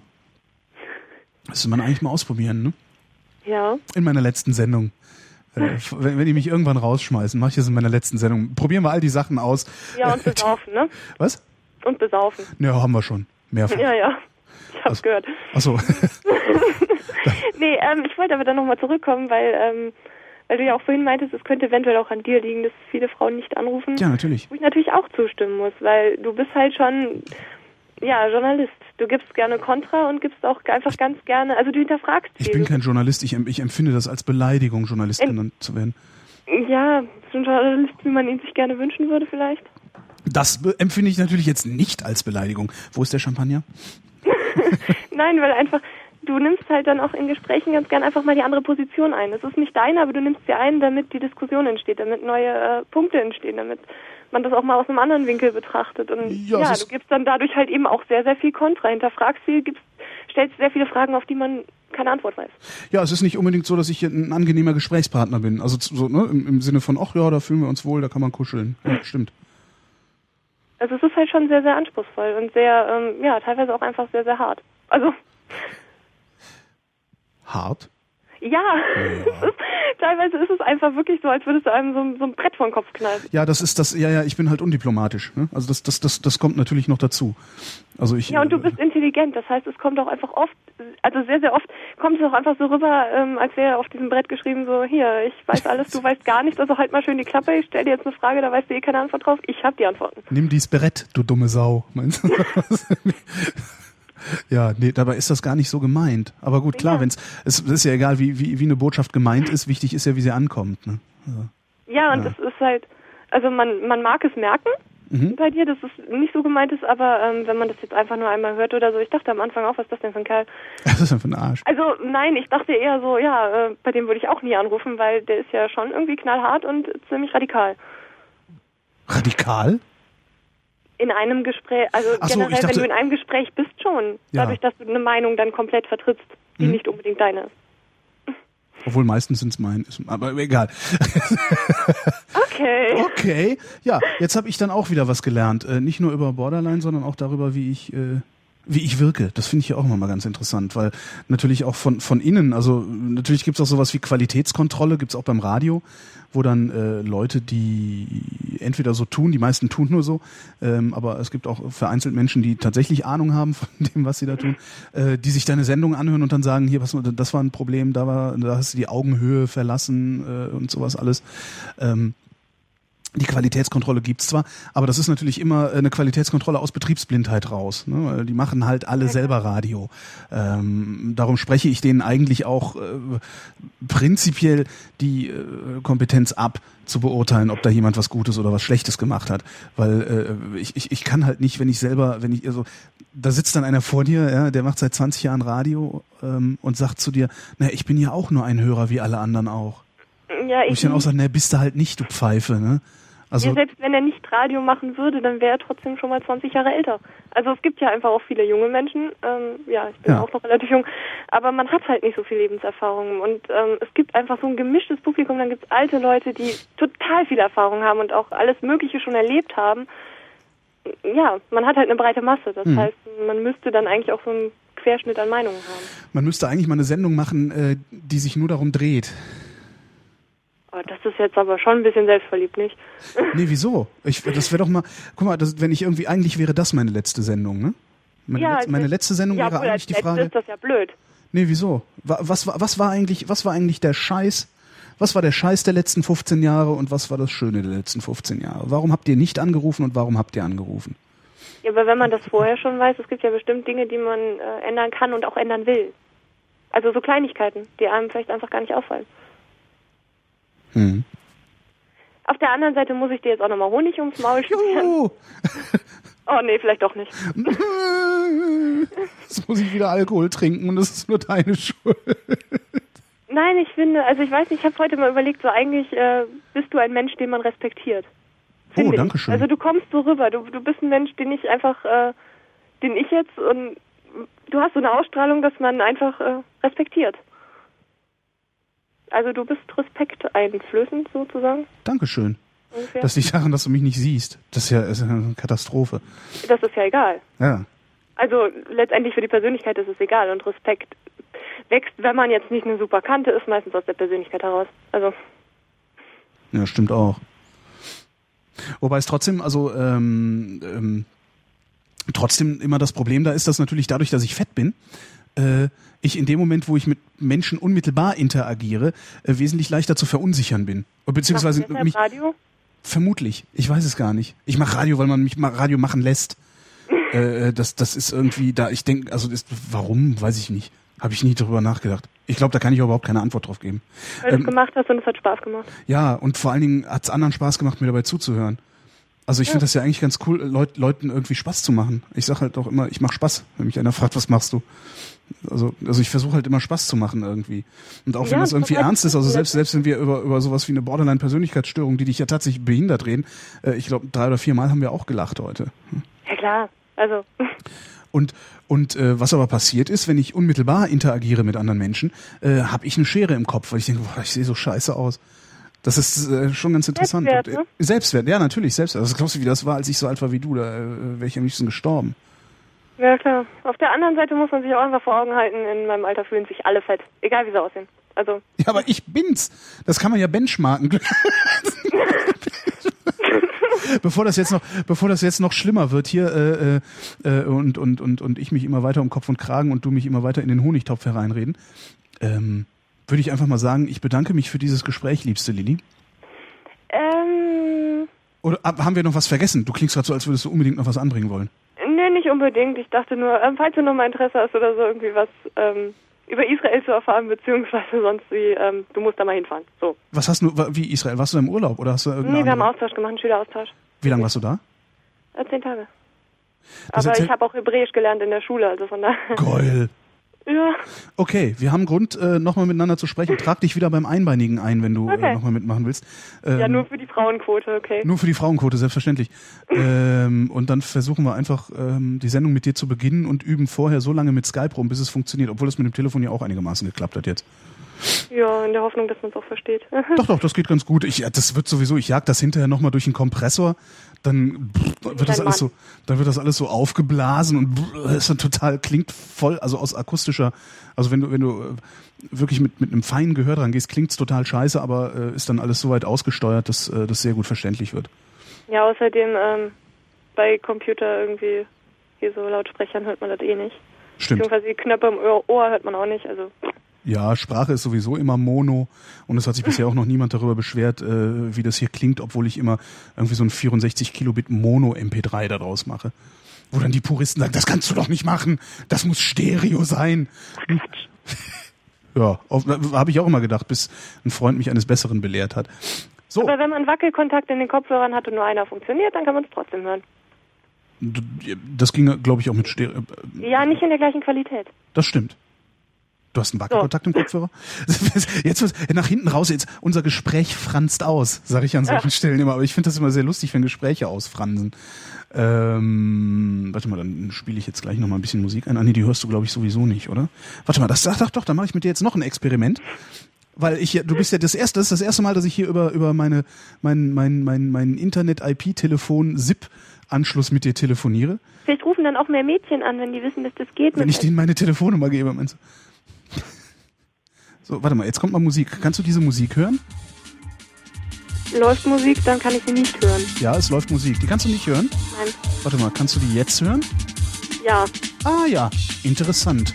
Das sollte man eigentlich mal ausprobieren, ne? Ja. In meiner letzten Sendung. Wenn die mich irgendwann rausschmeißen, mache ich das in meiner letzten Sendung. Probieren wir all die Sachen aus. Ja, und besaufen, ne? Was? Und besaufen. Ja, haben wir schon. Mehrfach. Ja. Ich hab's gehört. Ach so. Nee, ich wollte aber dann nochmal zurückkommen, weil du ja auch vorhin meintest, es könnte eventuell auch an dir liegen, dass viele Frauen nicht anrufen. Ja, natürlich. Wo ich natürlich auch zustimmen muss, weil du bist halt schon, ja, Journalist. Du gibst gerne Kontra und gibst auch einfach ganz gerne, also du hinterfragst viel. Ich bin kein Journalist, ich empfinde das als Beleidigung, Journalist genannt zu werden. Ja, so ein Journalist, wie man ihn sich gerne wünschen würde vielleicht. Das empfinde ich natürlich jetzt nicht als Beleidigung. Wo ist der Champagner? Nein, weil einfach, du nimmst halt dann auch in Gesprächen ganz gern einfach mal die andere Position ein. Es ist nicht deine, aber du nimmst sie ein, damit die Diskussion entsteht, damit neue Punkte entstehen, damit man das auch mal aus einem anderen Winkel betrachtet. Und ja, du gibst dann dadurch halt eben auch sehr, sehr viel Kontra, hinterfragst viel, stellst sehr viele Fragen, auf die man keine Antwort weiß. Ja, es ist nicht unbedingt so, dass ich ein angenehmer Gesprächspartner bin. Also so, ne, im Sinne von, ach ja, da fühlen wir uns wohl, da kann man kuscheln. Ja, stimmt. Also es ist halt schon sehr, sehr anspruchsvoll und sehr, teilweise auch einfach sehr, sehr hart. Also hart? Ja. Teilweise ist es einfach wirklich so, als würdest du einem so ein Brett vor den Kopf knallen. Ja, das ist das, ja, ich bin halt undiplomatisch, ne? Also das kommt natürlich noch dazu. Also ja, und du bist intelligent, das heißt, es kommt auch einfach oft, also sehr, sehr oft kommt es auch einfach so rüber, als wäre auf diesem Brett geschrieben so, hier, ich weiß alles, du weißt gar nichts, also halt mal schön die Klappe, ich stell dir jetzt eine Frage, da weißt du keine Antwort drauf, ich hab die Antworten. Nimm dieses Brett, du dumme Sau, meinst du? Ja, nee, dabei ist das gar nicht so gemeint. Aber gut, klar, es ist ja egal, wie eine Botschaft gemeint ist, wichtig ist ja, wie sie ankommt. Ne? Also, ja, und das ist halt, also man mag es merken bei dir, dass es nicht so gemeint ist, aber wenn man das jetzt einfach nur einmal hört oder so, ich dachte am Anfang auch, was ist das denn für ein Kerl? Das ist ja für ein Arsch. Also nein, ich dachte eher so, ja, bei dem würde ich auch nie anrufen, weil der ist ja schon irgendwie knallhart und ziemlich radikal. Radikal? In einem Gespräch, also generell, wenn du in einem Gespräch bist schon, dadurch, dass du eine Meinung dann komplett vertrittst, die nicht unbedingt deine ist. Obwohl meistens sind es meine, aber egal. Okay. Ja, jetzt habe ich dann auch wieder was gelernt. Nicht nur über Borderline, sondern auch darüber, wie ich wirke. Das finde ich ja auch immer mal ganz interessant, weil natürlich auch von innen, also natürlich gibt es auch sowas wie Qualitätskontrolle, gibt es auch beim Radio, wo dann Leute, die entweder so tun, die meisten tun nur so, aber es gibt auch vereinzelt Menschen, die tatsächlich Ahnung haben von dem, was sie da tun, die sich deine Sendung anhören und dann sagen, hier, das war ein Problem, da hast du die Augenhöhe verlassen und sowas alles. Die Qualitätskontrolle gibt's zwar, aber das ist natürlich immer eine Qualitätskontrolle aus Betriebsblindheit raus. Ne? Die machen halt alle selber Radio. Darum spreche ich denen eigentlich auch prinzipiell die Kompetenz ab, zu beurteilen, ob da jemand was Gutes oder was Schlechtes gemacht hat. Weil ich kann halt nicht, da sitzt dann einer vor dir, ja, der macht seit 20 Jahren Radio und sagt zu dir, na, ich bin ja auch nur ein Hörer wie alle anderen auch. Ja, ich dann auch sage, ne, bist du halt nicht, du Pfeife, ne? Also selbst wenn er nicht Radio machen würde, dann wäre er trotzdem schon mal 20 Jahre älter. Also es gibt ja einfach auch viele junge Menschen, ich bin auch noch relativ jung, aber man hat halt nicht so viel Lebenserfahrung und es gibt einfach so ein gemischtes Publikum, dann gibt es alte Leute, die total viel Erfahrung haben und auch alles Mögliche schon erlebt haben. Ja, man hat halt eine breite Masse, das heißt, man müsste dann eigentlich auch so einen Querschnitt an Meinungen haben. Man müsste eigentlich mal eine Sendung machen, die sich nur darum dreht. Das ist jetzt aber schon ein bisschen selbstverliebt, nicht? Nee, wieso? Das wäre doch mal, guck mal, wenn ich irgendwie, eigentlich wäre das meine letzte Sendung, ne? Meine letzte Sendung wäre eigentlich die Frage. Ist das ja blöd. Nee, wieso? Was war eigentlich der Scheiß? Was war der Scheiß der letzten 15 Jahre und was war das Schöne der letzten 15 Jahre? Warum habt ihr nicht angerufen und warum habt ihr angerufen? Ja, aber wenn man das vorher schon weiß, es gibt ja bestimmt Dinge, die man ändern kann und auch ändern will. Also so Kleinigkeiten, die einem vielleicht einfach gar nicht auffallen. Auf der anderen Seite muss ich dir jetzt auch nochmal Honig ums Maul schmieren. Oh nee, vielleicht doch nicht. Jetzt muss ich wieder Alkohol trinken und das ist nur deine Schuld. Nein, ich finde, also ich weiß nicht, ich habe heute mal überlegt, so eigentlich bist du ein Mensch, den man respektiert. Oh, danke schön. Also du kommst so rüber, du bist ein Mensch, den ich jetzt und du hast so eine Ausstrahlung, dass man einfach respektiert. Also du bist respekteinflößend sozusagen. Dankeschön. Ungefähr. Das liegt daran, dass du mich nicht siehst. Das ist ja eine Katastrophe. Das ist ja egal. Ja. Also letztendlich für die Persönlichkeit ist es egal und Respekt wächst, wenn man jetzt nicht eine super Kante ist, meistens aus der Persönlichkeit heraus. Also. Ja, stimmt auch. Wobei es trotzdem, trotzdem immer das Problem da ist, dass natürlich dadurch, dass ich fett bin, ich in dem Moment, wo ich mit Menschen unmittelbar interagiere, wesentlich leichter zu verunsichern bin. Beziehungsweise mich. Radio? Vermutlich. Ich weiß es gar nicht. Ich mache Radio, weil man mich mal Radio machen lässt. Das ist irgendwie da. Ich denke, warum, weiß ich nicht. Habe ich nie drüber nachgedacht. Ich glaube, da kann ich überhaupt keine Antwort drauf geben. Weil du es gemacht hast und es hat Spaß gemacht. Ja, und vor allen Dingen hat es anderen Spaß gemacht, mir dabei zuzuhören. Also ich finde das ja eigentlich ganz cool, Leuten irgendwie Spaß zu machen. Ich sage halt auch immer, ich mache Spaß, wenn mich einer fragt, was machst du? Also ich versuche halt immer Spaß zu machen irgendwie. Und auch wenn das irgendwie ernst ist, also selbst wenn wir über sowas wie eine Borderline-Persönlichkeitsstörung, die dich ja tatsächlich behindert reden, ich glaube 3 oder 4 Mal haben wir auch gelacht heute. Ja klar, also. Und was aber passiert ist, wenn ich unmittelbar interagiere mit anderen Menschen, habe ich eine Schere im Kopf, weil ich denke, boah, ich sehe so scheiße aus. Das ist schon ganz interessant. Selbstwert, ne? Selbstwert, ja natürlich, Selbstwert. Also glaubst du, wie das war, als ich so alt war wie du, da wäre ich am liebsten gestorben. Ja klar. Auf der anderen Seite muss man sich auch einfach vor Augen halten, in meinem Alter fühlen sich alle fett. Egal wie sie aussehen. Also. Ja, aber ich bin's. Das kann man ja benchmarken. Bevor das jetzt noch schlimmer wird hier und ich mich immer weiter um Kopf und Kragen und du mich immer weiter in den Honigtopf hereinreden, würde ich einfach mal sagen, ich bedanke mich für dieses Gespräch, liebste Lilly. Oder haben wir noch was vergessen? Du klingst gerade so, als würdest du unbedingt noch was anbringen wollen. Nee, nicht unbedingt. Ich dachte nur, falls du noch mal Interesse hast oder so, irgendwie was über Israel zu erfahren, beziehungsweise sonst wie, du musst da mal hinfahren. So. Was hast du, wie Israel? Warst du da im Urlaub oder hast du Nee, wir haben Austausch gemacht, einen Schüleraustausch. Wie lange warst du da? 10 Tage. Aber ich habe auch Hebräisch gelernt in der Schule, also von daher. Geil. Ja. Okay, wir haben Grund, nochmal miteinander zu sprechen. Trag dich wieder beim Einbeinigen ein, wenn du nochmal mitmachen willst. Ja, nur für die Frauenquote, okay. Nur für die Frauenquote, selbstverständlich. Und dann versuchen wir einfach, die Sendung mit dir zu beginnen und üben vorher so lange mit Skype rum, bis es funktioniert. Obwohl es mit dem Telefon ja auch einigermaßen geklappt hat jetzt. Ja, in der Hoffnung, dass man es auch versteht. Doch, das geht ganz gut. Ich jag das hinterher nochmal durch den Kompressor, dann wird das alles so aufgeblasen und es dann total klingt voll, also aus akustischer, also wenn du wirklich mit einem feinen Gehör dran gehst, klingt's total scheiße, aber ist dann alles so weit ausgesteuert, dass das sehr gut verständlich wird. Ja, außerdem bei Computer irgendwie hier so Lautsprechern hört man das eh nicht. Stimmt. Beziehungsweise die Knöpfe im Ohr hört man auch nicht, also. Ja, Sprache ist sowieso immer Mono und es hat sich bisher auch noch niemand darüber beschwert, wie das hier klingt, obwohl ich immer irgendwie so ein 64 Kilobit Mono-MP3 daraus mache. Wo dann die Puristen sagen, das kannst du doch nicht machen, das muss Stereo sein. Ja, habe ich auch immer gedacht, bis ein Freund mich eines Besseren belehrt hat. So. Aber wenn man Wackelkontakt in den Kopfhörern hat und nur einer funktioniert, dann kann man es trotzdem hören. Das ging, glaube ich, auch mit Stereo. Ja, nicht in der gleichen Qualität. Das stimmt. Du hast einen Wackelkontakt im Kopfhörer? Jetzt nach hinten raus, jetzt unser Gespräch franzt aus, sage ich an solchen Stellen immer. Aber ich finde das immer sehr lustig, wenn Gespräche ausfransen. Warte mal, dann spiele ich jetzt gleich noch mal ein bisschen Musik ein. Ah nee, die hörst du, glaube ich, sowieso nicht, oder? Warte mal, da mache ich mit dir jetzt noch ein Experiment. Weil du bist ja das ist das erste Mal, dass ich hier über mein Internet-IP-Telefon SIP-Anschluss mit dir telefoniere. Vielleicht rufen dann auch mehr Mädchen an, wenn die wissen, dass das geht. Wenn ich denen meine Telefonnummer gebe, meinst du? So, warte mal, jetzt kommt mal Musik. Kannst du diese Musik hören? Läuft Musik, dann kann ich sie nicht hören. Ja, es läuft Musik. Die kannst du nicht hören? Nein. Warte mal, kannst du die jetzt hören? Ja. Ah ja, interessant.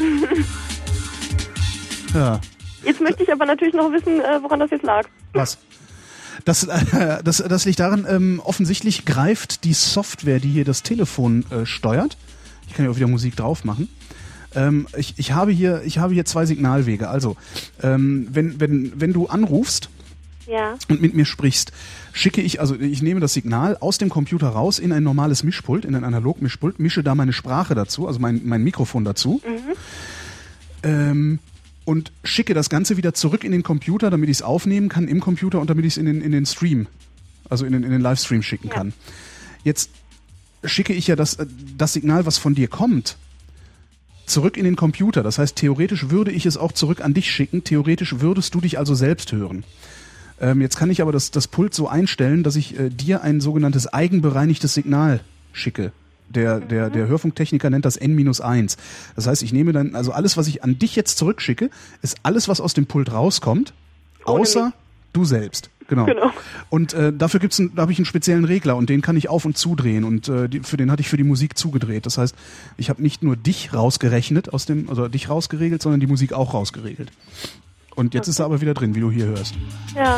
Ja. Jetzt möchte ich aber natürlich noch wissen, woran das jetzt lag. Was? Das liegt daran, offensichtlich greift die Software, die hier das Telefon steuert. Ich kann ja auch wieder Musik drauf machen. Ich habe hier 2 Signalwege. Also, wenn du anrufst und mit mir sprichst, ich nehme das Signal aus dem Computer raus in ein normales Mischpult, in ein Analog-Mischpult, mische da meine Sprache dazu, also mein Mikrofon dazu. Und schicke das Ganze wieder zurück in den Computer, damit ich es aufnehmen kann im Computer und damit ich es in den Stream, also in den Livestream schicken kann. Jetzt schicke ich ja das Signal, was von dir kommt, zurück in den Computer. Das heißt, theoretisch würde ich es auch zurück an dich schicken. Theoretisch würdest du dich also selbst hören. Jetzt kann ich aber das Pult so einstellen, dass ich dir ein sogenanntes eigenbereinigtes Signal schicke. Der Hörfunktechniker nennt das N-1. Das heißt, ich nehme dann, also alles, was ich an dich jetzt zurückschicke, ist alles, was aus dem Pult rauskommt, außer du selbst. Genau. Und dafür habe ich einen speziellen Regler und den kann ich auf- und zudrehen und den hatte ich für die Musik zugedreht. Das heißt, ich habe nicht nur dich rausgerechnet dich rausgeregelt, sondern die Musik auch rausgeregelt. Und jetzt ist er aber wieder drin, wie du hier hörst. Ja.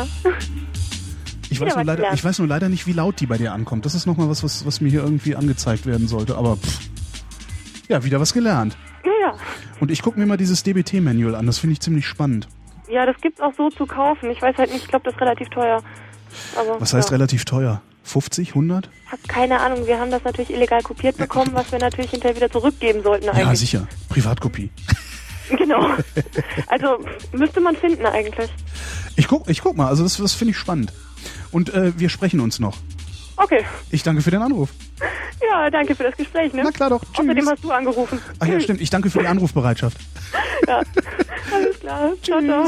Ich weiß nur leider nicht, wie laut die bei dir ankommt. Das ist nochmal was mir hier irgendwie angezeigt werden sollte. Aber ja, wieder was gelernt. Ja. Und ich gucke mir mal dieses DBT-Manual an. Das finde ich ziemlich spannend. Ja, das gibt's auch so zu kaufen. Ich weiß halt nicht, ich glaube, das ist relativ teuer. Aber, was heißt relativ teuer? 50, 100? Ich habe keine Ahnung. Wir haben das natürlich illegal kopiert bekommen, was wir natürlich hinterher wieder zurückgeben sollten eigentlich. Ja, sicher. Privatkopie. Genau. Also müsste man finden eigentlich. Ich guck mal. Also das finde ich spannend. Und wir sprechen uns noch. Okay. Ich danke für den Anruf. Ja, danke für das Gespräch. Ne? Na klar doch. Tschüss. Außerdem hast du angerufen. Ach ja, stimmt. Ich danke für die Anrufbereitschaft. Ja, alles klar. Ciao, ciao.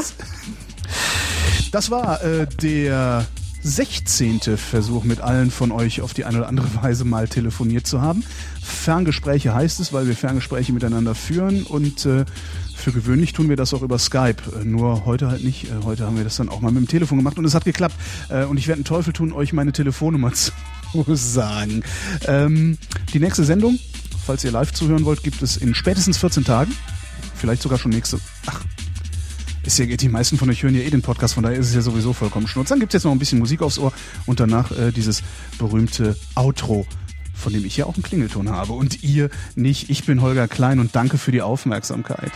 Das war der 16. Versuch mit allen von euch auf die eine oder andere Weise mal telefoniert zu haben. Ferngespräche heißt es, weil wir Ferngespräche miteinander führen und für gewöhnlich tun wir das auch über Skype, nur heute halt nicht. Heute haben wir das dann auch mal mit dem Telefon gemacht und es hat geklappt. Und ich werde einen Teufel tun, euch meine Telefonnummer zu sagen. Die nächste Sendung, falls ihr live zuhören wollt, gibt es in spätestens 14 Tagen. Vielleicht sogar schon nächste... die meisten von euch hören ja den Podcast, von daher ist es ja sowieso vollkommen schnurz. Dann gibt es jetzt noch ein bisschen Musik aufs Ohr und danach dieses berühmte Outro, von dem ich ja auch einen Klingelton habe und ihr nicht. Ich bin Holger Klein und danke für die Aufmerksamkeit.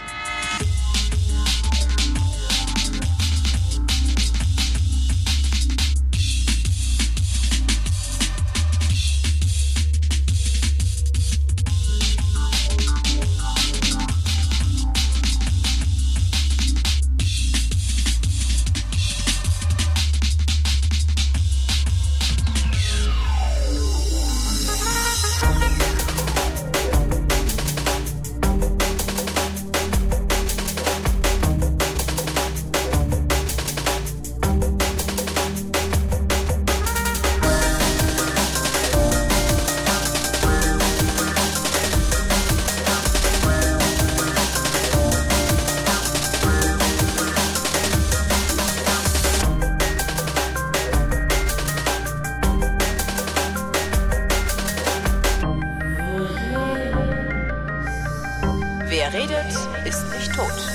Wer redet, ist nicht tot.